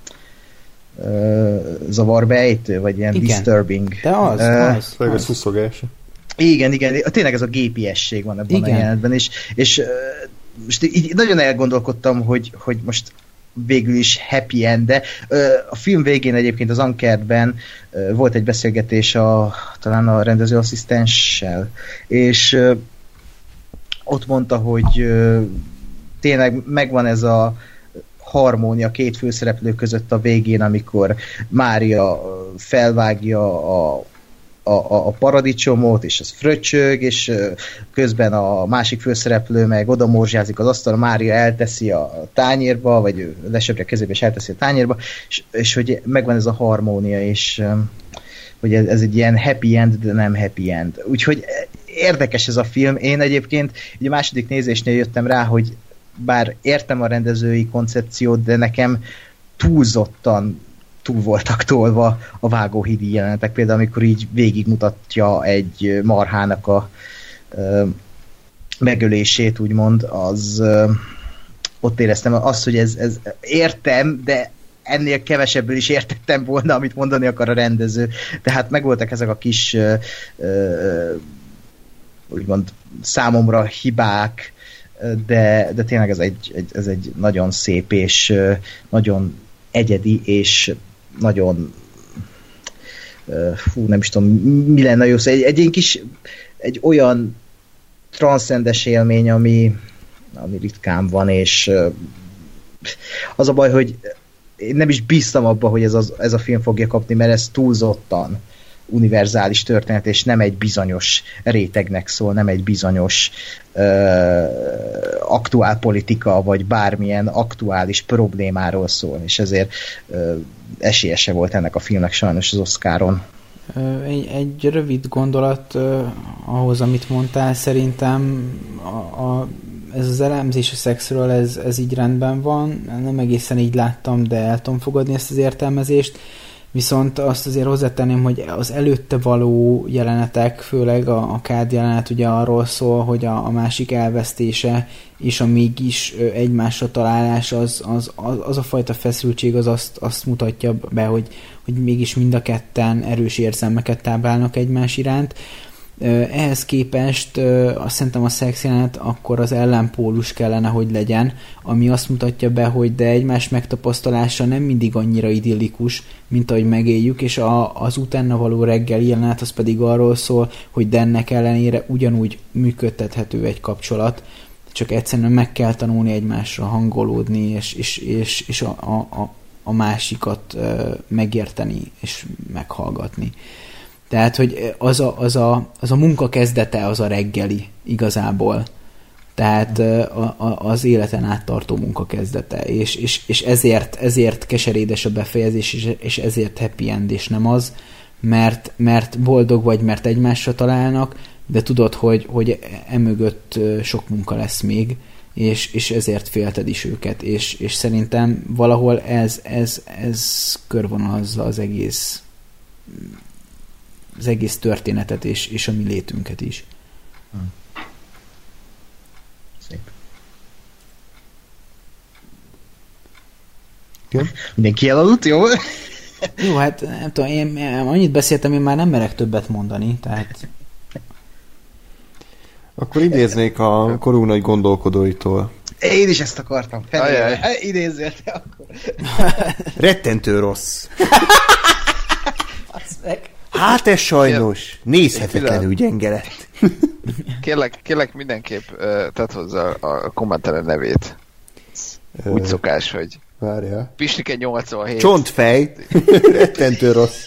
zavarbejtő, vagy ilyen igen, disturbing. De az. Főleg a szuszogás. Igen, tényleg ez a gépiesség van ebben a jelenetben, és most így nagyon elgondolkodtam, hogy most végül is happy end, de a film végén egyébként az Ankerben volt egy beszélgetés talán a rendezőasszisztenssel, és ott mondta, hogy tényleg megvan ez a harmónia két főszereplő között a végén, amikor Mária felvágja a paradicsomot, és az fröccsög, és közben a másik főszereplő meg oda morzsázik az asztalra, Mária elteszi a tányérba, vagy lesöpri a kezébe, és elteszi a tányérba, és hogy megvan ez a harmónia, és hogy ez egy ilyen happy end, de nem happy end. Úgyhogy érdekes ez a film. Én egyébként ugye a második nézésnél jöttem rá, hogy bár értem a rendezői koncepciót, de nekem túlzottan túl voltak tolva a vágóhídi jelenetek. Például amikor így végigmutatja egy marhának a megölését, úgymond, az ott éreztem azt, hogy ez értem, de ennél kevesebből is értettem volna, amit mondani akar a rendező. Tehát megvoltak ezek a kis úgymond számomra hibák, de tényleg ez egy nagyon szép és nagyon egyedi és nagyon nem is tudom, mi lenne jó szó. Egy olyan transzcendes élmény, ami ritkán van, és az a baj, hogy én nem is bíztam abba, hogy ez a film fogja kapni, mert ez túlzottan univerzális történet, és nem egy bizonyos rétegnek szól, nem egy bizonyos aktuálpolitika, vagy bármilyen aktuális problémáról szól, és ezért esélyese volt ennek a filmnek sajnos az Oscaron. Egy rövid gondolat ahhoz, amit mondtál, szerintem ez az elemzés a szexről, ez így rendben van, nem egészen így láttam, de el tudom fogadni ezt az értelmezést, viszont azt azért hozzátenném, hogy az előtte való jelenetek, főleg a kád jelenet ugye arról szól, hogy a másik elvesztése és a mégis egymásra találás, az a fajta feszültség azt mutatja be, hogy mégis mind a ketten erős érzelmeket táplálnak egymás iránt. Ehhez képest azt szerintem a szex jelenet akkor az ellenpólus kellene, hogy legyen, ami azt mutatja be, hogy de egymás megtapasztalása nem mindig annyira idillikus, mint ahogy megéljük, és az utána való reggeli jelenet az pedig arról szól, hogy de ennek ellenére ugyanúgy működtethető egy kapcsolat, csak egyszerűen meg kell tanulni egymásra hangolódni, és a másikat megérteni és meghallgatni. Tehát, hogy az a munka kezdete, az a reggeli igazából. Tehát az életen áttartó munka kezdete. És ezért keserédes a befejezés, és ezért happy end, és nem az, mert boldog vagy, mert egymásra találnak, de tudod, hogy emögött sok munka lesz még, és ezért félted is őket. És szerintem valahol ez körvonalazza az egész történetet és a mi létünket is. Szép. Mindenki elaludt, jó? Jó, hát nem tudom, én annyit beszéltem, én már nem merek többet mondani, tehát... Akkor idéznék a korunk nagy gondolkodóitól. Én is ezt akartam. Idézzél te akkor. Rettentő rossz. Hát ez sajnos nézhetetlenül gyenge lett. Kérlek mindenképp tedd hozzá a kommentelő nevét. Úgy szokás, hogy várjál. Pistike 87. Csontfej. Rettentő rossz.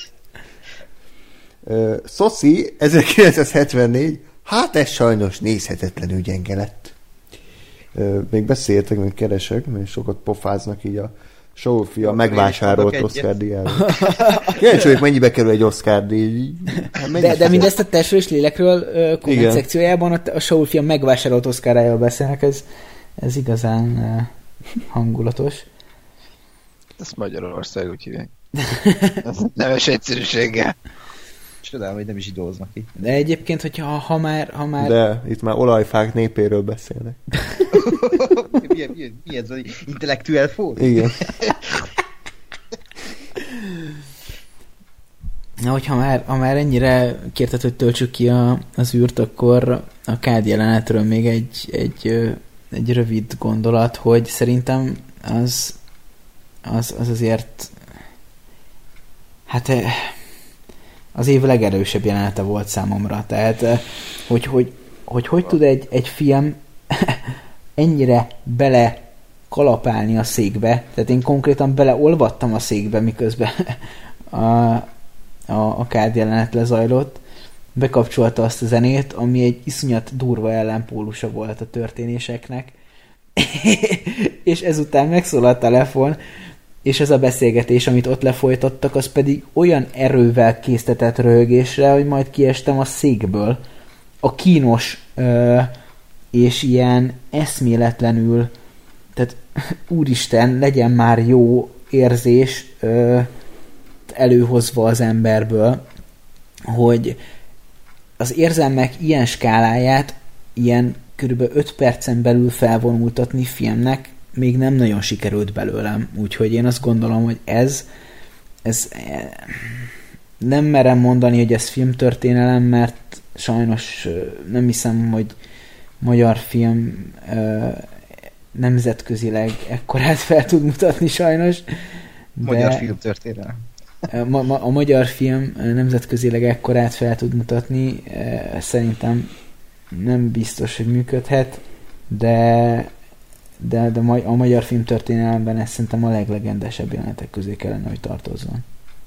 Szoszi 1974. Hát ez sajnos nézhetetlenül gyenge lett. Még beszéltek, még keresek, mert sokat pofáznak így a Soulfia megvásárolt Oscar díjára. Kíváncsi vagyok, mennyibe kerül egy Oscar díj. De mindezt a testről és lélekről komment szekciójában a Soulfia megvásárolt Oscaráról beszélnek, ez igazán hangulatos. Ezt Magyarország úgy hívják. Neves egyszerűséggel. Csodálom, hogy nem is idóznak itt. De egyébként, hogyha ha már... De itt már olajfák népéről beszélnek. Mi ez az intellektuál fórum? Igen. Na, hogyha ha már ennyire kérted, hogy töltsük ki az űrt, akkor a kád jelenetről még egy rövid gondolat, hogy szerintem az azért hát az év legerősebb jelenete volt számomra. Tehát, hogy tud egy film ennyire bele kalapálni a székbe, tehát én konkrétan beleolvadtam a székbe, miközben a kád jelenet lezajlott, bekapcsolta azt a zenét, ami egy iszonyat durva ellenpólusa volt a történéseknek, és ezután megszólalt a telefon, és ez a beszélgetés, amit ott lefolytattak, az pedig olyan erővel késztetett röhögésre, hogy majd kiestem a székből. A kínos és ilyen eszméletlenül, tehát úristen, legyen már jó érzés előhozva az emberből, hogy az érzelmek ilyen skáláját ilyen kb. 5 percen belül felvonultatni filmnek még nem nagyon sikerült belőlem, úgyhogy én azt gondolom, hogy ez nem merem mondani, hogy ez filmtörténelem, mert sajnos nem hiszem, hogy magyar film nemzetközileg ekkorát fel tud mutatni sajnos. Magyar filmtörténelem. A magyar film nemzetközileg ekkorát fel tud mutatni, szerintem nem biztos, hogy működhet, de a magyar filmtörténelemben ez szerintem a leglegendesebb jelenetek közé kellene, hogy tartozzon.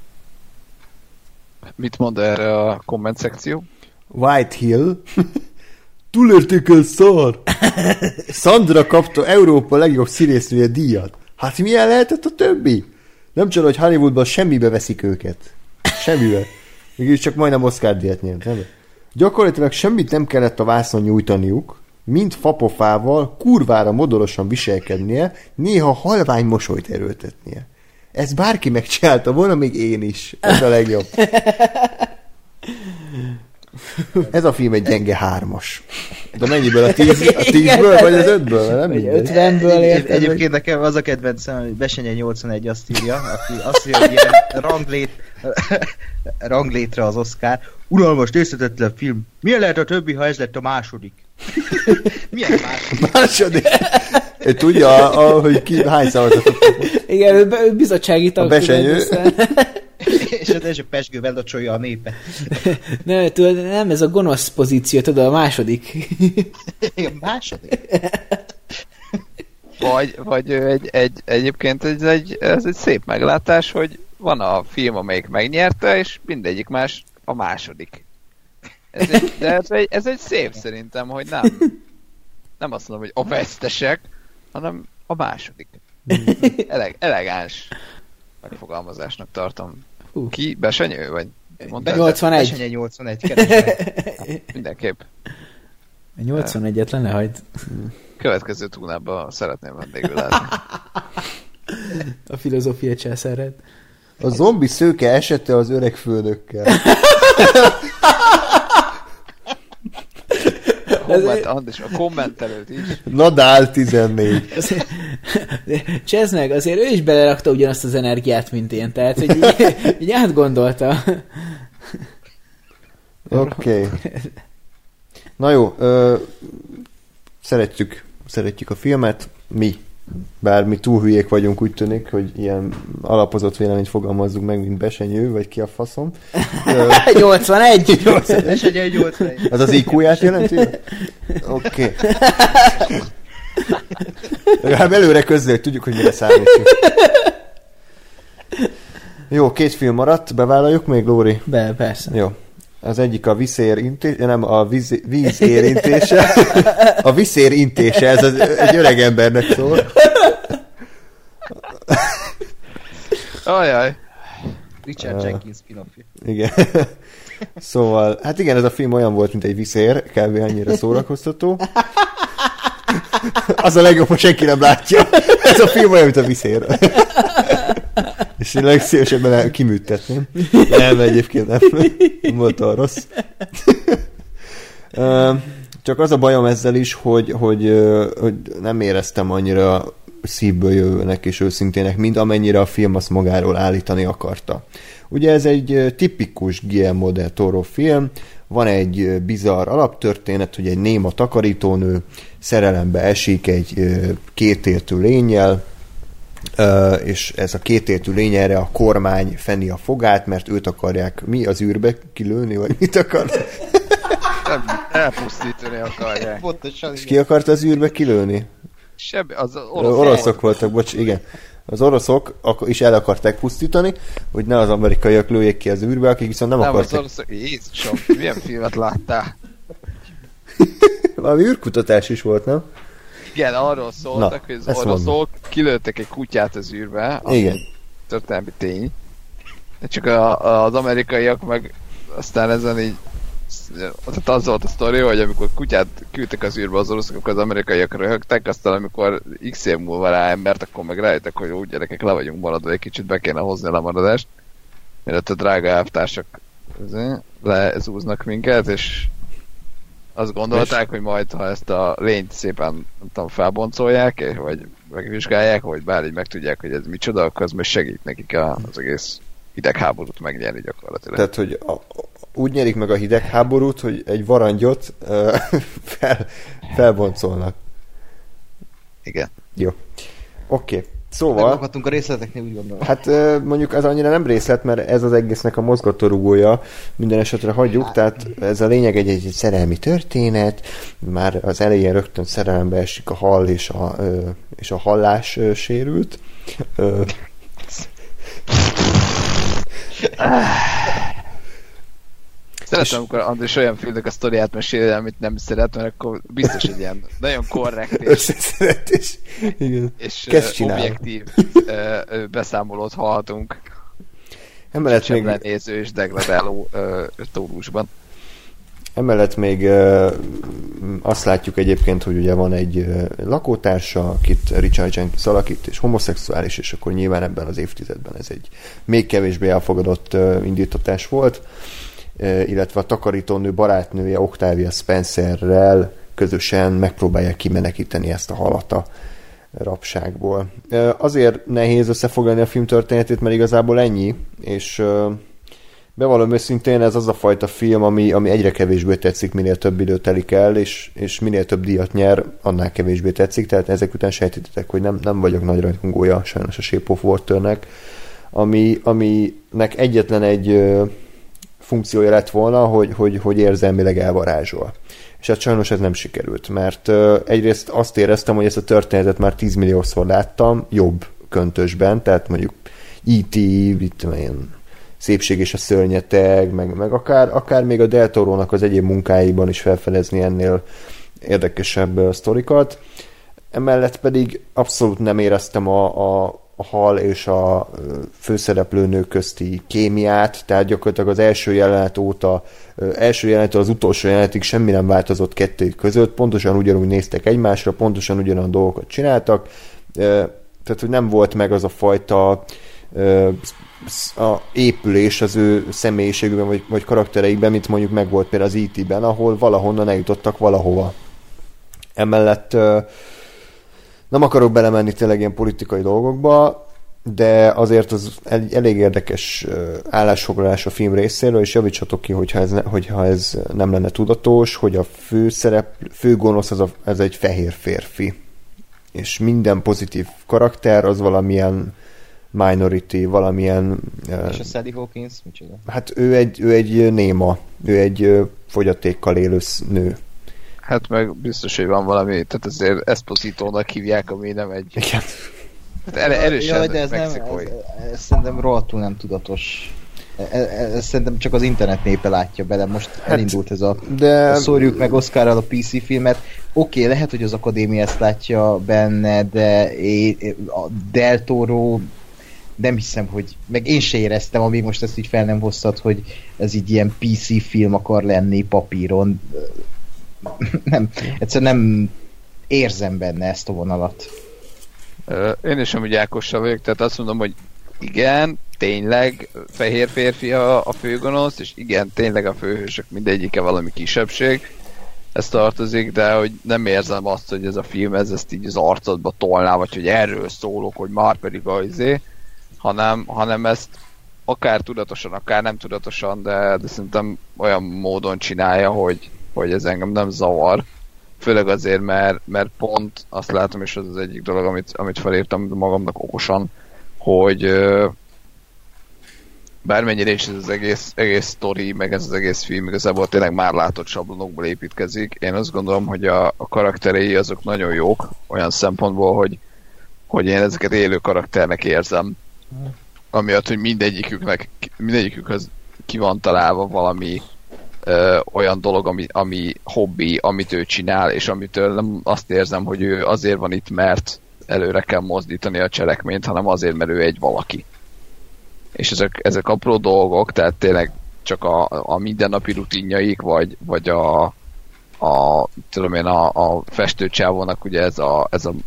Mit mond erre a komment szekció? White Hill. Túlértékel szar! Sandra kapta Európa legjobb színésznője díjat. Hát milyen lehetett a többi? Nem csoda, hogy Hollywoodban semmibe veszik őket. Semmibe. Mégis csak majdnem Oscar-díjat nyert. Nem? Gyakorlatilag semmit nem kellett a vászon nyújtaniuk, mint fapofával, kurvára modorosan viselkednie, néha halvány mosolyt erőltetnie. Ezt bárki megcsinálta volna, még én is. Ez a legjobb. Ez a film egy gyenge 3-as. De mennyiből? A 10-ből, vagy az 5-ből? Nem vagy 50-ből érted. Egyébként nekem az a kedvencem, hogy Besenye 81 azt írja, aki azt írja, hogy ilyen ranglétre az Oscar. Unalmas, nézhetetlen film. Milyen lehet a többi, ha ez lett a második? Milyen második? Tudja, hogy ki hány szavazatot kapott. Igen, bizottsági tag. A Besenyő. És a pezsgővel locsolja a népet. Nem, ez a gonosz pozíció, tudod, a második. A második? Vagy egyébként ez egy szép meglátás, hogy van a film, amelyik megnyerte, és mindegyik más a második. Ez egy szép szerintem, hogy nem azt mondom, hogy a vesztesek, hanem a második. Elegáns megfogalmazásnak tartom. Ki? Besenyő? Vagy 81. Besenye 81, keresd. Mindenképp. 81-et le ne hagyd. Következő túlnában szeretném vendégül látni. A filozófia császárát. A zombi szőke esete az öreg földökkel. A kommentelőt is. Nadal 14. Csezd meg, azért ő is belerakta ugyanazt az energiát, mint én, tehát hogy így átgondolta. Oké. Na jó, szeretjük a filmet, mi. Bár mi túl hülyék vagyunk, úgy tűnik, hogy ilyen alapozott véleményt fogalmazzunk meg, mint Besenyő, vagy ki a faszom. 81! Besenye 81. Az az IQ-ját jelenti? Oké. Hát előre közzel, tudjuk, hogy mire számítsunk. Jó, 2 film maradt, bevállaljuk még, Lóri? Persze. Jó. Az egyik a víz érintése. A viszérintése, ez egy öreg embernek szól. Ajaj. Richard Jenkins spin-offja. Igen. Szóval, hát igen, ez a film olyan volt, mint egy viszér, kb. Annyira szórakoztató. Az a legjobb, hogy senki nem látja. Ez a film olyan, mint a viszér. És én legszívesebben kiműtetném. Nem, egyébként nem volt olyan rossz. Csak az a bajom ezzel is, hogy nem éreztem annyira szívből jövőnek és őszintének, mint amennyire a film azt magáról állítani akarta. Ugye ez egy tipikus Guillermo del Toro film, van egy bizarr alaptörténet, hogy egy néma takarítónő szerelembe esik egy kétéltű lénnyel, és ez a kétéltű lény erre a kormány feni a fogát, mert őt akarják az űrbe kilőni, vagy mit akar? Elpusztítani akarják. Pontosan. És ki akarta az űrbe kilőni? Az oroszok voltak, bocs, igen. Az oroszok is el akarták pusztítani, hogy ne az amerikaiak lőjék ki az űrbe, akik viszont nem akarták. Az oroszok, Jézusom, milyen filmet láttál? Valami űrkutatás is volt, nem? Igen, arról szóltak, hogy az oroszok kilőttek egy kutyát az űrbe. Igen. Történelmi tény. De csak az amerikaiak meg aztán ezen így tehát az volt a sztori, hogy amikor kutyát küldtek az űrbe az oroszok, akkor az amerikaiak röhögtek, aztán amikor x év múlva rá embert, akkor meg rájöttek, hogy úgy gyerekek, le vagyunk maradva, egy kicsit be kéne hozni a lemaradást, mielőtt a drága elvtársak lezúznak minket, és azt gondolták, hogy majd, ha ezt a lényt szépen nem tudom, felboncolják, vagy megvizsgálják, vagy bár így megtudják, hogy ez micsoda, akkor az most segít nekik az egész hidegháborút megnyerni gyakorlatilag. Tehát, hogy úgy nyerik meg a hidegháborút, hogy egy varangyot felboncolnak. Igen. Jó. Oké. Szóval... Megakadtunk a részleteknél, úgy gondolom. Hát mondjuk ez annyira nem részlet, mert ez az egésznek a mozgatórugója, minden esetre hagyjuk, tehát ez a lényeg egy szerelmi történet, már az elején rögtön szerelembe esik a hall és a hallás sérült. Szeretem, amikor Andris olyan filmnek a sztoriát mesél, amit nem szeret, mert akkor biztos egy ilyen nagyon korrekt és objektív beszámolót hallhatunk. Emellett még lenéző és degradáló tólusban. Emellett még azt látjuk egyébként, hogy ugye van egy lakótársa, akit Richard Jenkins alakít, és homoszexuális, és akkor nyilván ebben az évtizedben ez egy még kevésbé elfogadott indítatás volt, illetve a takarítónő barátnője Octavia Spencerrel közösen megpróbálják kimenekíteni ezt a halat a rabságból. Azért nehéz összefoglalni a film történetét, mert igazából ennyi, és bevallom őszintén, ez az a fajta film, ami egyre kevésbé tetszik, minél több idő telik el, és minél több díjat nyer, annál kevésbé tetszik, tehát ezek után sejtítettek, hogy nem vagyok nagy rajongója sajnos a Shape of Water-nek, aminek egyetlen egy funkciója lett volna, hogy érzelmileg elvarázsol. És hát sajnos ez nem sikerült, mert egyrészt azt éreztem, hogy ezt a történetet már 10 milliószor láttam, jobb köntösben, tehát mondjuk E.T., ilyen Szépség és a szörnyeteg, meg akár még a Del Torónak az egyéb munkáiban is felfedezni ennél érdekesebb sztorikat. Emellett pedig abszolút nem éreztem a hal és a főszereplőnő közti kémiát, tehát gyakorlatilag az első jelenettől az utolsó jelenetig semmi nem változott kettőjük között, pontosan ugyanúgy néztek egymásra, pontosan ugyanolyan dolgokat csináltak, tehát hogy nem volt meg az a fajta a épülés az ő személyiségükben vagy karaktereikben, mint mondjuk megvolt például az E.T.-ben, ahol valahonnan eljutottak valahova. Emellett nem akarok belemenni tényleg ilyen politikai dolgokba, de azért az egy elég érdekes állásfoglalás a film részéről, és javítsatok ki, hogyha ez nem lenne tudatos, hogy a fő gonosz ez egy fehér férfi. És minden pozitív karakter az valamilyen minority, valamilyen... És a Sally Hawkins micsoda? Hát ő egy néma, ő egy fogyatékkal élő nő. Hát meg biztos, hogy van valami, tehát azért Esposito-nak hívják, ami nem egy... Igen. Hát erősen de ez mexikói. Ez szerintem rohadtul nem tudatos. Ez szerintem csak az internet népe látja bele. Most elindult ez a szórjuk meg Oscarral a PC filmet. Oké, lehet, hogy az akadémia ezt látja benne, de a Del Toro nem hiszem, hogy meg én se éreztem, amíg most ezt így fel nem hoztad, hogy ez így ilyen PC film akar lenni papíron. Nem, egyszerűen nem érzem benne ezt a vonalat. Én is amúgy Ákossal vagyok, tehát azt mondom, hogy igen, tényleg fehér férfi a főgonosz, és igen, tényleg a főhősök mindegyike valami kisebbség, ez tartozik, de hogy nem érzem azt, hogy ez a film ezt így az arcodba tolná, vagy hogy erről szólok, hogy már pedig hanem ezt akár tudatosan, akár nem tudatosan, de szerintem olyan módon csinálja, hogy ez engem nem zavar. Főleg azért, mert pont azt látom, és az az egyik dolog, amit felírtam magamnak okosan, hogy bármennyire is ez az egész sztori, meg ez az egész film igazából tényleg már látott sablonokból építkezik. Én azt gondolom, hogy a karakterei azok nagyon jók, olyan szempontból, hogy én ezeket élő karakternek érzem. Amiatt, hogy mindegyikükhöz ki van találva valami olyan dolog, ami hobbi, amit ő csinál, és amitől nem azt érzem, hogy ő azért van itt, mert előre kell mozdítani a cselekményt, hanem azért, mert ő egy valaki. És ezek apró dolgok, tehát tényleg csak a mindennapi rutinjaik, vagy a festőcsávónak ugye ez a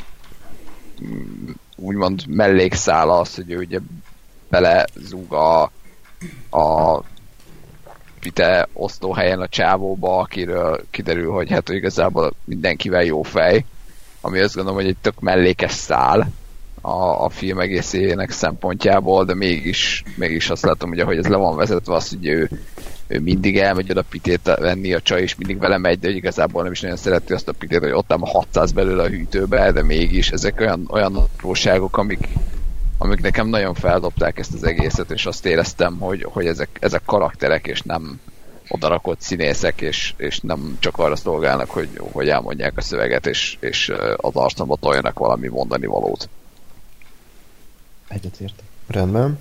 úgymond mellékszála az, hogy ő ugye belezúg a pite osztóhelyen a csávóba, akiről kiderül, hogy hát igazából mindenkivel jó fej, ami azt gondolom, hogy egy tök mellékes szál a film egészének szempontjából, de mégis azt látom, hogy ahogy ez le van vezetve, az, hogy ő mindig elmegy oda pitét venni, a csaj is mindig vele megy, de igazából nem is nagyon szereti azt a pitét, hogy ott a 600 belőle a hűtőbe, de mégis ezek olyan apróságok, amik nekem nagyon feldobták ezt az egészet, és azt éreztem, hogy ezek karakterek, és nem odarakott színészek, és nem csak arra szolgálnak, hogy elmondják a szöveget, és az arcomba toljanak valami mondani valót. Egyetértek. Rendben.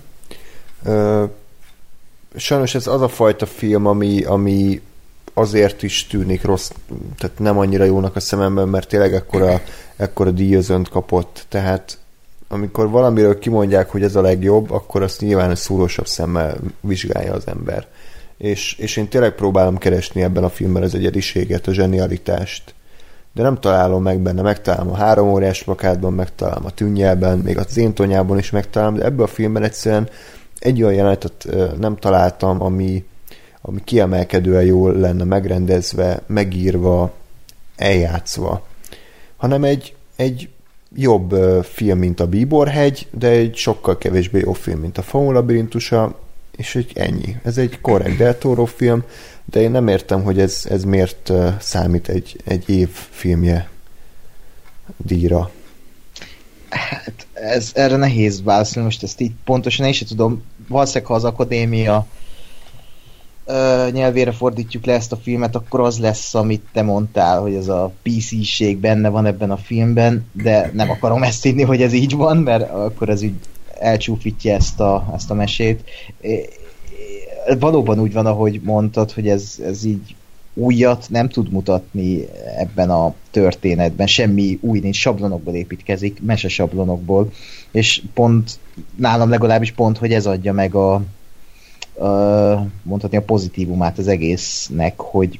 Sajnos ez az a fajta film, ami azért is tűnik rossz, tehát nem annyira jónak a szememben, mert tényleg ekkora díjözönt kapott. Tehát amikor valamiről kimondják, hogy ez a legjobb, akkor azt nyilván szúrósabb szemmel vizsgálja az ember. És én tényleg próbálom keresni ebben a filmben az egyediséget, a zsenialitást. De nem találom meg benne, megtalálom a 3 órás plakátban, megtalálom a tűnjelben, még az én tonyában is megtalálom, de ebben a filmben egyszerűen egy olyan jelenetet nem találtam, ami kiemelkedően jól lenne megrendezve, megírva, eljátszva, hanem egy jobb film, mint a Bíborhegy, de egy sokkal kevésbé jó film, mint a Faun labirintusa, és ennyi. Ez egy korrekt Del Toro film, de én nem értem, hogy ez miért számít egy év filmje díjra. Hát erre nehéz válaszolni, most ezt így pontosan én sem tudom. Valószínűleg, ha az akadémia nyelvére fordítjuk le ezt a filmet, akkor az lesz, amit te mondtál, hogy ez a PC-ség benne van ebben a filmben, de nem akarom ezt hinni, hogy ez így van, mert akkor ez így elcsúfítja ezt a mesét. Valóban úgy van, ahogy mondtad, hogy ez így újat nem tud mutatni ebben a történetben. Semmi új nincs, sablonokból építkezik, mesesablonokból, és pont, nálam legalábbis pont, hogy ez adja meg mondhatni a pozitívumát az egésznek, hogy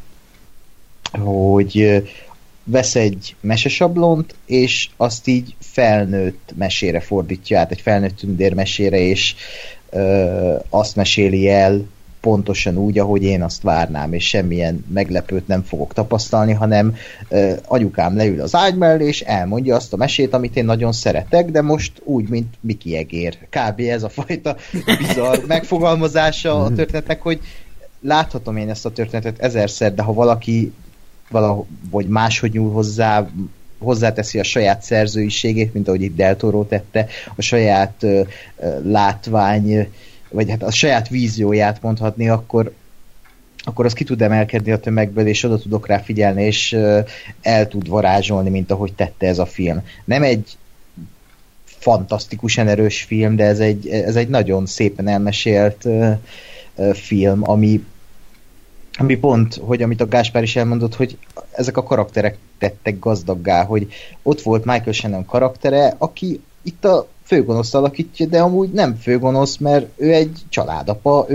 vesz egy mesesablont, és azt így felnőtt mesére fordítja át, egy felnőtt tündérmesére, és azt meséli el pontosan úgy, ahogy én azt várnám, és semmilyen meglepőt nem fogok tapasztalni, hanem anyukám leül az ágy mellé, és elmondja azt a mesét, amit én nagyon szeretek, de most úgy, mint Miki Egér. Kb. Ez a fajta bizarr megfogalmazása a történetnek, hogy láthatom én ezt a történetet ezerszer, de ha valaki valahogy máshogy nyúl hozzáteszi a saját szerzőiségét, mint ahogy itt Del Toro tette, a saját látvány, vagy hát a saját vízióját mondhatni, akkor az ki tud emelkedni a tömegből, és oda tudok rá figyelni, és el tud varázsolni, mint ahogy tette ez a film. Nem egy fantasztikusan erős film, de ez egy nagyon szépen elmesélt film, ami pont, hogy amit a Gáspár is elmondott, hogy ezek a karakterek tettek gazdaggá, hogy ott volt Michael Shannon karaktere, aki itt a főgonoszt alakítja, de amúgy nem főgonosz, mert ő egy családapa,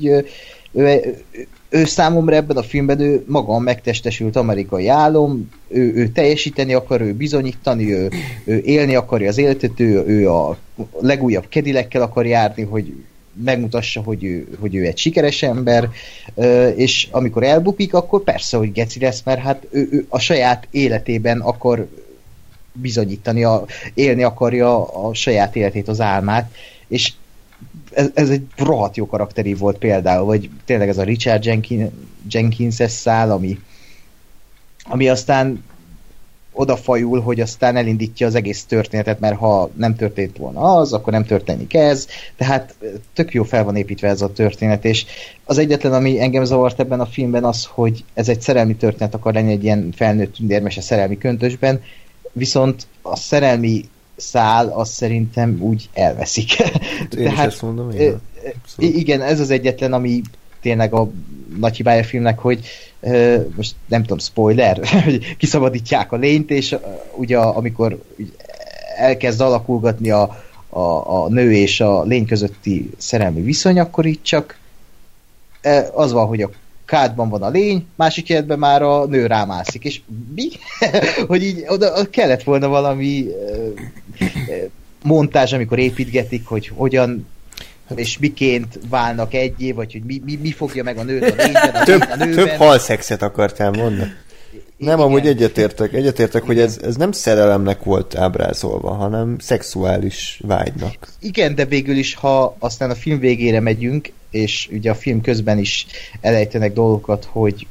ő számomra ebben a filmben ő maga a megtestesült amerikai álom, ő teljesíteni akar, ő bizonyítani, ő élni akarja az életet, ő a legújabb Cadillackel akar járni, hogy megmutassa, hogy ő egy sikeres ember, és amikor elbukik, akkor persze, hogy geci lesz, mert hát ő a saját életében akar bizonyítani, élni akarja a saját életét, az álmát, és ez egy rohadt jó karakteri volt például, vagy tényleg ez a Richard Jenkins-es szál, ami aztán odafajul, hogy aztán elindítja az egész történetet, mert ha nem történt volna az, akkor nem történik ez, tehát tök jó fel van építve ez a történet, és az egyetlen, ami engem zavart ebben a filmben az, hogy ez egy szerelmi történet akar lenni, egy ilyen felnőtt tündérmese szerelmi köntösben, viszont a szerelmi szál az szerintem úgy elveszik. Én is ezt mondom, igen, ez az egyetlen, ami tényleg a nagy hibája a filmnek, hogy most nem tudom, spoiler, hogy kiszabadítják a lényt, és ugye amikor elkezd alakulgatni a nő és a lény közötti szerelmi viszony, akkor itt csak az van, hogy a kádban van a lény, másik életben már a nő rámászik, és mi? hogy így oda kellett volna valami montázs, amikor építgetik, hogy hogyan és miként válnak egyé, vagy hogy mi fogja meg a nőt a lényben, a nőben. Több halszexet akartál mondani. Nem, amúgy egyetértek, hogy ez nem szerelemnek volt ábrázolva, hanem szexuális vágynak. Igen, de végül is, ha aztán a film végére megyünk, és ugye a film közben is elejtenek dolgokat, hogy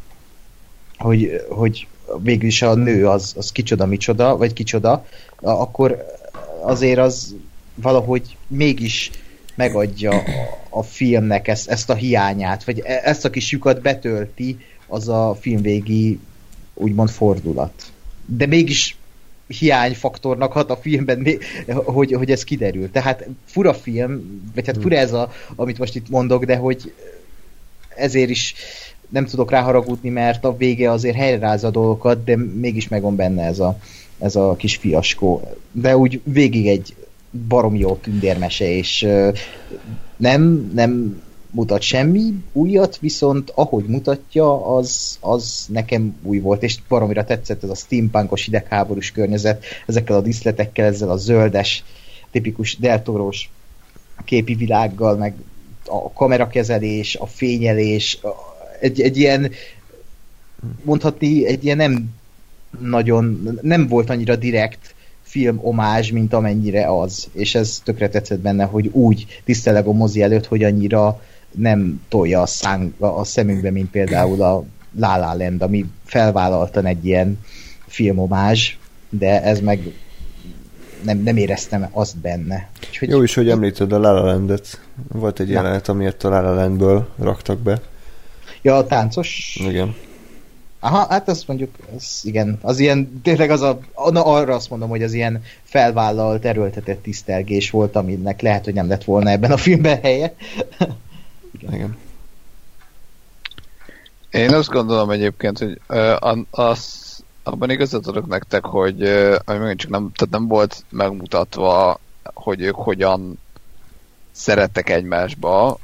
végül is a nő az kicsoda, vagy kicsoda, akkor azért az valahogy mégis megadja a filmnek ezt a hiányát, vagy ezt a kis lyukat betölti az a filmvégi úgymond fordulat. De mégis hiányfaktornak hat a filmben, hogy ez kiderül. Tehát fura film, vagy hát fura ez amit most itt mondok, de hogy ezért is nem tudok ráharagudni, mert a vége azért helyrázza a dolgokat, de mégis megvan benne ez a kis fiaskó. De úgy végig egy baromi jó tündérmese, és nem mutat semmi újat, viszont ahogy mutatja, az nekem új volt, és baromira tetszett ez a steampunkos hidegháborús környezet, ezekkel a díszletekkel, ezzel a zöldes, tipikus Del Toro-s képi világgal, meg a kamerakezelés, a fényelés, egy ilyen, mondhatni, egy ilyen nem volt annyira direkt film omázs, mint amennyire az, és ez tökre tetszett benne, hogy úgy tiszteleg a mozi előtt, hogy annyira nem tolja a szemünkbe, mint például a La La Land, ami felvállaltan egy ilyen filmomázs, de ez meg nem éreztem azt benne. Úgyhogy jó is, hogy említed a La La Landet. Volt egy jelenet, amiért a La La Landből raktak be. Ja, a táncos? Igen. Aha, hát azt mondjuk, igen, az ilyen, tényleg arra azt mondom, hogy az ilyen felvállalt, erőltetett tisztelgés volt, aminek lehet, hogy nem lett volna ebben a filmben helye. Igen. Én azt gondolom egyébként, hogy abban igazat adok nektek, hogy megint csak nem volt megmutatva, hogy ők hogyan szerettek egymásba.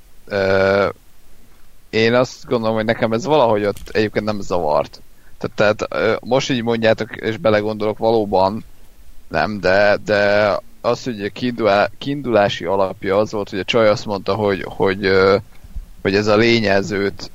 Én azt gondolom, hogy nekem ez valahogy ott egyébként nem zavart. Tehát most így mondjátok, és belegondolok, valóban nem, de az, hogy a kiindulási alapja az volt, hogy a csaj azt mondta, hogy ez a lényezőt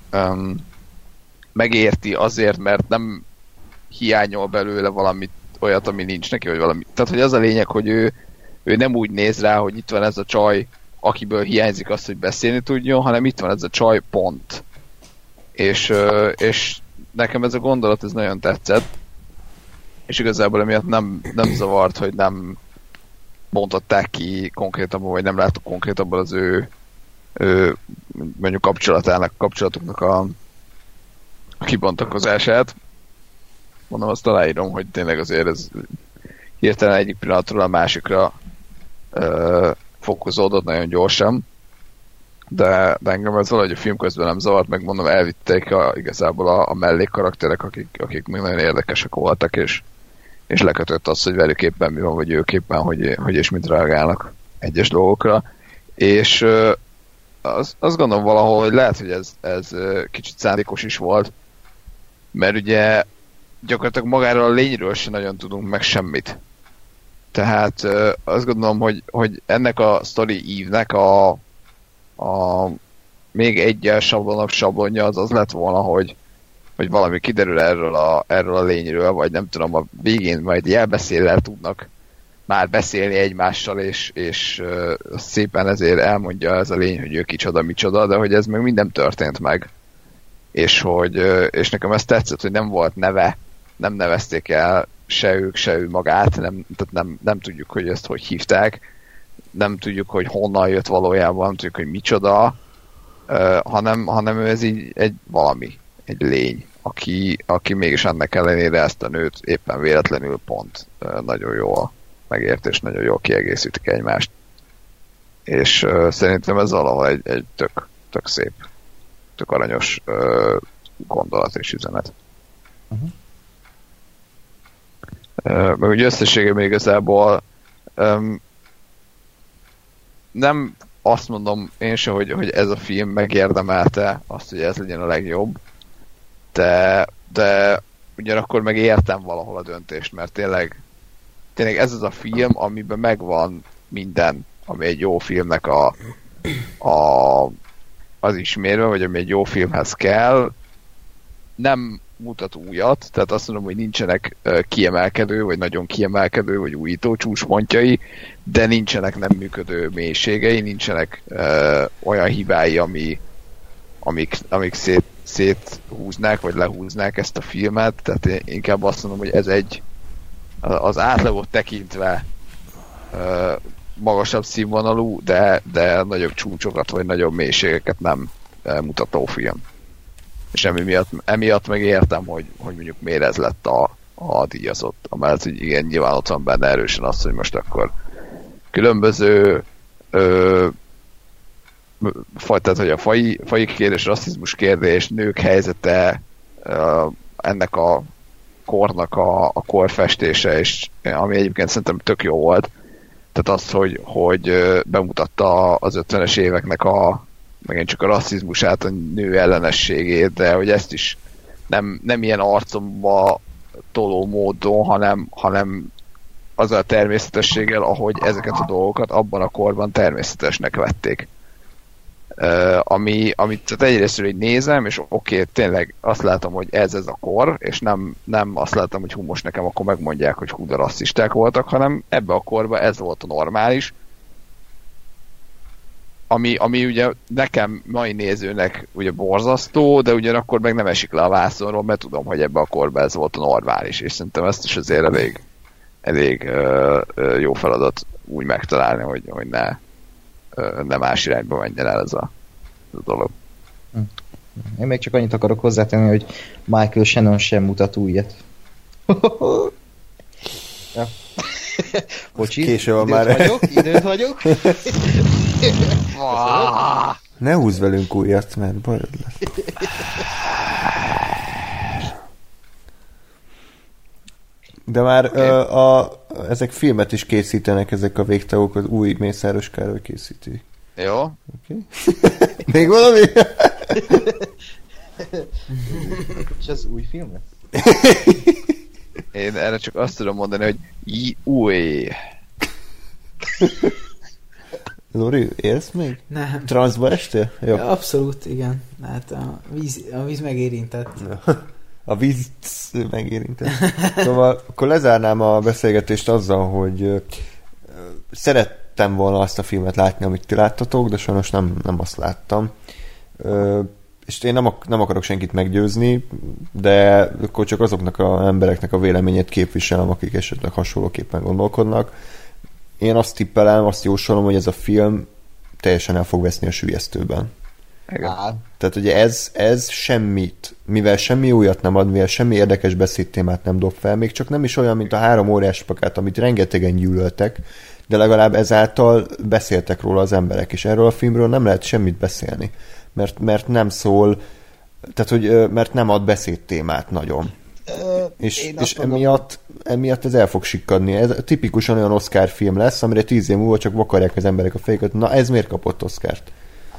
megérti azért, mert nem hiányol belőle valamit olyat, ami nincs neki, vagy valami. Tehát, hogy az a lényeg, hogy ő nem úgy néz rá, hogy itt van ez a csaj, akiből hiányzik azt, hogy beszélni tudjon, hanem itt van ez a csaj, pont. És nekem ez a gondolat, ez nagyon tetszett, és igazából emiatt nem zavart, hogy nem bontották ki konkrétabban, vagy nem láttuk konkrétabban az ő mondjuk kapcsolatuknak a kibontakozását. Mondom, azt aláírom, hogy tényleg azért ez hirtelen egyik pillanatról a másikra fokozódott nagyon gyorsan, de engem ez valahogy a film közben nem zavart, meg mondom, elvitték igazából a mellékkarakterek, akik még nagyon érdekesek voltak, és lekötött az, hogy velük éppen mi van, vagy ők éppen, hogy és mit reagálnak egyes dolgokra. És azt gondolom valahol, hogy lehet, hogy ez kicsit szándékos is volt, mert ugye gyakorlatilag magáról a lényről sem nagyon tudunk meg semmit. Tehát azt gondolom, hogy ennek a sztori ívnek a még egyel sablonabb sablonja az lett volna, hogy valami kiderül erről a lényről, vagy nem tudom, a végén majd jelbeszéllel tudnak már beszélni egymással, és szépen ezért elmondja ez a lény, hogy ő kicsoda, micsoda, de hogy ez meg minden történt meg. És nekem ez tetszett, hogy nem volt neve, nem nevezték el se ők, se ő magát, tehát nem tudjuk, hogy ezt hogy hívták, nem tudjuk, hogy honnan jött valójában, nem tudjuk, hogy micsoda, hanem ő ez így egy valami, egy lény, aki mégis ennek ellenére ezt a nőt éppen véletlenül pont nagyon jól megért, és nagyon jól kiegészítik egymást. És szerintem ez valahol egy tök szép, tök aranyos gondolat és üzenet. Meg úgy összességében igazából nem azt mondom én se, hogy ez a film megérdemelte azt, hogy ez legyen a legjobb, de ugyanakkor meg értem valahol a döntést, mert tényleg ez az a film, amiben megvan minden, ami egy jó filmnek az ismérve, vagy ami egy jó filmhez kell. Nem mutat újat, tehát azt mondom, hogy nincsenek kiemelkedő, vagy nagyon kiemelkedő, vagy újító csúcspontjai, de nincsenek nem működő mélységei, nincsenek olyan hibái, amik széthúznák, vagy lehúznák ezt a filmet, tehát én inkább azt mondom, hogy ez az átlagot tekintve magasabb színvonalú, de nagyobb csúcsokat, vagy nagyobb mélységeket nem mutató film. És emiatt meg értem, hogy mondjuk miért ez lett a díjazott. Amellett, hogy igen, nyilván ott van benne erősen az, hogy most akkor különböző tehát, hogy a faji kérdés, rasszizmus kérdés, nők helyzete, ennek a kornak a korfestése, és ami egyébként szerintem tök jó volt. Tehát az, hogy bemutatta az 50-es éveknek megint csak a rasszizmusát, a nő ellenességét, de hogy ezt is nem ilyen arcomba toló módon, hanem azzal a természetességgel, ahogy ezeket a dolgokat abban a korban természetesnek vették. Amit tehát egyrésztről így nézem, és oké, tényleg azt látom, hogy ez a kor, és nem azt látom, hogy most nekem akkor megmondják, hogy hú, de rasszisták voltak, hanem ebbe a korban ez volt a normális, ami ugye nekem mai nézőnek ugye borzasztó, de ugyanakkor meg nem esik le a vászonról, mert tudom, hogy ebbe a korban ez volt a normális, és szerintem ezt is azért elég jó feladat úgy megtalálni, hogy ne más irányba menjen el ez a dolog. Én még csak annyit akarok hozzátenni, hogy Michael Shannon sem mutat újat. Ja. Bocsi, késő van már. Időt hagyok. Ne húzz velünk újat, mert bajod lesz. De már ezek filmet is készítenek, ezek a végtagok, az új Mészáros Károly készíti. Jó. Okay. Még valami? És az új film lesz? Én erre csak azt tudom mondani, hogy új. Lóri, élsz még? Nem. Transzba estél? Jó. Abszolút, igen. Hát a víz megérintett. A víz megérintett. Szóval akkor lezárnám a beszélgetést azzal, hogy szerettem volna azt a filmet látni, amit ti láttatok, de sajnos nem azt láttam. És én nem akarok senkit meggyőzni, de akkor csak azoknak az embereknek a véleményét képviselem, akik esetleg hasonlóképpen gondolkodnak. Én azt tippelem, azt jósolom, hogy ez a film teljesen el fog veszni a sülyeztőben. Tehát ugye ez semmit, mivel semmi újat nem ad, mivel semmi érdekes beszédtémát nem dob fel, még csak nem is olyan, mint a 3 óriás plakát, amit rengetegen gyűlöltek, de legalább ezáltal beszéltek róla az emberek, és erről a filmről nem lehet semmit beszélni, mert nem szól, tehát hogy mert nem ad beszédtémát nagyon. És emiatt ez el fog sikkadni. Ez tipikusan olyan Oscar film lesz, amire 10 év múlva csak vakarják az emberek a fejüket. Na, ez miért kapott Oscart?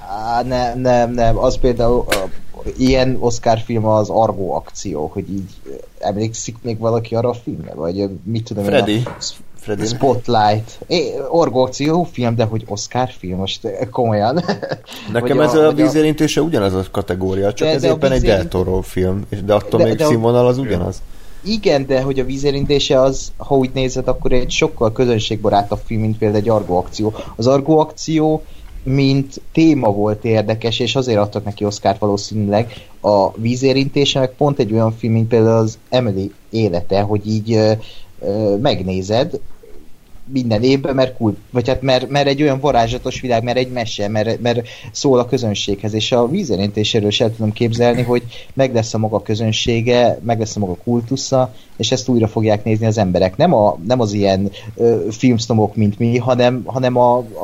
Nem. Az például ilyen Oscar film az Argo akció, hogy így emlékszik még valaki arra a filmre? Vagy mit tudom Freddy. Spotlight. Argo akció jó film, de hogy Oscar film? Most komolyan. Nekem ez a vízérintése ugyanaz a kategória, csak ez éppen egy Del Toro film, de attól még színvonal az ugyanaz. Igen, de hogy a vízérintése az, ha úgy nézed, akkor egy sokkal közönségbarátabb film, mint például egy Argo akció. Az Argo akció mint téma volt érdekes, és azért adtak neki Oscart valószínűleg. A vízérintése meg pont egy olyan film, mint például az Emily élete, hogy így megnézed minden évben, mert cool, vagy hát mert egy olyan varázslatos világ, mert egy mese, mert szól a közönséghez, és a vízérintéséről sem tudom képzelni, hogy meg lesz a maga közönsége, meg lesz a maga kultusza, és ezt újra fogják nézni az emberek. Nem az ilyen filmsznobok, mint mi, hanem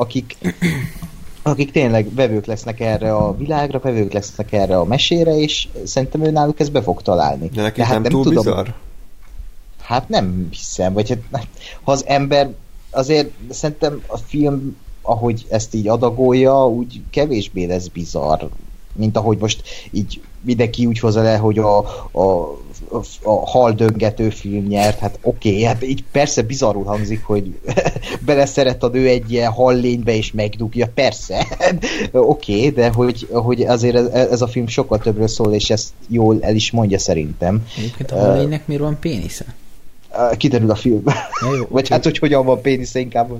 akik tényleg vevők lesznek erre a világra, vevők lesznek erre a mesére, és szerintem ő náluk ez be fog találni. De neki nem túl bizarr? Hát nem hiszem, vagy hát, ha az ember azért szerintem a film, ahogy ezt így adagolja, úgy kevésbé lesz bizarr, mint ahogy most így mindenki úgy hozza le, hogy a a haldöngető film nyert, hát oké, hát így persze bizarrul hangzik, hogy beleszeret a nő egy ilyen hallénybe és megdugja, persze, oké, de hogy azért ez a film sokkal többről szól, és ezt jól el is mondja szerintem. Egyébként a hallénynek miért van pénisze? Kiderül a filmben. Vagy hát, hogy hogyan van pénisze inkább.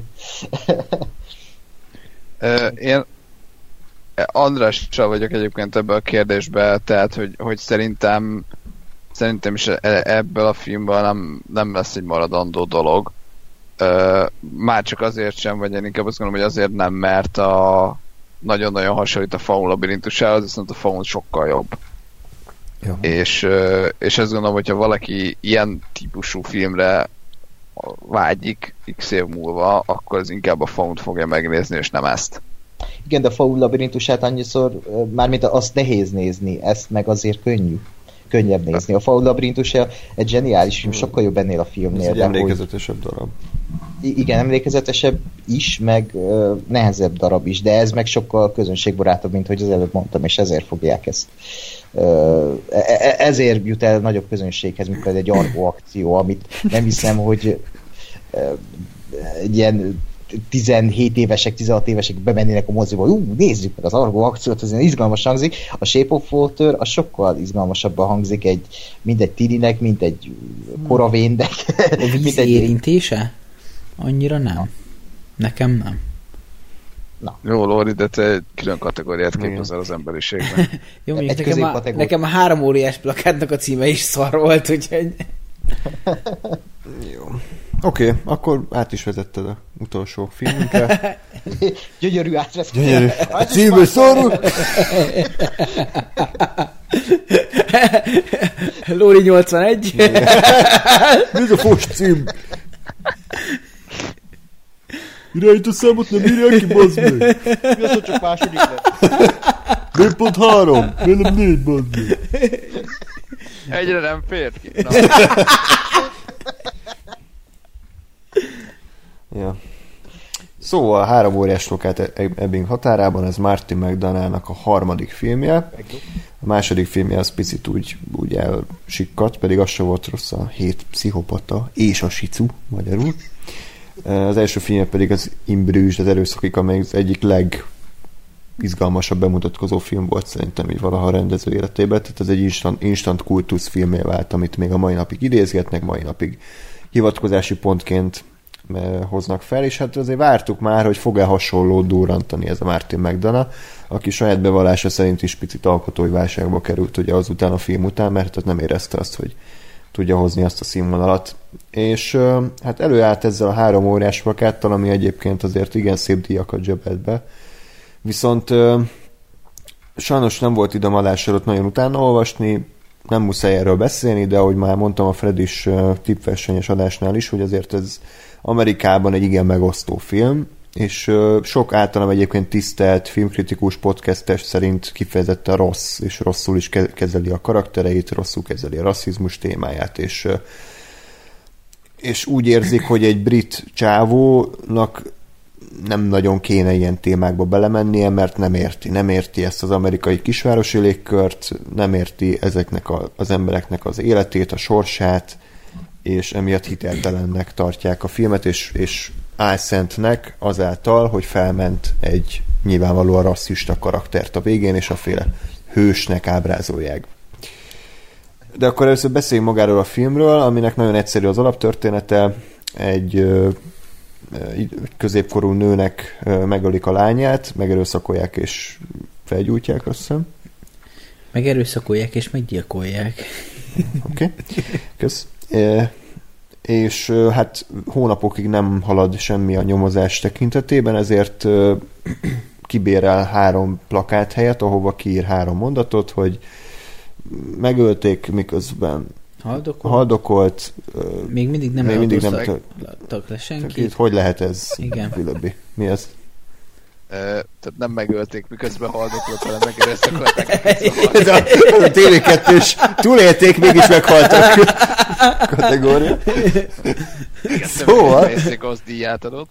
Én Andrással vagyok egyébként ebben a kérdésben, tehát, hogy szerintem is ebből a filmből nem lesz egy maradandó dolog. Már csak azért sem, vagy én inkább azt gondolom, hogy azért nem, mert nagyon-nagyon hasonlít a Faun labirintusához, viszont a Faun sokkal jobb. Ja. És azt gondolom, hogyha valaki ilyen típusú filmre vágyik x év múlva, akkor az inkább a Faun-t fogja megnézni, és nem ezt. Igen, de a Faun labirintusát annyiszor, mármint azt nehéz nézni, ezt meg azért könnyebb nézni. A Faun labirintusa egy zseniális film, sokkal jobb ennél a filmnél. Ez egy emlékezetesebb darab. Igen, emlékezetesebb is, meg nehezebb darab is, de ez meg sokkal közönségbarátabb, mint hogy az előbb mondtam, és ezért fogják ezt. Ezért jut el nagyobb közönséghez, mint például egy Argo akció, amit nem hiszem, hogy egy ilyen 17 évesek, 16 évesek bemennének a moziba, nézzük meg az Argo akciót, az ilyen izgalmas hangzik. A Shape of Water az sokkal izgalmasabban hangzik, mind egy tininek, mind egy koravéndek. A víz érintése? Annyira nem. Nekem nem. Na. Jó, Lóri, de te egy külön kategóriát képezel az emberiségben. Jó, mondjuk nekem a 3 óriás plakátnak a címe is szar volt, úgyhogy... Jó. Oké, akkor át is vezetted a utolsó filmünkre. Gyönyörű átvesz. Gyönyörű. Címe szarul! Lóri 81. Mi ez a fos cím? Irányító számot nem írják ki, bazd meg! Mi az, hogy csak második lett? 4.3, velem 4, bazd meg! Egyre nem fért ki. Ja. Szóval 3 óriás lokát Ebbing határában, ez Martin McDonagh-nak a 3. filmje. A 2. filmje az picit úgy elsikkadt, pedig az se volt rossz, a 7 pszichopata és a sicu, magyarul. Az első filmje pedig az In Bruges, az erőszakik, amely az egyik legizgalmasabb bemutatkozó film volt szerintem így valaha a rendező életében. Tehát ez egy instant kultusz filmé vált, amit még a mai napig idézgetnek, mai napig hivatkozási pontként hoznak fel, és hát azért vártuk már, hogy fog-e hasonlót durrantani ez a Martin McDonagh, aki saját bevallása szerint is picit alkotói válságba került ugye azután a film után, mert nem érezte azt, hogy tudja hozni azt a színvonalat. És hát előállt ezzel a 3 óriás plakáttal, ami egyébként azért igen szép díjakat zsebelt be. Viszont sajnos nem volt időm adásorot nagyon utána olvasni, nem muszáj erről beszélni, de ahogy már mondtam a Fredis tippversenyes adásnál is, hogy azért ez Amerikában egy igen megosztó film, és sok általam egyébként tisztelt filmkritikus podcastes szerint kifejezetten rossz, és rosszul is kezeli a karaktereit, rosszul kezeli a rasszizmus témáját, és úgy érzik, hogy egy brit csávónak nem nagyon kéne ilyen témákba belemennie, mert nem érti ezt az amerikai kisvárosi légkört, nem érti ezeknek az embereknek az életét, a sorsát, és emiatt hiteltelennek tartják a filmet, és álszentnek azáltal, hogy felment egy nyilvánvalóan rasszista karaktert a végén, és aféle hősnek ábrázolják. De akkor először beszéljünk magáról a filmről, aminek nagyon egyszerű az alaptörténete. Egy középkorú nőnek megölik a lányát, megerőszakolják és felgyújtják, azt hiszem. Megerőszakolják és meggyilkolják. Oké, kösz. És hát hónapokig nem halad semmi a nyomozás tekintetében, ezért kibérel 3 plakát helyet, ahova kiír 3 mondatot, hogy megölték, miközben haldokolt. Még mindig nem le senkit. Hogy lehet ez? Igen. Fülöbbi. Mi ez? Tehát nem megölték, miközben haldoklott, hanem megerőszakolták. Ez a TV2-s túlélték, mégis meghaltak kategória. Szóval... Nézzék, az díját adott.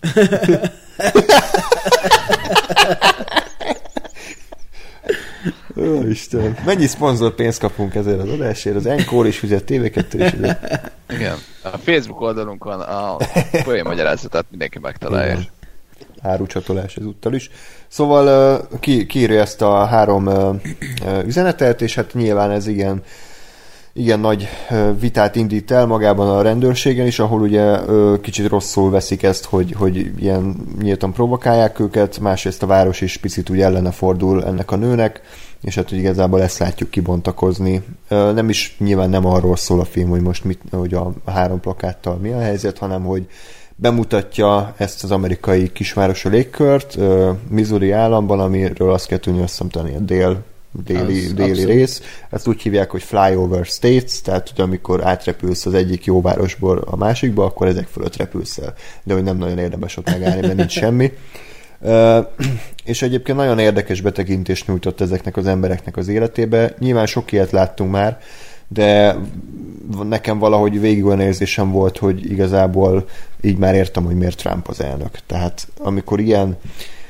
Isten. Mennyi szponzorpénzt kapunk ezért az adásért? Az Encore is fizet, TV2 is fizet. Igen. A Facebook oldalunkon a poén magyarázatát mindenki megtalálja. Igen. Árucsatolás ezúttal is. Szóval kiírja ezt a 3 üzenetet, és hát nyilván ez igen nagy vitát indít el magában a rendőrségen is, ahol ugye kicsit rosszul veszik ezt, hogy ilyen nyíltan provokálják őket, másrészt a város is picit úgy ellene fordul ennek a nőnek, és hát hogy igazából ezt látjuk kibontakozni. Nyilván nem arról szól a film, hogy most hogy a 3 plakáttal mi a helyzet, hanem hogy bemutatja ezt az amerikai kisvárosi légkört, Missouri államban, amiről azt kell tudni, azt hiszem, a déli rész. Ezt úgy hívják, hogy flyover states, tehát ugye, amikor átrepülsz az egyik jó városból a másikba, akkor ezek fölött repülsz el. De hogy nem nagyon érdemes ott megállni, mert nincs semmi. És egyébként nagyon érdekes betekintést nyújtott ezeknek az embereknek az életébe. Nyilván sok ilyet láttunk már, de nekem valahogy végig olyan érzésem volt, hogy igazából így már értem, hogy miért Trump az elnök. Tehát amikor ilyen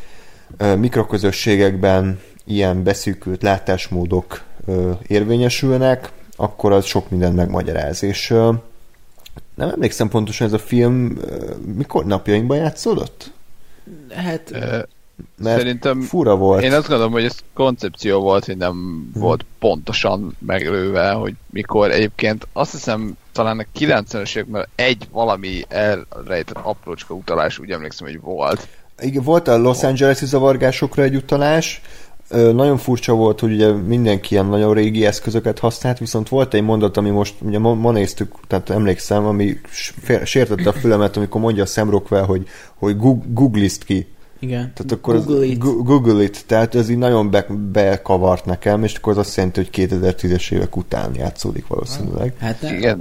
mikroközösségekben ilyen beszűkült látásmódok érvényesülnek, akkor az sok mindent megmagyaráz. És nem emlékszem pontosan, ez a film mikor napjainkban játszódott? Hát... Mert szerintem fura volt. Én azt gondolom, hogy ez koncepció volt, hogy nem volt pontosan meglőve, hogy mikor egyébként azt hiszem talán a 90-es években egy valami elrejtett aprócska utalás, úgy emlékszem, hogy volt. Igen, volt a Los Angeles-i zavargásokra egy utalás. Nagyon furcsa volt, hogy ugye mindenki ilyen nagyon régi eszközöket használt, viszont volt egy mondat, ami most, ugye ma néztük, tehát emlékszem, ami sértette a fülemet, amikor mondja a Sam Rockwell, hogy googlizd ki. Igen. Tehát akkor Google it. Tehát ez így nagyon bekavart nekem, és akkor az azt jelenti, hogy 2010-es évek után játszódik valószínűleg. Hát nem. Igen,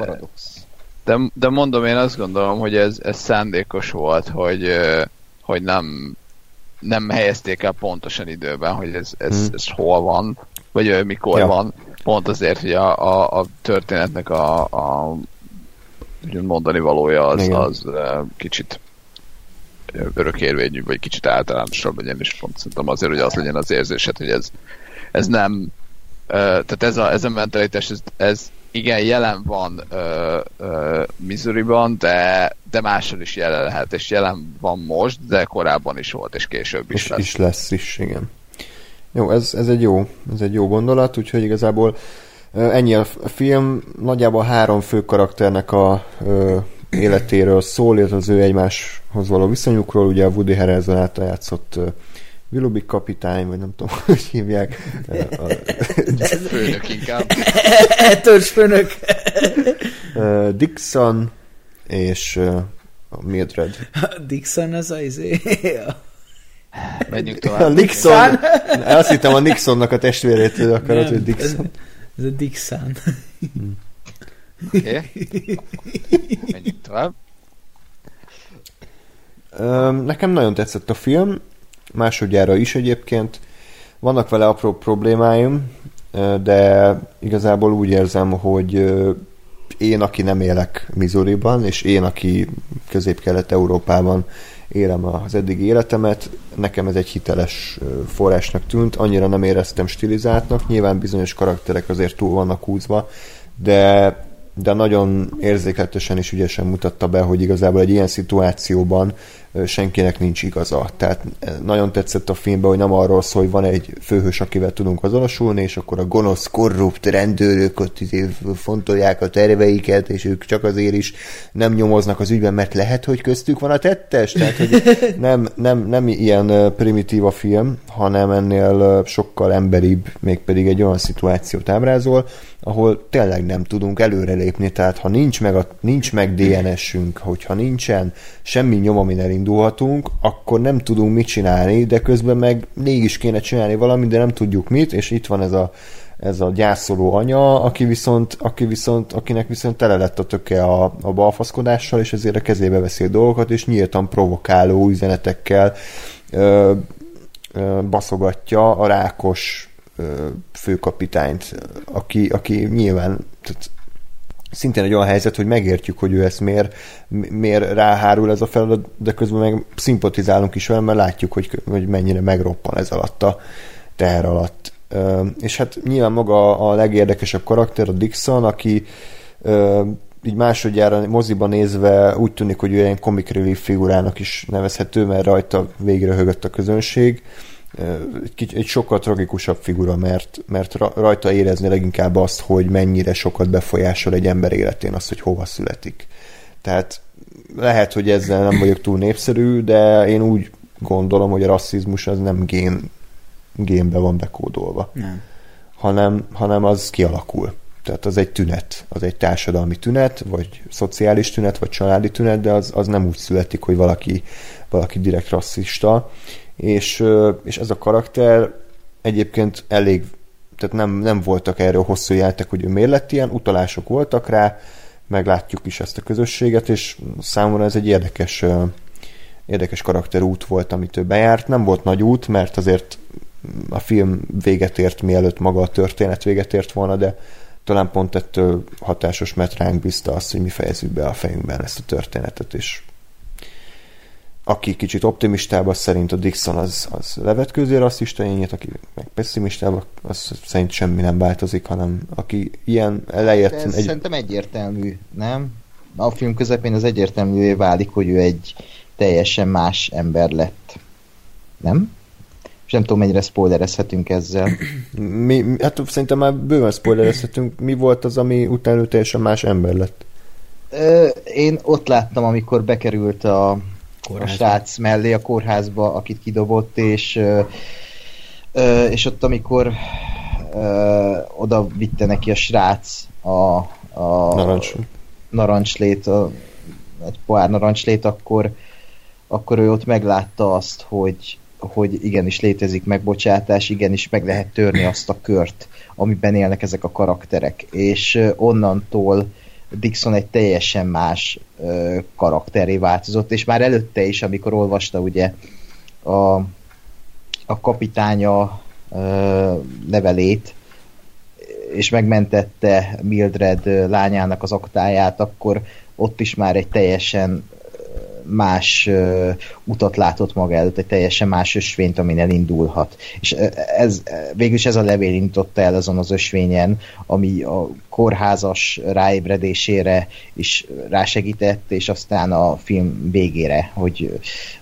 de mondom, én azt gondolom, hogy ez szándékos volt, hogy nem helyezték el pontosan időben, hogy ez hol van, vagy mikor van. Pont azért, hogy a történetnek a mondani valója az kicsit örökérvényű, vagy kicsit általánosabb legyen, és pont szerintem azért, hogy az legyen az érzésed, hogy ez nem tehát ez a mentalitás, ez igen, jelen van Missouriban, de máshol is jelen lehet, és jelen van most, de korábban is volt, és később is lesz. És lesz is, igen. Jó, ez egy jó gondolat, úgyhogy igazából ennyi a film, nagyjából 3 fő karakternek a életéről szól, illetve az ő egymáshoz való viszonyukról, ugye a Woody Harrelson által játszott Willoughby kapitány, vagy nem tudom, hogy hívják. Főnök inkább. Törzsfőnök. Dixon és Mildred. Dixon az Menjünk tovább. A Nixon. Azt hittem a Nixonnak a testvérétől akarod, hogy Dixon. Ez a Dixon. Oké. Menjünk tovább. Nekem nagyon tetszett a film, másodjára is egyébként. Vannak vele apró problémáim, de igazából úgy érzem, hogy én, aki nem élek Missouriban, és én, aki Közép-Kelet-Európában élem az eddigi életemet, nekem ez egy hiteles forrásnak tűnt, annyira nem éreztem stilizáltnak, nyilván bizonyos karakterek azért túl vannak húzva, de nagyon érzékletesen és ügyesen mutatta be, hogy igazából egy ilyen szituációban senkinek nincs igaza. Tehát nagyon tetszett a filmben, hogy nem arról szól, hogy van egy főhős, akivel tudunk azonosulni, és akkor a gonosz, korrupt rendőrök ott fontolják a terveiket, és ők csak azért is nem nyomoznak az ügyben, mert lehet, hogy köztük van a tettes. Tehát, hogy nem ilyen primitív a film, hanem ennél sokkal emberibb, mégpedig egy olyan szituációt ábrázol, ahol tényleg nem tudunk előrelépni, tehát ha nincs meg DNS-ünk, hogyha nincsen semmi nyom, amin elindulhatunk, akkor nem tudunk mit csinálni, de közben meg mégis kéne csinálni valamit, de nem tudjuk mit, és itt van ez a gyászoló anya, akinek viszont tele lett a töke a balfaszkodással, és ezért a kezébe veszi a dolgokat, és nyíltan provokáló üzenetekkel baszogatja a rákos főkapitányt, aki nyilván szintén egy olyan helyzet, hogy megértjük, hogy ő ezt miért ráhárul ez a feladat, de közben meg szimpatizálunk is vele, mert látjuk, hogy mennyire megroppan ez alatt a teher alatt. És hát nyilván maga a legérdekesebb karakter, a Dixon, aki így másodjára moziban nézve úgy tűnik, hogy olyan comic relief figurának is nevezhető, mert rajta végre högött a közönség. Egy sokkal tragikusabb figura, mert rajta érezni leginkább azt, hogy mennyire sokat befolyásol egy ember életén az, hogy hova születik. Tehát lehet, hogy ezzel nem vagyok túl népszerű, de én úgy gondolom, hogy a rasszizmus az nem génbe van bekódolva. Nem. Hanem az kialakul. Tehát az egy tünet, az egy társadalmi tünet, vagy szociális tünet, vagy családi tünet, de az nem úgy születik, hogy valaki direkt rasszista. És ez a karakter egyébként elég, tehát nem voltak erről hosszú jeltek, hogy ő miért lett ilyen, utalások voltak rá, meglátjuk is ezt a közösséget, és számomra ez egy érdekes karakterút volt, amit ő bejárt. Nem volt nagy út, mert azért a film véget ért, mielőtt maga a történet véget ért volna, de talán pont ettől hatásos, mert ránk bízta azt, hogy mi fejezzük be a fejünkben ezt a történetet, és aki kicsit optimistább, az szerint a Dixon az levetkőzi rasszista ényét, aki meg pessimistább, az szerint semmi nem változik, hanem aki ilyen elejét... Szerintem egyértelmű, nem? A film közepén az egyértelművé válik, hogy ő egy teljesen más ember lett. Nem? És nem tudom, mennyire spoilerezhetünk ezzel. Hát szerintem már bőven spoilerezhetünk. Mi volt az, ami utána ő teljesen más ember lett? Én ott láttam, amikor bekerült a srác mellé a kórházba, akit kidobott, és ott, amikor oda vitte neki a srác a narancslét, egy pohár narancslét, akkor ő ott meglátta azt, hogy igenis létezik megbocsátás, igenis meg lehet törni azt a kört, amiben élnek ezek a karakterek. És onnantól Dixon egy teljesen más karakteré változott, és már előtte is, amikor olvasta ugye a kapitánya levelét, és megmentette Mildred lányának az aktáját, akkor ott is már egy teljesen más utat látott maga előtt, egy teljesen más ösvényt, amin elindulhat. És végülis ez a levél indította el azon az ösvényen, ami a kórházas ráébredésére is rásegített, és aztán a film végére, hogy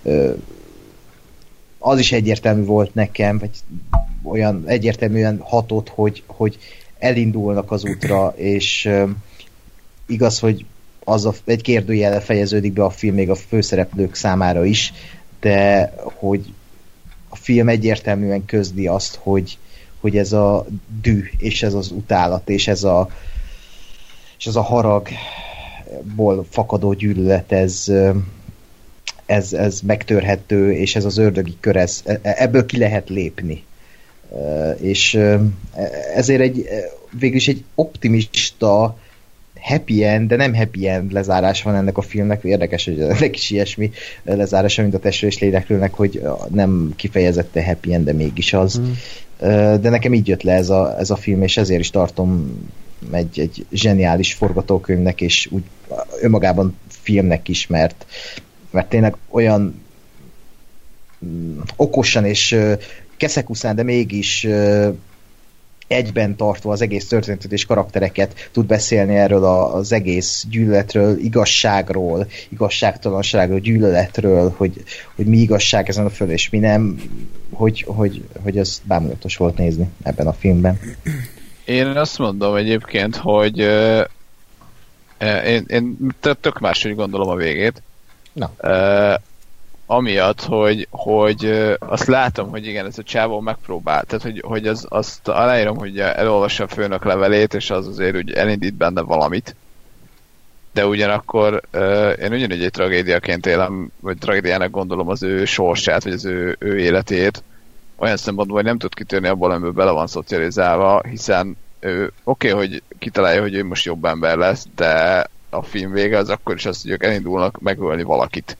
az is egyértelmű volt nekem, vagy olyan egyértelműen hatott, hogy elindulnak az útra, és igaz, hogy egy kérdőjellel fejeződik be a film még a főszereplők számára is, de hogy a film egyértelműen közli azt, hogy ez a düh, és ez az utálat, és ez a haragból fakadó gyűlölet, ez megtörhető, és ez az ördögi kör, ebből ki lehet lépni. És ezért végülis egy optimista happy end, de nem happy end lezárás van ennek a filmnek. Érdekes, hogy ennek is ilyesmi lezárása, mint a Testről és Lélekről, hogy nem kifejezette happy end, de mégis az. De nekem így jött le ez a film, és ezért is tartom egy zseniális forgatókönyvnek, és úgy önmagában filmnek is, mert tényleg olyan okosan és keszekuszán, de mégis egyben tartva az egész történetet és karaktereket tud beszélni erről az egész gyűlöletről, igazságról, igazságtalanságról, gyűlöletről, hogy mi igazság ezen a földön, és mi nem, hogy ez bámulatos volt nézni ebben a filmben. Én azt mondom egyébként, hogy én tök máshogy gondolom a végét. Na. Amiatt, hogy azt látom, hogy igen, ez a csávó megpróbál. Tehát, hogy azt aláírom, hogy elolvassa a főnök levelét, és az azért úgy elindít benne valamit. De ugyanakkor én ugyanígy egy tragédiaként élem, vagy tragédiának gondolom az ő sorsát, vagy az ő életét. Olyan szempontból, hogy nem tud kitörni abból, amiből bele van szocializálva, hiszen ő oké, hogy kitalálja, hogy ő most jobb ember lesz, de a film vége az akkor is az, hogy ők elindulnak megölni valakit.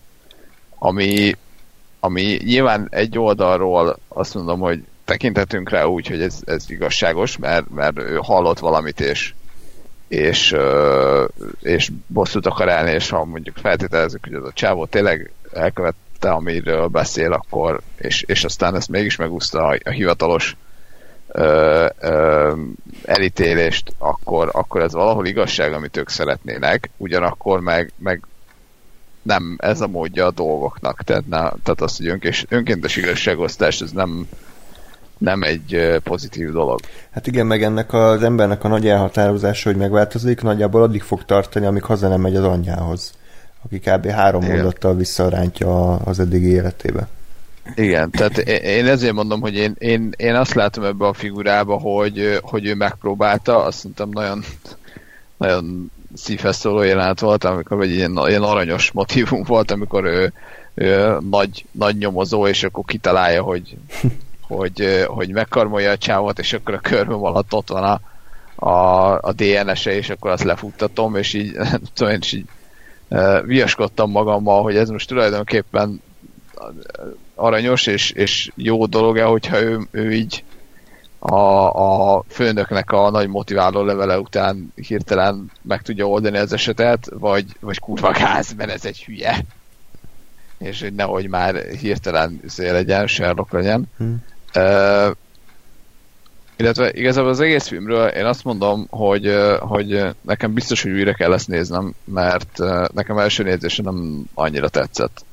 Ami nyilván egy oldalról azt mondom, hogy tekinthetünk rá úgy, hogy ez igazságos, mert ő hallott valamit, és bosszút akar állni, és ha mondjuk feltételezzük, hogy az a csávó tényleg elkövette, amiről beszél, akkor, és aztán ezt mégis megúszta a hivatalos elítélést, akkor ez valahol igazság, amit ők szeretnének, ugyanakkor meg nem ez a módja a dolgoknak. Tehát az, hogy önkéntes igazságosztás, ez nem egy pozitív dolog. Hát igen, meg ennek az embernek a nagy elhatározása, hogy megváltozik, nagyjából addig fog tartani, amíg haza nem megy az anyjához, aki kb. 3 mondattal visszarántja az eddigi életébe. Igen, tehát én ezért mondom, hogy én azt látom ebbe a figurába, hogy ő megpróbálta, azt mondtam, nagyon, nagyon szívhez szóló jelenet volt, amikor egy ilyen aranyos motívum volt, amikor ő nagy nyomozó, és akkor kitalálja, hogy megkarmolja a csávot, és akkor a körmöm alatt ott van a DNS-e, és akkor azt lefuttatom, és így, nem tudom, én is így viaskodtam magammal, hogy ez most tulajdonképpen aranyos és jó dolog-e, hogyha ő így a főnöknek a nagy motiváló levele után hirtelen meg tudja oldani az esetet, vagy kurva gáz, mert ez egy hülye. És hogy nehogy már hirtelen legyen, Sherlock legyen. Illetve igazából az egész filmről én azt mondom, hogy nekem biztos, hogy újra kell ezt néznem, mert nekem első nézésre nem annyira tetszett.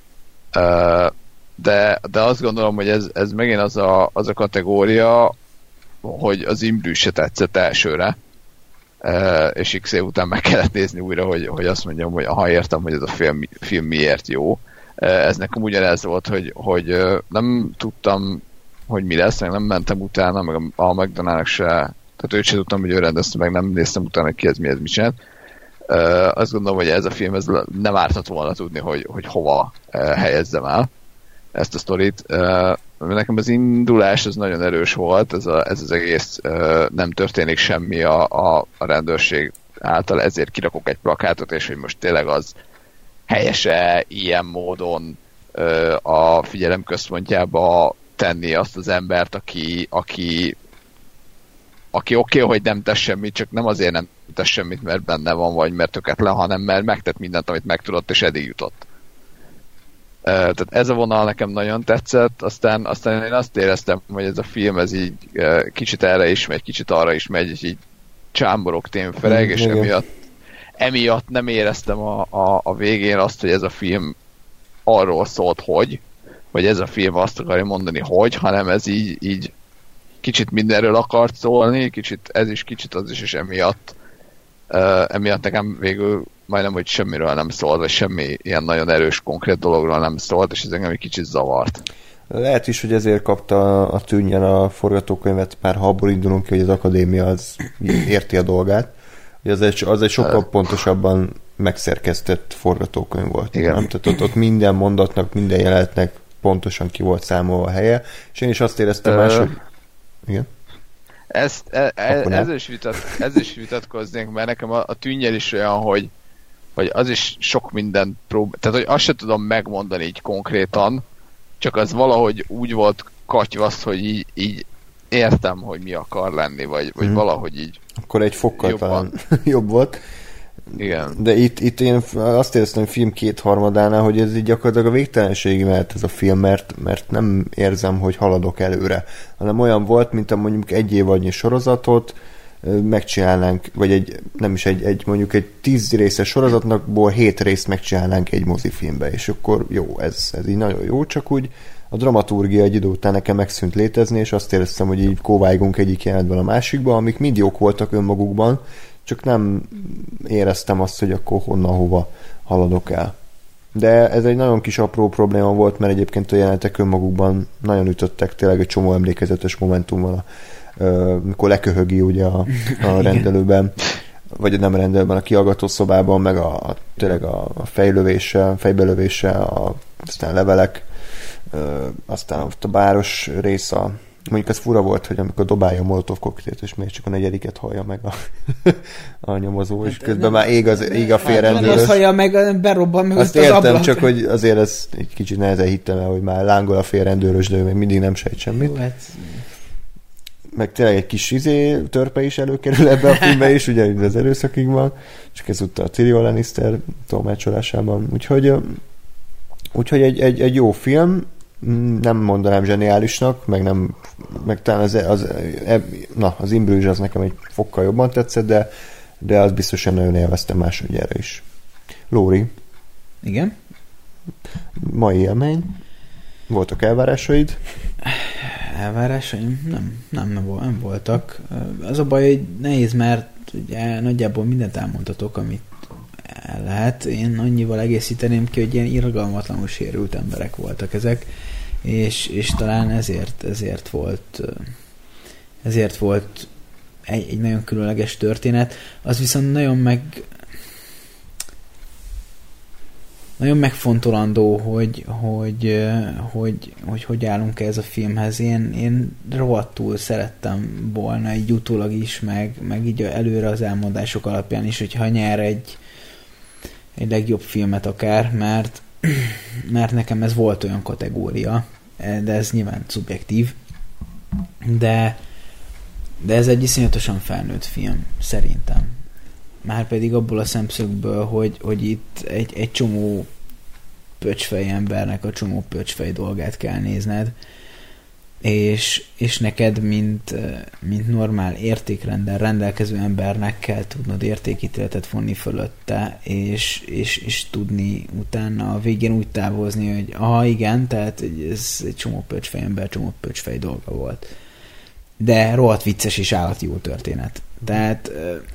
De azt gondolom, hogy ez megint az a kategória, hogy az Imbrű se tetszett elsőre, és x év után meg kellett nézni újra, hogy azt mondjam, hogy aha, értem, hogy ez a film miért jó. Ez nekem ugyanez volt, hogy nem tudtam, hogy mi lesz, meg nem mentem utána, meg a McDonald's se, tehát őt sem tudtam, hogy ő rendezte, meg nem néztem utána, hogy ki ez, mi ez, mit csinált. Azt gondolom, hogy ez a film nem ártott volna tudni, hogy hova helyezzem el ezt a sztorit. Nekem az indulás az nagyon erős volt, ez az egész nem történik semmi a rendőrség által, ezért kirakok egy plakátot, és hogy most tényleg az helyese ilyen módon a figyelem központjába tenni azt az embert, aki oké, hogy nem tesz semmit, csak nem azért nem tesz semmit, mert benne van, vagy mert tökéletlen, hanem mert megtett mindent, amit megtudott, és eddig jutott. Tehát ez a vonal nekem nagyon tetszett, aztán én azt éreztem, hogy ez a film, ez így kicsit erre is megy, kicsit arra is megy, és így csámborok témfereg, és emiatt nem éreztem a végén azt, hogy ez a film arról szólt, vagy ez a film azt akarja mondani, hanem ez így kicsit mindenről akart szólni, kicsit ez is, kicsit az is, és emiatt nekem végül majdnem, hogy semmiről nem szólt, vagy semmi ilyen nagyon erős, konkrét dologról nem szólt, és ez engem egy kicsit zavart. Lehet is, hogy ezért kapta a Tűnjen a forgatókönyvet, már ha abból indulunk ki, hogy az akadémia az érti a dolgát, hogy az egy sokkal pontosabban megszerkesztett forgatókönyv volt. Igen. Nem? Tehát ott minden mondatnak, minden jelenetnek pontosan ki volt számolva a helye, és én is azt éreztem hogy... Igen? Ezzel is vitatkoznénk, mert nekem a Tűnnyel is olyan, hogy az is sok mindent tehát, hogy azt sem tudom megmondani így konkrétan, csak az valahogy úgy volt katyvasz, hogy így értem, hogy mi akar lenni, vagy valahogy így. Akkor egy fokkal talán jobb volt. Igen. De itt én azt éreztem a film 2/3-ánál, hogy ez így gyakorlatilag a végtelenségig mehet ez a film, mert nem érzem, hogy haladok előre, hanem olyan volt, mint a mondjuk egy évadnyi sorozatot megcsinálnánk, vagy mondjuk egy 10 részes sorozatnakból 7 részt megcsinálnánk egy mozifilmbe, és akkor jó, ez így nagyon jó, csak úgy a dramaturgia egy idő után nekem megszűnt létezni, és azt éreztem, hogy így kóvájgunk egyik jelenetből a másikba, amik mind jók voltak önmagukban, csak nem éreztem azt, hogy akkor hova haladok el. De ez egy nagyon kis apró probléma volt, mert egyébként a jelenetek önmagukban nagyon ütöttek, tényleg egy csomó emlékezetes momentum van, mikor leköhögi ugye a rendelőben, vagy nem rendelőben, a kihallgató szobában, meg tényleg a fejbelövéssel, aztán levelek, aztán ott a báros rész, mondjuk ez fura volt, hogy amikor dobálja a molotov koktélt, és még csak a negyediket hallja meg a nyomozó, és közben már ég a félrendőrös. Nem azt hallja meg, berobban meg azt értem, az ablak. Csak hogy azért ez egy kicsit nehezen hittem el, hogy már lángol a félrendőrös, de ő még mindig nem sejt semmit. Jó, hát... Meg tényleg egy kis törpe is előkerül ebbe a filmbe is, ugye az erőszakig van, csak ezúttal a Tyrion Lannister tolmácsolásában. Úgyhogy egy jó film, nem mondanám zseniálisnak, meg talán az In Bruges az nekem egy fokkal jobban tetszett, de az biztosan nagyon élveztem másodjára is. Lóri? Igen? Mai élmény? Voltak elvárásaid? Elvárásaim? Nem voltak. Az a baj, hogy nehéz, mert ugye nagyjából mindent elmondhatok, amit el lehet. Én annyival egészíteném ki, hogy ilyen irgalmatlanul sérült emberek voltak ezek, és talán ezért volt egy nagyon különleges történet. Az viszont nagyon megfontolandó, hogy állunk ez a filmhez. Én rohadtul szerettem volna így utólag is, meg így előre az elmondások alapján is, hogyha nyer egy legjobb filmet akár, mert nekem ez volt olyan kategória, de ez nyilván szubjektív, de ez egy iszonyatosan felnőtt film, szerintem. Márpedig abból a szemszögből, hogy itt egy csomó pöcsfej embernek a csomó pöcsfej dolgát kell nézned, és neked, mint normál értékrendel rendelkező embernek kell tudnod értékítéletet vonni fölötte, és tudni utána a végén úgy távozni, hogy igen, tehát ez egy csomó pöcsfej ember, csomó pöcsfej dolga volt. De rohadt vicces és állati jó történet. Tehát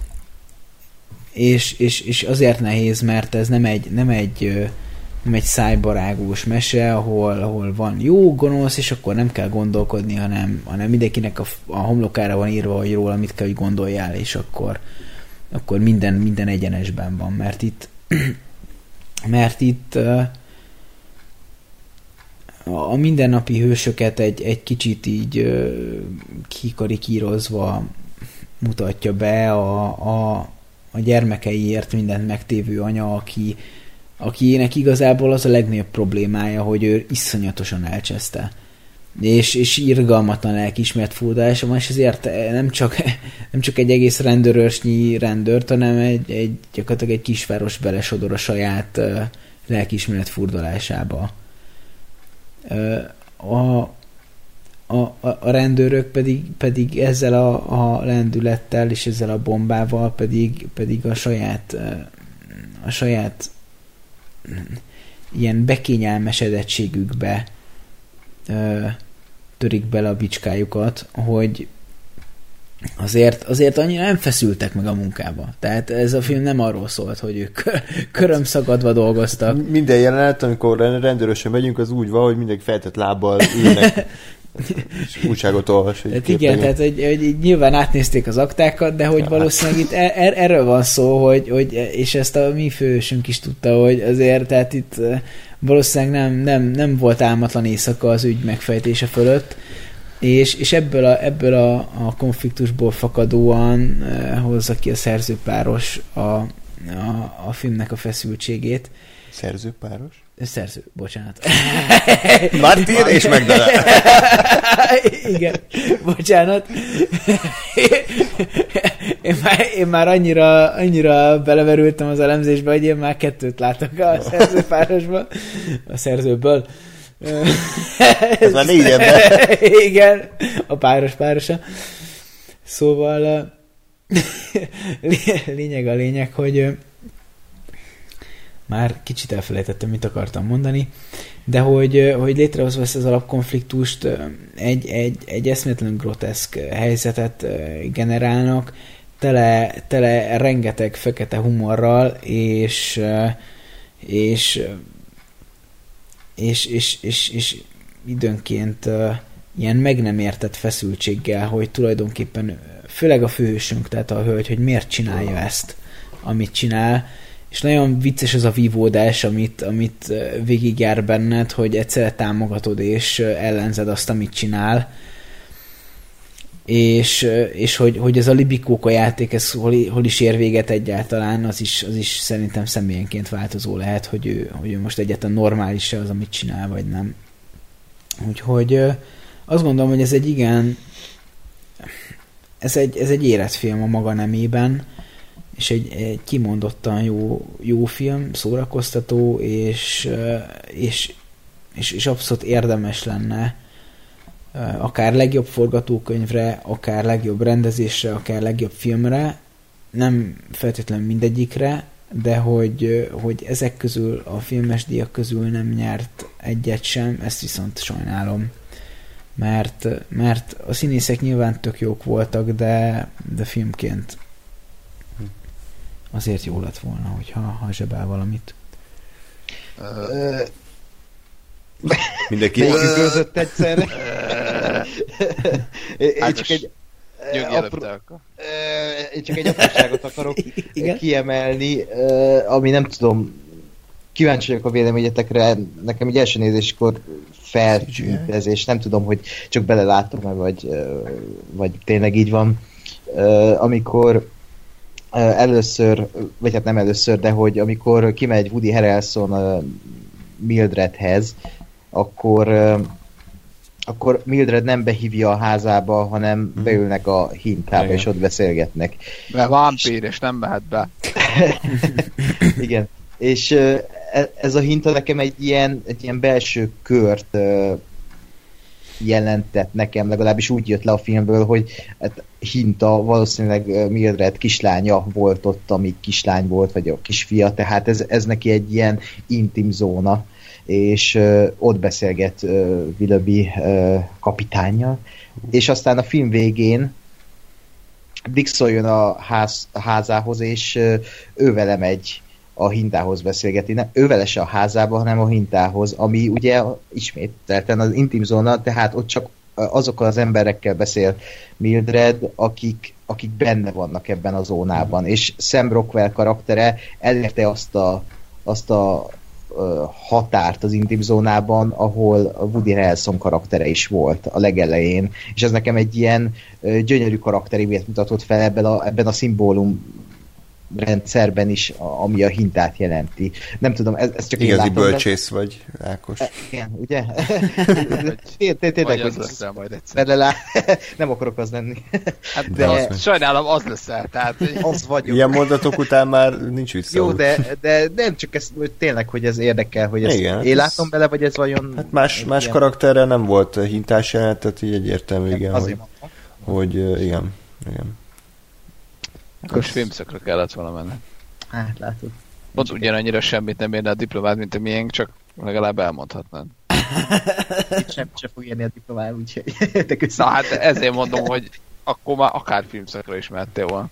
és azért nehéz, mert ez nem egy szájbarágós mese, ahol van jó, gonosz, és akkor nem kell gondolkodni, hanem mindenkinek a homlokára van írva, hogy róla mit kell, hogy gondoljál, és akkor minden egyenesben van, mert itt a mindennapi hősöket egy kicsit így kikarikírozva mutatja be a gyermekeiért mindent megtévő anya, akinek igazából az a legnagyobb problémája, hogy ő iszonyatosan elcseszte. És irgalmatlan lelkiismert furdalása van, és ezért nem csak egy egész rendőrösnyi rendőrt, hanem gyakorlatilag egy kisváros belesodor a saját lelkiismeret furdalásába. A rendőrök pedig ezzel a lendülettel és ezzel a bombával pedig a saját ilyen bekényelmesedettségükbe törik bele a bicskájukat, hogy azért annyira nem feszültek meg a munkába. Tehát ez a film nem arról szólt, hogy ők körömszakadva dolgoztak. Minden jelenet, amikor rendőrösen megyünk, az úgy van, hogy mindenki feltett lábbal ülnek, és újságot olvas. Tehát igen, tehát hogy nyilván átnézték az aktákat, de hogy valószínűleg itt erről van szó, hogy és ezt a mi fősünk is tudta, hogy azért, tehát itt valószínűleg nem volt álmatlan éjszaka az ügy megfejtése fölött, és ebből a konfliktusból fakadóan hozza ki a szerzőpáros a filmnek a feszültségét. Szerzőpáros? Szerző, bocsánat. Martin és Magdala. Igen, bocsánat. Én már annyira beleverültem az elemzésbe, hogy én már 2 látok a szerzőpárosban, a szerzőből. Ez már 4 ember. Igen, a párosa. Szóval lényeg, hogy már kicsit elfelejtettem, mit akartam mondani, de hogy létrehozva ezt az alapkonfliktust egy eszméletlenül groteszk helyzetet generálnak, tele rengeteg fekete humorral, és időnként ilyen meg nem értett feszültséggel, hogy tulajdonképpen főleg a főhősünk, tehát a hölgy, hogy miért csinálja ezt, amit csinál, és nagyon vicces az a vívódás, amit végigjár benned, hogy egyszerre támogatod és ellenzed azt, amit csinál, és hogy ez a libikóka játék, ez hol is ér véget egyáltalán, az is szerintem személyenként változó lehet, hogy ő most egyáltalán normális-e az, amit csinál, vagy nem. Úgyhogy azt gondolom, hogy ez egy érett film a maga nemében, és egy kimondottan jó film, szórakoztató, és és abszolút érdemes lenne akár legjobb forgatókönyvre, akár legjobb rendezésre, akár legjobb filmre, nem feltétlenül mindegyikre, de hogy ezek közül, a filmes díjak közül nem nyert egyet sem, ezt viszont sajnálom. Mert a színészek nyilván tök jók voltak, de filmként azért jó lett volna, hogyha zsebel valamit. Mindenki között egyszerre. Én csak egy apróságot akarok kiemelni, ami nem tudom, kíváncsi vagyok a véleményetekre, nekem egy első nézéskor feltűnt ez, és nem tudom, hogy csak beleláttam-e, vagy tényleg így van. Amikor először, vagy hát nem először, de hogy amikor kimegy Woody Harrelson Mildredhez, akkor Mildred nem behívja a házába, hanem beülnek a hintába, igen, és ott beszélgetnek. Mert vámpír, és nem mehet be. Igen. És ez a hinta nekem egy ilyen belső kört jelentett nekem, legalábbis úgy jött le a filmből, hogy hát hinta valószínűleg Mildred kislánya volt ott, amíg kislány volt, vagy a kisfia, tehát ez neki egy ilyen intim zóna, és ott beszélget Willoughby kapitánnyal, és aztán a film végén Dixon jön a házához, és ő vele megy a hintához beszélgetni. Nem, ő vele se a házába, hanem a hintához, ami ugye ismételten az intim zóna, tehát ott csak azokkal az emberekkel beszél Mildred, akik benne vannak ebben a zónában, és Sam Rockwell karaktere elérte azt a határt az intim zónában, ahol a Woody Harrelson karaktere is volt a legelején, és ez nekem egy ilyen gyönyörű karakterívét mutatott fel ebben a szimbólum rendszerben is, ami a hintát jelenti. Nem tudom, ez csak igazi bölcsész vagy, Ákos. Igen, ugye? Tényleg, az leszel majd egyszer. Nem akarok az lenni. Hát de sajnálom, az leszel. Tehát... Az vagyok. Ilyen mondatok után már nincs vissza. Jó, de nem csak ez, tényleg, hogy ez érdekel, hogy ezt igen, én látom bele, vagy ez vajon... Hát más karakterrel nem volt hintás jelenet, tehát így egyértelmű, igen, hogy igen. Akkor filmszakra kellett volna menni. Hát látod. Pont ugyanannyira semmit nem érne a diplomát, mint a miénk, csak legalább elmondhatnád. Semmit sem fog érni a diplomát, úgyhogy... Na hát ezért mondom, hogy akkor már akár filmszakra is mehettél volna.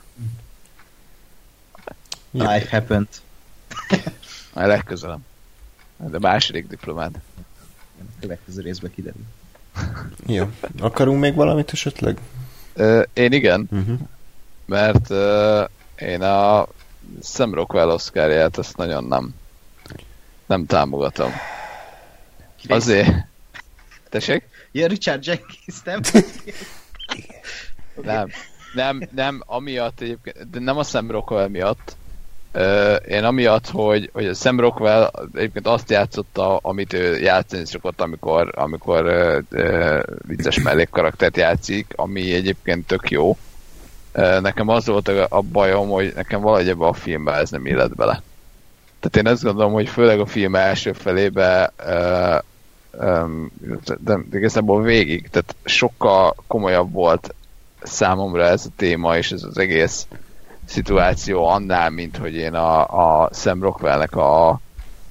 Life happened. Már legközelebb. De második diplomád. Következő részben kiderül. Jó. Akarunk még valamit esetleg? Én igen. Mert én a Sam Rockwell Oscarját ezt nagyon nem támogatom. Azért... Tessék? Ja, Richard Jenkins, nem? Nem, amiatt egyébként, de nem a Sam Rockwell miatt. Én amiatt, hogy a Sam Rockwell egyébként azt játszotta, amit ő játszani szokott, amikor vicces mellékkaraktert játszik, ami egyébként tök jó. Nekem az volt a bajom, hogy nekem valahogy ebben a filmben ez nem illett bele. Tehát én azt gondolom, hogy főleg a film első felébe de igazából végig, tehát sokkal komolyabb volt számomra ez a téma és ez az egész szituáció annál, mint hogy én a Sam Rockwellnek a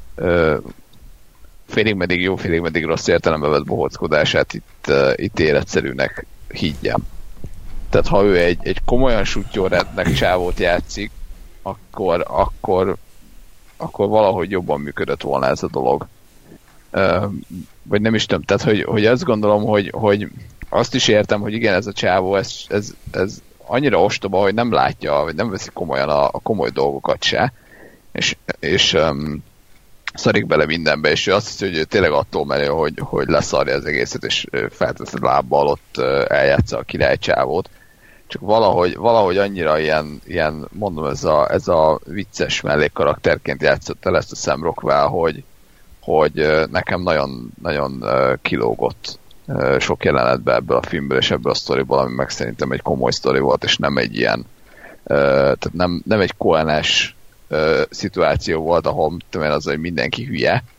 félig meddig jó, félig meddig rossz értelembe vett bohóckodását itt életszerűnek higgyem. Tehát ha ő egy komolyan sutyórednek csávót játszik, akkor valahogy jobban működött volna ez a dolog. Vagy nem is tudom, tehát hogy azt gondolom, hogy azt is értem, hogy igen, ez a csávó, ez annyira ostoba, hogy nem látja, vagy nem veszi komolyan a komoly dolgokat se, és szarik bele mindenbe, és ő azt hiszi, hogy ő tényleg attól menő, hogy leszarja az egészet, és feltesz a lábbal ott eljátsza a királycsávót. Csak valahogy annyira ilyen mondom, ez a vicces mellékkarakterként játszott el ezt a Sam Rockwell, hogy nekem nagyon, nagyon kilógott sok jelenetben ebből a filmből és ebből a sztoriból, ami meg szerintem egy komoly sztori volt, és nem egy ilyen tehát nem egy Coen-es szituáció volt, ahol tudom én az, hogy mindenki hülye,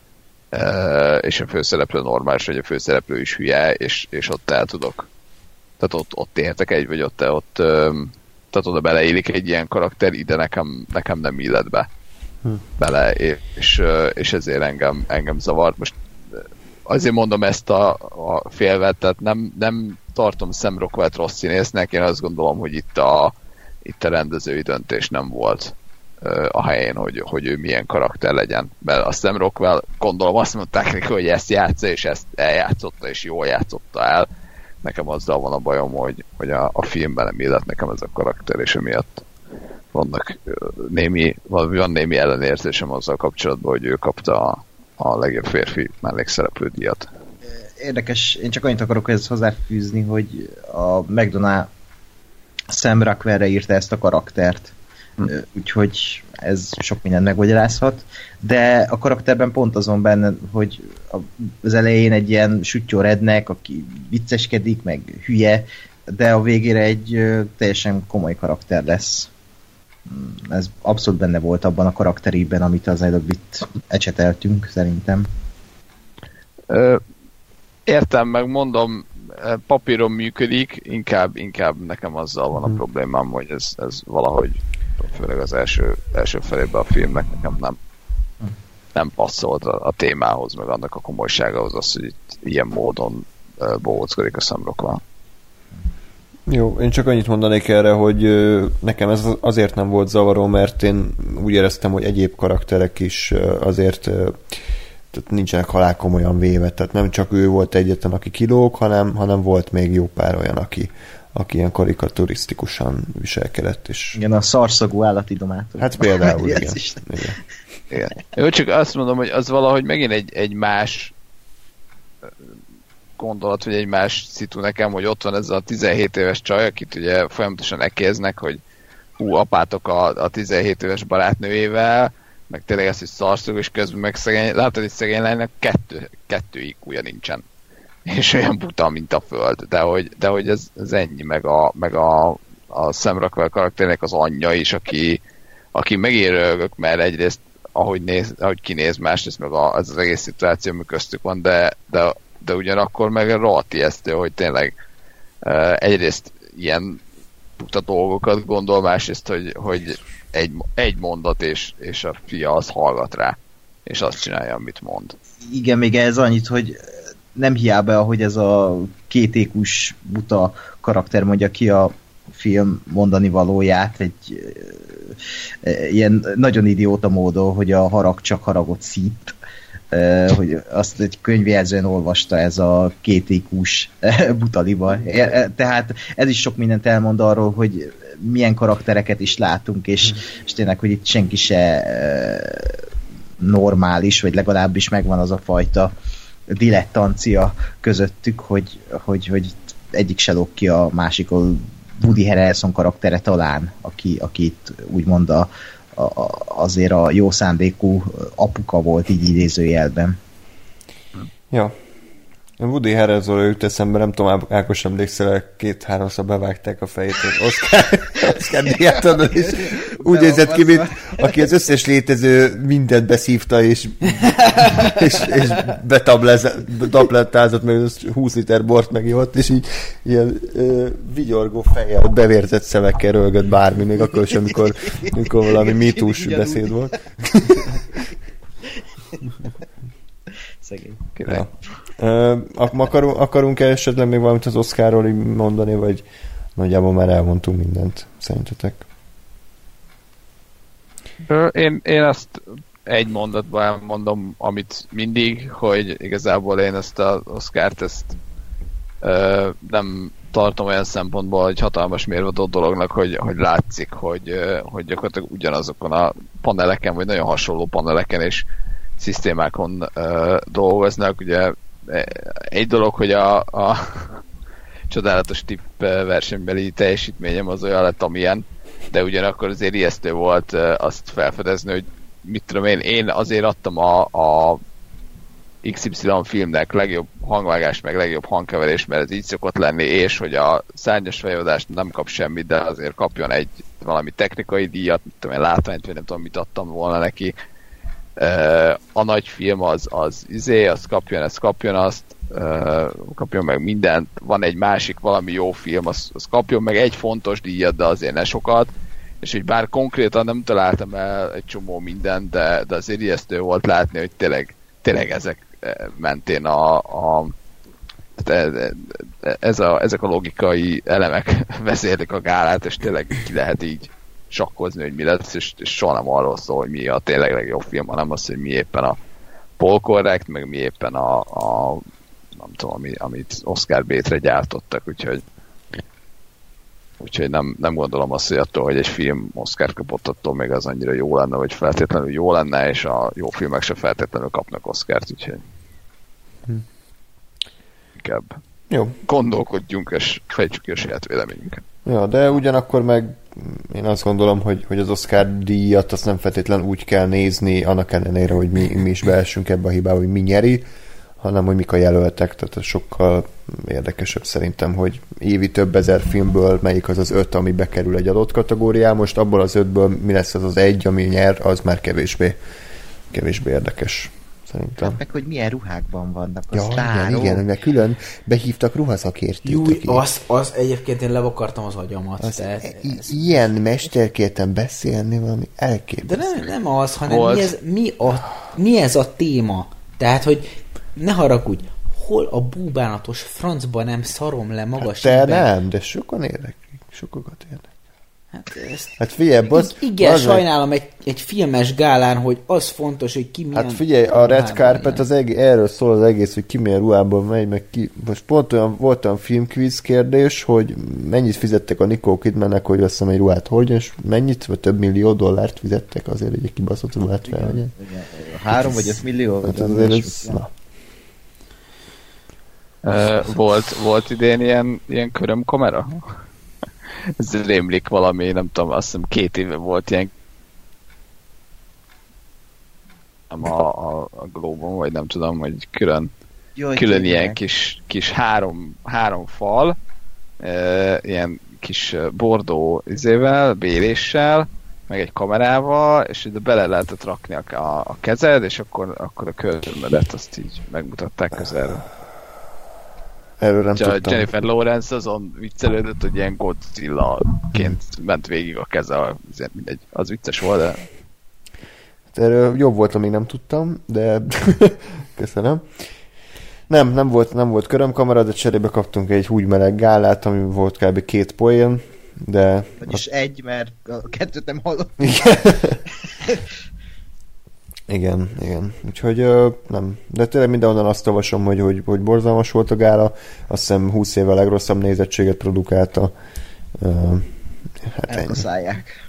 és a főszereplő normális, vagy a főszereplő is hülye, és ott el tudok. Tehát ott értek egy, vagy ott tehát oda beleillik egy ilyen karakter, ide nekem nem illet be bele, és ezért engem zavart. Most azért mondom ezt a félvet, tehát nem tartom Sam Rockwell-t rossz színésznek, én azt gondolom, hogy itt a rendezői döntés nem volt a helyén, hogy ő milyen karakter legyen. Mert a Sam Rockwell, gondolom azt mondták neki, hogy ezt játsza, és ezt eljátszotta, és jól játszotta el. Nekem azzal van a bajom, hogy a filmben nem illet nekem ez a karakter, és emiatt van némi ellenérzésem azzal kapcsolatban, hogy ő kapta a legjobb férfi mellékszereplő díjat. Érdekes, én csak annyit akarok ezt hozzáfűzni, hogy a McDonagh Sam Rockwell-re írta ezt a karaktert. Úgyhogy ez sok mindent megmagyarázhat, de a karakterben pont azon benne, hogy az elején egy ilyen süttyó redneck, aki vicceskedik, meg hülye, de a végére egy teljesen komoly karakter lesz. Ez abszolút benne volt abban a karakterében, amit az előbb itt ecseteltünk, szerintem. Értem, meg mondom, papíron működik, inkább nekem azzal van a problémám, hogy ez valahogy főleg az első felében a filmnek nekem nem passzolt a témához, meg annak a komolyságához az, hogy itt ilyen módon bohóckodik a Sam Rockwell. Jó, én csak annyit mondanék erre, hogy nekem ez azért nem volt zavaró, mert én úgy éreztem, hogy egyéb karakterek is azért tehát nincsenek halálkomolyan véve, tehát nem csak ő volt egyetlen, aki kilóg, hanem volt még jó pár olyan, aki ilyen karikaturisztikusan viselkedett is. Igen, a szarszagú állatidomátor. Hát például, igen. Igen. Jó, csak azt mondom, hogy az valahogy megint egy más gondolat, vagy egy más szitu nekem, hogy ott van ez a 17 éves csaj, akit ugye folyamatosan ekéznek, hogy apátok a 17 éves barátnőjével, meg tényleg ezt is szarszag, és közben meg szegény, látod, hogy szegény lánynak kettő IQ-ja nincsen. És olyan buta, mint a föld. De hogy ez ennyi, meg a Sam Rockwell karakternek az anyja is, aki megérőgök, mert egyrészt ahogy kinéz, másrészt meg ez az egész szituáció, ami köztük van, de ugyanakkor meg rohadt ijesztő, hogy tényleg egyrészt ilyen buta dolgokat gondol, másrészt, hogy egy mondat, és a fia az hallgat rá, és azt csinálja, amit mond. Igen, még ez annyit, hogy nem hiába, ahogy ez a kétékus buta karakter mondja ki a film mondani valóját, egy ilyen nagyon idióta módon, hogy a harag csak haragot szít, hogy azt egy könyvjelzően olvasta ez a kétékus butaliba. Tehát ez is sok mindent elmond arról, hogy milyen karaktereket is látunk, és tényleg, hogy itt senki se normális, vagy legalábbis megvan az a fajta dilettancia közöttük, hogy egyik se lóg ki a másikról. Woody Harrelson karaktere talán, aki itt úgymond azért a jó szándékú apuka volt így idézőjelben. Ja. Woody Harrelsonra jut eszembe, nem tudom, Ákos emlékszel, 2-3-szor bevágták a fejét, hogy Oscar díját adod, és úgy nézett ki, mint aki az összes létező mindent beszívta, és betablettázott, meg 20 liter bort megivatt, és így ilyen vigyorgó fejjel, bevérzett szemekkel rölgött bármi, még akkor is, amikor valami MeToo-s beszéd volt. Szegény. Ja. Akarunk esetleg még valamit az Oscarról mondani, vagy nagyjából már elmondtunk mindent, szerintetek? Én azt egy mondatban elmondom, amit mindig, hogy igazából én ezt az Oscart nem tartom olyan szempontból, hogy hatalmas mérvadó dolognak, hogy látszik, hogy gyakorlatilag ugyanazokon a paneleken, vagy nagyon hasonló paneleken és szisztémákon dolgoznak. Ugye egy dolog, hogy a csodálatos tipp versenybeli teljesítményem az olyan lett, amilyen, de ugyanakkor azért ijesztő volt azt felfedezni, hogy mit tudom én azért adtam a XY filmnek legjobb hangvágás, meg legjobb hangkeverés, mert ez így szokott lenni, és hogy a szárnyas fejadást nem kap semmit, de azért kapjon valami technikai díjat, mit tudom én, látványt, vagy nem tudom, mit adtam volna neki. a nagy film az kapjon azt, kapjon meg mindent, van egy másik valami jó film, az kapjon meg egy fontos díjat, de azért ne sokat, és hogy bár konkrétan nem találtam el egy csomó mindent, de azért ijesztő volt látni, hogy tényleg ezek mentén ezek a logikai elemek vezérlik a gálát, és tényleg ki lehet így sakkozni, hogy mi lesz, és soha nem arról szól, hogy mi a tényleg legjobb film, hanem az, hogy mi éppen a polkorrekt, meg mi éppen a nem tudom, amit Oscar Bate-re gyártottak, úgyhogy nem gondolom azt, hogy attól, hogy egy film Oscar kapott, attól még az annyira jó lenne, vagy feltétlenül jó lenne, és a jó filmek se feltétlenül kapnak Oscart, úgyhogy inkább gondolkodjunk, és fejtsük ki a saját véleményünket. Ja, de ugyanakkor meg én azt gondolom, hogy az Oscar díjat azt nem feltétlenül úgy kell nézni, annak ellenére, hogy mi is beessünk ebbe a hibába, hogy mi nyeri, hanem hogy mik a jelöltek, tehát ez sokkal érdekesebb szerintem, hogy évi több ezer filmből melyik az az 5, ami bekerül egy adott kategóriába, most abból az 5-ből mi lesz az az 1, ami nyer, az már kevésbé érdekes. Szerintem. Meg, hogy milyen ruhákban vannak a sztárok. Igen, mert külön behívtak ruhaszakértőt. Az egyébként én levakartam az agyamat. Ilyen mesterkértem beszélni, valami elképesztő. De nem az, hanem mi ez a téma? Tehát, hogy ne haragudj, hol a búbánatos francba nem szarom le magas te nem, de sokakat érdeklik. Hát figyelj, igen, sajnálom egy filmes gálán, hogy az fontos, hogy ki milyen... Hát figyelj, a Red Carpet erről szól az egész, hogy ki milyen ruhában megy, meg ki... Most pont volt olyan filmkvíz kérdés, hogy mennyit fizettek a Nicole Kidmannek, hogy azt hiszem egy ruhát hordjon, és mennyit, vagy több millió dollárt fizettek azért, hogy egy kibaszott ruhát felvegyen. 3 vagy 5 millió? Hát azért ez... Volt idén ilyen körömkamera? Ez rémlik valami, nem tudom, azt hiszem 2 éve volt ilyen a Globon, vagy nem tudom, hogy külön ilyen kis három fal, ilyen kis bordó béréssel, meg egy kamerával, és ide bele lehetett rakni a kezed, és akkor a körömödet azt így megmutatták közelről. Erről nem tudtam. Jennifer Lawrence azon viccelődött, hogy ilyen Godzilla-ként ment végig a keze, mindegy, az vicces volt, de... Hát erről jobb volt, amíg nem tudtam, de köszönöm. Nem volt körömkamera, de cserébe kaptunk egy húgymeleg gálát, ami volt kb. 2 poén, de... Vagyis egy, mert a 2 nem hallott. Igen. Úgyhogy nem. De tényleg mindenhonnan azt olvasom, hogy borzalmas volt a gála. Azt hiszem 20 éve a legrosszabb nézettséget produkálta. Hát elkaszálják.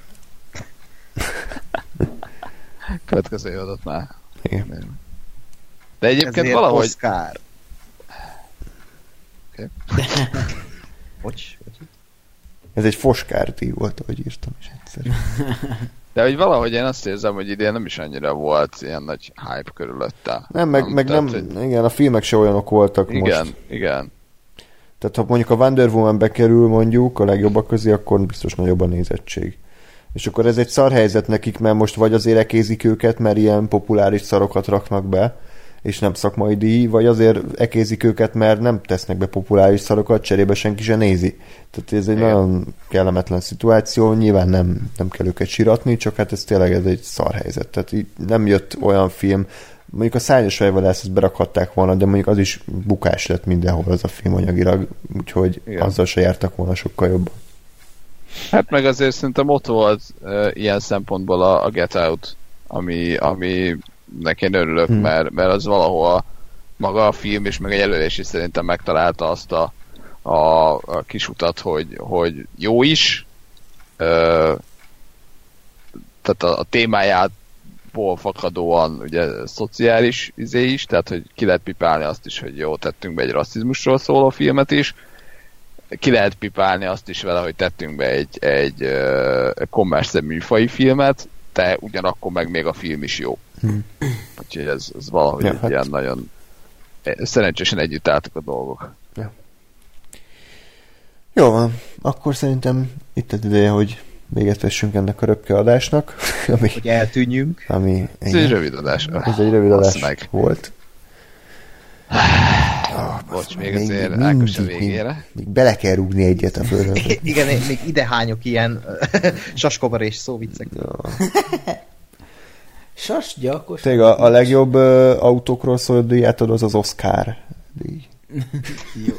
Következő évadat már. Igen. De egyébként ezért valahogy... Oscar. Okay. Bocs. Ez egy foskártí volt, ahogy írtam is egyszer. De hogy valahogy én azt érzem, hogy idén nem is annyira volt ilyen nagy hype körülötte. Nem, meg nem, hogy... igen, a filmek se olyanok voltak most. Igen. Tehát ha mondjuk a Wonder Woman bekerül mondjuk a legjobbak közé, akkor biztos nagyobb a nézettség. És akkor ez egy szar helyzet nekik, mert most vagy azért ekézik őket, mert ilyen populáris szarokat raknak be, és nem szakmai díj, vagy azért ekézik őket, mert nem tesznek be populáris szarokat, cserébe senki se nézi. Tehát ez egy nagyon kellemetlen szituáció, nyilván nem kell őket siratni, csak hát ez tényleg ez egy szar helyzet. Tehát így nem jött olyan film, mondjuk a Szárnyas fejvadász, ezt berakhatták volna, de mondjuk az is bukás lett mindenhol az a film anyagilag, úgyhogy igen, azzal se jártak volna sokkal jobban. Hát meg azért szerintem ott volt ilyen szempontból a Get Out, ami nekem örülök, mert az valahol maga a film és meg egy jelölés is szerintem megtalálta azt a kis utat, hogy jó is, tehát a témájából fakadóan ugye szociális izé is, tehát hogy ki lehet pipálni azt is, hogy jó, tettünk be egy rasszizmusról szóló filmet is, ki lehet pipálni azt is vele, hogy tettünk be egy kommersze műfai filmet, de ugyanakkor meg még a film is jó. Úgyhogy ez valahogy egy ilyen nagyon szerencsésen együtt álltak a dolgok. Ja. Jó van, akkor szerintem itt az ideje, hogy véget vessünk ennek a röpke adásnak. Hogy eltűnjünk. Ez egy rövid adás. Ez egy rövid adás volt. Bocs, még azért Ákos a végére. Még bele kell rúgni egyet a földön. Igen, még ide hányok ilyen saskovar és szóviccek. Sasgyakos. Tényleg a legjobb autókról szóló díját adod, az Oscar díj. Jó.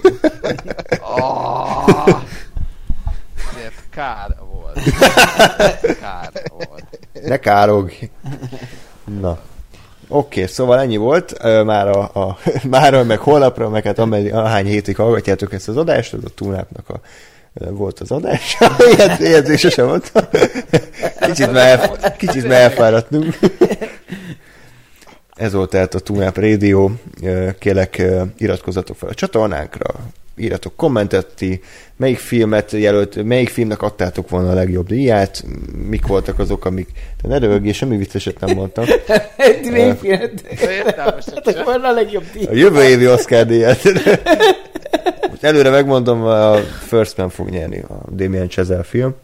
Ezért kár volt. Ne károgj. Na. Oké, szóval ennyi volt. Mára, meg holnapra, meg hát ahány hétig hallgatjátok ezt az adást, az a Túnápnak volt az adás. Ilyet sosem mondtam. Kicsit már elfáradtunk. Ez volt tehát a Túnáp Radio. Kérlek, iratkozzatok fel a csatornánkra, írjatok kommentet, melyik filmnek adtátok volna a legjobb díját, mik voltak azok, amik... De ne röhögjél, semmi vicceset nem mondtam. Melyik filmet adtátok volna a legjobb díjat? A jövő évi Oscar díját. Most előre megmondom, a First Man fog nyerni, a Damien Chazelle film.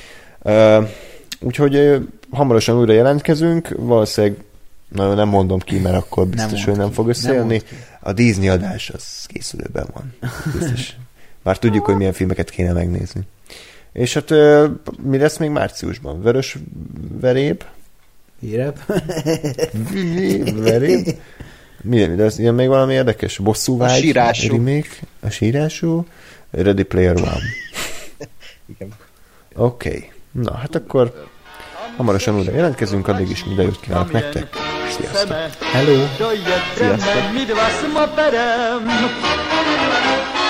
Úgyhogy hamarosan újra jelentkezünk, valószínűleg nagyon nem mondom ki, mert akkor biztos, hogy nem fog összejönni. A Disney adás az készülőben van. Biztos. Már tudjuk, hogy milyen filmeket kéne megnézni. És hát mi lesz még márciusban? Vörös veréb? Veréb? Mi lesz? Ilyen még valami érdekes? Bosszúvágy? A sírású. Remake? A sírású? Ready Player One. Igen. Oké. Na, hát akkor hamarosan újra jelentkezünk, addig is minden jót kívánok nektek. Sziasztok! Hello! Sziasztok!